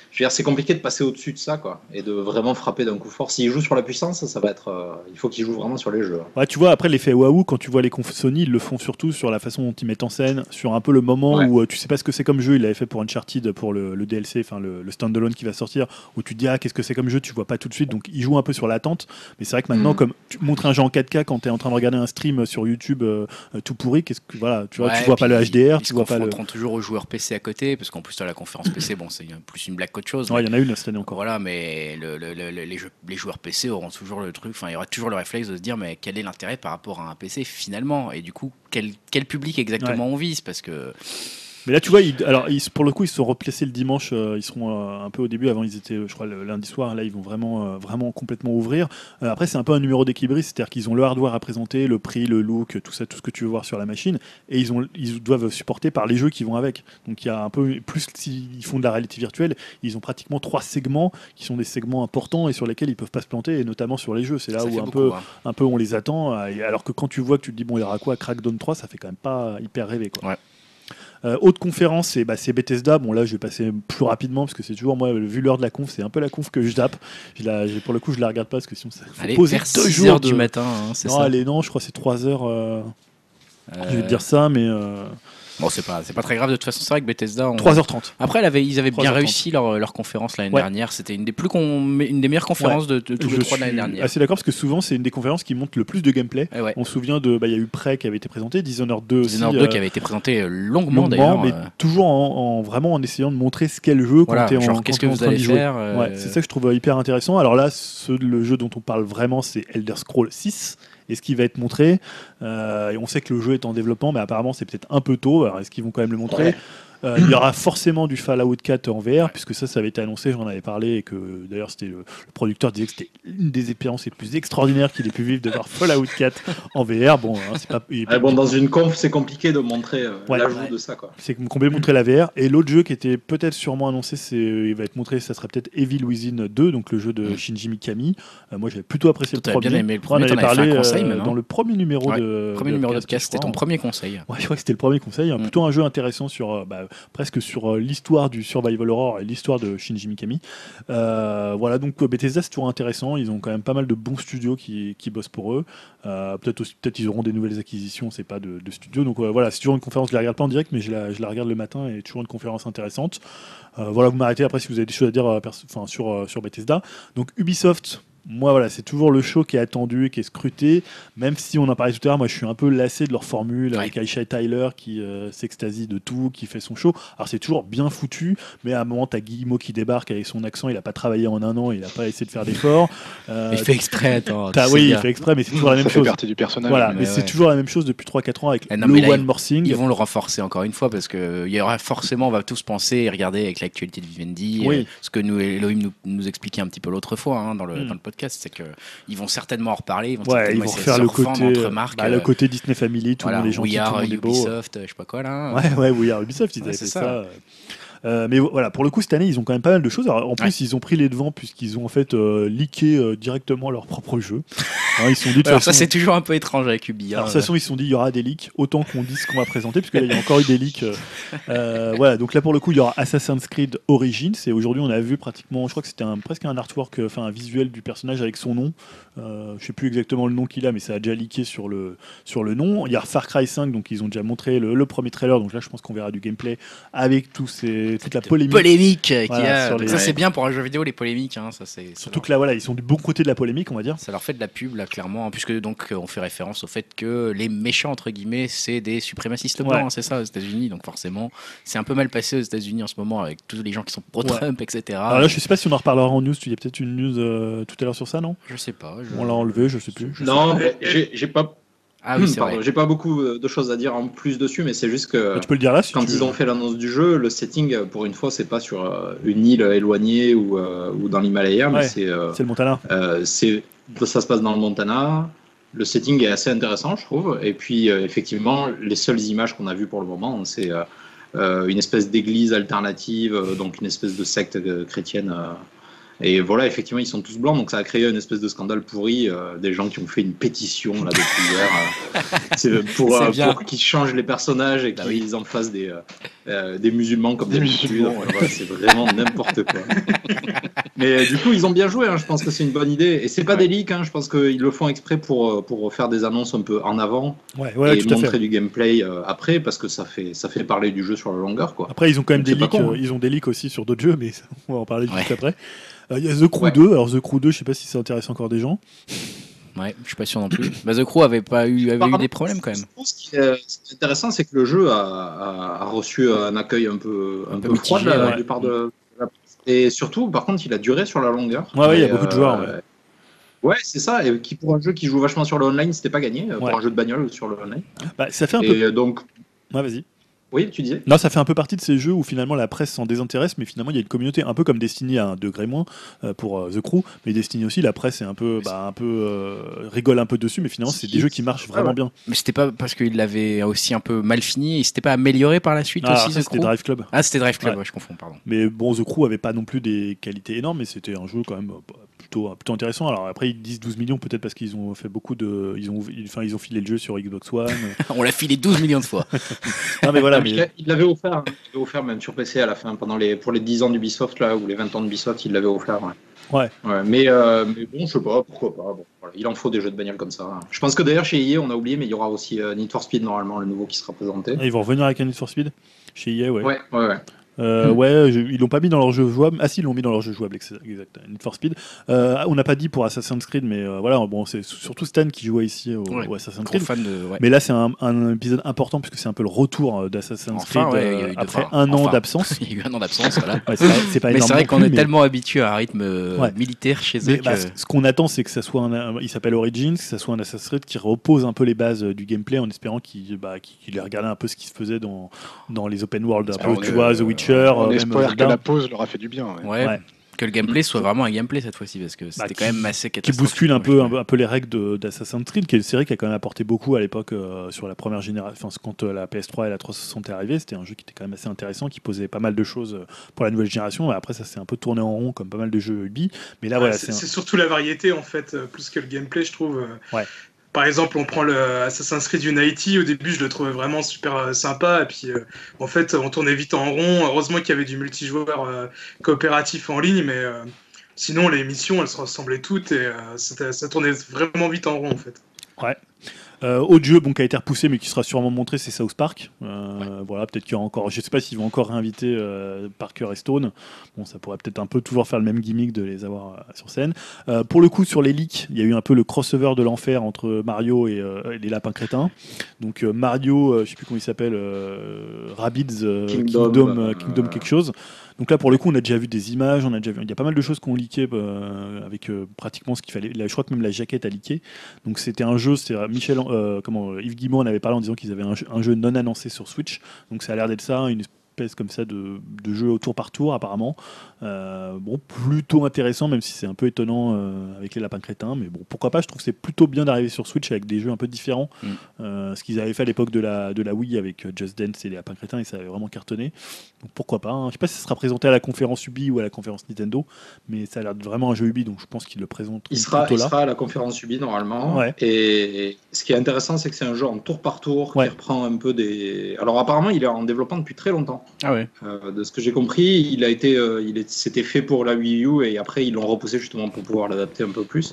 [SPEAKER 3] je veux dire, c'est compliqué de passer au-dessus de ça, quoi, et de vraiment frapper d'un coup fort. S'il joue sur la puissance, ça va être. Euh, il faut qu'il joue vraiment sur les jeux.
[SPEAKER 2] Ouais, tu vois, après l'effet waouh, quand tu vois les confs Sony, ils le font surtout sur la façon dont ils mettent en scène, sur un peu le moment ouais. où euh, tu sais pas ce que c'est comme jeu. Il l'avait fait pour Uncharted, pour le, le D L C, enfin le, le standalone qui va sortir, où tu te dis ah qu'est-ce que c'est comme jeu, tu vois pas tout de suite. Donc ils jouent un peu sur l'attente. Mais c'est vrai que maintenant, mmh. comme tu montres un jeu en quatre K quand t'es en train de regarder un stream sur YouTube euh, tout pourri, qu'est-ce que voilà, tu vois, ouais, tu vois pas le H D R,
[SPEAKER 1] ils
[SPEAKER 2] tu vois pas le.
[SPEAKER 1] toujours aux joueurs P C à côté, parce qu'en plus t'as la conférence P C, bon c'est plus une blague qu'autre chose.
[SPEAKER 2] Ouais, il y en a une cette année encore.
[SPEAKER 1] Voilà, mais le, le, le, les, jeux, les joueurs P C auront toujours le truc, enfin il y aura toujours le réflexe de se dire mais quel est l'intérêt par rapport à un P C finalement, et du coup quel, quel public exactement ouais. on vise, parce que.
[SPEAKER 2] Mais là, tu vois, ils, alors ils, pour le coup, ils se sont replacés le dimanche. Euh, ils seront euh, un peu au début. Avant, ils étaient, je crois, le lundi soir. Là, ils vont vraiment, euh, vraiment complètement ouvrir. Euh, après, c'est un peu un numéro d'équilibriste, c'est-à-dire qu'ils ont le hardware à présenter, le prix, le look, tout ça, tout ce que tu veux voir sur la machine, et ils ont, ils doivent supporter par les jeux qui vont avec. Donc, il y a un peu plus s'ils font de la réalité virtuelle, ils ont pratiquement trois segments qui sont des segments importants et sur lesquels ils peuvent pas se planter, et notamment sur les jeux. C'est là ça où un beaucoup, peu, hein. un peu on les attend. Alors que quand tu vois que tu te dis bon, il y aura quoi, Crackdown trois, ça fait quand même pas hyper rêver, quoi.
[SPEAKER 1] Ouais.
[SPEAKER 2] Euh, autre conférence, c'est, bah, c'est Bethesda. Bon, là, je vais passer plus rapidement parce que c'est toujours, moi, vu l'heure de la conf, c'est un peu la conf que je zappe. Je la, j'ai, pour le coup, je la regarde pas parce que sinon, ça faut
[SPEAKER 1] allez,
[SPEAKER 2] poser deux jours
[SPEAKER 1] heures
[SPEAKER 2] de...
[SPEAKER 1] du matin. Hein, c'est
[SPEAKER 2] non,
[SPEAKER 1] ça.
[SPEAKER 2] allez, non, je crois que c'est trois heures. Euh... Euh... Je vais te dire ça, mais. Euh...
[SPEAKER 1] Bon, c'est pas, c'est pas très grave de toute façon. C'est vrai que Bethesda. On...
[SPEAKER 2] trois heures trente.
[SPEAKER 1] Après, elle avait, ils avaient bien réussi leur, leur conférence l'année ouais. dernière. C'était une des, plus con... une des meilleures conférences ouais. de, de tous les trois de l'année dernière.
[SPEAKER 2] Assez d'accord, parce que souvent, c'est une des conférences qui montre le plus de gameplay.
[SPEAKER 1] Ouais.
[SPEAKER 2] On se souvient de. Bah, il y a eu Prey qui avait été présenté, Dishonored deux aussi.
[SPEAKER 1] Dishonored deux euh... qui avait été présenté longuement, longuement d'ailleurs.
[SPEAKER 2] Mais euh... toujours en, en, vraiment en essayant de montrer ce qu'est le jeu
[SPEAKER 1] voilà,
[SPEAKER 2] quand tu es en,
[SPEAKER 1] qu'est-ce que vous allez faire.
[SPEAKER 2] Euh... Ouais, c'est ça que je trouve hyper intéressant. Alors là, ce, le jeu dont on parle vraiment, c'est Elder Scrolls six. Et ce qui va être montré, euh, et on sait que le jeu est en développement, mais apparemment c'est peut-être un peu tôt. Alors est-ce qu'ils vont quand même le montrer ? Ouais. Euh, il y aura forcément du Fallout quatre en V R, puisque ça, ça avait été annoncé, j'en avais parlé, et que d'ailleurs c'était le, le producteur disait que c'était une des expériences les plus extraordinaires qu'il ait pu vivre de voir Fallout quatre en V R. Bon, hein, c'est pas.
[SPEAKER 3] Ah bon, dans une conf, c'est compliqué de montrer euh, ouais, l'ajout ouais. de ça, quoi.
[SPEAKER 2] C'est compliqué de montrer la V R. Et l'autre jeu qui était peut-être sûrement annoncé, c'est, il va être montré, ça serait peut-être Evil Within deux, donc le jeu de mmh. Shinji Mikami. Euh, moi, j'avais plutôt apprécié
[SPEAKER 1] Toi,
[SPEAKER 2] le premier.
[SPEAKER 1] Bien aimé le premier.
[SPEAKER 2] On avait parlé
[SPEAKER 1] conseil,
[SPEAKER 2] euh,
[SPEAKER 1] même, hein.
[SPEAKER 2] dans le premier numéro
[SPEAKER 1] ouais,
[SPEAKER 2] de.
[SPEAKER 1] Premier de numéro de podcast, c'était ton premier conseil.
[SPEAKER 2] Ouais, je crois que c'était le premier conseil. Mmh. Plutôt un jeu intéressant sur, bah, presque sur l'histoire du survival horror et l'histoire de Shinji Mikami. Euh, voilà, donc Bethesda, c'est toujours intéressant. Ils ont quand même pas mal de bons studios qui, qui bossent pour eux. Euh, peut-être aussi, peut-être ils auront des nouvelles acquisitions, c'est pas de, de studios. Donc euh, voilà, c'est toujours une conférence. Je la regarde pas en direct, mais je la, je la regarde le matin et toujours une conférence intéressante. Euh, voilà, vous m'arrêtez après si vous avez des choses à dire euh, perso- sur euh, sur Bethesda. Donc Ubisoft. Moi, voilà, c'est toujours le show qui est attendu, qui est scruté, même si on en parlait tout à l'heure, moi je suis un peu lassé de leur formule, ouais. avec Aisha Tyler qui euh, s'extasie de tout, qui fait son show. Alors c'est toujours bien foutu, mais à un moment, t'as Guillemot qui débarque avec son accent, il n'a pas travaillé en un an, il n'a pas essayé de faire d'efforts.
[SPEAKER 1] Euh, il fait exprès, attends.
[SPEAKER 2] Oui, il fait exprès, mais c'est toujours la même
[SPEAKER 5] ça
[SPEAKER 2] chose.
[SPEAKER 5] fait partie du personnage.
[SPEAKER 2] Voilà, mais, mais c'est ouais. toujours la même chose depuis trois quatre ans avec ah, non, le One More Thing.
[SPEAKER 1] Ils vont le renforcer encore une fois, parce qu'il y aura forcément, on va tous penser et regarder avec l'actualité de Vivendi,
[SPEAKER 2] oui.
[SPEAKER 1] euh, ce que nous, Elohim nous, nous expliquait un petit peu l'autre fois hein, dans, le, mm. dans le podcast, c'est que ils vont certainement en reparler. Ils vont,
[SPEAKER 2] ouais, ils vont refaire le côté,
[SPEAKER 1] entre marques,
[SPEAKER 2] bah, le côté Disney Family, tout
[SPEAKER 1] voilà,
[SPEAKER 2] le monde est gentil,
[SPEAKER 1] We
[SPEAKER 2] tout le monde est beau.
[SPEAKER 1] Ubisoft, je sais pas quoi là.
[SPEAKER 2] Ouais, ouais, We Are Ubisoft, ils ouais, avaient fait ça. ça. Euh, mais voilà, pour le coup, cette année, ils ont quand même pas mal de choses. Alors, en plus, ouais. ils ont pris les devants puisqu'ils ont en fait euh, leaké euh, directement leur propre jeu. Hein, ils sont dit,
[SPEAKER 1] alors,
[SPEAKER 2] façon,
[SPEAKER 1] ça, c'est toujours un peu étrange avec Ubi.
[SPEAKER 2] Alors, de toute façon, ils se sont dit, il y aura des leaks, autant qu'on dise ce qu'on va présenter, puisque là, il y a encore eu des leaks. Euh, euh, voilà, donc là, pour le coup, il y aura Assassin's Creed Origins. Et aujourd'hui, on a vu pratiquement, je crois que c'était un, presque un artwork, enfin un visuel du personnage avec son nom. Euh, je sais plus exactement le nom qu'il a, mais ça a déjà leaké sur le, sur le nom. Il y a Far Cry cinq, donc ils ont déjà montré le, le premier trailer. Donc là, je pense qu'on verra du gameplay avec tous ces, toute la polémique.
[SPEAKER 1] Polémique qu'il voilà, y a.
[SPEAKER 2] Sur les...
[SPEAKER 1] Ça, c'est bien pour un jeu vidéo, les polémiques. Hein, ça, c'est,
[SPEAKER 2] Surtout
[SPEAKER 1] leur...
[SPEAKER 2] que là, voilà, ils sont du bon côté de la polémique, on va dire.
[SPEAKER 1] Ça leur fait de la pub, là, clairement. Hein, puisque donc, on fait référence au fait que les méchants, entre guillemets, c'est des suprémacistes blancs. Ouais. Hein, c'est ça, aux États-Unis. Donc, forcément, c'est un peu mal passé aux États-Unis en ce moment avec tous les gens qui sont pro-Trump, ouais. et cetera.
[SPEAKER 2] Alors là, je sais pas si on en reparlera en news. Tu y a peut-être une news euh, tout à l'heure sur ça, non ?
[SPEAKER 1] Je sais pas. Je...
[SPEAKER 2] On l'a enlevé, je sais plus. Je
[SPEAKER 3] non,
[SPEAKER 2] sais
[SPEAKER 3] mais j'ai, j'ai pas.
[SPEAKER 1] Ah oui, c'est
[SPEAKER 3] Pardon,
[SPEAKER 1] vrai.
[SPEAKER 3] J'ai pas beaucoup de choses à dire en plus dessus, mais c'est juste que
[SPEAKER 2] bah, tu peux le dire là, si
[SPEAKER 3] quand
[SPEAKER 2] tu
[SPEAKER 3] ils
[SPEAKER 2] veux.
[SPEAKER 3] ont fait l'annonce du jeu, le setting pour une fois c'est pas sur une île éloignée ou, euh, ou dans l'Himalaya, mais
[SPEAKER 2] ouais,
[SPEAKER 3] c'est, euh,
[SPEAKER 2] c'est le Montana.
[SPEAKER 3] Euh, c'est, ça se passe dans le Montana. Le setting est assez intéressant, je trouve. Et puis euh, effectivement, les seules images qu'on a vues pour le moment, c'est euh, une espèce d'église alternative, euh, donc une espèce de secte chrétienne. Euh, Et voilà, effectivement, ils sont tous blancs, donc ça a créé une espèce de scandale pourri. Euh, des gens qui ont fait une pétition là depuis hier, euh, c'est pour,
[SPEAKER 1] C'est
[SPEAKER 3] euh,
[SPEAKER 1] bien.
[SPEAKER 3] pour qu'ils changent les personnages et
[SPEAKER 1] Bah
[SPEAKER 3] qu'ils
[SPEAKER 1] oui.
[SPEAKER 3] en fassent des, euh, euh, des musulmans comme
[SPEAKER 5] Des
[SPEAKER 3] d'habitude.
[SPEAKER 5] musulmans,
[SPEAKER 3] Enfin, voilà, c'est vraiment n'importe quoi. Mais euh, du coup, ils ont bien joué. Hein, je pense que c'est une bonne idée. Et c'est pas
[SPEAKER 5] Ouais.
[SPEAKER 3] des leaks. Hein, je pense qu'ils le font exprès pour pour faire des annonces un peu en avant
[SPEAKER 2] Ouais, ouais,
[SPEAKER 3] et
[SPEAKER 2] tout à
[SPEAKER 3] montrer
[SPEAKER 2] fait.
[SPEAKER 3] du gameplay euh, après, parce que ça fait ça fait parler du jeu sur la longueur, quoi.
[SPEAKER 2] Après, ils ont quand même
[SPEAKER 3] Donc,
[SPEAKER 2] des
[SPEAKER 3] c'est pas
[SPEAKER 2] leaks.
[SPEAKER 3] con,
[SPEAKER 2] euh,
[SPEAKER 3] hein.
[SPEAKER 2] ils ont des leaks aussi sur d'autres jeux, mais ça, on va en parler
[SPEAKER 1] Ouais.
[SPEAKER 2] juste après. Euh, Il y a The Crew
[SPEAKER 3] Ouais.
[SPEAKER 2] deux. Alors The Crew deux, je sais pas si ça intéresse encore des gens.
[SPEAKER 1] Ouais, je suis pas sûr non plus. Bah, The Crew avait pas eu, avait eu des problèmes quand même.
[SPEAKER 3] Ce qui est, ce qui est intéressant, c'est que le jeu a, a- a reçu un accueil un peu, un
[SPEAKER 1] Un peu
[SPEAKER 3] peu froid de
[SPEAKER 1] mitigé,
[SPEAKER 3] la,
[SPEAKER 2] ouais.
[SPEAKER 3] du part de la presse. Et surtout, par contre, il a duré sur la longueur.
[SPEAKER 2] Ouais, ouais, il y a
[SPEAKER 3] Et,
[SPEAKER 2] beaucoup de joueurs, ouais.
[SPEAKER 3] euh, Ouais, c'est ça. Et qui pour un jeu qui joue vachement sur le online, c'était pas gagné.
[SPEAKER 2] Ouais.
[SPEAKER 3] Pour un jeu de bagnole sur le online.
[SPEAKER 2] Bah, ça fait un
[SPEAKER 3] Et
[SPEAKER 2] peu.
[SPEAKER 3] euh, donc,
[SPEAKER 2] Ouais, vas-y.
[SPEAKER 3] oui, tu disais.
[SPEAKER 2] Non, ça fait un peu partie de ces jeux où finalement la presse s'en désintéresse, mais finalement il y a une communauté un peu comme Destiny à un degré moins euh, pour euh, The Crew, mais Destiny aussi, la presse est un peu, bah, un peu euh, rigole un peu dessus, mais finalement c'est des jeux qui marchent vraiment
[SPEAKER 3] ouais.
[SPEAKER 2] bien.
[SPEAKER 1] Mais c'était pas parce qu'il l'avait aussi un peu mal fini. Il s'était pas amélioré par la suite
[SPEAKER 2] Ah,
[SPEAKER 1] aussi,
[SPEAKER 2] ça,
[SPEAKER 1] The
[SPEAKER 2] c'était
[SPEAKER 1] Crew.
[SPEAKER 2] Drive Club.
[SPEAKER 1] Ah, c'était Drive Club,
[SPEAKER 2] Ouais.
[SPEAKER 1] ouais, je confonds, pardon.
[SPEAKER 2] Mais bon, The Crew avait pas non plus des qualités énormes, mais c'était un jeu quand même euh, plutôt, plutôt intéressant. Alors après ils disent douze millions peut-être parce qu'ils ont fait beaucoup de, ils ont, enfin ils ont filé le jeu sur Xbox One.
[SPEAKER 1] On l'a filé douze millions de fois.
[SPEAKER 2] Non mais voilà,
[SPEAKER 3] Ah, mais
[SPEAKER 2] mais
[SPEAKER 3] il l'a- il l'avait offert, hein. Il l'avait offert même sur P C à la fin, pendant les, pour les dix ans d'Ubisoft, là, ou les vingt ans d'Ubisoft, il l'avait offert. Ouais.
[SPEAKER 2] Ouais.
[SPEAKER 3] Ouais, mais, euh, mais bon, je sais pas, pourquoi pas. Bon, voilà, il en faut des jeux de bagnole comme ça. Hein. Je pense que d'ailleurs chez E A, on a oublié, mais il y aura aussi euh, Need for Speed normalement, le nouveau qui sera présenté.
[SPEAKER 2] ils vont revenir avec un Need for Speed chez E A, ouais.
[SPEAKER 3] Ouais, ouais, ouais.
[SPEAKER 2] Euh,
[SPEAKER 3] Hmm.
[SPEAKER 2] ouais, je- ils l'ont pas mis dans leur jeu jouable. Ah si, ils l'ont mis dans leur jeu jouable, ex- exact. Need for Speed. Euh, on n'a pas dit pour Assassin's Creed, mais euh, voilà, bon, c'est surtout Stan qui jouait ici au,
[SPEAKER 1] Ouais.
[SPEAKER 2] au Assassin's
[SPEAKER 1] Gros
[SPEAKER 2] Creed.
[SPEAKER 1] fan de. Ouais.
[SPEAKER 2] Mais là, c'est un, un épisode important puisque c'est un peu le retour euh, d'Assassin's
[SPEAKER 1] Enfin,
[SPEAKER 2] Creed
[SPEAKER 1] ouais, il y a
[SPEAKER 2] euh,
[SPEAKER 1] eu de-
[SPEAKER 2] après
[SPEAKER 1] enfin,
[SPEAKER 2] un an
[SPEAKER 1] enfin.
[SPEAKER 2] d'absence.
[SPEAKER 1] Il y a eu un an d'absence, voilà.
[SPEAKER 2] Ouais, c'est pas, c'est pas
[SPEAKER 1] Mais
[SPEAKER 2] énorme
[SPEAKER 1] c'est vrai
[SPEAKER 2] non
[SPEAKER 1] qu'on
[SPEAKER 2] plus,
[SPEAKER 1] est
[SPEAKER 2] mais-
[SPEAKER 1] tellement habitué à un rythme euh,
[SPEAKER 2] Ouais.
[SPEAKER 1] militaire chez eux
[SPEAKER 2] Mais,
[SPEAKER 1] que.
[SPEAKER 2] bah, ce ce qu'on attend, c'est que ça soit un, un- il s'appelle Origins, que ça soit un Assassin's Creed qui repose un peu les bases euh, du gameplay en espérant qu'il bah, qu'il qu'il ait regardé un peu ce qui se faisait dans, dans les open world, un
[SPEAKER 1] Espérons
[SPEAKER 2] peu, tu
[SPEAKER 1] que-
[SPEAKER 2] vois, The Witcher,
[SPEAKER 5] On
[SPEAKER 2] euh, même
[SPEAKER 5] espère que
[SPEAKER 2] Zelda,
[SPEAKER 5] la pause leur a fait du bien. ouais.
[SPEAKER 1] Ouais.
[SPEAKER 2] Ouais.
[SPEAKER 1] Que le gameplay soit vraiment un gameplay cette fois-ci parce que c'était
[SPEAKER 2] Bah,
[SPEAKER 1] quand
[SPEAKER 2] qui-
[SPEAKER 1] même assez
[SPEAKER 2] qui
[SPEAKER 1] catastrophique.
[SPEAKER 2] bouscule un
[SPEAKER 1] moi,
[SPEAKER 2] peu,
[SPEAKER 1] je
[SPEAKER 2] un,
[SPEAKER 1] trouvais.
[SPEAKER 2] peu- un peu les règles de- d'Assassin's Creed, qui est une série qui a quand même apporté beaucoup à l'époque euh, sur la première génération, enfin, quand euh, la P S trois et la trois cent soixante est arrivée. C'était un jeu qui était quand même assez intéressant, qui posait pas mal de choses euh, pour la nouvelle génération. Et après, ça s'est un peu tourné en rond, comme pas mal de jeux Ubi. Mais là,
[SPEAKER 4] Ouais,
[SPEAKER 2] voilà,
[SPEAKER 4] c'est
[SPEAKER 2] c'est un-
[SPEAKER 4] c'est surtout la variété en fait, euh, plus que le gameplay, je trouve. euh.
[SPEAKER 2] Ouais.
[SPEAKER 4] Par exemple, on prend le Assassin's Creed Unity. Au début, je le trouvais vraiment super euh, sympa. Et puis, euh, en fait, on tournait vite en rond. Heureusement qu'il y avait du multijoueur euh, coopératif en ligne, mais euh, sinon, les missions, elles se ressemblaient toutes et euh, c'était- ça tournait vraiment vite en rond, en fait.
[SPEAKER 2] Ouais. Euh, autre jeu bon, qui a été repoussé mais qui sera sûrement montré, c'est South Park. Euh, Voilà, peut-être qu'il y aura encore. Je sais pas s'ils vont encore réinviter euh, Parker et Stone. Bon, ça pourrait peut-être un peu toujours faire le même gimmick de les avoir euh, sur scène. Euh, pour le coup, sur les leaks, il y a eu un peu le crossover de l'enfer entre Mario et, euh, et les lapins crétins. Donc euh, Mario, euh, je sais plus comment il s'appelle, euh, Rabbids euh,
[SPEAKER 3] Kingdom,
[SPEAKER 2] Kingdom, euh,
[SPEAKER 3] euh,
[SPEAKER 2] Kingdom quelque chose. Donc là, pour le coup, on a déjà vu des images, on a déjà vu. Il y a pas mal de choses qu'on leaké euh, avec euh, pratiquement ce qu'il fallait. Là, je crois que même la jaquette a leaké. Donc c'était un jeu, c'est Michel, euh, comment Yves Guillemot en avait parlé en disant qu'ils avaient un jeu, un jeu non annoncé sur Switch. Donc ça a l'air d'être ça, une espèce comme ça de, de jeu au tour par tour apparemment. Euh, bon, plutôt intéressant, même si c'est un peu étonnant euh, avec les lapins crétins. Mais bon, pourquoi pas. Je trouve que c'est plutôt bien d'arriver sur Switch avec des jeux un peu différents.
[SPEAKER 1] Mm.
[SPEAKER 2] Euh, ce qu'ils avaient fait à l'époque de la de la Wii avec euh, Just Dance et les lapins crétins, et ça avait vraiment cartonné. Donc pourquoi pas. Hein. Je sais pas si ça sera présenté à la conférence Ubi ou à la conférence Nintendo, mais ça a l'air de vraiment un jeu Ubi, donc je pense qu'ils le présentent
[SPEAKER 3] Il sera,
[SPEAKER 2] plutôt
[SPEAKER 3] il
[SPEAKER 2] là.
[SPEAKER 3] sera à la conférence Ubi normalement.
[SPEAKER 2] Ouais.
[SPEAKER 3] Et ce qui est intéressant, c'est que c'est un jeu en tour par tour
[SPEAKER 2] Ouais.
[SPEAKER 3] qui reprend un peu des. Alors apparemment, il est en développement depuis très longtemps.
[SPEAKER 1] Ah ouais.
[SPEAKER 3] Euh, de ce que j'ai compris, il a été, euh, il est, c'était fait pour la Wii U et après ils l'ont repoussé justement pour pouvoir l'adapter un peu plus.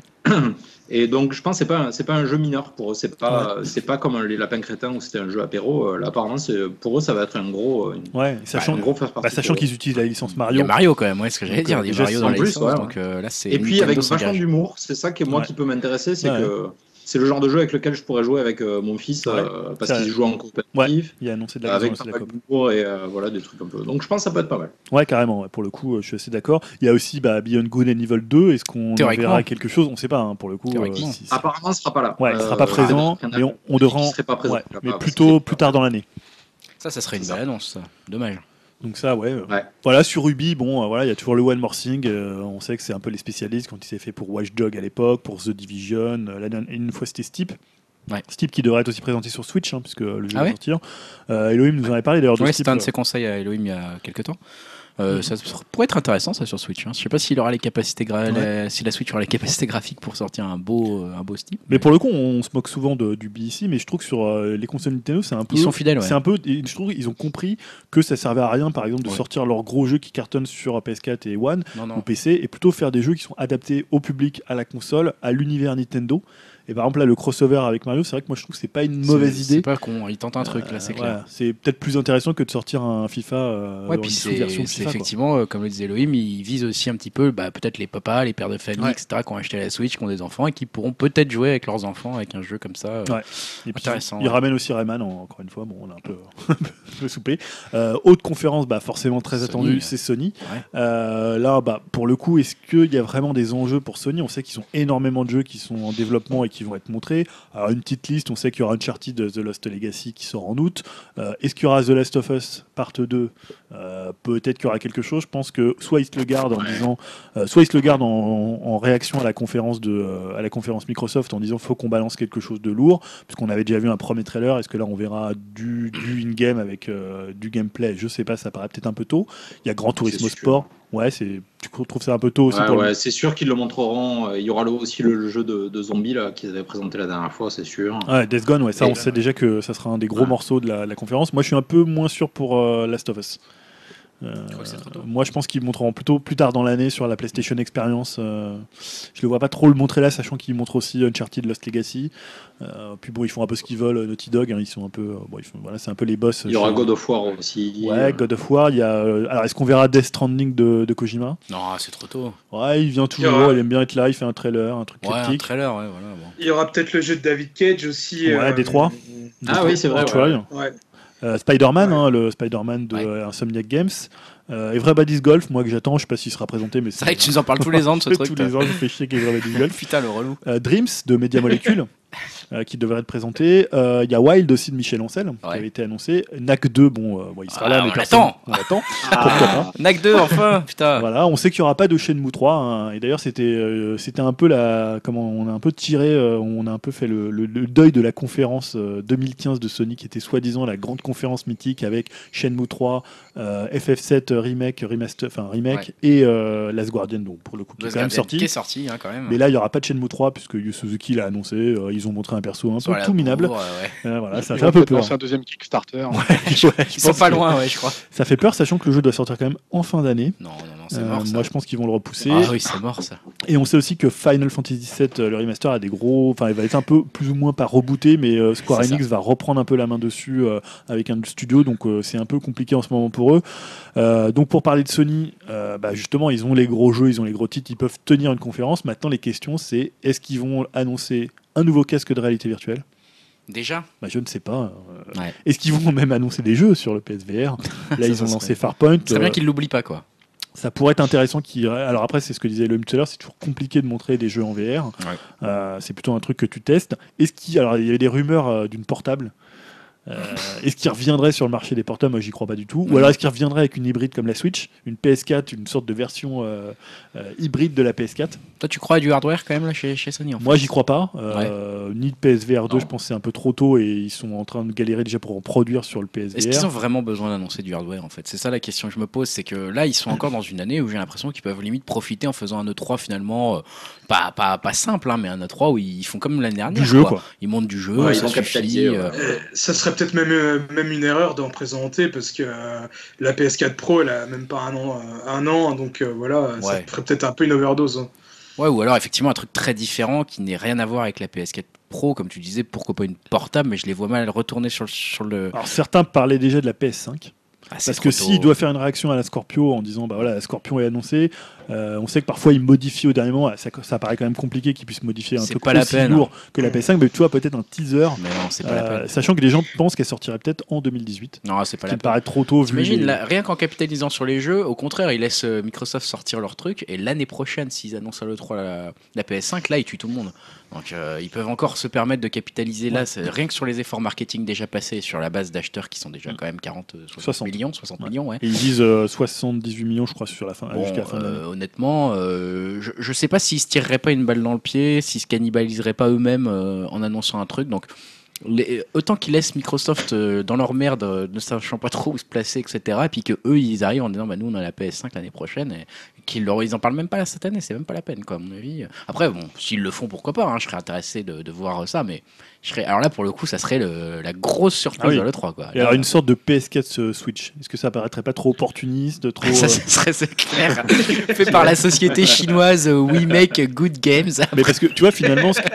[SPEAKER 3] Et donc je pense que c'est pas un- c'est pas un jeu mineur pour eux, c'est pas c'est pas comme les lapins crétins où c'était un jeu apéro. Euh, Là apparemment c'est pour eux ça va être un gros une-
[SPEAKER 2] Ouais, sachant,
[SPEAKER 3] un gros first party
[SPEAKER 2] bah, sachant
[SPEAKER 3] pour eux.
[SPEAKER 2] qu'ils utilisent la licence
[SPEAKER 1] Il y
[SPEAKER 2] Mario.
[SPEAKER 1] a Mario quand même, ouais, ce que j'allais
[SPEAKER 2] Donc,
[SPEAKER 1] dire.
[SPEAKER 2] euh,
[SPEAKER 1] Il y a
[SPEAKER 2] déjà,
[SPEAKER 1] Mario dans
[SPEAKER 3] en
[SPEAKER 1] la
[SPEAKER 3] plus,
[SPEAKER 1] licence,
[SPEAKER 3] ouais, ouais.
[SPEAKER 1] donc euh, là c'est.
[SPEAKER 3] Et puis avec
[SPEAKER 1] Nintendo
[SPEAKER 3] vachement
[SPEAKER 1] s'engage.
[SPEAKER 3] d'humour, c'est ça qui est moi
[SPEAKER 2] Ouais.
[SPEAKER 3] qui peut m'intéresser, c'est
[SPEAKER 2] Ouais.
[SPEAKER 3] que c'est le genre de jeu avec lequel je pourrais jouer avec euh, mon fils
[SPEAKER 2] Ouais.
[SPEAKER 3] euh, parce
[SPEAKER 2] Ça-
[SPEAKER 3] qu'il joue en
[SPEAKER 2] Ouais,
[SPEAKER 3] coopératif.
[SPEAKER 2] il a annoncé de la
[SPEAKER 3] Avec
[SPEAKER 2] licence
[SPEAKER 3] pas
[SPEAKER 2] de la
[SPEAKER 3] mal
[SPEAKER 2] coop.
[SPEAKER 3] d'humour et euh, voilà des trucs un peu. Donc je pense que ça peut être pas mal.
[SPEAKER 2] Ouais, carrément. Ouais. Pour le coup, euh, je suis assez d'accord. Il y a aussi bah, Beyond Good and Evil deux. Est-ce qu'on en
[SPEAKER 1] Théoriquement.
[SPEAKER 2] verra quelque chose? On ne sait pas. Hein, pour le coup,
[SPEAKER 1] Théoriquement.
[SPEAKER 2] si- si-
[SPEAKER 3] Apparemment, ce sera pas là.
[SPEAKER 2] Ouais, il sera pas
[SPEAKER 3] Euh,
[SPEAKER 2] présent,
[SPEAKER 3] il y en a
[SPEAKER 2] mais on, on
[SPEAKER 3] qui
[SPEAKER 2] devra.
[SPEAKER 3] serait pas présent
[SPEAKER 2] ouais,
[SPEAKER 3] là-bas,
[SPEAKER 2] mais
[SPEAKER 3] parce
[SPEAKER 2] plutôt
[SPEAKER 3] qu'il-
[SPEAKER 2] plus tard dans l'année.
[SPEAKER 1] Ça, ça serait une
[SPEAKER 3] C'est
[SPEAKER 1] belle
[SPEAKER 3] ça.
[SPEAKER 1] annonce. Ça. Dommage.
[SPEAKER 2] Donc ça, ouais. euh,
[SPEAKER 3] Ouais.
[SPEAKER 2] Voilà, sur Ubi, bon, euh, voilà, il y a toujours le One More Thing. euh, on sait que c'est un peu les spécialistes quand il s'est fait pour Watch Dogs à l'époque, pour The Division. euh, là, une fois, c'était Steep.
[SPEAKER 1] Ouais.
[SPEAKER 2] Steep qui devrait être aussi présenté sur Switch, hein, puisque le jeu
[SPEAKER 1] Ah
[SPEAKER 2] va
[SPEAKER 1] ouais
[SPEAKER 2] sortir. Euh, Elohim nous en avait parlé d'ailleurs de
[SPEAKER 1] Ouais,
[SPEAKER 2] Steep.
[SPEAKER 1] c'était un de ses conseils à Elohim il y a quelques temps. Euh, ça pourrait être intéressant ça sur Switch. Hein. Je sais pas s'il aura les capacités gra-
[SPEAKER 2] Ouais.
[SPEAKER 1] la, si la Switch aura les capacités graphiques pour sortir un beau un beau Steep.
[SPEAKER 2] Mais pour le coup, on se moque souvent de, du B ici, mais je trouve que sur euh, les consoles Nintendo, c'est un peu.
[SPEAKER 1] Ils sont fidèles, ouais.
[SPEAKER 2] C'est un peu. et Je trouve qu'ils ont compris que ça servait à rien, par exemple, de
[SPEAKER 1] Ouais.
[SPEAKER 2] sortir leurs gros jeux qui cartonnent sur P S quatre et One
[SPEAKER 1] Non
[SPEAKER 2] ou
[SPEAKER 1] non.
[SPEAKER 2] P C, et plutôt faire des jeux qui sont adaptés au public, à la console, à l'univers Nintendo. Et par exemple là, le crossover avec Mario, c'est vrai que moi je trouve que c'est pas une mauvaise
[SPEAKER 1] C'est-
[SPEAKER 2] idée.
[SPEAKER 1] C'est pas con. Il tente un truc là, c'est
[SPEAKER 2] Euh,
[SPEAKER 1] clair.
[SPEAKER 2] voilà. C'est peut-être plus intéressant que de sortir un FIFA. Euh,
[SPEAKER 1] Ouais,
[SPEAKER 2] dans
[SPEAKER 1] puis
[SPEAKER 2] une
[SPEAKER 1] c'est
[SPEAKER 2] sous-version de
[SPEAKER 1] c'est
[SPEAKER 2] FIFA, quoi.
[SPEAKER 1] effectivement, euh, comme le disait Elohim, il vise aussi un petit peu bah, peut-être les papas, les pères de famille,
[SPEAKER 2] Ouais.
[SPEAKER 1] et cetera, qui ont acheté la Switch, qui ont des enfants et qui pourront peut-être jouer avec leurs enfants avec un jeu comme ça. euh.
[SPEAKER 2] Ouais. Et puis,
[SPEAKER 1] Intéressant,
[SPEAKER 2] il
[SPEAKER 1] ouais.
[SPEAKER 2] ramène aussi Rayman, en- encore une fois. Bon, on a un peu, un peu soupé. Euh, autre conférence, bah, forcément très
[SPEAKER 1] Sony,
[SPEAKER 2] attendue,
[SPEAKER 1] ouais.
[SPEAKER 2] c'est Sony.
[SPEAKER 1] Ouais.
[SPEAKER 2] Euh, là, bah, pour le coup, est-ce qu'il y a vraiment des enjeux pour Sony? On sait qu'ils ont énormément de jeux qui sont en développement et qui vont être montrés. Alors, une petite liste, on sait qu'il y aura Uncharted The Lost Legacy qui sort en août. Euh, est-ce qu'il y aura The Last of Us Part deux? Euh, Peut-être qu'il y aura quelque chose. Je pense que soit ils se le gardent en disant, euh, soit ils se le gardent en, en réaction à la conférence de, euh, à la conférence Microsoft en disant faut qu'on balance quelque chose de lourd, puisqu'on avait déjà vu un premier trailer. Est-ce que là on verra du, du in-game avec euh, du gameplay? Je sais pas, ça paraît peut-être un peu tôt. Il y a Gran Turismo
[SPEAKER 3] sûr.
[SPEAKER 2] Sport. Ouais, c'est. Tu trouves ça un peu tôt aussi
[SPEAKER 3] Ouais,
[SPEAKER 2] pour le-
[SPEAKER 3] ouais, c'est sûr qu'ils le montreront. Euh, Il y aura le- aussi le, le jeu de, de zombies là qu'ils avaient présenté la dernière fois, c'est sûr.
[SPEAKER 2] Ouais, Death Gone, ouais, ça
[SPEAKER 3] Et
[SPEAKER 2] on
[SPEAKER 3] ben,
[SPEAKER 2] sait déjà que ça sera un des gros
[SPEAKER 3] ouais.
[SPEAKER 2] morceaux de la, la conférence. Moi je suis un peu moins sûr pour euh, Last of Us. Euh,
[SPEAKER 1] crois que c'est trop tôt.
[SPEAKER 2] moi je pense qu'ils montreront plutôt plus tard dans l'année sur la PlayStation Experience. Euh, je le vois pas trop le montrer là, sachant qu'ils montrent aussi Uncharted Lost Legacy. Euh, puis bon, ils font un peu ce qu'ils veulent, Naughty Dog, hein, ils sont un peu. euh, bon, ils font- voilà, c'est un peu les boss.
[SPEAKER 3] Il y aura
[SPEAKER 2] chez-
[SPEAKER 3] God of War aussi.
[SPEAKER 2] Ouais, God of War. Il y a. euh, alors est-ce qu'on verra Death Stranding de, de Kojima?
[SPEAKER 1] Non, c'est trop tôt.
[SPEAKER 2] Ouais, il vient
[SPEAKER 4] Il y
[SPEAKER 2] toujours,
[SPEAKER 4] aura-
[SPEAKER 2] il aime bien être là, il fait un trailer, un truc
[SPEAKER 1] Ouais, un
[SPEAKER 2] cryptique.
[SPEAKER 1] trailer, ouais, voilà. Bon.
[SPEAKER 4] Il y aura peut-être le jeu de David Cage aussi.
[SPEAKER 2] Ouais, Détroit.
[SPEAKER 3] Ah oui, c'est vrai.
[SPEAKER 2] Detroit.
[SPEAKER 3] ouais.
[SPEAKER 4] Ouais.
[SPEAKER 2] Euh, Spider-Man,
[SPEAKER 4] Ouais.
[SPEAKER 2] hein, le Spider-Man de
[SPEAKER 1] Ouais.
[SPEAKER 2] euh, Insomniac Games. Euh, Everybody's Golf, moi que j'attends, je sais pas s'il sera présenté, mais
[SPEAKER 1] C'est vrai que tu nous en parles tous les ans de ce truc.
[SPEAKER 2] Tous
[SPEAKER 1] toi.
[SPEAKER 2] les ans, je me fais chier avec Everybody's Golf.
[SPEAKER 1] Putain, le relou.
[SPEAKER 2] Euh, Dreams de Media Molecule, euh, qui devrait être présenté. Euh, Il y a Wild aussi de Michel Ancel, qui
[SPEAKER 1] Ouais.
[SPEAKER 2] avait été annoncé. N A C deux, bon, euh, bon, il sera
[SPEAKER 1] Ah,
[SPEAKER 2] là,
[SPEAKER 1] on
[SPEAKER 2] mais personne-
[SPEAKER 1] l'attend.
[SPEAKER 2] on l'attend.
[SPEAKER 3] Ah.
[SPEAKER 2] Pourquoi pas?
[SPEAKER 1] N A C deux, enfin, putain.
[SPEAKER 2] Voilà, on sait qu'il n'y aura pas de Shenmue trois, hein. Et d'ailleurs c'était euh, c'était un peu la comment on a un peu tiré, euh, on a un peu fait le, le- le deuil de la conférence euh, deux mille quinze de Sony qui était soi-disant la grande conférence mythique avec Shenmue trois, euh, F F sept remake, remaster, enfin remake et euh, Last Guardian, donc pour le coup qui est
[SPEAKER 1] Last
[SPEAKER 2] quand même
[SPEAKER 1] Guardian,
[SPEAKER 2] sorti.
[SPEAKER 1] Qui est sorti, hein, quand même.
[SPEAKER 2] Mais là il n'y aura pas de Shenmue trois puisque Yu Suzuki l'a annoncé, euh, ils ont montré un perso un
[SPEAKER 1] Sur
[SPEAKER 2] peu
[SPEAKER 1] la
[SPEAKER 2] tout minable.
[SPEAKER 1] bourre, ouais.
[SPEAKER 2] Euh, voilà, ça
[SPEAKER 5] Ils
[SPEAKER 2] fait
[SPEAKER 5] vont
[SPEAKER 2] un peu
[SPEAKER 5] peut-être
[SPEAKER 2] peur.
[SPEAKER 5] lancer un deuxième Kickstarter.
[SPEAKER 2] Ouais, je
[SPEAKER 1] Ils sont
[SPEAKER 2] pense
[SPEAKER 1] pas
[SPEAKER 2] que
[SPEAKER 1] loin, ouais, je crois.
[SPEAKER 2] Ça fait peur sachant que le jeu doit sortir quand même en fin d'année.
[SPEAKER 1] Non, non, non, c'est
[SPEAKER 2] Euh,
[SPEAKER 1] mort, ça.
[SPEAKER 2] moi je pense qu'ils vont le repousser.
[SPEAKER 1] Ah oui, c'est mort, ça.
[SPEAKER 2] Et on sait aussi que Final Fantasy sept, euh, le remaster, a des gros. Enfin, il va être un peu plus ou moins pas rebooté, mais euh, Square
[SPEAKER 1] C'est
[SPEAKER 2] Enix va reprendre un peu la main dessus euh, avec un studio, donc euh, c'est un peu compliqué en ce moment pour eux. Euh, donc pour parler de Sony, euh, bah, justement, ils ont les gros jeux, ils ont les gros titres, ils peuvent tenir une conférence. Maintenant, les questions, c'est est-ce qu'ils vont annoncer un nouveau casque de réalité virtuelle?
[SPEAKER 1] Déjà
[SPEAKER 2] Bah, je ne sais pas. Euh,
[SPEAKER 1] Ouais.
[SPEAKER 2] Est-ce qu'ils vont même annoncer des jeux sur le P S V R? Là,
[SPEAKER 1] Ça,
[SPEAKER 2] ils
[SPEAKER 1] ça
[SPEAKER 2] ont
[SPEAKER 1] serait-
[SPEAKER 2] lancé Farpoint.
[SPEAKER 1] C'est bien
[SPEAKER 2] euh,
[SPEAKER 1] qu'ils l'oublient pas, quoi.
[SPEAKER 2] Ça pourrait être intéressant qu'il. Alors après, c'est ce que disait le tout à l'heure, c'est toujours compliqué de montrer des jeux en V R.
[SPEAKER 1] Ouais.
[SPEAKER 2] Euh, c'est plutôt un truc que tu testes. Est-ce qu'il alors il y avait des rumeurs euh, d'une portable. Euh, est-ce qu'il reviendrait sur le marché des portables? Moi, j'y crois pas du tout. Ou alors est-ce qu'il reviendrait avec une hybride comme la Switch, une P S quatre, une sorte de version euh, euh, hybride de la P S quatre?
[SPEAKER 1] Toi, tu crois à du hardware quand même là chez, chez Sony en fait.
[SPEAKER 2] Moi, j'y crois pas. Euh, Ni de P S V R deux,
[SPEAKER 1] Non.
[SPEAKER 2] je pense que c'est un peu trop tôt et ils sont en train de galérer déjà pour en produire sur le P S V R.
[SPEAKER 1] Est-ce qu'ils ont vraiment besoin d'annoncer du hardware en fait? C'est ça la question que je me pose, c'est que là ils sont encore dans une année où j'ai l'impression qu'ils peuvent limite profiter en faisant un E trois finalement euh, pas, pas, pas simple hein, mais un E trois où ils font comme l'année dernière.
[SPEAKER 2] Du jeu, quoi.
[SPEAKER 1] Ils montent du jeu,
[SPEAKER 3] Ouais, ils
[SPEAKER 1] ça
[SPEAKER 3] vont
[SPEAKER 1] suffit.
[SPEAKER 3] capitaliser, ouais.
[SPEAKER 1] euh,
[SPEAKER 4] Euh, Ça serait peut-être même, euh, même une erreur d'en présenter parce que euh, la P S quatre Pro elle a même pas un an, euh, un an donc euh, voilà, ça
[SPEAKER 1] Ouais.
[SPEAKER 4] ferait peut-être un peu une overdose. hein.
[SPEAKER 1] Ouais, ou alors effectivement un truc très différent qui n'ait rien à voir avec la P S quatre Pro, comme tu disais, pourquoi pas une portable, mais je les vois mal retourner sur le. Sur le...
[SPEAKER 2] Alors certains parlaient déjà de la P S cinq.
[SPEAKER 1] Ah, c'est
[SPEAKER 2] Parce
[SPEAKER 1] trop
[SPEAKER 2] que
[SPEAKER 1] tôt.
[SPEAKER 2] s'il doit faire une réaction à la Scorpio en disant bah voilà la Scorpion est annoncée, euh, on sait que parfois il modifie au dernier moment, ça, ça paraît quand même compliqué qu'il puisse modifier un
[SPEAKER 1] C'est
[SPEAKER 2] truc
[SPEAKER 1] pas la
[SPEAKER 2] aussi
[SPEAKER 1] peine,
[SPEAKER 2] lourd que la P S cinq, mais tu vois peut-être un teaser,
[SPEAKER 1] Mais non, c'est pas la
[SPEAKER 2] euh,
[SPEAKER 1] peine.
[SPEAKER 2] sachant que les gens pensent qu'elle sortirait peut-être en deux mille dix-huit.
[SPEAKER 1] Non, c'est pas
[SPEAKER 2] Ce qui
[SPEAKER 1] la
[SPEAKER 2] me
[SPEAKER 1] peine.
[SPEAKER 2] paraît trop tôt vu.
[SPEAKER 1] T'imagines,
[SPEAKER 2] les-
[SPEAKER 1] là, rien qu'en capitalisant sur les jeux, au contraire, ils laissent euh, Microsoft sortir leur truc, et l'année prochaine, s'ils annoncent à l'E trois la, la P S cinq, là, ils tuent tout le monde. Donc euh, ils peuvent encore se permettre de capitaliser là, c'est, rien que sur les efforts marketing déjà passés, sur la base d'acheteurs qui sont déjà quand même quarante, soixante millions, soixante
[SPEAKER 2] ouais.
[SPEAKER 1] millions. Ouais.
[SPEAKER 2] Et ils disent euh, soixante-dix-huit millions, je crois, sur la fin,
[SPEAKER 1] Bon,
[SPEAKER 2] jusqu'à la fin de l'année.
[SPEAKER 1] euh, honnêtement, euh, je, je sais pas s'ils se tireraient pas une balle dans le pied, s'ils se cannibaliseraient pas eux-mêmes euh, en annonçant un truc. Donc les, autant qu'ils laissent Microsoft euh, dans leur merde, euh, ne sachant pas trop où se placer, et cetera. Et puis que eux ils arrivent en disant bah nous on a la P S cinq l'année prochaine et qu'ils leur, ils en parlent même pas là cette année, c'est même pas la peine quoi à mon avis. Après bon, s'ils le font pourquoi pas, hein, je serais intéressé de, de voir ça, mais je serais, alors là pour le coup ça serait le, la grosse surprise
[SPEAKER 2] Ah oui.
[SPEAKER 1] de l'E trois quoi.
[SPEAKER 2] Et
[SPEAKER 1] Là,
[SPEAKER 2] alors une sorte de P S quatre Switch, est-ce que ça paraîtrait pas trop opportuniste, trop
[SPEAKER 1] ça,
[SPEAKER 2] euh,
[SPEAKER 1] ça serait c'est clair, fait par la société chinoise euh, We Make Good Games.
[SPEAKER 2] Mais parce que tu vois finalement ce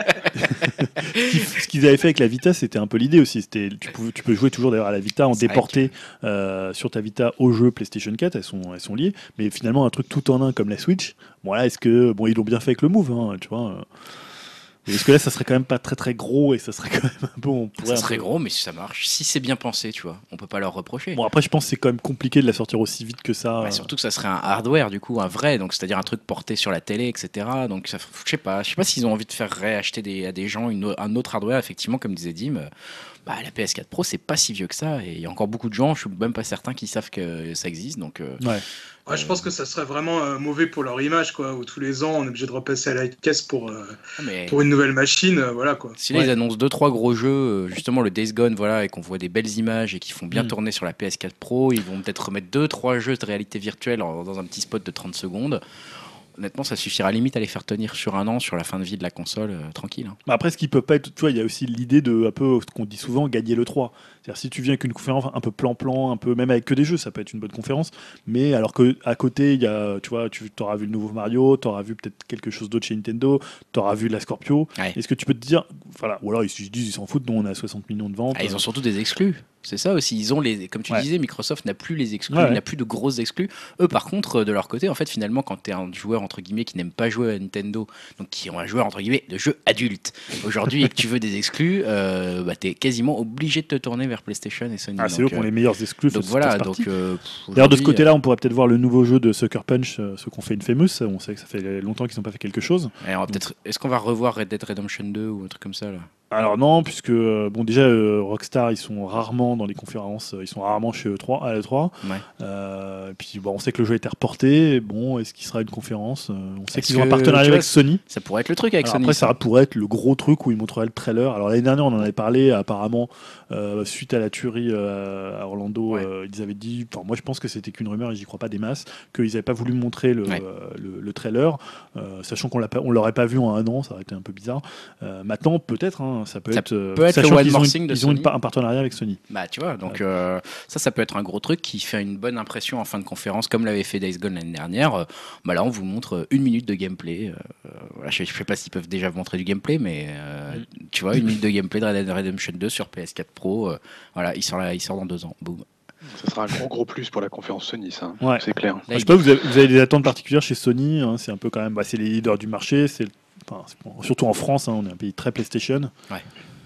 [SPEAKER 2] qu'ils ce qu'ils avaient fait avec la Vita, c'était un peu l'idée aussi. C'était, tu, peux, tu peux jouer toujours d'ailleurs à la Vita en
[SPEAKER 1] C'est
[SPEAKER 2] déporté euh, sur ta Vita aux jeux PlayStation quatre, elles sont, elles sont liées. Mais finalement, un truc tout en un comme la Switch, bon là, est-ce que. Bon, ils l'ont bien fait avec le Move, hein, tu vois. euh. Est-ce que là, ça serait quand même pas très très gros et ça serait quand même un peu. On pourrait
[SPEAKER 1] Ça
[SPEAKER 2] un
[SPEAKER 1] serait
[SPEAKER 2] peu-
[SPEAKER 1] gros, mais si ça marche, si c'est bien pensé, tu vois, on peut pas leur reprocher.
[SPEAKER 2] Bon, après, je pense que c'est quand même compliqué de la sortir aussi vite que ça.
[SPEAKER 1] Ouais,
[SPEAKER 2] euh.
[SPEAKER 1] surtout que ça serait un hardware du coup, un vrai, donc c'est-à-dire un truc porté sur la télé, et cetera. Donc ça, je sais pas, je sais pas s'ils ont envie de faire réacheter des, à des gens une, o- un autre hardware. Effectivement, comme disait Dim, euh, bah, la P S quatre Pro c'est pas si vieux que ça, et il y a encore beaucoup de gens, je suis même pas certain qu'ils savent que ça existe. Donc euh,
[SPEAKER 2] Ouais.
[SPEAKER 4] Ouais, je pense que ça serait vraiment euh, mauvais pour leur image, quoi, où tous les ans on est obligé de repasser à la caisse pour, euh,
[SPEAKER 1] mais
[SPEAKER 4] pour une nouvelle machine, euh, voilà quoi.
[SPEAKER 1] si là,
[SPEAKER 2] Ouais.
[SPEAKER 1] ils annoncent deux trois gros jeux, euh, justement le Days Gone, voilà, et qu'on voit des belles images et qui font bien
[SPEAKER 2] Mm.
[SPEAKER 1] tourner sur la P S quatre Pro, ils vont peut-être remettre deux trois jeux de réalité virtuelle en- dans un petit spot de trente secondes. Honnêtement, ça suffira limite à les faire tenir sur un an, sur la fin de vie de la console, euh, tranquille. hein.
[SPEAKER 2] Bah après, ce qui peut pas être, tu vois, il y a aussi l'idée de, un peu, ce qu'on dit souvent, gagner le trois. C'est-à-dire, si tu viens avec une conférence un peu plan-plan, un peu, même avec que des jeux, ça peut être une bonne conférence. Mais alors que à côté, il y a, tu vois, tu auras vu le nouveau Mario, tu auras vu peut-être quelque chose d'autre chez Nintendo, tu auras vu la Scorpio.
[SPEAKER 1] Ouais.
[SPEAKER 2] Est-ce que tu peux te dire, voilà, ou alors ils se disent, ils s'en foutent, nous on a soixante millions de ventes.
[SPEAKER 1] Ah, ils ont surtout des exclus. C'est ça aussi. Ils ont les, comme tu
[SPEAKER 2] Ouais.
[SPEAKER 1] disais, Microsoft n'a plus les exclus,
[SPEAKER 2] Ouais,
[SPEAKER 1] il
[SPEAKER 2] ouais.
[SPEAKER 1] n'a plus de grosses exclus. Eux, par contre, de leur côté, en fait, finalement, quand tu es un joueur entre guillemets qui n'aime pas jouer à Nintendo, donc qui est un joueur entre guillemets de jeux adultes aujourd'hui et que tu veux des exclus, euh, bah, tu es quasiment obligé de te tourner vers PlayStation et Sony.
[SPEAKER 2] Ah, c'est
[SPEAKER 1] donc,
[SPEAKER 2] eux qui ont
[SPEAKER 1] euh,
[SPEAKER 2] les meilleurs exclus.
[SPEAKER 1] donc
[SPEAKER 2] faut-
[SPEAKER 1] voilà.
[SPEAKER 2] c'est
[SPEAKER 1] Donc
[SPEAKER 2] parti.
[SPEAKER 1] euh, pff,
[SPEAKER 2] D'ailleurs, de ce
[SPEAKER 1] aujourd'hui,
[SPEAKER 2] côté-là, on pourrait peut-être voir le nouveau jeu de Sucker Punch, euh, ceux qu'on fait une Famous. On sait que ça fait longtemps qu'ils n'ont pas fait quelque chose.
[SPEAKER 1] euh, et on va peut-être. Est-ce qu'on va revoir Red Dead Redemption deux ou un truc comme ça là?
[SPEAKER 2] Alors non, puisque euh, bon déjà euh, Rockstar ils sont rarement dans les conférences, euh, ils sont rarement chez E trois à l'E trois.
[SPEAKER 1] Ouais.
[SPEAKER 2] Euh, et puis bon, on sait que le jeu a été reporté. Bon, est-ce qu'il sera une conférence? Euh, On sait
[SPEAKER 1] Est-ce
[SPEAKER 2] qu'ils ont un
[SPEAKER 1] que,
[SPEAKER 2] partenariat
[SPEAKER 1] tu vois,
[SPEAKER 2] avec Sony.
[SPEAKER 1] Ça pourrait être le truc avec
[SPEAKER 2] Alors
[SPEAKER 1] Sony.
[SPEAKER 2] après,
[SPEAKER 1] ça.
[SPEAKER 2] ça pourrait être le gros truc où ils montreraient le trailer. Alors l'année dernière, on en avait parlé. Apparemment, euh, suite à la tuerie euh, à Orlando,
[SPEAKER 1] Ouais.
[SPEAKER 2] euh, ils avaient dit. Enfin, moi, je pense que c'était qu'une rumeur et j'y crois pas des masses. Qu'ils n'avaient pas voulu montrer le,
[SPEAKER 1] Ouais.
[SPEAKER 2] euh, le, le trailer, euh, sachant qu'on l'a pas, on l'aurait pas vu en un an, ça aurait été un peu bizarre. Euh, maintenant, peut-être, hein, ça peut
[SPEAKER 1] Ça
[SPEAKER 2] être. euh,
[SPEAKER 1] peut être le
[SPEAKER 2] sachant
[SPEAKER 1] one
[SPEAKER 2] qu'ils
[SPEAKER 1] more
[SPEAKER 2] ont une-
[SPEAKER 1] thing de
[SPEAKER 2] ils ont une
[SPEAKER 1] Sony.
[SPEAKER 2] pa- un partenariat avec Sony.
[SPEAKER 1] Bah tu vois, donc euh, ça, ça peut être un gros truc qui fait une bonne impression en fin de conférence, comme l'avait fait Days Gone l'année dernière. Euh, bah là, on vous montre euh, une minute de gameplay. Euh, voilà, je, je sais pas s'ils peuvent déjà vous montrer du gameplay, mais euh, tu vois, une minute de gameplay de Red Dead Redemption deux sur P S quatre Pro. euh, voilà, il sort là, il sort dans deux ans. Boum.
[SPEAKER 5] Ça sera un gros gros plus pour la conférence Sony, ça. hein.
[SPEAKER 2] Ouais.
[SPEAKER 5] C'est clair.
[SPEAKER 1] Là,
[SPEAKER 2] Je sais
[SPEAKER 1] il-
[SPEAKER 2] pas, vous avez, vous avez des attentes particulières chez Sony, hein, c'est un peu quand même, bah, c'est les leaders du marché, c'est, enfin, c'est- bon, surtout en France, hein, on est un pays très PlayStation.
[SPEAKER 1] Ouais.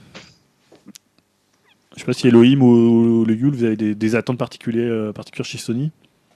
[SPEAKER 2] Je sais pas si Elohim ou le Yule, vous avez des, des attentes particulières, euh, particulières chez Sony.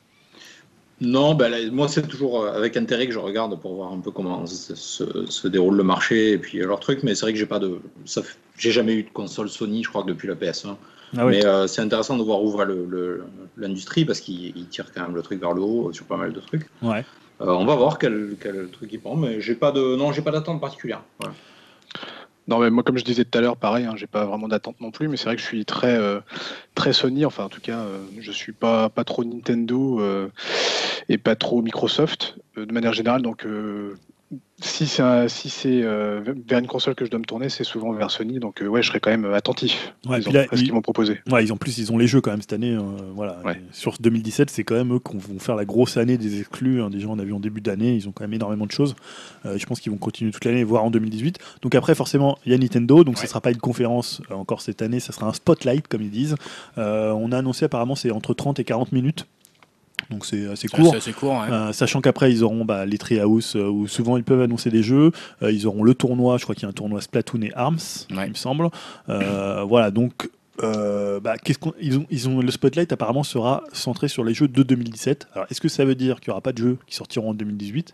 [SPEAKER 3] Non, ben là, moi c'est toujours euh, avec intérêt que je regarde pour voir un peu comment se, se- se déroule le marché et puis euh, leur truc, mais c'est vrai que j'ai pas de, ça fait- j'ai jamais eu de console Sony, je crois que depuis la P S un.
[SPEAKER 2] Ah oui.
[SPEAKER 3] Mais euh, c'est intéressant de voir où va le- le- l'industrie parce qu'il il tire quand même le truc vers le haut euh, sur pas mal de trucs.
[SPEAKER 2] Ouais.
[SPEAKER 3] Euh, on va voir quel, quel truc il prend, mais j'ai pas de, non, j'ai pas d'attente particulière. Voilà.
[SPEAKER 5] Non, mais moi, comme je disais tout à l'heure, pareil, hein, j'ai pas vraiment d'attente non plus, mais c'est vrai que je suis très, euh, très Sony. Enfin, en tout cas, euh, je suis pas, pas trop Nintendo euh, et pas trop Microsoft euh, de manière générale. Donc, euh, si c'est un- si c'est euh, vers une console que je dois me tourner, c'est souvent vers Sony. Donc, euh, ouais, je serai quand même attentif
[SPEAKER 2] Ouais,
[SPEAKER 5] à
[SPEAKER 2] puis là,
[SPEAKER 5] ce
[SPEAKER 2] ils-
[SPEAKER 5] qu'ils m'ont proposé.
[SPEAKER 2] Ouais, ils en plus ils ont les jeux quand même cette année. euh, voilà.
[SPEAKER 5] Ouais.
[SPEAKER 2] Et sur deux mille dix-sept, c'est quand même eux qui vont faire la grosse année des exclus. hein. Déjà, on a vu en début d'année, ils ont quand même énormément de choses. Euh, je pense qu'ils vont continuer toute l'année, voire en deux mille dix-huit. Donc après, forcément, il y a Nintendo. Donc
[SPEAKER 1] Ouais.
[SPEAKER 2] ça sera pas une conférence euh, encore cette année, ça sera un spotlight comme ils disent. Euh, on a annoncé apparemment c'est entre trente et quarante minutes. Donc c'est assez
[SPEAKER 1] C'est
[SPEAKER 2] court.
[SPEAKER 1] c'est assez court. Ouais.
[SPEAKER 2] Euh, sachant qu'après ils auront bah, les Treehouse euh, où souvent ils peuvent annoncer des jeux. Euh, ils auront le tournoi, je crois qu'il y a un tournoi Splatoon et Arms,
[SPEAKER 1] Ouais.
[SPEAKER 2] il me semble. Euh, voilà, donc euh, bah, qu'est-ce qu'on, ils ont, ils ont, le spotlight apparemment sera centré sur les jeux de deux mille dix-sept. Alors est-ce que ça veut dire qu'il n'y aura pas de jeux qui sortiront en deux mille dix-huit?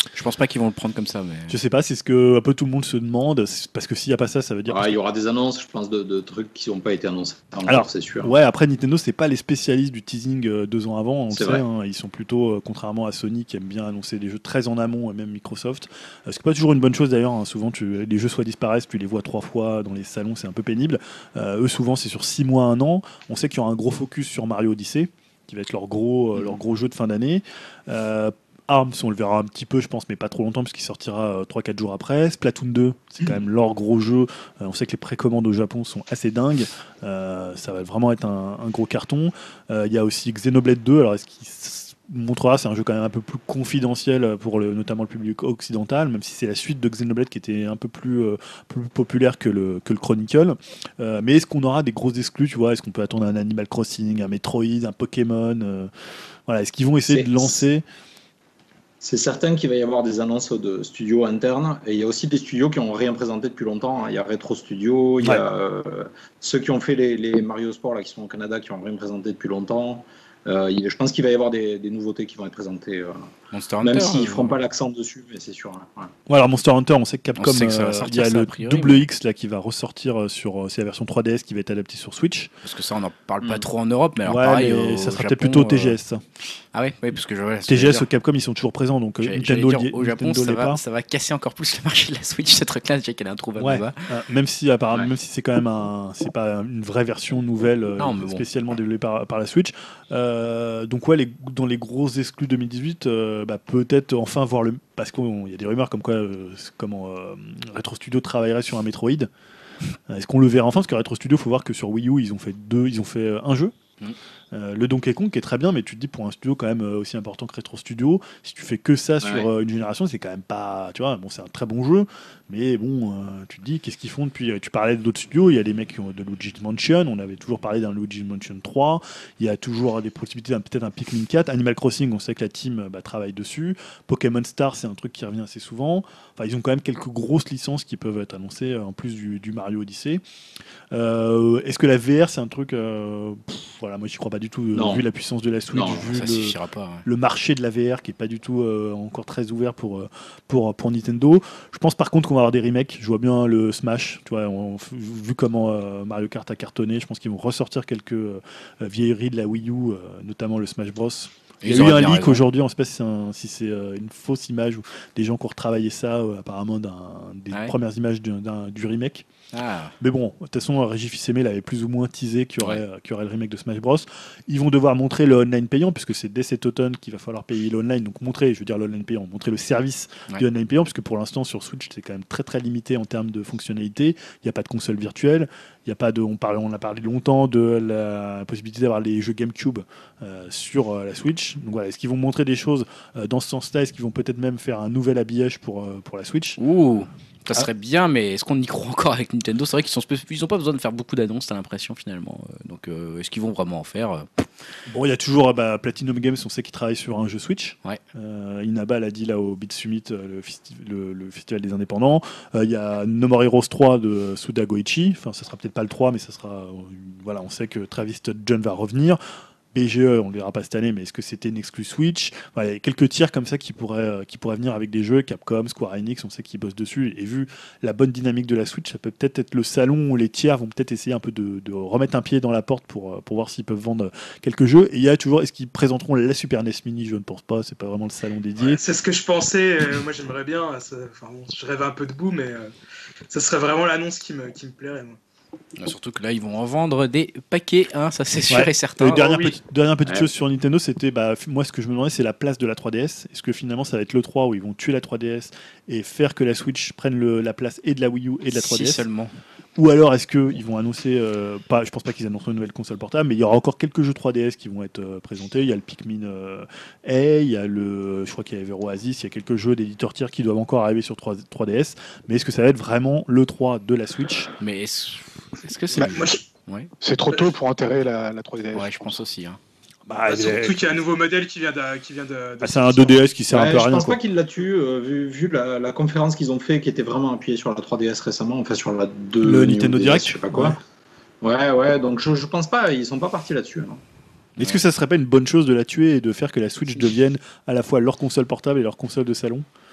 [SPEAKER 1] Je pense pas qu'ils vont le prendre comme ça. Mais...
[SPEAKER 2] Je sais pas, c'est ce que un peu tout le monde se demande. Parce que s'il n'y a pas ça, ça veut dire.
[SPEAKER 3] Ah, il y aura des annonces, je pense, de, de trucs qui n'ont pas été annoncés encore,
[SPEAKER 2] Alors,
[SPEAKER 3] c'est sûr.
[SPEAKER 2] Ouais, après Nintendo, c'est pas les spécialistes du teasing euh, deux ans avant, on le
[SPEAKER 3] C'est
[SPEAKER 2] sait.
[SPEAKER 3] vrai.
[SPEAKER 2] Hein, ils sont plutôt, euh, contrairement à Sony, qui aime bien annoncer des jeux très en amont, et même Microsoft. Euh, ce qui n'est pas toujours une bonne chose d'ailleurs. Hein, souvent, tu, les jeux soit disparaissent, tu les vois trois fois dans les salons, c'est un peu pénible. Euh, eux, souvent, c'est sur six mois, un an. On sait qu'il y aura un gros focus sur Mario Odyssey, qui va être leur gros, euh, leur gros jeu de fin d'année. Euh, Arms, on le verra un petit peu, je pense, mais pas trop longtemps, puisqu'il sortira euh, trois quatre jours après. Splatoon deux, c'est quand même leur gros jeu. Euh, on sait que les précommandes au Japon sont assez dingues. Euh, ça va vraiment être un, un gros carton. Il euh, y a aussi Xenoblade deux. Alors, est-ce qu'il s- montrera, c'est un jeu quand même un peu plus confidentiel pour le, notamment le public occidental, même si c'est la suite de Xenoblade qui était un peu plus, euh, plus populaire que le, que le Chronicle. Euh, mais est-ce qu'on aura des grosses exclus, tu vois? Est-ce qu'on peut attendre un Animal Crossing, un Metroid, un Pokémon euh, voilà, est-ce qu'ils vont essayer
[SPEAKER 3] C'est-
[SPEAKER 2] de lancer
[SPEAKER 3] C'est certain qu'il va y avoir des annonces de studios internes, et il y a aussi des studios qui n'ont rien présenté depuis longtemps. Il y a Retro Studio, il y
[SPEAKER 2] Ouais.
[SPEAKER 3] a euh, ceux qui ont fait les, les Mario Sport là, qui sont au Canada, qui n'ont rien présenté depuis longtemps. Euh, il- je pense qu'il va y avoir des, des nouveautés qui vont être présentées, euh,
[SPEAKER 1] Monster Hunter.
[SPEAKER 3] même s'ils ne
[SPEAKER 1] euh,
[SPEAKER 3] feront pas l'accent dessus, mais c'est sûr. hein, ouais.
[SPEAKER 2] Ouais, alors Monster Hunter, on sait que Capcom,
[SPEAKER 1] On sait que ça va
[SPEAKER 2] euh,
[SPEAKER 1] sortir,
[SPEAKER 2] il y a
[SPEAKER 1] ça, a
[SPEAKER 2] le
[SPEAKER 1] priori,
[SPEAKER 2] double
[SPEAKER 1] mais-
[SPEAKER 2] X là qui va ressortir euh, sur, euh, c'est la version trois D S qui va être adaptée sur Switch.
[SPEAKER 1] Parce que ça, on n'en parle pas
[SPEAKER 3] Mm.
[SPEAKER 1] trop en Europe, mais alors
[SPEAKER 2] ouais,
[SPEAKER 1] pareil.
[SPEAKER 2] mais
[SPEAKER 1] au
[SPEAKER 2] ça sera
[SPEAKER 1] Japon,
[SPEAKER 2] peut-être plutôt
[SPEAKER 1] euh,
[SPEAKER 2] T G S. Ça.
[SPEAKER 1] Ah ouais, oui, parce que je ouais,
[SPEAKER 2] T G S, au Capcom, ils sont toujours présents, donc euh,
[SPEAKER 1] J'allais-
[SPEAKER 2] Nintendo,
[SPEAKER 1] j'allais dire,
[SPEAKER 2] l'y-
[SPEAKER 1] au Japon,
[SPEAKER 2] Nintendo
[SPEAKER 1] ça
[SPEAKER 2] l'est
[SPEAKER 1] va,
[SPEAKER 2] pas.
[SPEAKER 1] ça va casser encore plus le marché de la Switch, ce truc-là, déjà qu'elle est introuvable
[SPEAKER 2] Ouais,
[SPEAKER 1] là-bas.
[SPEAKER 2] euh, même si apparemment,
[SPEAKER 3] Ouais.
[SPEAKER 2] même si c'est quand même un, c'est pas une vraie version nouvelle euh,
[SPEAKER 1] Non, mais bon.
[SPEAKER 2] spécialement développée par, par la Switch. Euh, donc ouais, les, dans les grosses exclus deux mille dix-huit, euh, bah, peut-être enfin voir le, parce qu'il y a des rumeurs comme quoi, euh, comment euh, Retro Studio travaillerait sur un Metroid. Euh, Est-ce qu'on le verra enfin? Parce que Retro Studio, faut voir que sur Wii U, ils ont fait deux, ils ont fait euh, un jeu.
[SPEAKER 1] Mm.
[SPEAKER 2] Euh, le Donkey Kong qui est très bien, mais tu te dis pour un studio quand même euh, aussi important que Retro Studio, si tu fais que ça sur
[SPEAKER 3] Ouais.
[SPEAKER 2] euh, une génération, c'est quand même pas, tu vois, bon c'est un très bon jeu, mais bon, euh, tu te dis qu'est-ce qu'ils font depuis. Tu parlais d'autres studios, il y a des mecs qui ont de Luigi's Mansion, on avait toujours parlé d'un Luigi's Mansion trois, il y a toujours des possibilités d'un peut-être un Pikmin quatre, Animal Crossing, on sait que la team euh, bah, travaille dessus, Pokémon Star c'est un truc qui revient assez souvent. Enfin, ils ont quand même quelques grosses licences qui peuvent être annoncées euh, en plus du, du Mario Odyssey. Euh, Est-ce que la V R c'est un truc, euh, pff, voilà, moi j'y crois pas du tout, euh,
[SPEAKER 3] Non.
[SPEAKER 2] vu la puissance de la Switch,
[SPEAKER 3] Non,
[SPEAKER 2] vu
[SPEAKER 1] Ça
[SPEAKER 2] le,
[SPEAKER 1] suffira pas. Ouais.
[SPEAKER 2] le marché de la V R qui est pas du tout euh, encore très ouvert pour, euh, pour, pour Nintendo. Je pense par contre qu'on va avoir des remakes. Je vois bien le Smash, tu vois, on- vu comment euh, Mario Kart a cartonné, je pense qu'ils vont ressortir quelques euh, vieilleries de la Wii U, euh, notamment le Smash Bros. Il y a
[SPEAKER 1] Ils
[SPEAKER 2] eu
[SPEAKER 1] auraient
[SPEAKER 2] un
[SPEAKER 1] bien
[SPEAKER 2] leak
[SPEAKER 1] raison.
[SPEAKER 2] aujourd'hui, on ne sait pas si c'est un- si c'est, euh, une fausse image ou des gens qui ont retravaillé ça, euh, apparemment d'un- des
[SPEAKER 1] Ah ouais.
[SPEAKER 2] premières images d'un- d'un- du remake.
[SPEAKER 1] Ah,
[SPEAKER 2] Mais bon, de toute façon, Régis Fils-Aimé l'avait plus ou moins teasé qu'il y, aurait,
[SPEAKER 1] Ouais.
[SPEAKER 2] euh, qu'il y aurait le remake de Smash Bros. Ils vont devoir montrer le online payant, puisque c'est dès cet automne qu'il va falloir payer l'online. Donc montrer, je veux dire l'online payant, montrer le service
[SPEAKER 1] Ouais.
[SPEAKER 2] du online payant, puisque pour l'instant sur Switch c'est quand même très très limité en termes de fonctionnalité. Il n'y a pas de console virtuelle, il y a pas de, on, parle, on a parlé longtemps de la possibilité d'avoir les jeux GameCube euh, sur euh, la Switch. Donc voilà, est-ce qu'ils vont montrer des choses euh, dans ce sens-là? Est-ce qu'ils vont peut-être même faire un nouvel habillage pour, euh, pour la Switch?
[SPEAKER 1] ouh, ça
[SPEAKER 2] Ah.
[SPEAKER 1] serait bien, mais est-ce qu'on y croit encore avec Nintendo? C'est vrai qu'ils sont spé- ils ont pas besoin de faire beaucoup d'annonces, t'as l'impression finalement. Euh, Donc, euh, est-ce qu'ils vont vraiment en faire? Euh,
[SPEAKER 2] Bon, il y a toujours euh, bah, Platinum Games, on sait qu'ils travaillent sur un jeu Switch.
[SPEAKER 1] Ouais.
[SPEAKER 2] Euh, Inaba l'a dit là au Beat Summit, euh, le, festi- le- le festival des indépendants. Euh, Il y a No More Heroes trois de Suda Goichi. Enfin, ça sera peut-être pas le trois, mais ça sera. euh, voilà, on sait que Travis John va revenir. B G E, on ne le verra pas cette année, mais est-ce que c'était une exclus Switch? Voilà, il y a quelques tirs comme ça qui pourraient, euh, qui pourraient venir avec des jeux. Capcom, Square Enix, on sait qu'ils bossent dessus. Et vu la bonne dynamique de la Switch, ça peut peut-être être le salon où les tiers vont peut-être essayer un peu de, de remettre un pied dans la porte pour, euh, pour voir s'ils peuvent vendre quelques jeux. Et il y a toujours, est-ce qu'ils présenteront la Super N E S Mini? Je ne pense pas, c'est pas vraiment le salon dédié.
[SPEAKER 4] Ouais, c'est ce que je pensais. euh, moi, j'aimerais bien. ça- Enfin, bon, je rêve un peu debout, mais euh, ça serait vraiment l'annonce qui me, qui me plairait. Moi.
[SPEAKER 1] Surtout que là, ils vont en vendre des paquets, hein, ça c'est sûr
[SPEAKER 2] Ouais.
[SPEAKER 1] et certain.
[SPEAKER 2] Et dernière,
[SPEAKER 4] oh oui.
[SPEAKER 2] petite, dernière petite
[SPEAKER 3] Ouais.
[SPEAKER 2] chose sur Nintendo, c'était bah, f- moi ce que je me demandais, c'est la place de la trois D S. Est-ce que finalement ça va être le trois où ils vont tuer la trois D S et faire que la Switch prenne le- la place et de la Wii U et de la trois D S?
[SPEAKER 1] Si seulement.
[SPEAKER 2] Ou alors est-ce qu'ils vont annoncer, euh, pas, je pense pas qu'ils annonceront une nouvelle console portable, mais il y aura encore quelques jeux trois D S qui vont être euh, présentés. Il y a le Pikmin euh, A, il y a le, je crois qu'il y a Ever Oasis, il y a quelques jeux d'éditeurs tiers qui doivent encore arriver sur trois D S. Mais est-ce que ça va être vraiment le trois de la Switch?
[SPEAKER 1] Mais est-ce est-ce que c'est.
[SPEAKER 5] Bah,
[SPEAKER 4] Moi, je-
[SPEAKER 1] Ouais.
[SPEAKER 5] C'est trop tôt pour enterrer la, la trois D S.
[SPEAKER 1] ouais, je pense aussi. Hein.
[SPEAKER 2] Bah,
[SPEAKER 4] bah,
[SPEAKER 2] il est-
[SPEAKER 4] surtout qu'il y a un nouveau modèle qui vient de. Qui vient de, de
[SPEAKER 2] bah, c'est un
[SPEAKER 4] sortir.
[SPEAKER 2] deux D S qui sert un
[SPEAKER 3] Ouais,
[SPEAKER 2] peu à
[SPEAKER 3] je
[SPEAKER 2] rien.
[SPEAKER 3] pense
[SPEAKER 2] quoi.
[SPEAKER 3] pas qu'il la tue, euh, vu, vu la, la conférence qu'ils ont fait, qui était vraiment appuyée sur la trois D S récemment, enfin sur la deux.
[SPEAKER 2] Le
[SPEAKER 3] Neo
[SPEAKER 2] Nintendo
[SPEAKER 3] D S,
[SPEAKER 2] Direct.
[SPEAKER 3] je sais pas quoi. Ouais, ouais, donc je, je pense pas, ils sont pas partis là-dessus. hein.
[SPEAKER 2] Est-ce que ça serait pas une bonne chose de la tuer et de faire que la Switch devienne à la fois leur console portable et leur console de salon?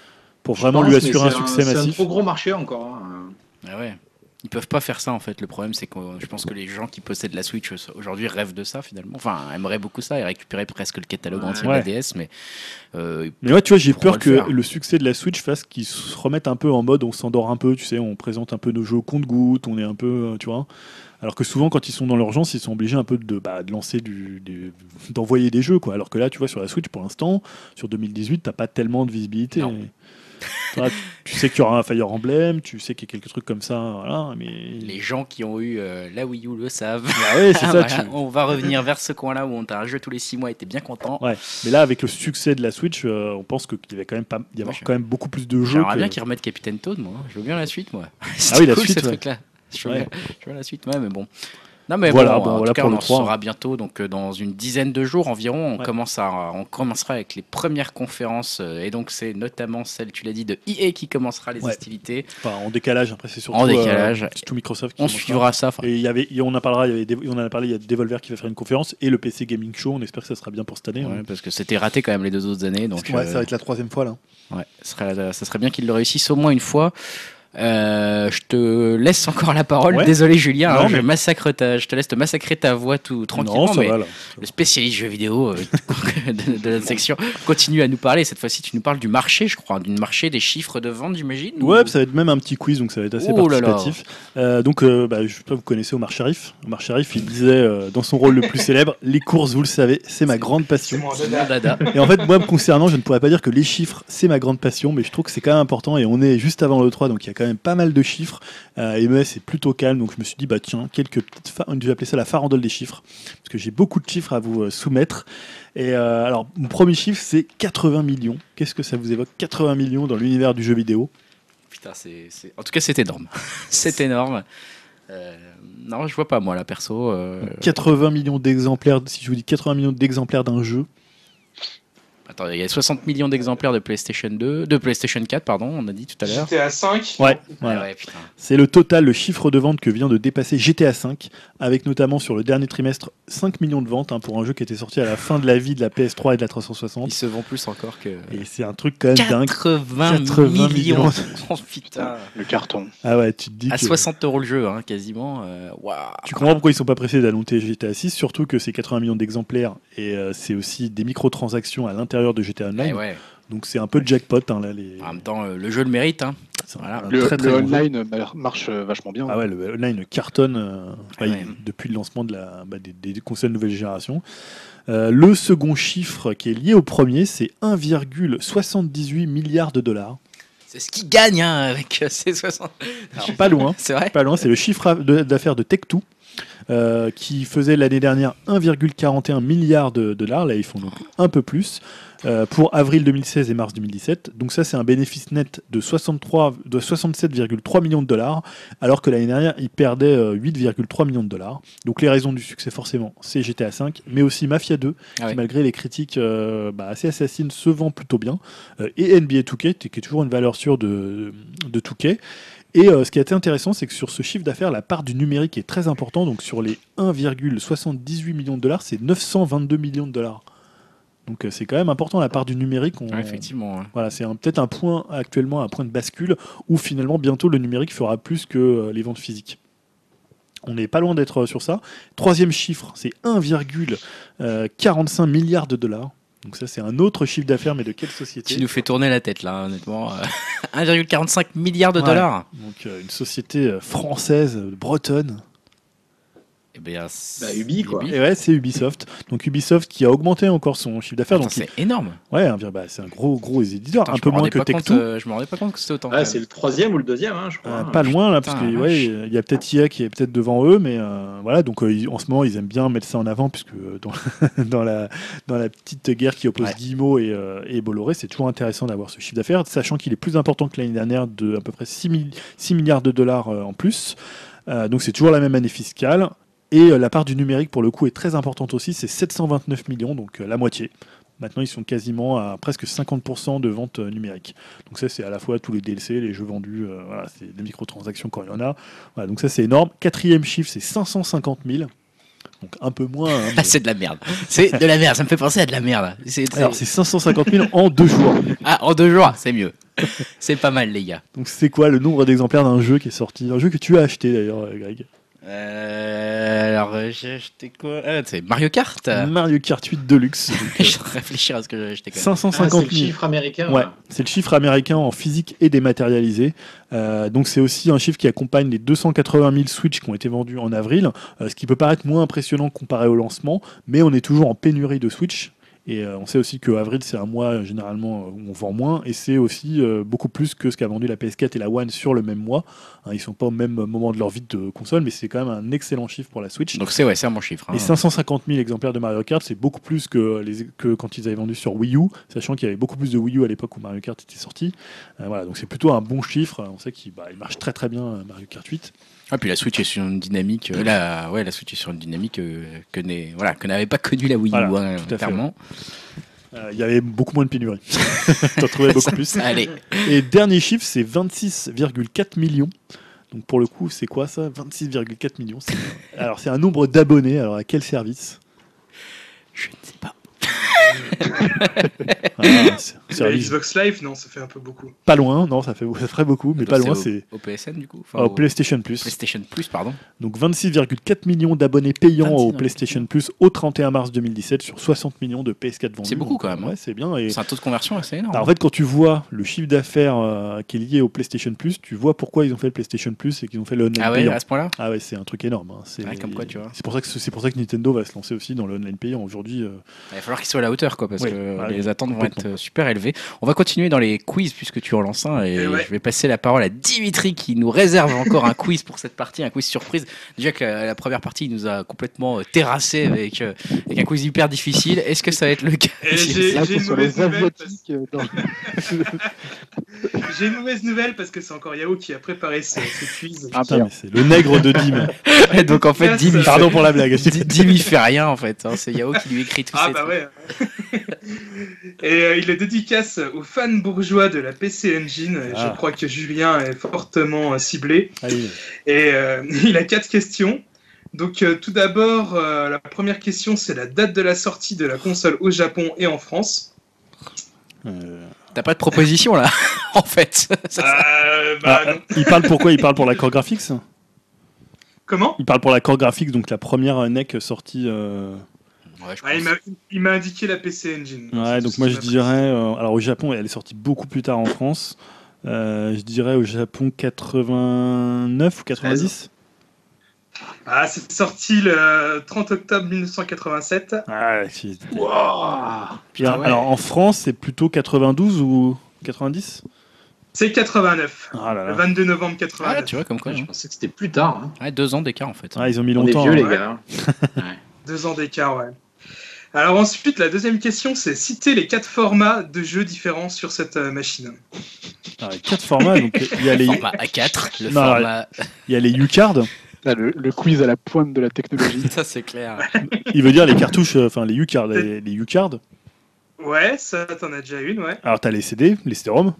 [SPEAKER 2] pour
[SPEAKER 3] Je
[SPEAKER 2] vraiment
[SPEAKER 3] pense,
[SPEAKER 2] lui
[SPEAKER 3] mais
[SPEAKER 2] assurer un
[SPEAKER 3] c'est
[SPEAKER 2] succès
[SPEAKER 3] C'est un
[SPEAKER 2] massif.
[SPEAKER 3] trop gros marché encore. hein.
[SPEAKER 1] Ah ouais. Ils peuvent pas faire ça en fait. Le problème, c'est que je pense que les gens qui possèdent la Switch aujourd'hui rêvent de ça finalement. Enfin, aimeraient beaucoup ça et récupérer presque le catalogue
[SPEAKER 3] Ouais.
[SPEAKER 1] entier
[SPEAKER 2] Ouais.
[SPEAKER 1] de la D S, mais euh,
[SPEAKER 2] Mais ouais, tu vois, j'ai
[SPEAKER 1] Pourquoi
[SPEAKER 2] peur
[SPEAKER 1] le
[SPEAKER 2] que
[SPEAKER 1] faire
[SPEAKER 2] le succès de la Switch fasse qu'ils se remettent un peu en mode on s'endort un peu, tu sais, on présente un peu nos jeux au compte-gouttes, on est un peu, euh, tu vois. Alors que souvent, quand ils sont dans l'urgence, ils sont obligés un peu de, bah, de lancer du, du- d'envoyer des jeux, quoi. Alors que là, tu vois, sur la Switch, pour l'instant, sur deux mille dix-huit, t'as pas tellement de visibilité.
[SPEAKER 1] Non.
[SPEAKER 2] Toi, tu, tu sais qu'il y aura un Fire Emblem, tu sais qu'il y a quelques trucs comme ça, voilà, mais...
[SPEAKER 1] les gens qui ont eu euh, la Wii U le savent.
[SPEAKER 2] Bah ouais, c'est ça,
[SPEAKER 1] Voilà,
[SPEAKER 2] tu-
[SPEAKER 1] on va revenir vers ce coin-là où on t'a un jeu tous les six mois et t'es bien content.
[SPEAKER 2] Ouais. Mais là, avec le succès de la Switch, euh, on pense qu'il va quand même pas y avoir
[SPEAKER 1] Ouais, je-
[SPEAKER 2] quand même beaucoup plus de jeux.
[SPEAKER 1] J'aimerais
[SPEAKER 2] que-
[SPEAKER 1] bien qu'ils remettent Capitaine Toad, moi. Je veux bien la suite, moi.
[SPEAKER 2] Ah oui, la
[SPEAKER 1] cool,
[SPEAKER 2] suite,
[SPEAKER 1] ce
[SPEAKER 2] ouais.
[SPEAKER 1] truc-là. Je veux,
[SPEAKER 2] Ouais.
[SPEAKER 1] bien, je veux la suite, ouais, mais bon. Non, mais
[SPEAKER 2] Voilà,
[SPEAKER 1] bon,
[SPEAKER 2] bon,
[SPEAKER 1] en
[SPEAKER 2] voilà
[SPEAKER 1] tout cas,
[SPEAKER 2] pour
[SPEAKER 1] on
[SPEAKER 2] le
[SPEAKER 1] en
[SPEAKER 2] trois.
[SPEAKER 1] saura bientôt. Donc, euh, dans une dizaine de jours environ, on,
[SPEAKER 2] Ouais.
[SPEAKER 1] commence à, on commencera avec les premières conférences. euh, et donc, c'est notamment celle, tu l'as dit, de E A qui commencera les
[SPEAKER 2] Ouais.
[SPEAKER 1] hostilités.
[SPEAKER 2] Enfin, en décalage, après, c'est surtout.
[SPEAKER 1] En décalage.
[SPEAKER 2] euh, c'est tout Microsoft qui
[SPEAKER 1] On
[SPEAKER 2] commencera.
[SPEAKER 1] suivra ça. enfin,
[SPEAKER 2] Et il y avait, et on en parlera, il y avait Dev- on en a parlé, il y a Devolver qui va faire une conférence et le P C Gaming Show. On espère que ça sera bien pour cette année.
[SPEAKER 1] ouais,
[SPEAKER 2] hein.
[SPEAKER 1] parce que c'était raté quand même les deux autres années. Donc,
[SPEAKER 2] ouais,
[SPEAKER 1] euh,
[SPEAKER 2] ça va être la troisième fois là.
[SPEAKER 1] ouais, ce serait, ça serait bien qu'ils le réussissent au moins une fois. Euh, je te laisse encore la parole.
[SPEAKER 2] Ouais.
[SPEAKER 1] Désolé Julien,
[SPEAKER 2] Non,
[SPEAKER 1] hein, je
[SPEAKER 2] mais-
[SPEAKER 1] massacre ta, je te laisse te massacrer ta voix tout tranquillement.
[SPEAKER 2] Non, ça
[SPEAKER 1] mais
[SPEAKER 2] va là.
[SPEAKER 1] le spécialiste jeux vidéo euh, de, de notre section continue à nous parler. Cette fois-ci, tu nous parles du marché, je crois, du marché des chiffres de vente, j'imagine. ou-
[SPEAKER 2] Ouais, ça va être même un petit quiz, donc ça va être assez
[SPEAKER 1] Oh là là.
[SPEAKER 2] participatif. Euh, donc, euh, bah, je sais pas, vous connaissez Omar Sharif. Omar Sharif, il disait euh, dans son rôle le plus célèbre, les courses, vous le savez, c'est ma grande
[SPEAKER 4] C'est
[SPEAKER 2] passion.
[SPEAKER 4] mon
[SPEAKER 1] C'est
[SPEAKER 4] dada.
[SPEAKER 1] mon dada.
[SPEAKER 2] Et en fait, moi, me concernant, je ne pourrais pas dire que les chiffres, c'est ma grande passion, mais je trouve que c'est quand même important. Et on est juste avant le trois, donc il y a quand même pas mal de chiffres. Euh, M E S est plutôt calme, donc je me suis dit, bah tiens, quelques petites fa- on va appeler ça la farandole des chiffres, parce que j'ai beaucoup de chiffres à vous euh, soumettre. Et euh, alors, mon premier chiffre, c'est quatre-vingts millions. Qu'est-ce que ça vous évoque, quatre-vingts millions dans l'univers du jeu vidéo?
[SPEAKER 1] Putain, c'est, c'est- en tout cas, c'est énorme. c'est énorme. Euh, non, je vois pas moi là perso. euh,
[SPEAKER 2] quatre-vingts millions d'exemplaires, si je vous dis quatre-vingts millions d'exemplaires d'un jeu.
[SPEAKER 1] Attends, il y a soixante millions d'exemplaires de PlayStation deux, de PlayStation quatre, pardon, on a dit tout à l'heure.
[SPEAKER 4] J'étais à cinq.
[SPEAKER 2] Ouais,
[SPEAKER 1] Ah
[SPEAKER 2] voilà.
[SPEAKER 1] ouais, putain.
[SPEAKER 2] C'est le total, le chiffre de vente que vient de dépasser G T A cinq, avec notamment sur le dernier trimestre cinq millions de ventes hein, pour un jeu qui était sorti à la fin de la vie de la P S trois et de la trois cent
[SPEAKER 1] Ils
[SPEAKER 2] soixante.
[SPEAKER 1] se vendent plus encore que.
[SPEAKER 2] Et c'est un truc quand même dingue.
[SPEAKER 1] quatre-vingts,
[SPEAKER 2] quatre-vingts
[SPEAKER 1] millions.
[SPEAKER 2] millions.
[SPEAKER 1] Oh putain.
[SPEAKER 5] Le carton.
[SPEAKER 2] Ah ouais, tu te dis
[SPEAKER 1] À
[SPEAKER 2] que...
[SPEAKER 1] soixante euros le jeu, hein, quasiment. euh, Waouh.
[SPEAKER 2] Tu comprends pourquoi ils sont pas pressés d'annoncer G T A six, surtout que c'est quatre-vingts millions d'exemplaires et euh, c'est aussi des microtransactions à l'intérieur de G T A Online.
[SPEAKER 1] Eh ouais.
[SPEAKER 2] Donc c'est un peu le jackpot. Hein, là, les...
[SPEAKER 1] En même temps, euh, le jeu le mérite. Hein.
[SPEAKER 2] c'est un-
[SPEAKER 1] voilà.
[SPEAKER 2] un
[SPEAKER 5] Le,
[SPEAKER 2] très, très
[SPEAKER 5] le
[SPEAKER 2] bon jeu.
[SPEAKER 5] online mar- marche euh, vachement bien.
[SPEAKER 2] Ah ouais, le online cartonne euh,
[SPEAKER 1] Ah
[SPEAKER 2] bah,
[SPEAKER 1] ouais.
[SPEAKER 2] il- depuis le lancement de la, bah, des, des consoles nouvelle génération. Euh, le second chiffre qui est lié au premier, c'est un virgule soixante-dix-huit milliards de dollars.
[SPEAKER 1] C'est ce qui gagne hein, avec euh, ces soixante.
[SPEAKER 2] Alors, pas loin,
[SPEAKER 1] C'est vrai.
[SPEAKER 2] pas loin, c'est le chiffre à- de- d'affaires de Tech-Two. Euh, qui faisait l'année dernière un virgule quarante et un milliard de dollars, là ils font donc un peu plus, euh, pour avril deux mille seize et mars deux mille dix-sept. Donc ça c'est un bénéfice net de, soixante-trois, de soixante-sept virgule trois millions de dollars, alors que l'année dernière ils perdaient euh, huit virgule trois millions de dollars. Donc les raisons du succès forcément c'est G T A cinq, mais aussi Mafia deux,
[SPEAKER 1] Ah
[SPEAKER 2] qui
[SPEAKER 1] ouais.
[SPEAKER 2] malgré les critiques euh, bah, assez assassines se vend plutôt bien, euh, et N B A deux K, qui est toujours une valeur sûre de, de deux K. Et euh, ce qui a été intéressant, c'est que sur ce chiffre d'affaires, la part du numérique est très importante. Donc sur les un virgule soixante-dix-huit millions de dollars, c'est neuf cent vingt-deux millions de dollars. Donc euh, c'est quand même important la part du numérique. On-
[SPEAKER 1] Ouais, effectivement. ouais.
[SPEAKER 2] Voilà, c'est un- peut-être un point actuellement, un point de bascule où finalement bientôt le numérique fera plus que euh, les ventes physiques. On n'est pas loin d'être euh, sur ça. Troisième chiffre, c'est un virgule quarante-cinq milliards de dollars. Donc ça c'est un autre chiffre d'affaires, mais de quelle société?
[SPEAKER 1] Tu nous fais tourner la tête là, honnêtement. euh, un virgule quarante-cinq milliard de
[SPEAKER 2] Ouais.
[SPEAKER 1] dollars.
[SPEAKER 2] Donc euh, une société euh, française, euh, bretonne.
[SPEAKER 1] Eh bien, c'est-
[SPEAKER 3] Bah, Ubi, quoi.
[SPEAKER 2] Et ouais, c'est Ubisoft. Donc Ubisoft qui a augmenté encore son chiffre d'affaires.
[SPEAKER 1] Attends,
[SPEAKER 2] Donc
[SPEAKER 1] c'est énorme.
[SPEAKER 2] il- ouais, un vir- bah, c'est un gros gros éditeur,
[SPEAKER 1] Attends,
[SPEAKER 2] un
[SPEAKER 1] je
[SPEAKER 2] peu
[SPEAKER 1] me
[SPEAKER 2] moins
[SPEAKER 1] rendais
[SPEAKER 2] que
[SPEAKER 1] pas compte,
[SPEAKER 2] Tech-Two.
[SPEAKER 1] euh, je me rendais pas compte que c'était autant. quand
[SPEAKER 3] Ouais,
[SPEAKER 1] même.
[SPEAKER 3] c'est le troisième ou le deuxième, hein, je crois.
[SPEAKER 2] Euh, pas loin là, parce
[SPEAKER 1] Putain,
[SPEAKER 2] que
[SPEAKER 1] la
[SPEAKER 2] ouais,
[SPEAKER 1] vache.
[SPEAKER 2] il y a peut-être I A qui est peut-être devant eux, mais euh, voilà. Donc euh, ils- en ce moment, ils aiment bien mettre ça en avant, puisque euh, dans, dans la dans la petite guerre qui oppose
[SPEAKER 1] Ouais.
[SPEAKER 2] Guillemot et, euh, et Bolloré, c'est toujours intéressant d'avoir ce chiffre d'affaires, sachant qu'il est plus important que l'année dernière de à peu près six milliards de dollars euh, en plus. Euh, donc c'est toujours la même année fiscale. Et euh, la part du numérique, pour le coup, est très importante aussi. C'est sept cent vingt-neuf millions, donc euh, la moitié. Maintenant, ils sont quasiment à presque cinquante pour cent de ventes euh, numériques. Donc ça, c'est à la fois tous les D L C, les jeux vendus, euh, voilà, c'est des microtransactions quand il y en a. Voilà, donc ça, c'est énorme. Quatrième chiffre, c'est cinq cent cinquante mille. Donc un peu moins. hein, mais-
[SPEAKER 1] Ah, c'est de la merde. C'est de la merde. Ça me fait penser à de la merde. C'est, c'est-
[SPEAKER 2] Alors c'est cinq cent cinquante mille en deux jours.
[SPEAKER 1] Ah, en deux jours, c'est mieux. C'est pas mal, les gars.
[SPEAKER 2] Donc c'est quoi le nombre d'exemplaires d'un jeu qui est sorti? Un jeu que tu as acheté d'ailleurs, Greg.
[SPEAKER 1] Euh, alors, euh, j'ai acheté quoi? Ah, c'est Mario Kart.
[SPEAKER 2] Mario Kart huit Deluxe. Donc, euh,
[SPEAKER 1] Je réfléchir à ce que j'ai acheté. Quand même.
[SPEAKER 3] Ah,
[SPEAKER 2] cinq cent
[SPEAKER 3] c'est
[SPEAKER 2] cinquante
[SPEAKER 3] le
[SPEAKER 2] mille.
[SPEAKER 3] chiffre américain.
[SPEAKER 2] Ouais,
[SPEAKER 3] là.
[SPEAKER 2] c'est le chiffre américain en physique et dématérialisé. Euh, donc c'est aussi un chiffre qui accompagne les deux cent quatre-vingt mille Switch qui ont été vendus en avril, euh, ce qui peut paraître moins impressionnant comparé au lancement, mais on est toujours en pénurie de Switch. Et euh, on sait aussi qu'avril, c'est un mois euh, généralement où on vend moins, et c'est aussi euh, beaucoup plus que ce qu'a vendu la P S quatre et la One sur le même mois. Hein, ils sont pas au même moment de leur vie de console, mais c'est quand même un excellent chiffre pour la Switch.
[SPEAKER 1] Donc c'est ouais, c'est un bon chiffre. Hein.
[SPEAKER 2] Et cinq cent cinquante mille exemplaires de Mario Kart, c'est beaucoup plus que, les, que quand ils avaient vendu sur Wii U, sachant qu'il y avait beaucoup plus de Wii U à l'époque où Mario Kart était sorti. Euh, voilà, donc c'est plutôt un bon chiffre. On sait qu'il bah, il marche très très bien, euh, Mario Kart huit.
[SPEAKER 1] Ah, puis la Switch est sur une dynamique. Euh, la, ouais, la Switch est sur une dynamique euh, que n'est, voilà, que n'avait pas connue la Wii U,
[SPEAKER 2] Voilà,
[SPEAKER 1] hein,
[SPEAKER 2] tout à fait,
[SPEAKER 1] clairement.
[SPEAKER 2] Euh, Il y avait beaucoup moins de pénurie. T'en trouvais beaucoup plus.
[SPEAKER 1] Allez.
[SPEAKER 2] Et dernier chiffre, c'est vingt-six virgule quatre millions. Donc pour le coup, c'est quoi ça? vingt-six virgule quatre millions. C'est... Alors c'est un nombre d'abonnés. Alors à quel service?
[SPEAKER 1] Je ne sais pas.
[SPEAKER 2] Ah, c'est- c'est
[SPEAKER 4] La
[SPEAKER 2] un-
[SPEAKER 4] Xbox Live, non, ça fait un peu beaucoup.
[SPEAKER 2] Pas loin, non, ça, fait, ça ferait beaucoup, mais
[SPEAKER 1] Donc
[SPEAKER 2] pas loin,
[SPEAKER 1] au,
[SPEAKER 2] c'est
[SPEAKER 1] au P S N du coup. Enfin,
[SPEAKER 2] au
[SPEAKER 1] au
[SPEAKER 2] PlayStation Plus.
[SPEAKER 1] PlayStation Plus, pardon.
[SPEAKER 2] Donc vingt-six virgule quatre millions d'abonnés payants
[SPEAKER 1] vingt-six
[SPEAKER 2] au
[SPEAKER 1] virgule quatre
[SPEAKER 2] PlayStation Plus au trente et un mars deux mille dix-sept sur soixante millions de P S quatre vendus.
[SPEAKER 1] C'est beaucoup, quand même, hein.
[SPEAKER 2] Ouais, c'est bien. Et
[SPEAKER 1] C'est un taux de conversion assez énorme.
[SPEAKER 2] alors, en fait, quand tu vois le chiffre d'affaires euh, qui est lié au PlayStation Plus, tu vois pourquoi ils ont fait le PlayStation Plus et qu'ils ont fait le online
[SPEAKER 1] ah ouais,
[SPEAKER 2] payant.
[SPEAKER 1] à ce point-là.
[SPEAKER 2] Ah ouais, c'est un truc énorme. Hein. C'est
[SPEAKER 1] Ouais, comme quoi, tu vois.
[SPEAKER 2] C'est pour ça que c'est pour ça que Nintendo va se lancer aussi dans le online payant aujourd'hui. euh.
[SPEAKER 1] Il va falloir qu'ils soient à la hauteur, quoi, parce
[SPEAKER 2] Oui,
[SPEAKER 1] que
[SPEAKER 2] ouais,
[SPEAKER 1] les attentes vont
[SPEAKER 2] complètement.
[SPEAKER 1] être super élevées. On va continuer dans les quiz puisque tu en lances un et
[SPEAKER 4] Eh ouais.
[SPEAKER 1] je vais passer la parole à Dimitri qui nous réserve encore un quiz pour cette partie, un quiz surprise. Déjà que la, la première partie il nous a complètement euh, terrassé avec, euh, avec un quiz hyper difficile. Est-ce que ça va être le cas?
[SPEAKER 4] Et j'ai
[SPEAKER 5] Là,
[SPEAKER 4] j'ai
[SPEAKER 5] c'est
[SPEAKER 4] une
[SPEAKER 5] sur les
[SPEAKER 4] mauvaise nouvelle. parce-
[SPEAKER 5] Asiatiques. euh, dans-
[SPEAKER 4] J'ai une mauvaise nouvelle parce que c'est encore Yao qui a préparé ce, ce quiz.
[SPEAKER 5] Ah,
[SPEAKER 2] Putain,
[SPEAKER 5] merde.
[SPEAKER 2] mais c'est le nègre de Dim.
[SPEAKER 1] Donc en fait,
[SPEAKER 4] Yes.
[SPEAKER 1] Dim, il
[SPEAKER 2] Pardon pour la blague.
[SPEAKER 1] Dim, Dim, il fait rien en fait. hein. C'est Yao qui lui écrit tout
[SPEAKER 4] Ah
[SPEAKER 1] ces
[SPEAKER 4] bah
[SPEAKER 1] trucs.
[SPEAKER 4] ouais. Et euh, il le dédicace aux fans bourgeois de la P C Engine. Et
[SPEAKER 2] Ah.
[SPEAKER 4] Je crois que Julien est fortement euh, ciblé.
[SPEAKER 2] Allez.
[SPEAKER 4] Et euh, il a quatre questions. Donc euh, tout d'abord, euh, la première question, c'est la date de la sortie de la console au Japon et en France.
[SPEAKER 2] Euh,
[SPEAKER 1] T'as pas de proposition là, en fait. Ça, ça-
[SPEAKER 4] Euh, bah,
[SPEAKER 2] ah,
[SPEAKER 4] non.
[SPEAKER 2] il parle pourquoi? Il parle pour la Core Graphics.
[SPEAKER 4] Comment
[SPEAKER 2] Il parle pour la Core Graphics, donc la première N E C sortie. euh,
[SPEAKER 1] Ouais, je
[SPEAKER 4] Ah, il
[SPEAKER 1] pense.
[SPEAKER 4] m'a- il m'a indiqué la P C Engine.
[SPEAKER 2] Ouais,
[SPEAKER 4] C'est
[SPEAKER 2] donc
[SPEAKER 4] tout
[SPEAKER 2] moi
[SPEAKER 4] ce
[SPEAKER 2] je
[SPEAKER 4] qu'il m'a
[SPEAKER 2] dirais. euh, alors au Japon, elle est sortie beaucoup plus tard en France. Euh, je dirais au Japon quatre-vingt-neuf ou quatre-vingt-dix.
[SPEAKER 4] Ah, c'est sorti le trente octobre mille neuf cent quatre-vingt-sept.
[SPEAKER 2] Ah, c'est-
[SPEAKER 3] Waouh.
[SPEAKER 2] Puis,
[SPEAKER 1] Ah ouais.
[SPEAKER 2] alors en France, c'est plutôt quatre-vingt-douze ou quatre-vingt-dix?
[SPEAKER 4] C'est quatre-vingt-neuf.
[SPEAKER 2] Ah là
[SPEAKER 4] Le
[SPEAKER 2] là.
[SPEAKER 4] vingt-deux novembre
[SPEAKER 1] Ah,
[SPEAKER 4] quatre-vingt-neuf.
[SPEAKER 1] tu vois, comme quoi.
[SPEAKER 3] Je
[SPEAKER 1] hein.
[SPEAKER 3] pensais que c'était plus tard. Hein.
[SPEAKER 1] Ouais, deux ans d'écart en fait.
[SPEAKER 2] Ah, ils ont mis
[SPEAKER 3] On est
[SPEAKER 2] longtemps.
[SPEAKER 3] vieux,
[SPEAKER 2] hein.
[SPEAKER 3] les
[SPEAKER 4] ouais.
[SPEAKER 3] gars. Ouais.
[SPEAKER 4] Deux ans d'écart, ouais. Alors ensuite, la deuxième question, c'est citer les quatre formats de jeux différents sur cette euh, machine.
[SPEAKER 2] Ah, quatre formats. Donc il y a
[SPEAKER 1] Le
[SPEAKER 2] les,
[SPEAKER 1] format A quatre, le
[SPEAKER 2] Non,
[SPEAKER 1] format.
[SPEAKER 2] il y a les U-cards.
[SPEAKER 5] Là, le, le quiz à la pointe de la technologie.
[SPEAKER 1] Ça, c'est clair.
[SPEAKER 2] Il veut dire les cartouches, euh, enfin les U-cards. Les, les U-cards.
[SPEAKER 4] Ouais, ça, t'en as déjà une, ouais.
[SPEAKER 2] Alors t'as les C D, les C D-ROM.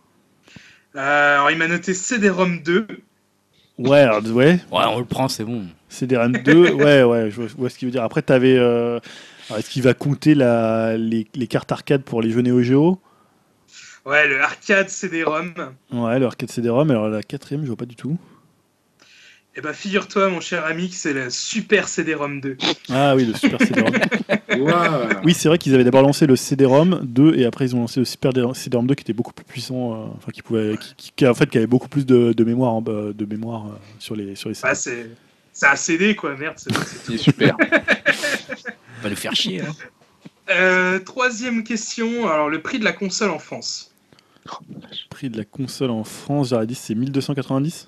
[SPEAKER 4] Euh, alors il m'a noté C D ROM deux.
[SPEAKER 2] Ouais, alors, ouais.
[SPEAKER 1] Ouais, on le prend, c'est bon.
[SPEAKER 2] C D-ROM deux. Ouais, ouais, je vois, je vois ce qu'il veut dire. Après, t'avais. Euh... alors, est-ce qu'il va compter la, les, les cartes arcade pour les jeux Neo Geo?
[SPEAKER 4] Ouais, le arcade C D ROM.
[SPEAKER 2] Ouais, le arcade C D-ROM. Alors la quatrième, je vois pas du tout.
[SPEAKER 4] Et bah figure-toi, mon cher ami, que c'est le Super C D ROM deux.
[SPEAKER 2] Ah oui, le Super C D-ROM.
[SPEAKER 3] Waouh.
[SPEAKER 2] Oui, c'est vrai qu'ils avaient d'abord lancé le C D-ROM deux et après ils ont lancé le Super C D-ROM deux qui était beaucoup plus puissant, euh, enfin qui pouvait, qui, qui- qui, en fait qui avait beaucoup plus de, de mémoire, en- euh, de mémoire euh, sur les sur les C D.
[SPEAKER 4] Bah c'est c'est un C D quoi, merde. c'est- c'est-
[SPEAKER 5] C'est super.
[SPEAKER 1] On va le faire chier. Hein.
[SPEAKER 4] Euh, troisième question, alors le prix de la console en France.
[SPEAKER 2] Prix de la console en France, j'aurais dit c'est mille deux cent quatre-vingt-dix.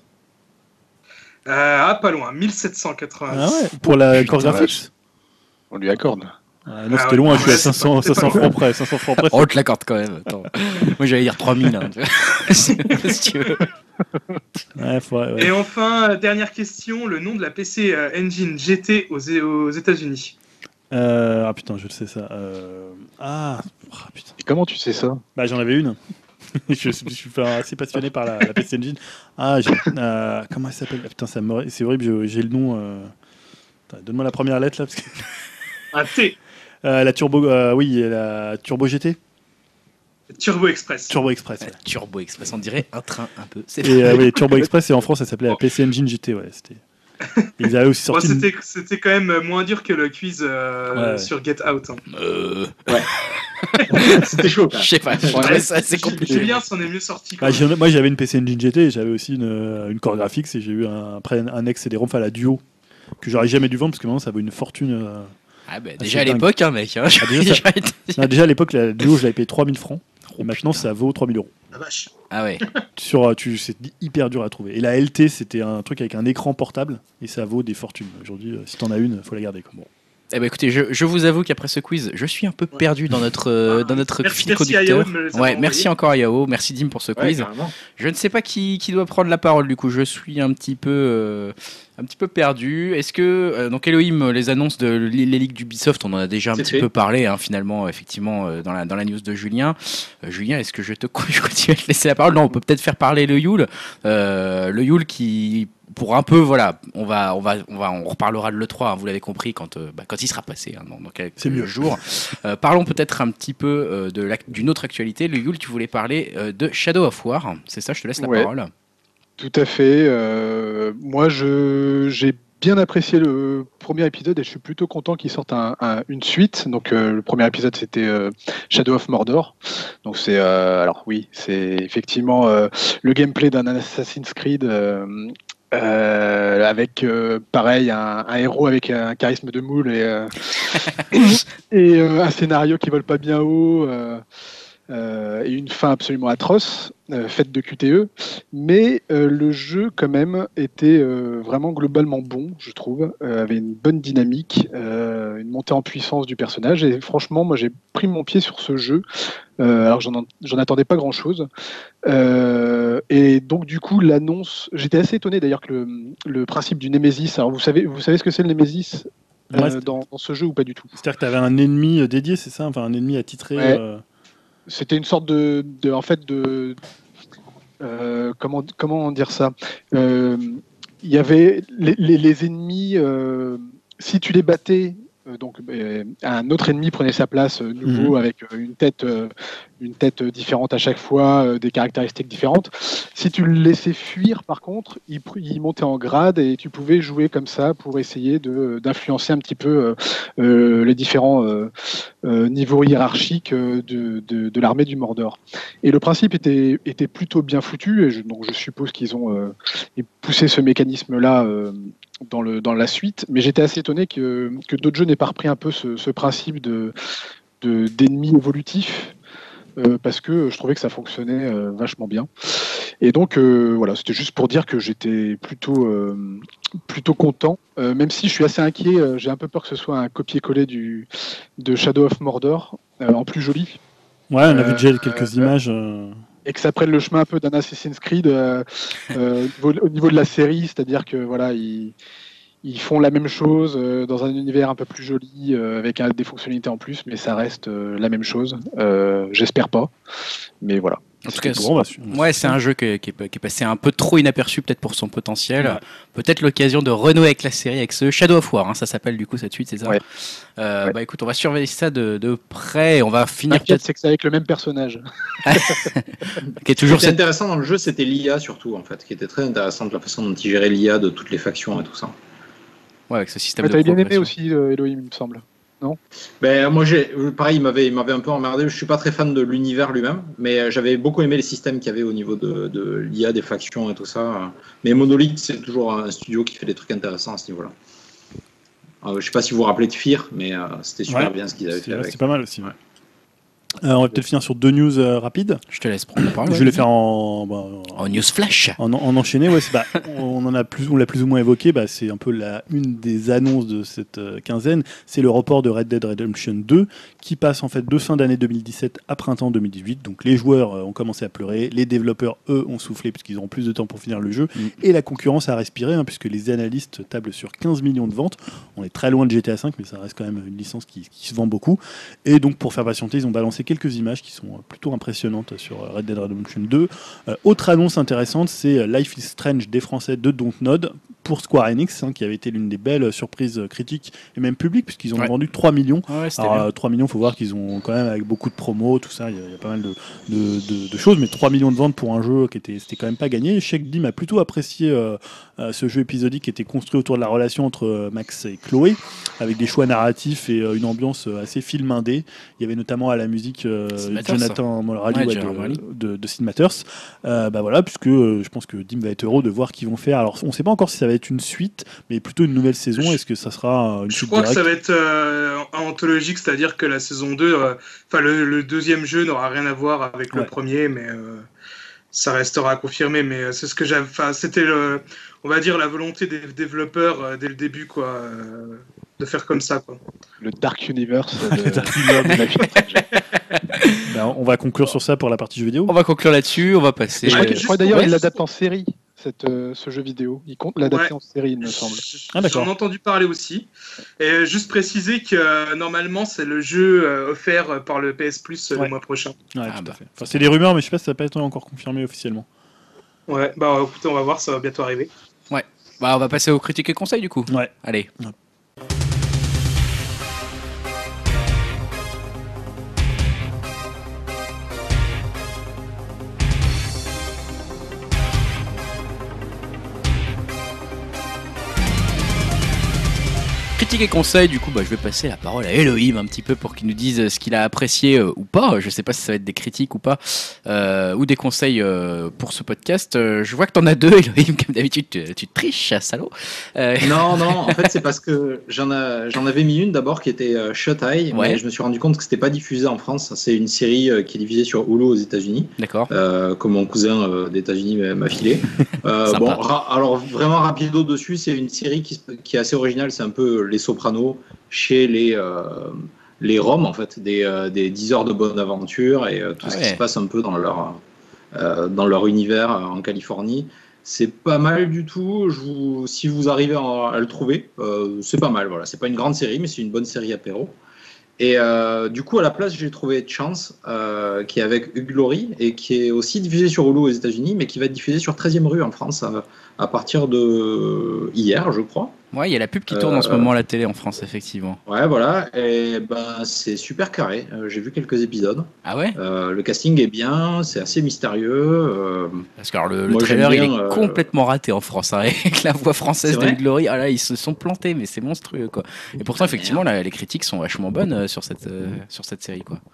[SPEAKER 4] Euh, ah pas loin, mille sept cent quatre-vingt-dix.
[SPEAKER 2] Ah ouais, pour la
[SPEAKER 1] Putain,
[SPEAKER 2] Core Graphics.
[SPEAKER 5] On lui accorde.
[SPEAKER 2] Ah, non,
[SPEAKER 4] Ah
[SPEAKER 2] c'était
[SPEAKER 4] ouais,
[SPEAKER 2] loin, je suis à
[SPEAKER 4] ouais, c'est pas-
[SPEAKER 2] cinq cents,
[SPEAKER 4] c'est pas
[SPEAKER 2] cinq cents
[SPEAKER 4] loin.
[SPEAKER 2] francs près, cinq cents francs près.
[SPEAKER 1] On te l'accorde quand même. Attends. Moi, j'allais dire trois mille. Hein, tu vois. Si tu veux.
[SPEAKER 2] Ouais, faudrait- ouais.
[SPEAKER 4] Et enfin, euh, dernière question, le nom de la P C euh, Engine G T aux, aux États-Unis.
[SPEAKER 2] Euh, ah putain, je le sais ça. Euh, Ah, oh, putain.
[SPEAKER 5] Et comment tu sais ça?
[SPEAKER 2] Bah j'en avais une. je, suis, je suis assez passionné par la, la P C Engine. Ah, j'ai- euh, comment elle s'appelle? Ah, putain, ça me- c'est horrible, je- j'ai le nom. euh, attends, donne-moi la première lettre là. Parce que...
[SPEAKER 4] Un T.
[SPEAKER 2] Euh, la Turbo, euh, oui, la Turbo G T.
[SPEAKER 4] Turbo Express.
[SPEAKER 2] Turbo Express. Ouais.
[SPEAKER 1] Turbo Express, on dirait un train un peu. C'est
[SPEAKER 2] et euh, oui, Turbo Express, et en France, ça s'appelait la P C Engine G T. Ouais, c'était. Ils avaient aussi sorti.
[SPEAKER 4] Bon, c'était, c'était quand même moins dur que le quiz euh, ouais. sur Get Out. Hein.
[SPEAKER 1] Euh...
[SPEAKER 3] Ouais. C'était chaud.
[SPEAKER 1] Je sais pas. Ouais, ça, c'est compliqué.
[SPEAKER 4] Julien s'en est mieux sorti.
[SPEAKER 2] Bah, moi, j'avais une P C Engine G T, et j'avais aussi une, une Core Graphics, et j'ai eu un, après un ex et des ROM à la Duo que j'aurais jamais dû vendre parce que maintenant ça vaut une fortune. Euh,
[SPEAKER 1] ah bah, déjà à l'époque, hein, mec. Hein,
[SPEAKER 2] ah, déjà, ça... non, déjà à l'époque, la Duo, je l'avais payé trois mille francs. Oh, et maintenant, putain. Ça vaut trois mille euros.
[SPEAKER 3] La vache.
[SPEAKER 1] Ah ouais.
[SPEAKER 2] Sur, tu, c'est hyper dur à trouver. Et la L T, c'était un truc avec un écran portable et ça vaut des fortunes. Aujourd'hui, si t'en as une, faut la garder. Quoi. Bon.
[SPEAKER 1] Eh ben écoutez, je, je vous avoue qu'après ce quiz, je suis un peu perdu dans notre, euh, dans notre fil conducteur. Ouais, merci encore à Yao, merci Dim pour ce quiz. Ouais, je ne sais pas qui, qui doit prendre la parole du coup. Je suis un petit peu, euh, un petit peu perdu. Est-ce que euh, donc Elohim, les annonces de les ligues d'Ubisoft, on en a déjà un C'est petit fait. peu parlé, hein, finalement, effectivement, euh, dans la dans la news de Julien. Euh, Julien, est-ce que je te je continue à te laisser la parole? Non, on peut peut-être faire parler le Yule, euh, le Yule qui pour un peu, voilà, on va, on va, on va, on reparlera de l'E trois, hein, vous l'avez compris, quand, euh, bah, quand il sera passé, hein, dans, dans quelques C'est mieux. jours. Euh, parlons peut-être un petit peu euh, de la, d'une autre actualité. Le Yule, tu voulais parler euh, de Shadow of War, c'est ça, je te laisse la ouais, parole.
[SPEAKER 5] Tout à fait. Euh, moi, je, j'ai bien apprécié le premier épisode et je suis plutôt content qu'il sorte un, un, une suite. Donc, euh, le premier épisode, c'était euh, Shadow of Mordor. Donc, c'est, euh, alors oui, c'est effectivement euh, le gameplay d'un Assassin's Creed. Euh, Euh, avec euh, pareil un, un héros avec un charisme de moule et, euh, et euh, un scénario qui vole pas bien haut euh, euh, et une fin absolument atroce euh, faite de Q T E, mais euh, le jeu quand même était euh, vraiment globalement bon, je trouve, euh, avait une bonne dynamique, euh, une montée en puissance du personnage et franchement moi j'ai pris mon pied sur ce jeu. Euh, alors j'en, j'en attendais pas grand chose euh, et donc du coup l'annonce, j'étais assez étonné d'ailleurs que le, le principe du Némésis, alors vous savez, vous savez ce que c'est le Némésis euh, ouais, dans, dans ce jeu ou pas du tout?
[SPEAKER 2] C'est-à-dire que tu avais un ennemi dédié, c'est ça, enfin un ennemi attitré ouais. euh...
[SPEAKER 5] C'était une sorte de, de en fait de euh, comment comment dire ça, il euh, y avait les, les, les ennemis euh, si tu les battais Euh, donc euh, un autre ennemi prenait sa place euh, nouveau mmh. avec euh, une tête euh, une tête différente à chaque fois, euh, des caractéristiques différentes. Si tu le laissais fuir par contre, il, il montait en grade et tu pouvais jouer comme ça pour essayer de, d'influencer un petit peu euh, euh, les différents euh, euh, niveaux hiérarchiques euh, de, de, de l'armée du Mordor. Et le principe était, était plutôt bien foutu et je, donc je suppose qu'ils ont euh, poussé ce mécanisme-là euh, dans, le, dans la suite, mais j'étais assez étonné que, que d'autres jeux n'aient pas repris un peu ce, ce principe de, de, d'ennemis évolutifs, euh, parce que je trouvais que ça fonctionnait euh, vachement bien. Et donc, euh, voilà, c'était juste pour dire que j'étais plutôt, euh, plutôt content, euh, même si je suis assez inquiet, euh, j'ai un peu peur que ce soit un copier-coller du, de Shadow of Mordor, euh, en plus joli.
[SPEAKER 2] Ouais, on a vu déjà quelques euh, images... Euh...
[SPEAKER 5] Et que ça prenne le chemin un peu d'un Assassin's Creed euh, euh, au, niveau, au niveau de la série, c'est-à-dire que voilà, ils, ils font la même chose euh, dans un univers un peu plus joli, euh, avec un, des fonctionnalités en plus, mais ça reste euh, la même chose. Euh, j'espère pas, mais voilà.
[SPEAKER 1] En tout cas, bon, c'est, ouais, c'est un jeu qui est, qui, est, qui est passé un peu trop inaperçu, peut-être pour son potentiel. Ouais. Peut-être l'occasion de renouer avec la série, avec ce Shadow of War, hein, ça s'appelle du coup cette suite, c'est ça. Ouais. Euh, ouais. Bah écoute, on va surveiller ça de, de près. On va finir.
[SPEAKER 5] Peut-être c'est que c'est avec le même personnage.
[SPEAKER 1] qui est toujours.
[SPEAKER 3] Ce qui était intéressant dans le jeu, c'était l'I A surtout, en fait, qui était très intéressante, la façon dont il gérait l'I A de toutes les factions et tout ça.
[SPEAKER 1] Ouais, avec ce système
[SPEAKER 5] ouais,
[SPEAKER 1] de.
[SPEAKER 5] T'avais bien aimé aussi euh, Elohim, il me semble. Non
[SPEAKER 3] ben, moi, j'ai, pareil, il m'avait, il m'avait un peu emmerdé. Je suis pas très fan de l'univers lui-même, mais j'avais beaucoup aimé les systèmes qu'il y avait au niveau de, de l'I A, des factions et tout ça. Mais Monolith, c'est toujours un studio qui fait des trucs intéressants à ce niveau-là. Euh, je sais pas si vous vous rappelez de Fear, mais euh, c'était super ouais, bien ce qu'ils avaient fait
[SPEAKER 2] c'est,
[SPEAKER 3] avec.
[SPEAKER 2] C'est pas mal aussi. Ouais. Euh, on va peut-être finir sur deux news euh, rapides.
[SPEAKER 1] Je te laisse prendre la parole.
[SPEAKER 2] Je vais les faire en, bah,
[SPEAKER 1] en news flash.
[SPEAKER 2] En, en enchaîné, ouais. C'est, bah, on en a plus, on l'a plus ou moins évoqué. Bah, c'est un peu la une des annonces de cette euh, quinzaine. C'est le report de Red Dead Redemption deux qui passe en fait de fin d'année deux mille dix-sept à printemps deux mille dix-huit. Donc les joueurs euh, ont commencé à pleurer, les développeurs eux ont soufflé puisqu'ils auront plus de temps pour finir le jeu, mm. et la concurrence a respiré hein, puisque les analystes tablent sur quinze millions de ventes. On est très loin de G T A cinq, mais ça reste quand même une licence qui, qui se vend beaucoup. Et donc pour faire patienter, ils ont balancé quelques images qui sont plutôt impressionnantes sur Red Dead Redemption deux. Euh, autre annonce intéressante, c'est Life is Strange des Français de Dontnod pour Square Enix, hein, qui avait été l'une des belles surprises critiques et même publiques, puisqu'ils ont
[SPEAKER 1] Ouais.
[SPEAKER 2] vendu trois millions.
[SPEAKER 1] Ouais, c'était
[SPEAKER 2] Alors,
[SPEAKER 1] bien.
[SPEAKER 2] euh, trois millions, il faut voir qu'ils ont quand même, avec beaucoup de promos, tout ça, il y, a- il y a pas mal de, de, de- de choses, mais trois millions de ventes pour un jeu qui était, c'était quand même pas gagné. Sheikh Dim a plutôt apprécié euh, euh, ce jeu épisodique qui était construit autour de la relation entre euh, Max et Chloé, avec des choix narratifs et euh, une ambiance euh, assez film indé. Il y avait notamment à la musique euh,
[SPEAKER 1] Sid Matters.
[SPEAKER 2] Jonathan Molradi
[SPEAKER 1] Ouais,
[SPEAKER 2] ouais,
[SPEAKER 1] Jonathan Molradi.
[SPEAKER 2] de, de, de Sid Matters. Euh, bah voilà, puisque euh, je pense que Dim va être heureux de voir qu'ils vont faire. Alors, on ne sait pas encore si ça va être une suite, mais plutôt une nouvelle saison. Est-ce que ça sera euh, une
[SPEAKER 4] Je
[SPEAKER 2] suite
[SPEAKER 4] crois que
[SPEAKER 2] directe
[SPEAKER 4] ça va être euh, anthologique, c'est-à-dire que la saison deux, euh, enfin le, le deuxième jeu n'aura rien à voir avec
[SPEAKER 2] Ouais.
[SPEAKER 4] le premier, mais euh, ça restera à confirmer. Mais euh, c'est ce que j'avais, enfin c'était le, on va dire la volonté des développeurs euh, dès le début, quoi, euh, de faire comme ça, quoi.
[SPEAKER 5] Le Dark Universe de,
[SPEAKER 2] Dark Universe.
[SPEAKER 5] de Life is Strange.
[SPEAKER 2] Ben, on va conclure sur ça pour la partie jeu vidéo.
[SPEAKER 1] On va conclure là-dessus, on va passer.
[SPEAKER 5] Et je crois,
[SPEAKER 4] Ouais,
[SPEAKER 5] que- je crois
[SPEAKER 4] juste
[SPEAKER 5] d'ailleurs
[SPEAKER 4] pour-
[SPEAKER 5] qu'il l'adapte en série, cette, euh, ce jeu vidéo. Il compte l'adapter
[SPEAKER 4] Ouais.
[SPEAKER 5] en série, il me semble.
[SPEAKER 2] Ah, d'accord.
[SPEAKER 4] J'en ai entendu parler aussi. Et juste préciser que euh, normalement c'est le jeu euh, offert par le P S Plus euh,
[SPEAKER 2] Ouais.
[SPEAKER 4] le mois prochain.
[SPEAKER 2] Ouais,
[SPEAKER 1] Ah
[SPEAKER 2] tout
[SPEAKER 1] bah.
[SPEAKER 2] à fait. Enfin, c'est des rumeurs, mais je sais pas si ça n'a pas été encore confirmé officiellement.
[SPEAKER 4] Ouais, bah écoutez, on va voir, ça va bientôt arriver.
[SPEAKER 1] Bah, on va passer aux critiques et conseils du coup.
[SPEAKER 2] Ouais.
[SPEAKER 1] Allez. Critiques et conseils, du coup, bah, je vais passer la parole à Elohim un petit peu pour qu'il nous dise ce qu'il a apprécié euh, ou pas. Je sais pas si ça va être des critiques ou pas, euh, ou des conseils euh, pour ce podcast. Euh, je vois que t'en as deux, Elohim, comme d'habitude, tu, tu triches, salaud. Euh,
[SPEAKER 3] Non, non, en fait, c'est parce que j'en a- j'en avais mis une d'abord qui était euh, Shut Eye,
[SPEAKER 1] Ouais.
[SPEAKER 3] mais je me suis rendu compte que c'était pas diffusé en France. C'est une série euh, qui est diffusée sur Hulu aux États-Unis,
[SPEAKER 1] D'accord.
[SPEAKER 3] euh, comme mon cousin euh, des États-Unis m'a- m'a filé. Euh,
[SPEAKER 1] Sympa.
[SPEAKER 3] bon, ra- alors vraiment rapido dessus, c'est une série qui, se- qui est assez originale. C'est un peu Les Sopranos chez les euh, les Roms, en fait, des, euh, des dix heures de bonne aventure et euh, tout
[SPEAKER 1] Ah
[SPEAKER 3] ce
[SPEAKER 1] ouais.
[SPEAKER 3] qui se passe un peu dans leur euh, dans leur univers euh, en Californie. C'est pas mal du tout. Je vous, si vous arrivez à, à le trouver, euh, c'est pas mal. Voilà, c'est pas une grande série, mais c'est une bonne série apéro. Et euh, du coup, à la place, j'ai trouvé Chance, euh, qui est avec Hugh Laurie et qui est aussi diffusé sur Hulu aux États-Unis, mais qui va être diffusé sur treizième rue en France à, à partir de hier, je crois.
[SPEAKER 1] Ouais, il y a la pub qui tourne en ce
[SPEAKER 3] Euh,
[SPEAKER 1] moment à la télé en France, effectivement.
[SPEAKER 3] Ouais, voilà. Et ben, c'est super carré. Euh, j'ai vu quelques épisodes.
[SPEAKER 1] Ah ouais?
[SPEAKER 3] Euh, le casting est bien, c'est assez mystérieux. euh,
[SPEAKER 1] Parce que alors, le, le
[SPEAKER 3] Moi,
[SPEAKER 1] trailer,
[SPEAKER 3] j'aime
[SPEAKER 1] il est
[SPEAKER 3] bien, euh,
[SPEAKER 1] complètement raté en France. Hein, avec la voix française
[SPEAKER 3] C'est
[SPEAKER 1] de
[SPEAKER 3] vrai
[SPEAKER 1] Glory, ah là, ils se sont plantés, mais c'est monstrueux, quoi. Et pourtant,
[SPEAKER 3] Ah,
[SPEAKER 1] effectivement, la- les critiques sont vachement bonnes euh, sur cette, euh, sur cette série, quoi.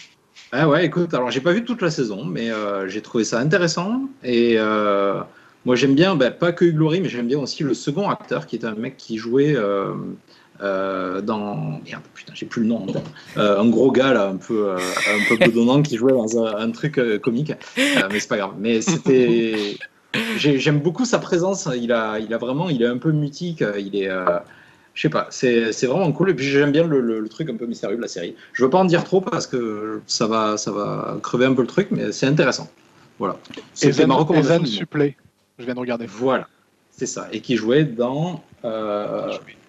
[SPEAKER 3] Ah ouais, écoute, alors j'ai pas vu toute la saison, mais euh, j'ai trouvé ça intéressant. Et euh, moi j'aime bien, bah, pas que Hugh Laurie, mais j'aime bien aussi le second acteur, qui est un mec qui jouait euh, euh, dans. Merde, putain, j'ai plus le nom. Euh, un gros gars là, un peu, euh, un peu bedonnant, qui jouait dans un, un truc euh, comique. Euh, mais c'est pas grave. Mais c'était. j'ai- J'aime beaucoup sa présence. Il a, il a vraiment, il est un peu mutique. Il est. euh, je sais pas, c'est c'est vraiment cool. Et puis j'aime bien le, le- le truc un peu mystérieux de la série. Je veux pas en dire trop parce que ça va, ça va crever un peu le truc, mais c'est intéressant. Voilà. C'était ma
[SPEAKER 5] Ezan
[SPEAKER 3] recommandation.
[SPEAKER 5] Ezan
[SPEAKER 3] du mois.
[SPEAKER 5] Supplé, je viens de regarder.
[SPEAKER 3] Voilà, c'est ça. Et qui jouait dans. euh,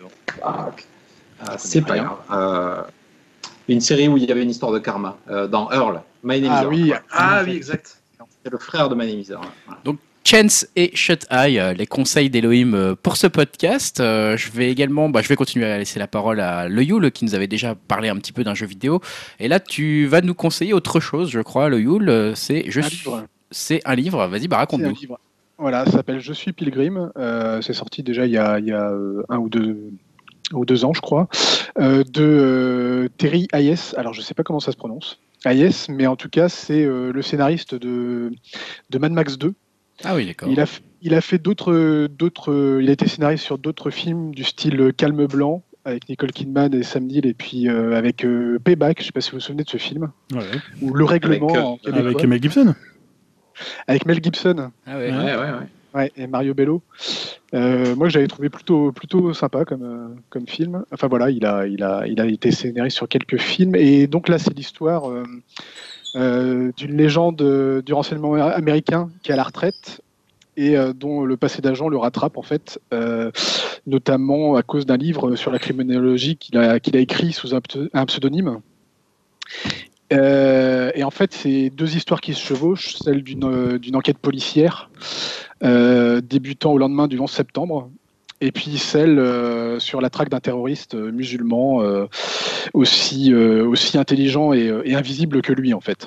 [SPEAKER 3] ah, ah, c'est pas
[SPEAKER 5] rien.
[SPEAKER 3] grave. Euh, une série où il y avait une histoire de karma. euh, dans Earl. My Name is
[SPEAKER 5] Ah
[SPEAKER 3] Earl.
[SPEAKER 5] oui,
[SPEAKER 4] Ah oui, exact.
[SPEAKER 3] C'est le frère de My Name is Earl. Voilà.
[SPEAKER 1] Chance et Shut Eye, euh, les conseils d'Elohim euh, pour ce podcast. Euh, je vais également, bah, je vais continuer à laisser la parole à Le Yule qui nous avait déjà parlé un petit peu d'un jeu vidéo. Et là, tu vas nous conseiller autre chose, je crois, Le Yule. euh, C'est je
[SPEAKER 5] Un
[SPEAKER 1] suis,
[SPEAKER 5] livre.
[SPEAKER 1] c'est un livre. Vas-y, bah
[SPEAKER 5] C'est un
[SPEAKER 1] raconte-nous.
[SPEAKER 5] livre. Voilà, ça s'appelle Je suis Pilgrim. Euh, c'est sorti déjà il y a, il y a euh, un ou deux, ou deux ans, je crois, euh, de euh, Terry Hayes. Alors, je ne sais pas comment ça se prononce, Hayes, mais en tout cas, c'est euh, le scénariste de, de Mad Max deux.
[SPEAKER 1] Ah oui, d'accord.
[SPEAKER 5] Il a, f- il a fait d'autres, d'autres, il a été scénariste sur d'autres films du style Calme Blanc avec Nicole Kidman et Sam Neill, et puis euh, avec euh, Payback. Je ne sais pas si vous vous souvenez de ce film,
[SPEAKER 2] Ouais.
[SPEAKER 5] ou Le Règlement
[SPEAKER 3] Avec, euh,
[SPEAKER 5] en québécois,
[SPEAKER 2] Avec Mel Gibson.
[SPEAKER 5] avec Mel Gibson.
[SPEAKER 1] Ah ouais.
[SPEAKER 3] Ouais, ouais, ouais.
[SPEAKER 5] Ouais, et Mario Bello. Euh, moi, j'avais trouvé plutôt, plutôt sympa comme, euh, comme film. Enfin voilà, il a, il, a, il a été scénariste sur quelques films. Et donc là, c'est l'histoire euh, euh, d'une légende euh, du renseignement américain qui est à la retraite et euh, dont le passé d'agent le rattrape, en fait, euh, notamment à cause d'un livre sur la criminologie qu'il a, qu'il a écrit sous un, pse- un pseudonyme. Euh, et en fait, c'est deux histoires qui se chevauchent, celle d'une euh, d'une enquête policière euh, débutant au lendemain du onze septembre, et puis celle euh, sur la traque d'un terroriste euh, musulman euh, aussi, euh, aussi intelligent et, euh, et invisible que lui, en fait.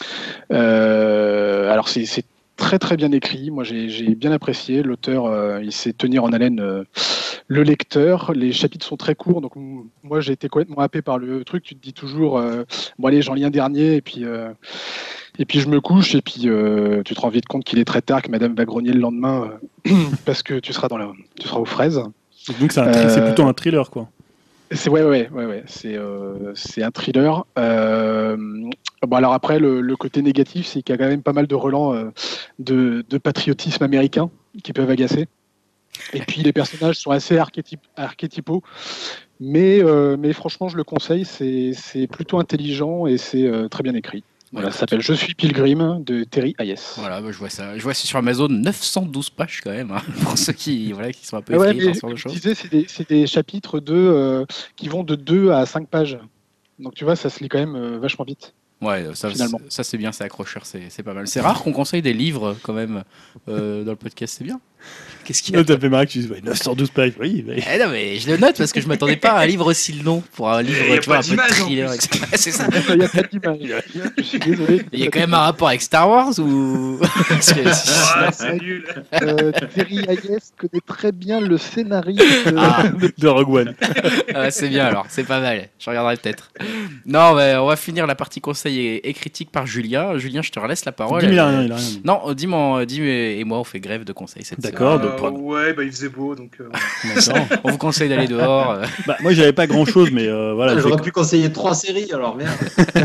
[SPEAKER 5] Euh, alors, c'est c'est très très bien écrit. Moi, j'ai j'ai bien apprécié. L'auteur, euh, il sait tenir en haleine euh, le lecteur. Les chapitres sont très courts, donc m- moi, j'ai été complètement happé par le truc. Tu te dis toujours, euh, bon allez, j'en lis un dernier, et puis euh, et puis je me couche, et puis euh, tu te rends vite compte qu'il est très tard, que Madame va grogner le lendemain euh, parce que tu seras dans la, tu seras aux fraises.
[SPEAKER 2] Donc c'est un tri- c'est
[SPEAKER 5] Euh,
[SPEAKER 2] plutôt un thriller, quoi.
[SPEAKER 5] C'est ouais, ouais, ouais, ouais. C'est euh, c'est un thriller. Euh, bon, alors après, le, le côté négatif, c'est qu'il y a quand même pas mal de relents euh, de, de patriotisme américain qui peuvent agacer. Et puis les personnages sont assez archétyp- archétypaux, mais, euh, mais franchement, je le conseille. C'est c'est plutôt intelligent et c'est euh, très bien écrit. Voilà,
[SPEAKER 1] Ouais,
[SPEAKER 5] ça s'appelle Je suis Pilgrim de Terry Hayes.
[SPEAKER 1] Voilà, bah, je vois ça. Je vois c'est sur Amazon neuf cent douze pages quand même, hein, pour ceux qui, voilà, qui sont un peu
[SPEAKER 5] Ah ouais,
[SPEAKER 1] effrayés
[SPEAKER 5] mais
[SPEAKER 1] par ce genre de
[SPEAKER 5] comme je
[SPEAKER 1] choses.
[SPEAKER 5] disais, c'est des, c'est des chapitres de, euh, qui vont de deux à cinq pages. Donc tu vois, ça se lit quand même euh, vachement vite.
[SPEAKER 1] Ouais, ça,
[SPEAKER 5] Finalement.
[SPEAKER 1] ça c'est bien, c'est accrocheur, c'est c'est pas mal. C'est rare qu'on conseille des livres quand même euh, dans le podcast, c'est bien. Qu'est-ce qu'il y a?
[SPEAKER 2] Non, t'as fait marrer que tu dises ouais, neuf cent douze pages. Oui, mais...
[SPEAKER 1] Eh non, mais je le note parce que je m'attendais pas à un livre aussi long pour un livre,
[SPEAKER 4] Il y a
[SPEAKER 1] tu vois,
[SPEAKER 4] pas
[SPEAKER 1] un peu
[SPEAKER 4] d'image, en
[SPEAKER 1] thriller.
[SPEAKER 4] plus.
[SPEAKER 1] et cetera. C'est ça.
[SPEAKER 5] Il y a pas d'image. Je suis désolé.
[SPEAKER 1] Il y a quand même un rapport avec Star Wars ou Parce que-
[SPEAKER 4] Ouais, c'est nul.
[SPEAKER 5] Euh, Terry Hayes connaît très bien le scénario. de-
[SPEAKER 1] Ah.
[SPEAKER 2] de Rogue One.
[SPEAKER 1] Ah, c'est bien alors, c'est pas mal. Je regarderai peut-être. Non, mais on va finir la partie conseil et, et critique par Julien. Julien, je te relaisse la parole.
[SPEAKER 2] Dis-moi, il a rien, il a rien dit.
[SPEAKER 1] Non, euh, dis-moi, euh, dis et moi, on fait grève de conseils cette
[SPEAKER 2] D'accord.
[SPEAKER 1] semaine.
[SPEAKER 2] de
[SPEAKER 4] Euh,
[SPEAKER 2] prod.
[SPEAKER 4] ouais, bah il faisait beau, donc. euh, voilà.
[SPEAKER 2] D'accord.
[SPEAKER 1] On vous conseille d'aller dehors. euh.
[SPEAKER 2] Bah, moi, j'avais pas grand chose, mais euh, voilà.
[SPEAKER 3] J'aurais
[SPEAKER 2] j'ai-
[SPEAKER 3] pu conseiller trois séries, alors merde.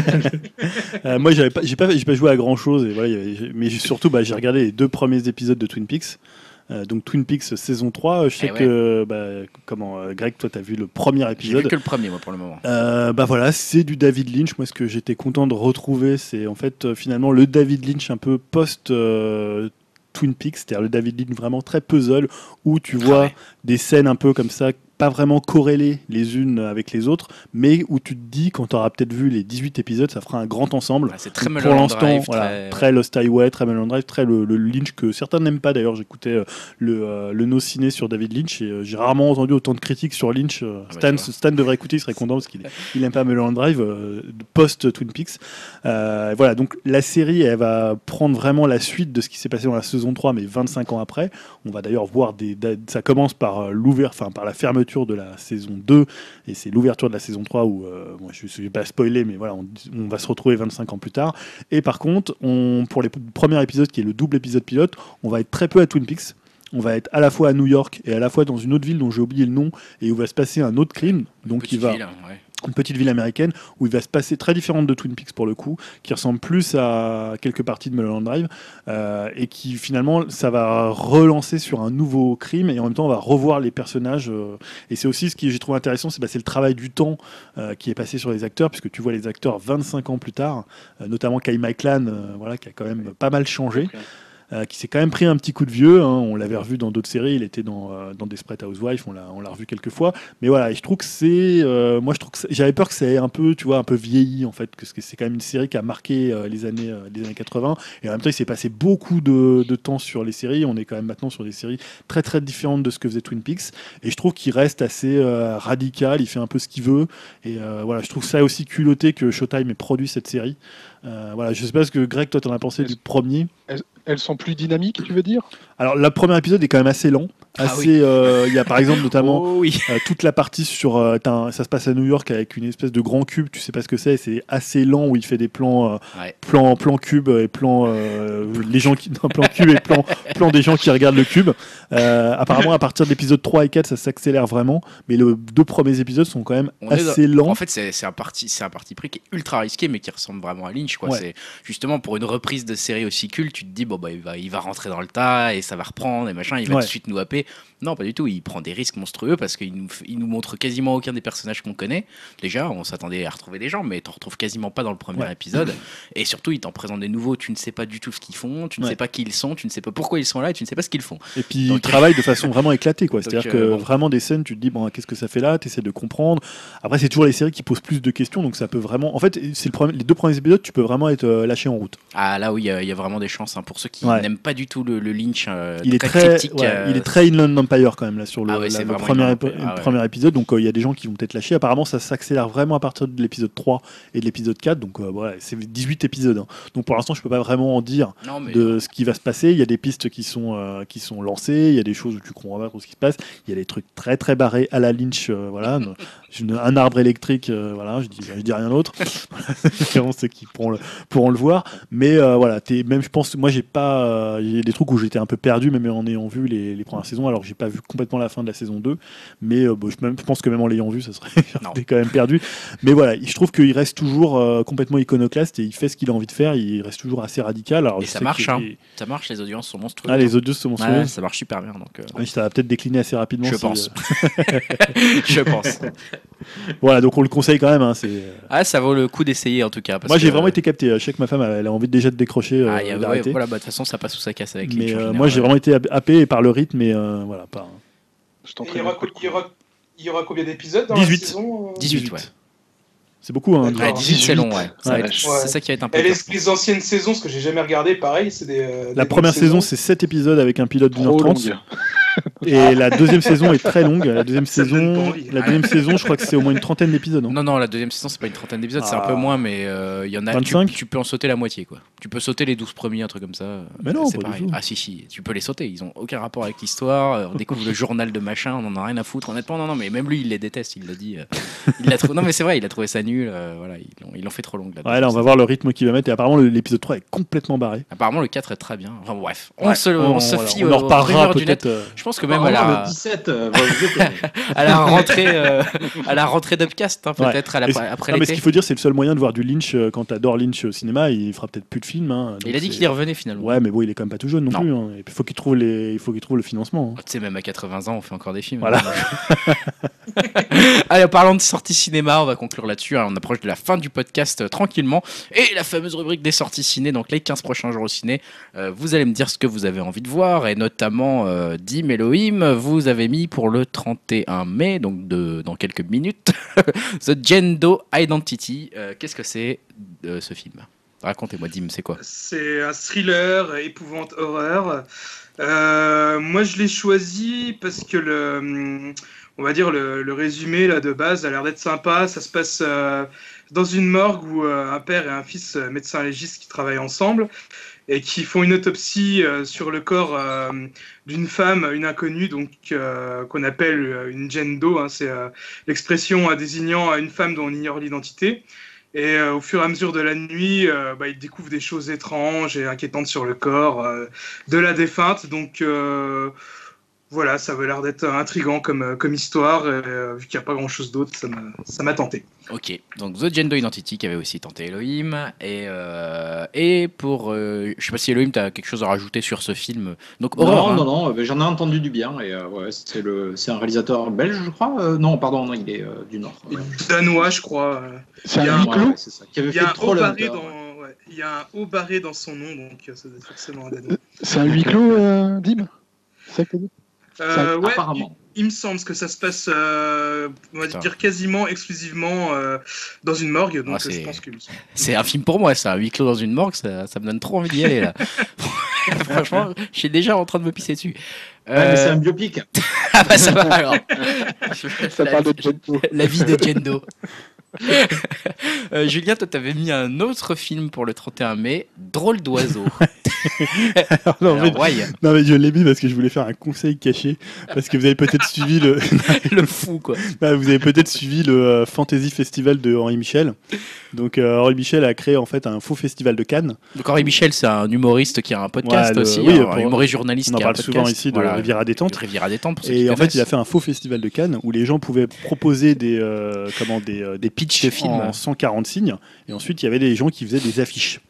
[SPEAKER 2] euh, moi, j'avais pas, j'ai pas, j'ai pas joué à grand chose, et voilà. il y avait- j'ai- mais j'ai- surtout, bah, j'ai regardé les deux premiers épisodes de Twin Peaks. Euh, donc Twin Peaks saison trois. Je sais
[SPEAKER 1] Eh ouais.
[SPEAKER 2] que, bah, comment, euh, Greg, toi, t'as vu le premier
[SPEAKER 1] J'ai vu
[SPEAKER 2] épisode.
[SPEAKER 1] que le premier, moi, pour le moment.
[SPEAKER 2] Euh, bah voilà, c'est du David Lynch. Moi, ce que j'étais content de retrouver, c'est en fait euh, finalement le David Lynch un peu post euh, Twin Peaks, c'est-à-dire le David Lynch vraiment très puzzle, où tu vois
[SPEAKER 1] Ah ouais.
[SPEAKER 2] des scènes un peu comme ça, pas vraiment corrélées les unes avec les autres, mais où tu te dis, quand tu auras peut-être vu les dix-huit épisodes, ça fera un grand ensemble.
[SPEAKER 1] Ouais, c'est très
[SPEAKER 2] Donc, pour
[SPEAKER 1] Mulholland
[SPEAKER 2] l'instant,
[SPEAKER 1] Drive,
[SPEAKER 2] voilà,
[SPEAKER 1] très-
[SPEAKER 2] très Lost Highway, très Mulholland Drive, très le, le Lynch que certains n'aiment pas. D'ailleurs, j'écoutais euh, le, euh, le No Ciné sur David Lynch et euh, j'ai rarement entendu autant de critiques sur Lynch. Euh,
[SPEAKER 1] Ah bah,
[SPEAKER 2] Stan,
[SPEAKER 1] tu vois.
[SPEAKER 2] Stan devrait écouter, il serait content parce qu'il il aime pas Mulholland Drive euh, post Twin Peaks. Euh, voilà, donc la série, elle va prendre vraiment la suite de ce qui s'est passé dans la saison trois, mais vingt-cinq ans après. On va d'ailleurs voir des, da- ça commence par euh, l'ouvert, enfin par la fermeture de la saison deux et c'est l'ouverture de la saison trois où, euh, bon, je ne vais pas spoiler, mais voilà, on, on va se retrouver vingt-cinq ans plus tard. Et par contre, on, pour les p- premiers épisodes, qui est le double épisode pilote, on va être très peu à Twin Peaks. On va être à la fois à New York et à la fois dans une autre ville dont j'ai oublié le nom et où va se passer un autre crime. Donc
[SPEAKER 1] Petite
[SPEAKER 2] il va
[SPEAKER 1] ville, hein, ouais.
[SPEAKER 2] une petite ville américaine où il va se passer très différente de Twin Peaks pour le coup, qui ressemble plus à quelques parties de Mulholland Drive euh, et qui finalement ça va relancer sur un nouveau crime et en même temps on va revoir les personnages euh, et c'est aussi ce que j'ai trouvé intéressant, c'est bah, c'est le travail du temps euh, qui est passé sur les acteurs puisque tu vois les acteurs vingt-cinq ans plus tard, euh, notamment Kyle MacLachlan euh, voilà, qui a quand même pas mal changé. Euh, qui s'est quand même pris un petit coup de vieux. Hein. On l'avait revu dans d'autres séries. Il était dans, euh, dans Desperate Housewives. On l'a, on l'a revu quelques fois. Mais voilà, et je trouve que c'est, euh, moi je trouve que c'est- j'avais peur que c'est un peu, tu vois, un peu vieilli en fait, parce que c'est quand même une série qui a marqué euh, les années, euh, les années quatre-vingts. Et en même temps, il s'est passé beaucoup de, de temps sur les séries. On est quand même maintenant sur des séries très très différentes de ce que faisait Twin Peaks. Et je trouve qu'il reste assez euh, radical. Il fait un peu ce qu'il veut. Et euh, voilà, je trouve ça aussi culotté que Showtime ait produit cette série. Euh, voilà, je sais pas ce que Greg, toi, t'en as pensé du premier.
[SPEAKER 5] Elles sont plus dynamiques, tu veux dire?
[SPEAKER 2] Alors, le premier épisode est quand même assez lent.
[SPEAKER 1] Ah
[SPEAKER 2] Assez, euh, il y a par exemple notamment
[SPEAKER 1] Oh oui.
[SPEAKER 2] euh, toute la partie sur. euh, t'as un- ça se passe à New York avec une espèce de grand cube. Tu sais pas ce que c'est. C'est assez lent où il fait des plans, euh,
[SPEAKER 1] Ouais.
[SPEAKER 2] plans, plans cubes et plans euh, les gens qui, non, plan cube et plan, plan des gens qui regardent le cube. Euh, apparemment, à partir de l'épisode trois et quatre, ça s'accélère vraiment. Mais les deux premiers épisodes sont quand même
[SPEAKER 1] On est
[SPEAKER 2] assez
[SPEAKER 1] dans-
[SPEAKER 2] lents.
[SPEAKER 1] En fait, c'est c'est un parti, c'est un parti pris qui est ultra risqué, mais qui ressemble vraiment à Lynch. Quoi.
[SPEAKER 2] Ouais.
[SPEAKER 1] C'est justement pour une reprise de série aussi culte, tu te dis bon bah il va, il va rentrer dans le tas et ça va reprendre et machin, il va
[SPEAKER 2] Ouais.
[SPEAKER 1] tout de suite nous happer. Non, pas du tout. Il prend des risques monstrueux parce qu'il nous, f- il nous montre quasiment aucun des personnages qu'on connaît. Déjà, on s'attendait à retrouver des gens, mais t'en retrouves quasiment pas dans le premier
[SPEAKER 2] Ouais.
[SPEAKER 1] épisode. Et surtout, il t'en présente des nouveaux. Tu ne sais pas du tout ce qu'ils font, tu ne
[SPEAKER 2] Ouais.
[SPEAKER 1] sais pas qui ils sont, tu ne sais pas pourquoi ils sont là et tu ne sais pas ce qu'ils font.
[SPEAKER 2] Et puis
[SPEAKER 1] Donc-
[SPEAKER 2] il travaille de façon vraiment éclatée, quoi.
[SPEAKER 1] Donc,
[SPEAKER 2] C'est-à-dire
[SPEAKER 1] euh,
[SPEAKER 2] que
[SPEAKER 1] bon.
[SPEAKER 2] vraiment des scènes, tu te dis bon, qu'est-ce que ça fait là, tu essaies de comprendre. Après, c'est toujours les séries qui posent plus de questions, donc ça peut vraiment. En fait, c'est le premier- les deux premiers épisodes, tu peux vraiment être euh, lâché en route.
[SPEAKER 1] Ah là, oui, il y, a- il y a vraiment des chances hein, pour ceux qui
[SPEAKER 2] Ouais.
[SPEAKER 1] n'aiment pas du tout le, le Lynch. euh,
[SPEAKER 2] Il est
[SPEAKER 1] très,
[SPEAKER 2] très,
[SPEAKER 1] cryptique,
[SPEAKER 2] ouais,
[SPEAKER 1] euh,
[SPEAKER 2] il est très Inland Empire quand même là sur le,
[SPEAKER 1] Ah ouais,
[SPEAKER 2] la-
[SPEAKER 1] c'est
[SPEAKER 2] le
[SPEAKER 1] vraiment
[SPEAKER 2] premier,
[SPEAKER 1] Inland
[SPEAKER 2] épi-
[SPEAKER 1] Empire, ah ouais.
[SPEAKER 2] premier épisode. Donc euh, il y a des gens qui vont peut-être lâcher. Apparemment, ça s'accélère vraiment à partir de l'épisode trois et de l'épisode quatre. Donc euh, voilà, c'est dix-huit épisodes. hein. Donc pour l'instant, je peux pas vraiment en dire
[SPEAKER 1] Non, mais
[SPEAKER 2] de ce qui va se passer. Il y a des pistes qui sont, euh, qui sont lancées, il y a des choses où tu comprends pas trop ce qui se passe. Il y a des trucs très très barrés à la Lynch, euh, voilà, une- un arbre électrique, euh, voilà, je dis, je dis rien d'autre. Vraiment ceux qui pourront le, pourront le voir. Mais euh, voilà, t'es, même je pense, moi j'ai pas, euh, il y a des trucs où j'étais un peu perdu, même en ayant vu les, les premières saisons, alors que j'ai pas vu complètement la fin de la saison deux. Mais euh, bon, je, même, je pense que même en l'ayant vu, ça serait
[SPEAKER 1] Non.
[SPEAKER 2] j'étais quand même perdu. Mais voilà, je trouve qu'il reste toujours euh, complètement iconoclaste et il fait ce qu'il a envie de faire. Il reste toujours assez radical. Alors,
[SPEAKER 1] Et
[SPEAKER 2] je
[SPEAKER 1] ça
[SPEAKER 2] sais
[SPEAKER 1] marche,
[SPEAKER 2] qu'il-
[SPEAKER 1] hein. ça marche, les audiences sont monstrueuses.
[SPEAKER 2] Ah, les audios sont
[SPEAKER 1] Ouais,
[SPEAKER 2] monstrueuses.
[SPEAKER 1] ça marche super bien. Donc, euh,
[SPEAKER 2] Oui, ça va peut-être décliner assez rapidement.
[SPEAKER 1] je
[SPEAKER 2] si,
[SPEAKER 1] pense.
[SPEAKER 2] euh,
[SPEAKER 1] je pense.
[SPEAKER 2] Voilà, donc on le conseille quand même. hein, c'est, euh,
[SPEAKER 1] Ah, ça vaut le coup d'essayer en tout cas. Parce
[SPEAKER 2] Moi, j'ai
[SPEAKER 1] que-
[SPEAKER 2] vraiment été capté. Je sais que ma femme, elle a envie déjà de décrocher, euh,
[SPEAKER 1] Ah, y a- ouais,
[SPEAKER 2] d'arrêter.
[SPEAKER 1] voilà, bah, de toute façon, ça passe ou ça casse avec
[SPEAKER 2] Mais
[SPEAKER 1] Lynch, en
[SPEAKER 2] euh,
[SPEAKER 1] général.
[SPEAKER 2] moi, j'ai vraiment été happé par le rythme et euh, voilà, pas.
[SPEAKER 5] Je
[SPEAKER 4] Il y,
[SPEAKER 5] tenterai
[SPEAKER 4] aura,
[SPEAKER 5] le coup de
[SPEAKER 4] il, y aura, il y aura combien d'épisodes dans
[SPEAKER 2] dix-huit.
[SPEAKER 4] la saison euh
[SPEAKER 1] dix-huit, ouais.
[SPEAKER 2] C'est beaucoup, hein.
[SPEAKER 4] D'accord.
[SPEAKER 1] Ouais, dix-huit, c'est long, ouais. Ça va
[SPEAKER 2] Ouais.
[SPEAKER 1] être-
[SPEAKER 4] Ouais.
[SPEAKER 1] C'est ça qui va être un peu.
[SPEAKER 4] Et les,
[SPEAKER 1] tough.
[SPEAKER 4] les anciennes saisons, ce que j'ai jamais regardé, pareil, c'est des. euh,
[SPEAKER 2] La
[SPEAKER 4] des
[SPEAKER 2] première
[SPEAKER 4] bonnes
[SPEAKER 2] saison,
[SPEAKER 4] saisons.
[SPEAKER 2] c'est sept épisodes avec un pilote d'une heure
[SPEAKER 5] Trop
[SPEAKER 2] trente.
[SPEAKER 5] longue.
[SPEAKER 2] Et la deuxième saison est très longue. La deuxième
[SPEAKER 4] Ça me donne pas
[SPEAKER 2] saison,
[SPEAKER 4] envie.
[SPEAKER 2] la deuxième saison, je crois que c'est au moins une trentaine d'épisodes. hein.
[SPEAKER 1] Non, non, la deuxième saison, c'est pas une trentaine d'épisodes, c'est un
[SPEAKER 2] Ah.
[SPEAKER 1] peu moins, mais euh, il y en a. Tu,
[SPEAKER 2] vingt-cinq
[SPEAKER 1] tu peux en sauter la moitié, quoi. Tu peux sauter les douze premiers, un truc comme ça.
[SPEAKER 2] Mais non,
[SPEAKER 1] c'est
[SPEAKER 2] pas du
[SPEAKER 1] pareil.
[SPEAKER 2] tout.
[SPEAKER 1] Ah, si, si, tu peux les sauter. Ils ont aucun rapport avec l'histoire. euh, On découvre le journal de machin, on en a rien à foutre. Honnêtement, non, non, mais même lui, il les déteste, il l'a dit. euh, il l'a trou- Non, mais c'est vrai, il a trouvé ça nul. euh, voilà, ils l'ont, ils l'ont fait trop long. la
[SPEAKER 2] Ouais, là, on
[SPEAKER 1] deuxième
[SPEAKER 2] va
[SPEAKER 1] saison.
[SPEAKER 2] voir le rythme qu'il va mettre. Et apparemment, le- l'épisode trois est complètement barré.
[SPEAKER 1] Apparemment, le quatre est très bien. Enfin, bon, bref, on
[SPEAKER 2] Ouais,
[SPEAKER 1] se, on se
[SPEAKER 2] voilà,
[SPEAKER 1] fie
[SPEAKER 2] on
[SPEAKER 1] aux
[SPEAKER 2] en reparlera
[SPEAKER 1] rumeurs du net.
[SPEAKER 2] peut-être. euh,
[SPEAKER 1] Je pense que même
[SPEAKER 3] Même
[SPEAKER 1] à la,
[SPEAKER 3] le dix-sept, euh, va vous étonner.
[SPEAKER 1] à la rentrée, euh, à la rentrée d'Upcast, hein, peut-être à la-
[SPEAKER 2] Et c'est-
[SPEAKER 1] après
[SPEAKER 2] Non, mais ce
[SPEAKER 1] l'été.
[SPEAKER 2] qu'il faut dire, c'est le seul moyen de voir du Lynch euh, quand t'adores Lynch au cinéma. Il fera peut-être plus de films. hein, donc
[SPEAKER 1] Il a dit
[SPEAKER 2] c'est-
[SPEAKER 1] qu'il y revenait finalement.
[SPEAKER 2] Ouais, mais bon, il est quand même pas tout jeune non,
[SPEAKER 1] Non.
[SPEAKER 2] plus. hein. Et puis, il faut qu'il trouve les, il faut qu'il trouve le financement. hein.
[SPEAKER 1] Tu sais, même à quatre-vingts ans, on fait encore des films.
[SPEAKER 2] Voilà.
[SPEAKER 1] Allez, en parlant de sorties cinéma, on va conclure là-dessus. hein. On approche de la fin du podcast euh, tranquillement. Et la fameuse rubrique des sorties ciné, donc les quinze prochains jours au ciné. Euh, vous allez me dire ce que vous avez envie de voir. Et notamment, euh, Dim Elohim, vous avez mis pour le trente et un mai, donc de, dans quelques minutes, The Gendo Identity. Euh, qu'est-ce que c'est euh, ce film? Racontez-moi, Dim, c'est quoi?
[SPEAKER 4] C'est un thriller, épouvante, horreur. Euh, moi, je l'ai choisi parce que le, hum, on va dire le, le résumé là de base a l'air d'être sympa. Ça se passe euh, dans une morgue où euh, un père et un fils euh, médecins légistes qui travaillent ensemble et qui font une autopsie euh, sur le corps euh, d'une femme, une inconnue, donc euh, qu'on appelle euh, une gendo. Hein, c'est euh, l'expression euh, désignant une femme dont on ignore l'identité. Et euh, au fur et à mesure de la nuit, euh, bah, il découvre des choses étranges et inquiétantes sur le corps euh, de la défunte. Donc euh, voilà, ça avait l'air d'être intriguant comme, comme histoire. Et, euh, vu qu'il n'y a pas grand-chose d'autre, ça m'a, ça m'a tenté.
[SPEAKER 1] Ok, donc The Gendo Identity qui avait aussi tenté Elohim. Et, euh, et pour. Euh, je sais pas si Elohim, tu as quelque chose à rajouter sur ce film. Donc, horreur.
[SPEAKER 3] Non,
[SPEAKER 1] hein.
[SPEAKER 3] non, non, euh, j'en ai entendu du bien. Et euh, ouais, c'est, le, c'est un réalisateur belge, je crois. Euh, non, pardon, non, il est euh, du Nord. Ouais.
[SPEAKER 4] Danois, je crois. euh.
[SPEAKER 5] C'est
[SPEAKER 4] Il y a
[SPEAKER 5] un
[SPEAKER 4] un-
[SPEAKER 5] huis
[SPEAKER 3] Ouais,
[SPEAKER 5] clos.
[SPEAKER 3] ouais, c'est ça. Qui avait
[SPEAKER 4] Il y
[SPEAKER 3] fait
[SPEAKER 4] a un
[SPEAKER 3] Troll
[SPEAKER 4] haut barré
[SPEAKER 3] Hunter.
[SPEAKER 4] dans, ouais, il y a un haut barré dans son nom, donc euh, ça doit être forcément un Danois.
[SPEAKER 5] C'est un huis clos, euh, Dim C'est ça que t'as dit
[SPEAKER 4] Euh, ouais,
[SPEAKER 3] apparemment.
[SPEAKER 4] Il, il me semble que ça se passe, euh, on va
[SPEAKER 1] Putain.
[SPEAKER 4] dire quasiment exclusivement euh, dans une morgue, donc
[SPEAKER 1] Ah,
[SPEAKER 4] euh,
[SPEAKER 1] c'est-
[SPEAKER 4] je pense que
[SPEAKER 1] C'est un film pour moi, ça. Huis clos dans une morgue, ça, ça me donne trop envie d'y aller là. Franchement, je suis déjà en train de me pisser dessus.
[SPEAKER 3] Ouais, mais c'est
[SPEAKER 1] Euh,
[SPEAKER 3] un biopic.
[SPEAKER 1] Ah bah ça va alors.
[SPEAKER 5] Ça
[SPEAKER 1] la,
[SPEAKER 5] parle de Gendo.
[SPEAKER 1] la vie de Gendo. Euh, Julien, toi, t'avais mis un autre film pour le trente et un mai, Drôle d'oiseau.
[SPEAKER 2] Alors, non,
[SPEAKER 1] Alors,
[SPEAKER 2] mais,
[SPEAKER 1] ouais,
[SPEAKER 2] non, mais je l'ai mis parce que je voulais faire un conseil caché. Parce que vous avez peut-être suivi le,
[SPEAKER 1] le fou quoi.
[SPEAKER 2] Ah, vous avez peut-être suivi le euh, Fantasy Festival de Henri Michel. Donc euh, Henri Michel a créé en fait un faux festival de Cannes.
[SPEAKER 1] Donc Henri Michel, c'est un humoriste qui a un podcast
[SPEAKER 2] Ouais, le-
[SPEAKER 1] aussi,
[SPEAKER 2] oui,
[SPEAKER 1] un
[SPEAKER 2] pour-
[SPEAKER 1] humoriste journaliste
[SPEAKER 2] On en
[SPEAKER 1] qui a un
[SPEAKER 2] parle
[SPEAKER 1] podcast.
[SPEAKER 2] souvent ici de
[SPEAKER 1] Voilà.
[SPEAKER 2] Riviera Détente.
[SPEAKER 1] Riviera Détente pour ceux
[SPEAKER 2] Et
[SPEAKER 1] qui
[SPEAKER 2] en fait,
[SPEAKER 1] connaissent.
[SPEAKER 2] il a fait un faux festival de Cannes où les gens pouvaient proposer des, euh, comment, des, euh, des pitchs
[SPEAKER 1] de films.
[SPEAKER 2] en cent quarante signes. Et ensuite, il y avait des gens qui faisaient des affiches.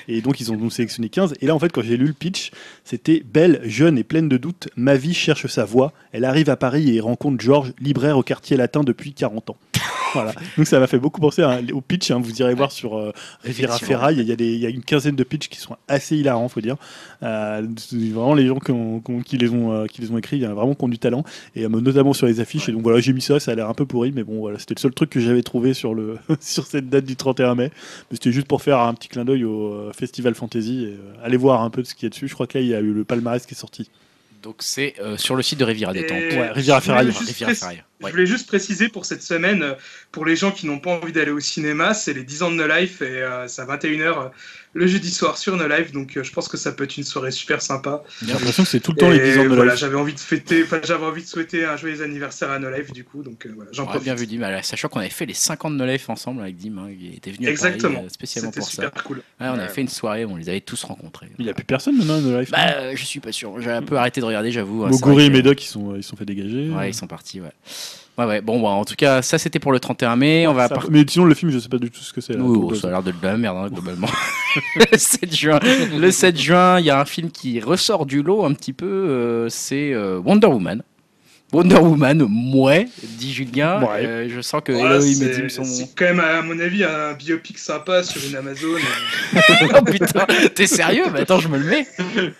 [SPEAKER 2] Et donc, ils ont donc sélectionné quinze. Et là, en fait, quand j'ai lu le pitch, c'était belle, jeune et pleine de doutes. Mavi cherche sa voie. Elle arrive à Paris et rencontre Georges, libraire au quartier latin depuis quarante ans. Voilà. Donc ça m'a fait beaucoup penser à, au pitch. Hein. Vous irez voir sur euh, Riviera Ferraille. Il y, a des, il y a une quinzaine de pitchs qui sont assez hilarants, faut dire. Euh, vraiment, les gens qui, ont, qui, les ont, euh, qui les ont écrits, il y a vraiment qui ont du talent. Et euh, notamment sur les affiches. Ouais. Et donc voilà, j'ai mis ça. Ça a l'air un peu pourri, mais bon, voilà, c'était le seul truc que j'avais trouvé sur, le sur cette date du trente et un mai. Mais c'était juste pour faire un petit clin d'œil au euh, Festival Fantasy. Et, euh, aller voir un peu de ce qu'il y a dessus. Je crois que là, il y a eu le palmarès qui est sorti.
[SPEAKER 1] Donc c'est euh, sur le site de Riviera Détente.
[SPEAKER 2] Ouais, Riviera Ferraille.
[SPEAKER 4] Riviera Ferraille. Ouais. Je voulais juste préciser pour cette semaine, pour les gens qui n'ont pas envie d'aller au cinéma, c'est les dix ans de No Life et euh, c'est à vingt et une heures le jeudi soir sur No Life, donc euh, je pense que ça peut être une soirée super sympa.
[SPEAKER 2] J'ai l'impression que c'est tout le temps et les dix ans de No
[SPEAKER 4] voilà,
[SPEAKER 2] Life.
[SPEAKER 4] J'avais envie de fêter, enfin j'avais envie de souhaiter un joyeux anniversaire à No Life du coup, donc euh, voilà, j'en profite.
[SPEAKER 1] Bien vu Dim, sachant qu'on avait fait les cinquante No Life ensemble avec Dim, hein, il était venu à
[SPEAKER 4] Exactement.
[SPEAKER 1] Paris euh, spécialement
[SPEAKER 4] C'était
[SPEAKER 1] pour
[SPEAKER 4] super
[SPEAKER 1] ça.
[SPEAKER 4] Cool.
[SPEAKER 1] Ouais, on avait fait une soirée où on les avait tous rencontrés.
[SPEAKER 2] Il n'y a plus personne maintenant à No Life.
[SPEAKER 1] Bah, euh, je suis pas sûr. J'ai un peu arrêté de regarder, j'avoue.
[SPEAKER 2] Moguri et Médoc, ils sont, ils sont fait dégager.
[SPEAKER 1] Ouais, ils sont partis, ouais. Ouais, ouais, bon, bah, en tout cas, ça c'était pour le trente et un mai. Ouais, on va
[SPEAKER 2] ça,
[SPEAKER 1] par...
[SPEAKER 2] Mais sinon, le film, je sais pas du tout ce que c'est. Là,
[SPEAKER 1] oui, oh, ça a l'air de de la merde, hein, globalement. le sept juin, le sept juin, il y a un film qui ressort du lot un petit peu. Euh, c'est euh, Wonder Woman. Wonder Woman, mouais, dit Julien. Ouais. Euh, je sens que
[SPEAKER 4] ouais,
[SPEAKER 1] Elohim et Dim sont.
[SPEAKER 4] C'est quand même, à mon avis, un biopic sympa sur une Amazon.
[SPEAKER 1] Oh putain, t'es sérieux? Mais attends, je me le mets.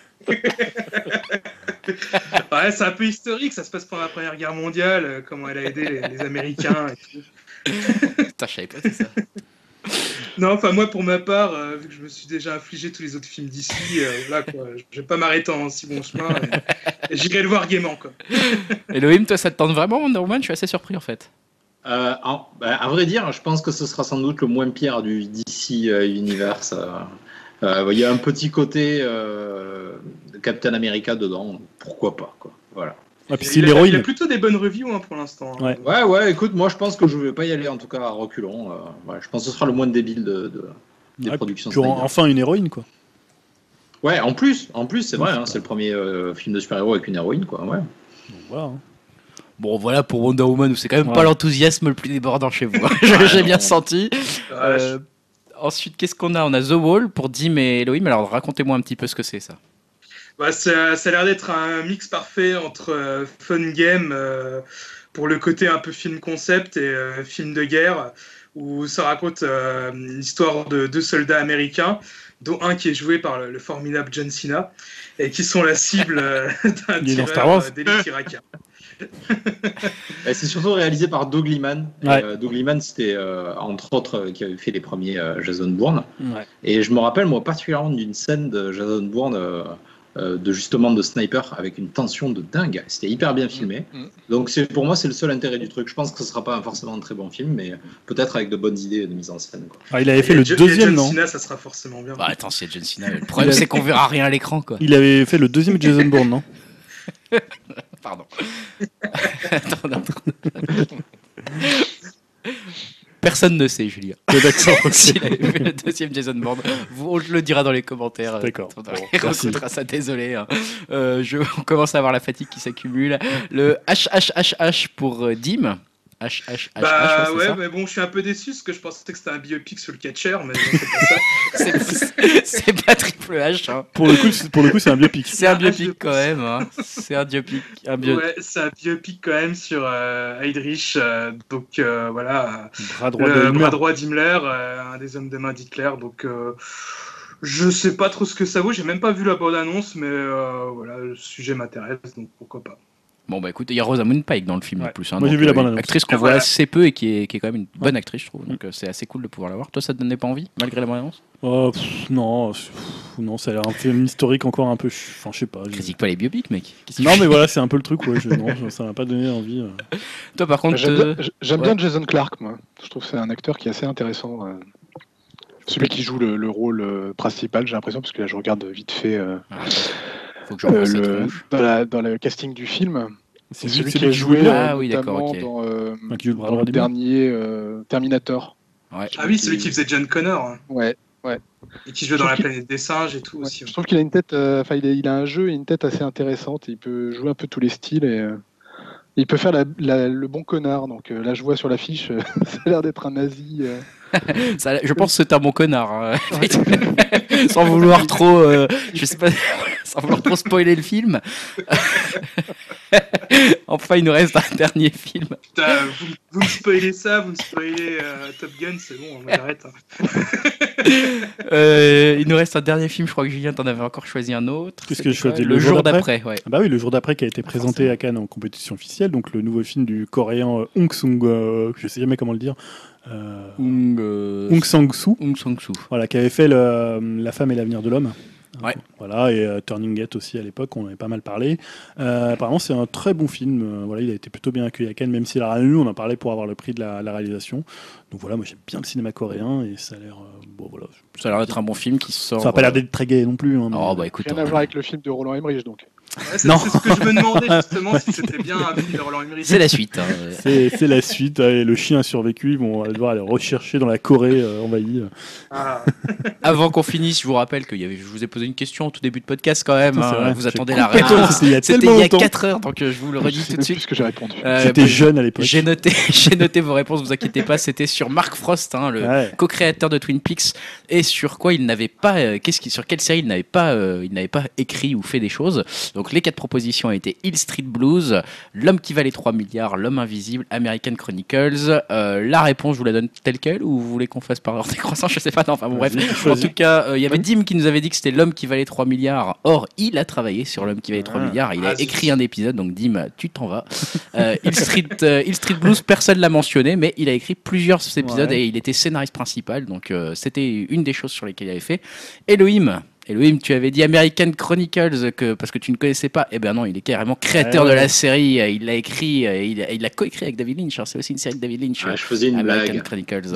[SPEAKER 4] Ouais, c'est un peu historique, ça se passe pendant la Première Guerre mondiale, euh, comment elle a aidé les, les Américains et tout.
[SPEAKER 1] Putain, je savais pas tout ça.
[SPEAKER 4] Non, enfin moi pour ma part, euh, vu que je me suis déjà infligé tous les autres films d'ici, euh, là quoi, je vais pas m'arrêter en si bon chemin, et, et j'irai le voir gaiement quoi.
[SPEAKER 1] Elohim, toi ça te tente vraiment Wonder Woman? Je suis assez surpris en fait.
[SPEAKER 3] Euh, en, bah, à vrai dire, je pense que ce sera sans doute le moins pire du D C euh, Universe. Euh. Il euh, y a un petit côté euh, Captain America dedans, pourquoi pas quoi. Voilà.
[SPEAKER 2] Ah, puis
[SPEAKER 4] il, a, il a plutôt des bonnes reviews hein, pour l'instant. Hein.
[SPEAKER 3] Ouais. ouais, ouais. Écoute, moi je pense que je vais pas y aller en tout cas à reculons. Euh, ouais, je pense que ce sera le moins débile de, de des
[SPEAKER 2] ouais,
[SPEAKER 3] productions.
[SPEAKER 2] Puis enfin une héroïne quoi.
[SPEAKER 3] Ouais, en plus, en plus c'est vrai, hein, c'est le premier euh, film de super-héros avec une héroïne quoi. Ouais.
[SPEAKER 2] Bon, voilà. Hein.
[SPEAKER 1] Bon voilà pour Wonder Woman où c'est quand même ouais. pas l'enthousiasme le plus débordant chez vous. J'ai bien senti.
[SPEAKER 4] Ouais,
[SPEAKER 1] euh, je... Ensuite, qu'est-ce qu'on a? On a The Wall pour Dim et Elohim. Alors, racontez-moi un petit peu ce que c'est, ça.
[SPEAKER 4] Bah, ça, ça a l'air d'être un mix parfait entre euh, fun game euh, pour le côté un peu film concept et euh, film de guerre, où ça raconte euh, l'histoire de deux soldats américains, dont un qui est joué par le, le formidable John Cena, et qui sont la cible euh, d'un tireur euh, d'élite irakien.
[SPEAKER 3] C'est surtout réalisé par Doug Liman.
[SPEAKER 2] Ouais.
[SPEAKER 3] Euh, Doug Liman, c'était euh, entre autres euh, qui avait fait les premiers euh, Jason Bourne.
[SPEAKER 2] Ouais.
[SPEAKER 3] Et je me rappelle moi particulièrement d'une scène de Jason Bourne, euh, euh, de justement de sniper avec une tension de dingue. C'était hyper bien filmé. Mm-hmm. Donc c'est pour moi c'est le seul intérêt du truc. Je pense que ce sera pas forcément un très bon film, mais peut-être avec de bonnes idées de mise en scène. Quoi.
[SPEAKER 2] Ah, il avait fait et le
[SPEAKER 4] John,
[SPEAKER 2] deuxième,
[SPEAKER 4] John
[SPEAKER 2] non
[SPEAKER 4] Cena, ça sera forcément bien.
[SPEAKER 1] Bah attends, c'est John Cena. Le problème c'est qu'on verra rien à l'écran, quoi.
[SPEAKER 2] Il avait fait le deuxième Jason Bourne, non?
[SPEAKER 1] Pardon. attends, attends. Personne ne sait, Julien.
[SPEAKER 2] D'accord. Okay.
[SPEAKER 1] S'il avait fait le deuxième Jason Bourne, on le dira dans les commentaires.
[SPEAKER 2] D'accord.
[SPEAKER 1] On racontera ça, désolé. Hein. Euh, je, on commence à avoir la fatigue qui s'accumule. Le H H H H pour euh, Dim. H H H H.
[SPEAKER 4] Bah ouais, ouais mais bon, je suis un peu déçu parce que je pensais que c'était un biopic sur le catcher, mais non, c'est pas ça.
[SPEAKER 1] c'est, c'est pas Triple H. Hein.
[SPEAKER 2] Pour le coup, c'est, pour le coup, c'est un biopic.
[SPEAKER 1] C'est un biopic quand même. Hein. C'est un biopic. Un bio...
[SPEAKER 4] Ouais, c'est un biopic quand même sur euh, Heydrich. Euh, donc euh, voilà.
[SPEAKER 2] Bras droit
[SPEAKER 4] le
[SPEAKER 2] de
[SPEAKER 4] bras droit d'Himmler, euh, un des hommes de main d'Hitler. Donc euh, je sais pas trop ce que ça vaut. J'ai même pas vu la bande-annonce, mais euh, voilà, le sujet m'intéresse, donc pourquoi pas.
[SPEAKER 1] Bon bah écoute, il y a Rosamund Pike dans le film
[SPEAKER 2] ouais.
[SPEAKER 1] en plus. Hein,
[SPEAKER 2] Moi
[SPEAKER 1] donc,
[SPEAKER 2] j'ai vu la
[SPEAKER 1] euh,
[SPEAKER 2] bande-annonce.
[SPEAKER 1] Actrice qu'on
[SPEAKER 4] ah,
[SPEAKER 1] voit
[SPEAKER 4] voilà.
[SPEAKER 1] assez peu et qui est, qui est quand même une bonne
[SPEAKER 2] ouais.
[SPEAKER 1] actrice, je trouve. Donc euh, c'est assez cool de pouvoir la voir. Toi, ça te donnait pas envie malgré la bande-annonce?
[SPEAKER 2] Oh, pff, non, pff, non, ça a l'air un film historique encore un peu. Enfin, je sais pas. Je...
[SPEAKER 1] Critique pas les biopics, mec.
[SPEAKER 2] Non, mais voilà, c'est un peu le truc. Ouais, je... non, ça m'a pas donné envie. Euh...
[SPEAKER 1] Toi, par contre,
[SPEAKER 5] j'aime,
[SPEAKER 1] euh...
[SPEAKER 5] bien, j'aime
[SPEAKER 1] ouais.
[SPEAKER 5] bien Jason Clarke, moi. Je trouve que c'est un acteur qui est assez intéressant. Euh... Celui qui joue le, le rôle euh, principal, j'ai l'impression, parce que là, je regarde vite fait euh,
[SPEAKER 1] ah, faut que je euh,
[SPEAKER 5] le, dans, la, dans le casting du film.
[SPEAKER 2] C'est,
[SPEAKER 5] c'est celui
[SPEAKER 2] c'est
[SPEAKER 5] qui a joué euh,
[SPEAKER 1] ah, oui,
[SPEAKER 5] notamment
[SPEAKER 1] okay.
[SPEAKER 5] dans, euh,
[SPEAKER 2] okay.
[SPEAKER 5] dans le dernier euh, Terminator.
[SPEAKER 1] Ouais.
[SPEAKER 4] Ah oui, celui qui faisait John Connor.
[SPEAKER 5] Ouais, ouais.
[SPEAKER 4] Et qui jouait dans La Planète des Singes et tout
[SPEAKER 5] ouais,
[SPEAKER 4] aussi.
[SPEAKER 5] Je trouve qu'il a une tête, enfin, euh, il, il a un jeu et une tête assez intéressante. Et il peut jouer un peu tous les styles et euh, il peut faire la, la, le bon connard. Donc euh, là, je vois sur l'affiche, ça a l'air d'être un nazi. Euh...
[SPEAKER 1] Ça, je pense que c'est un bon connard. Hein. sans vouloir trop, euh, je sais pas, sans vouloir trop spoiler le film. Enfin, il nous reste un dernier film.
[SPEAKER 4] Putain, vous, vous me spoilez ça, vous me spoilez euh, Top Gun, c'est bon, on arrête. Hein.
[SPEAKER 1] euh, il nous reste un dernier film, je crois que Julien t'en avais encore choisi un autre.
[SPEAKER 2] Qu'est-ce que je choisis,
[SPEAKER 1] le,
[SPEAKER 2] le
[SPEAKER 1] jour
[SPEAKER 2] jour
[SPEAKER 1] d'après, ouais.
[SPEAKER 2] Ah bah oui, le jour d'après qui a été présenté à Cannes en compétition officielle, donc le nouveau film du coréen euh, Hong Sung, euh, je sais jamais comment le dire. Euh,
[SPEAKER 1] Hong, euh,
[SPEAKER 2] Hong Sang-soo,
[SPEAKER 1] Hong Sang-soo.
[SPEAKER 2] voilà, qui avait fait le, La femme et l'avenir de l'homme.
[SPEAKER 1] Ouais.
[SPEAKER 2] Voilà, et euh, Turning Gate aussi à l'époque, on en avait pas mal parlé. Euh, apparemment, c'est un très bon film. Euh, voilà, il a été plutôt bien accueilli à Cannes, même s'il a rien eu. On en parlait pour avoir le prix de la, la réalisation. Donc voilà, moi j'aime bien le cinéma coréen et ça a l'air. Euh, bon, voilà,
[SPEAKER 1] ça a l'air d'être un bon film qui sort.
[SPEAKER 2] Ça n'a pas l'air d'être très gay non plus. Hein, mais...
[SPEAKER 1] Oh bah écoute.
[SPEAKER 5] Rien à voir avec le film de Roland Emmerich donc.
[SPEAKER 4] Ouais, c'est,
[SPEAKER 2] Non.
[SPEAKER 4] c'est ce que je me demandais justement si c'était bien un film de Roland Emmerich.
[SPEAKER 1] C'est la suite. Hein.
[SPEAKER 2] c'est, c'est la suite. Et le chien a survécu. Ils vont devoir aller rechercher dans la Corée euh, envahie.
[SPEAKER 4] Ah.
[SPEAKER 1] Avant qu'on finisse, je vous rappelle que y avait, je vous ai posé une question au tout début de podcast quand même.
[SPEAKER 2] Putain, c'est
[SPEAKER 1] hein.
[SPEAKER 2] vrai.
[SPEAKER 1] Vous
[SPEAKER 2] J'ai
[SPEAKER 1] attendez la
[SPEAKER 2] complètement-
[SPEAKER 1] réponse.
[SPEAKER 2] C'était il y a
[SPEAKER 1] C'était
[SPEAKER 2] tellement
[SPEAKER 1] il y a
[SPEAKER 2] longtemps.
[SPEAKER 1] quatre heures, donc euh, je vous le
[SPEAKER 5] Je
[SPEAKER 1] redis
[SPEAKER 5] sais
[SPEAKER 1] tout de
[SPEAKER 5] même
[SPEAKER 1] suite.
[SPEAKER 5] plus ce que j'ai répondu.
[SPEAKER 1] Euh,
[SPEAKER 2] J'étais
[SPEAKER 1] bah,
[SPEAKER 2] jeune à l'époque.
[SPEAKER 1] J'ai noté, j'ai noté vos réponses, vous inquiétez pas. C'était sur Mark Frost, hein, le
[SPEAKER 2] Ouais.
[SPEAKER 1] co-créateur de Twin Peaks, et sur quoi il n'avait pas, euh, qu'est-ce qui, sur quelle série il n'avait pas, euh, il n'avait pas écrit ou fait des choses. Donc les quatre propositions ont été Hill Street Blues, L'homme qui valait trois milliards, L'homme invisible, American Chronicles. Euh, la réponse, je vous la donne telle quelle ou vous voulez qu'on fasse par ordre décroissant? Je sais pas. Non, enfin bon, bref.
[SPEAKER 2] Vas-y,
[SPEAKER 1] En
[SPEAKER 2] choisis.
[SPEAKER 1] tout cas, euh, il y avait Dim qui nous avait dit que c'était L'homme qui valait trois milliards. Or, il a travaillé sur L'homme qui valait trois
[SPEAKER 2] Ah.
[SPEAKER 1] milliards. Il a
[SPEAKER 4] Ah,
[SPEAKER 1] écrit un épisode, donc Dim, tu t'en vas. Euh, Hill, Street, euh, Hill Street Blues, personne l'a mentionné, mais il a écrit plusieurs épisodes
[SPEAKER 2] Ouais.
[SPEAKER 1] et il était scénariste principal, donc euh, c'était une des choses sur lesquelles il avait fait. Elohim. Elohim, tu avais dit American Chronicles que, parce que tu ne connaissais pas. Eh ben non, il est carrément créateur
[SPEAKER 2] Ouais,
[SPEAKER 1] de
[SPEAKER 2] ouais.
[SPEAKER 1] la série. Il l'a écrit, euh, il, a- il l'a co-écrit avec David Lynch. hein. C'est aussi une série de David Lynch.
[SPEAKER 3] Ah, je faisais une
[SPEAKER 1] American
[SPEAKER 3] blague.
[SPEAKER 1] Chronicles.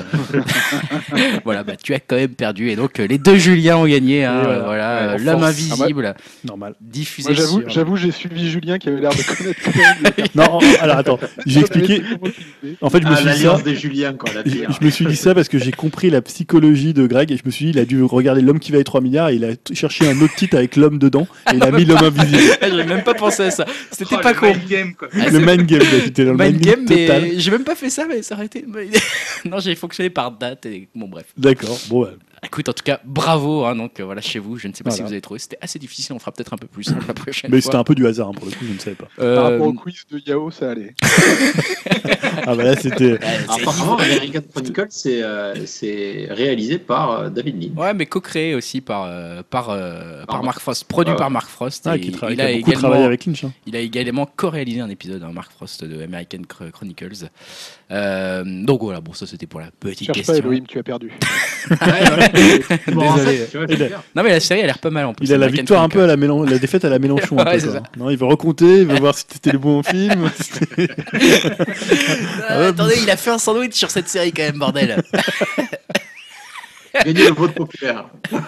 [SPEAKER 1] Voilà, bah tu as quand même perdu. Et donc euh, les deux Julien ont gagné. hein,
[SPEAKER 2] Et voilà.
[SPEAKER 1] euh, voilà,
[SPEAKER 2] Ouais,
[SPEAKER 1] euh,
[SPEAKER 2] en
[SPEAKER 1] L'homme
[SPEAKER 2] force.
[SPEAKER 1] invisible,
[SPEAKER 2] Normal.
[SPEAKER 1] diffusé
[SPEAKER 5] Moi, j'avoue,
[SPEAKER 1] sur.
[SPEAKER 5] j'avoue, j'ai suivi Julien qui avait l'air de connaître quand même. le-
[SPEAKER 2] Non, alors attends, j'ai expliqué. En fait, je me
[SPEAKER 3] Ah,
[SPEAKER 2] suis dit ça.
[SPEAKER 3] l'alliance des Juliens, quoi, la
[SPEAKER 2] Je,
[SPEAKER 3] pire.
[SPEAKER 2] je me suis dit ça parce que j'ai compris la psychologie de Greg et je me suis dit il a dû regarder L'homme qui valait trois milliards et il a t- cherché un autre titre avec l'homme dedans et il a mis L'homme invisible.
[SPEAKER 1] Ah, j'avais même pas pensé à ça. C'était
[SPEAKER 4] Oh,
[SPEAKER 1] pas
[SPEAKER 4] le
[SPEAKER 1] con.
[SPEAKER 4] mind game, quoi.
[SPEAKER 1] Ah,
[SPEAKER 2] Le
[SPEAKER 1] c'est-
[SPEAKER 2] mind game, là, j'étais dans le
[SPEAKER 1] Mind
[SPEAKER 2] mind
[SPEAKER 1] game,
[SPEAKER 2] game total.
[SPEAKER 1] mais j'ai même pas fait ça, mais ça aurait été. Non, j'ai fonctionné par date et bon, bref.
[SPEAKER 2] D'accord, bon, ouais.
[SPEAKER 1] Écoute, en tout cas, bravo. Hein, donc euh, voilà, chez vous, je ne sais pas si
[SPEAKER 2] Voilà.
[SPEAKER 1] vous avez trouvé. C'était assez difficile. On fera peut-être un peu plus hein, la prochaine
[SPEAKER 2] Mais
[SPEAKER 1] fois.
[SPEAKER 2] c'était un peu du hasard hein, pour le coup, je ne savais pas.
[SPEAKER 1] Euh,
[SPEAKER 5] Par rapport au quiz de Yao, ça allait.
[SPEAKER 2] Ah bah là c'était.
[SPEAKER 1] ouais,
[SPEAKER 3] Alors,
[SPEAKER 1] c'est-
[SPEAKER 3] apparemment, American Chronicles, c'est euh, c'est réalisé par euh, David Lynch.
[SPEAKER 1] Ouais, mais co-créé aussi par, euh, par, euh, par
[SPEAKER 3] Par
[SPEAKER 1] Mark Frost, produit
[SPEAKER 3] Ah ouais.
[SPEAKER 1] par Mark Frost.
[SPEAKER 2] Ah,
[SPEAKER 1] et
[SPEAKER 2] qui, travaille,
[SPEAKER 1] il,
[SPEAKER 2] qui
[SPEAKER 1] a
[SPEAKER 2] a beaucoup
[SPEAKER 1] également,
[SPEAKER 2] travaillé avec Lynch. Hein.
[SPEAKER 1] il a également co-réalisé un épisode, hein, Mark Frost, de American Chro- Chronicles. Euh, donc voilà, bon, ça c'était pour la petite
[SPEAKER 5] Cherche
[SPEAKER 1] question.
[SPEAKER 5] pas, Elohim, tu as perdu.
[SPEAKER 3] Ouais, voilà. Bon, en
[SPEAKER 1] Désolé.
[SPEAKER 3] fait, tu vois,
[SPEAKER 2] Il
[SPEAKER 3] c'est
[SPEAKER 2] a-
[SPEAKER 3] clair.
[SPEAKER 1] Non, mais la série a l'air pas mal en plus.
[SPEAKER 2] Il a la
[SPEAKER 1] American
[SPEAKER 2] victoire un peu à
[SPEAKER 1] Chronicles.
[SPEAKER 2] la Mélenchon, la défaite à la Mélenchon. un
[SPEAKER 1] Ouais,
[SPEAKER 2] peu,
[SPEAKER 1] c'est
[SPEAKER 2] quoi.
[SPEAKER 1] ça.
[SPEAKER 2] Non, il veut recompter, il veut voir si c'était le bon film. C'était-
[SPEAKER 1] Ah, attendez, il a fait un sandwich sur cette série quand même, bordel.
[SPEAKER 3] Gagner le vote populaire.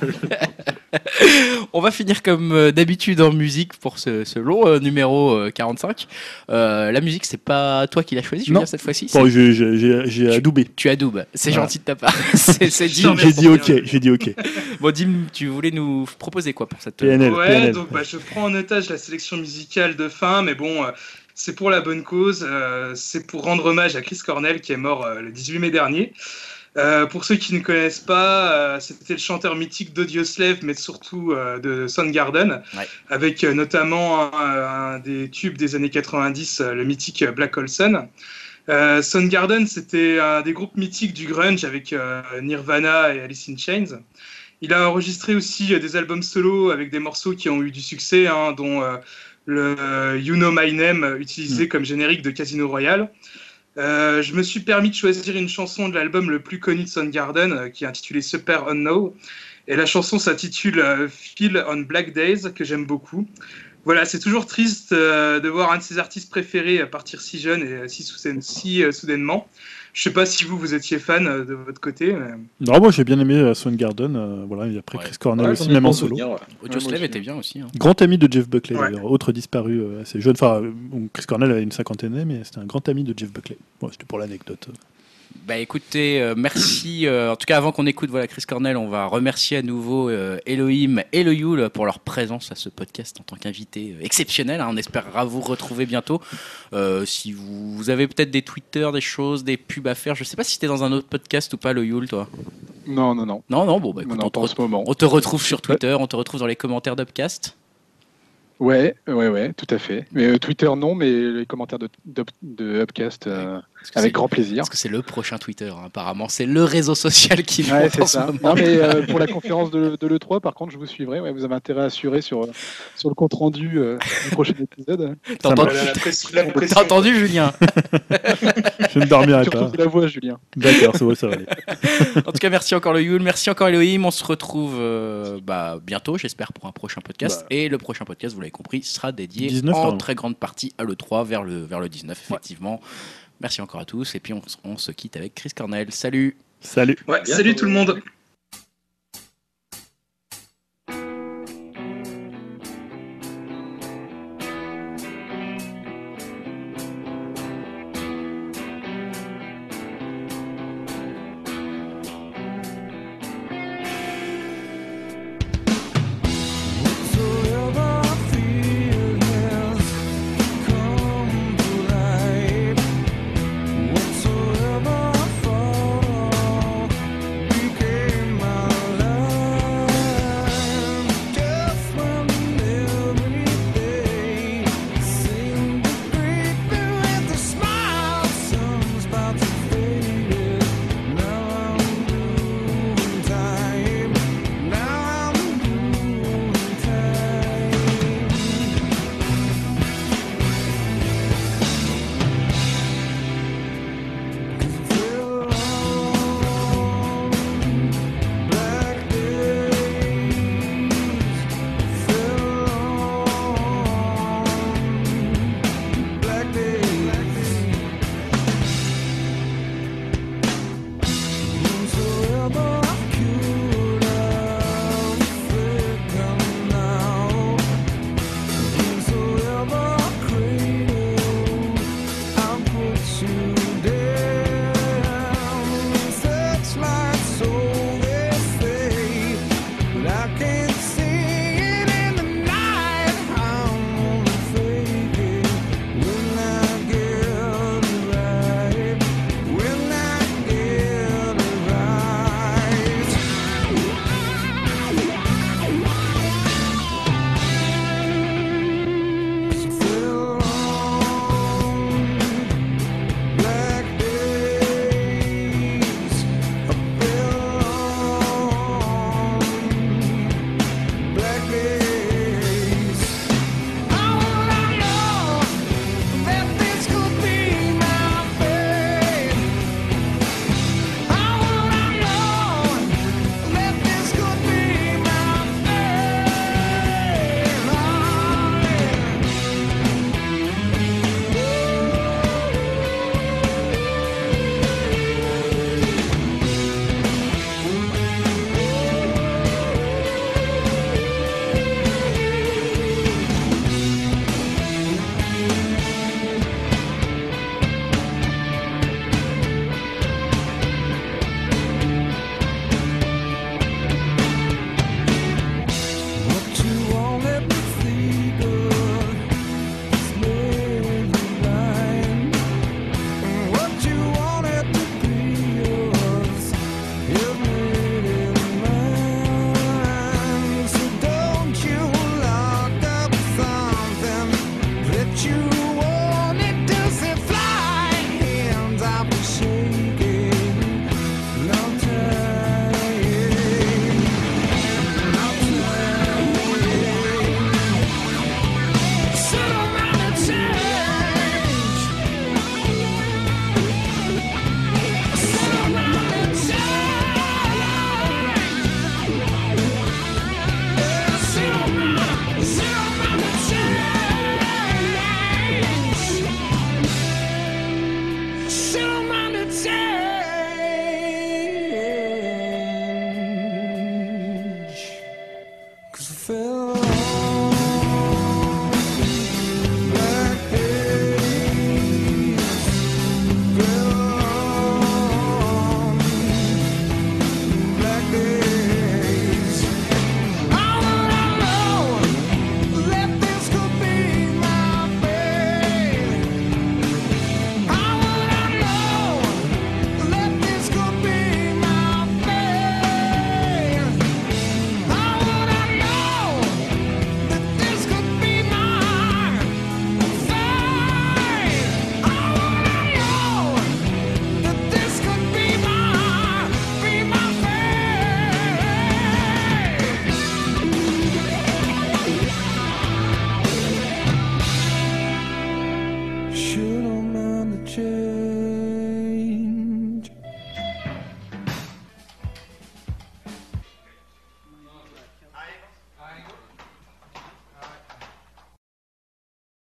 [SPEAKER 1] On va finir comme euh, d'habitude en musique pour ce, ce long euh, numéro euh, quarante-cinq. Euh, la musique, c'est pas toi qui l'as choisi, Julien,
[SPEAKER 2] Non.
[SPEAKER 1] cette fois-ci.
[SPEAKER 2] Bon,
[SPEAKER 1] c'est-
[SPEAKER 2] j'ai- j'ai j'ai- j'ai
[SPEAKER 1] Tu-
[SPEAKER 2] adoubé.
[SPEAKER 1] Tu adoubes. C'est
[SPEAKER 2] Voilà.
[SPEAKER 1] gentil de ta part. c'est c'est dit.
[SPEAKER 4] Non, mais-
[SPEAKER 2] J'ai dit ok,
[SPEAKER 4] bien.
[SPEAKER 2] j'ai dit ok.
[SPEAKER 1] Bon, Dim, tu voulais nous proposer quoi pour cette.
[SPEAKER 2] P N L,
[SPEAKER 4] Ouais,
[SPEAKER 2] P N L.
[SPEAKER 4] donc bah, je prends en otage la sélection musicale de fin, mais bon, euh, c'est pour la bonne cause. euh, c'est pour rendre hommage à Chris Cornell qui est mort euh, le dix-huit mai dernier. Euh, pour ceux qui ne connaissent pas, euh, c'était le chanteur mythique d'Audioslave, mais surtout euh, de Soundgarden,
[SPEAKER 1] Ouais.
[SPEAKER 4] avec euh, notamment un, un des tubes des années quatre-vingt-dix, euh, le mythique Black Hole Sun. Euh, Soundgarden, c'était un des groupes mythiques du grunge avec euh, Nirvana et Alice in Chains. Il a enregistré aussi euh, des albums solo avec des morceaux qui ont eu du succès, hein, dont euh, le euh, You Know My Name, euh, utilisé comme générique de Casino Royale. Euh, je me suis permis de choisir une chanson de l'album le plus connu de Soundgarden, euh, qui est intitulé Super Unknown. Et la chanson s'intitule euh, Feel on Black Days, que j'aime beaucoup. Voilà, c'est toujours triste euh, de voir un de ses artistes préférés partir si jeune et euh, si, soudain- si euh, soudainement. Je sais pas si vous, vous étiez fan euh, de votre côté. Mais...
[SPEAKER 2] Non, moi j'ai bien aimé euh, Soundgarden. euh, voilà, et après
[SPEAKER 1] Ouais.
[SPEAKER 2] Chris Cornell
[SPEAKER 3] Ouais,
[SPEAKER 2] aussi,
[SPEAKER 3] j'en ai
[SPEAKER 2] même
[SPEAKER 3] bon
[SPEAKER 2] en solo.
[SPEAKER 3] souvenir, ouais.
[SPEAKER 1] Audioslave
[SPEAKER 5] Ouais, moi
[SPEAKER 1] était
[SPEAKER 5] aussi.
[SPEAKER 1] bien aussi. hein.
[SPEAKER 2] Grand ami de Jeff Buckley
[SPEAKER 4] Ouais.
[SPEAKER 2] d'ailleurs, autre disparu euh, assez jeune. Enfin, euh, bon, Chris Cornell avait une cinquantaine, mais c'était un grand ami de Jeff Buckley. Bon, c'était pour l'anecdote.
[SPEAKER 1] Bah écoutez, euh, merci. euh, en tout cas, avant qu'on écoute voilà Chris Cornell, on va remercier à nouveau euh, Elohim et le Yule pour leur présence à ce podcast en tant qu'invité euh, exceptionnel. hein. On espérera vous retrouver bientôt. Euh, si vous, vous avez peut-être des Twitter, des choses, des pubs à faire. Je sais pas si t'es dans un autre podcast ou pas, le Yule, toi.
[SPEAKER 5] Non, non, non.
[SPEAKER 1] Non, non, bon, bah écoute,
[SPEAKER 5] non, non,
[SPEAKER 1] on, te
[SPEAKER 5] pas en
[SPEAKER 1] re-
[SPEAKER 5] ce moment.
[SPEAKER 1] on te retrouve sur Twitter, on te retrouve dans les commentaires d'Upcast.
[SPEAKER 5] Ouais, ouais, ouais, tout à fait. Mais euh, Twitter, non, mais les commentaires de, de, de Upcast, euh,
[SPEAKER 1] Parce que
[SPEAKER 5] avec
[SPEAKER 1] c'est-
[SPEAKER 5] grand plaisir.
[SPEAKER 1] Parce que c'est le prochain Twitter, hein, apparemment. C'est le réseau social qui
[SPEAKER 5] Ouais,
[SPEAKER 1] monte
[SPEAKER 5] c'est
[SPEAKER 1] en ce
[SPEAKER 5] ça.
[SPEAKER 1] moment.
[SPEAKER 5] Non, mais euh, pour la conférence de, de l'E trois, par contre, je vous suivrai. Ouais, vous avez intérêt à assurer sur, euh, sur le compte rendu euh, du prochain épisode.
[SPEAKER 1] T'as
[SPEAKER 2] Ça
[SPEAKER 1] entendu,
[SPEAKER 4] Voilà, la, pression, la pression.
[SPEAKER 1] t'as entendu, Julien?
[SPEAKER 2] Je ne dormirai
[SPEAKER 5] Tu
[SPEAKER 2] pas.
[SPEAKER 5] retrouves la voix, Julien.
[SPEAKER 2] D'accord, ça va, ça va aller.
[SPEAKER 1] En tout cas, merci encore le Yule, merci encore Elohim. On se retrouve euh, bah, bientôt, j'espère, pour un prochain podcast.
[SPEAKER 2] Bah.
[SPEAKER 1] Et le prochain podcast, vous l'avez compris, sera dédié
[SPEAKER 2] dix-neuf,
[SPEAKER 1] en
[SPEAKER 2] normalement.
[SPEAKER 1] très grande partie à l'E trois, vers le, vers le dix-neuf, effectivement. Merci encore à tous. Et puis, on, on se quitte avec Chris Cornell. Salut!
[SPEAKER 2] Salut.
[SPEAKER 4] Ouais, salut tout le monde.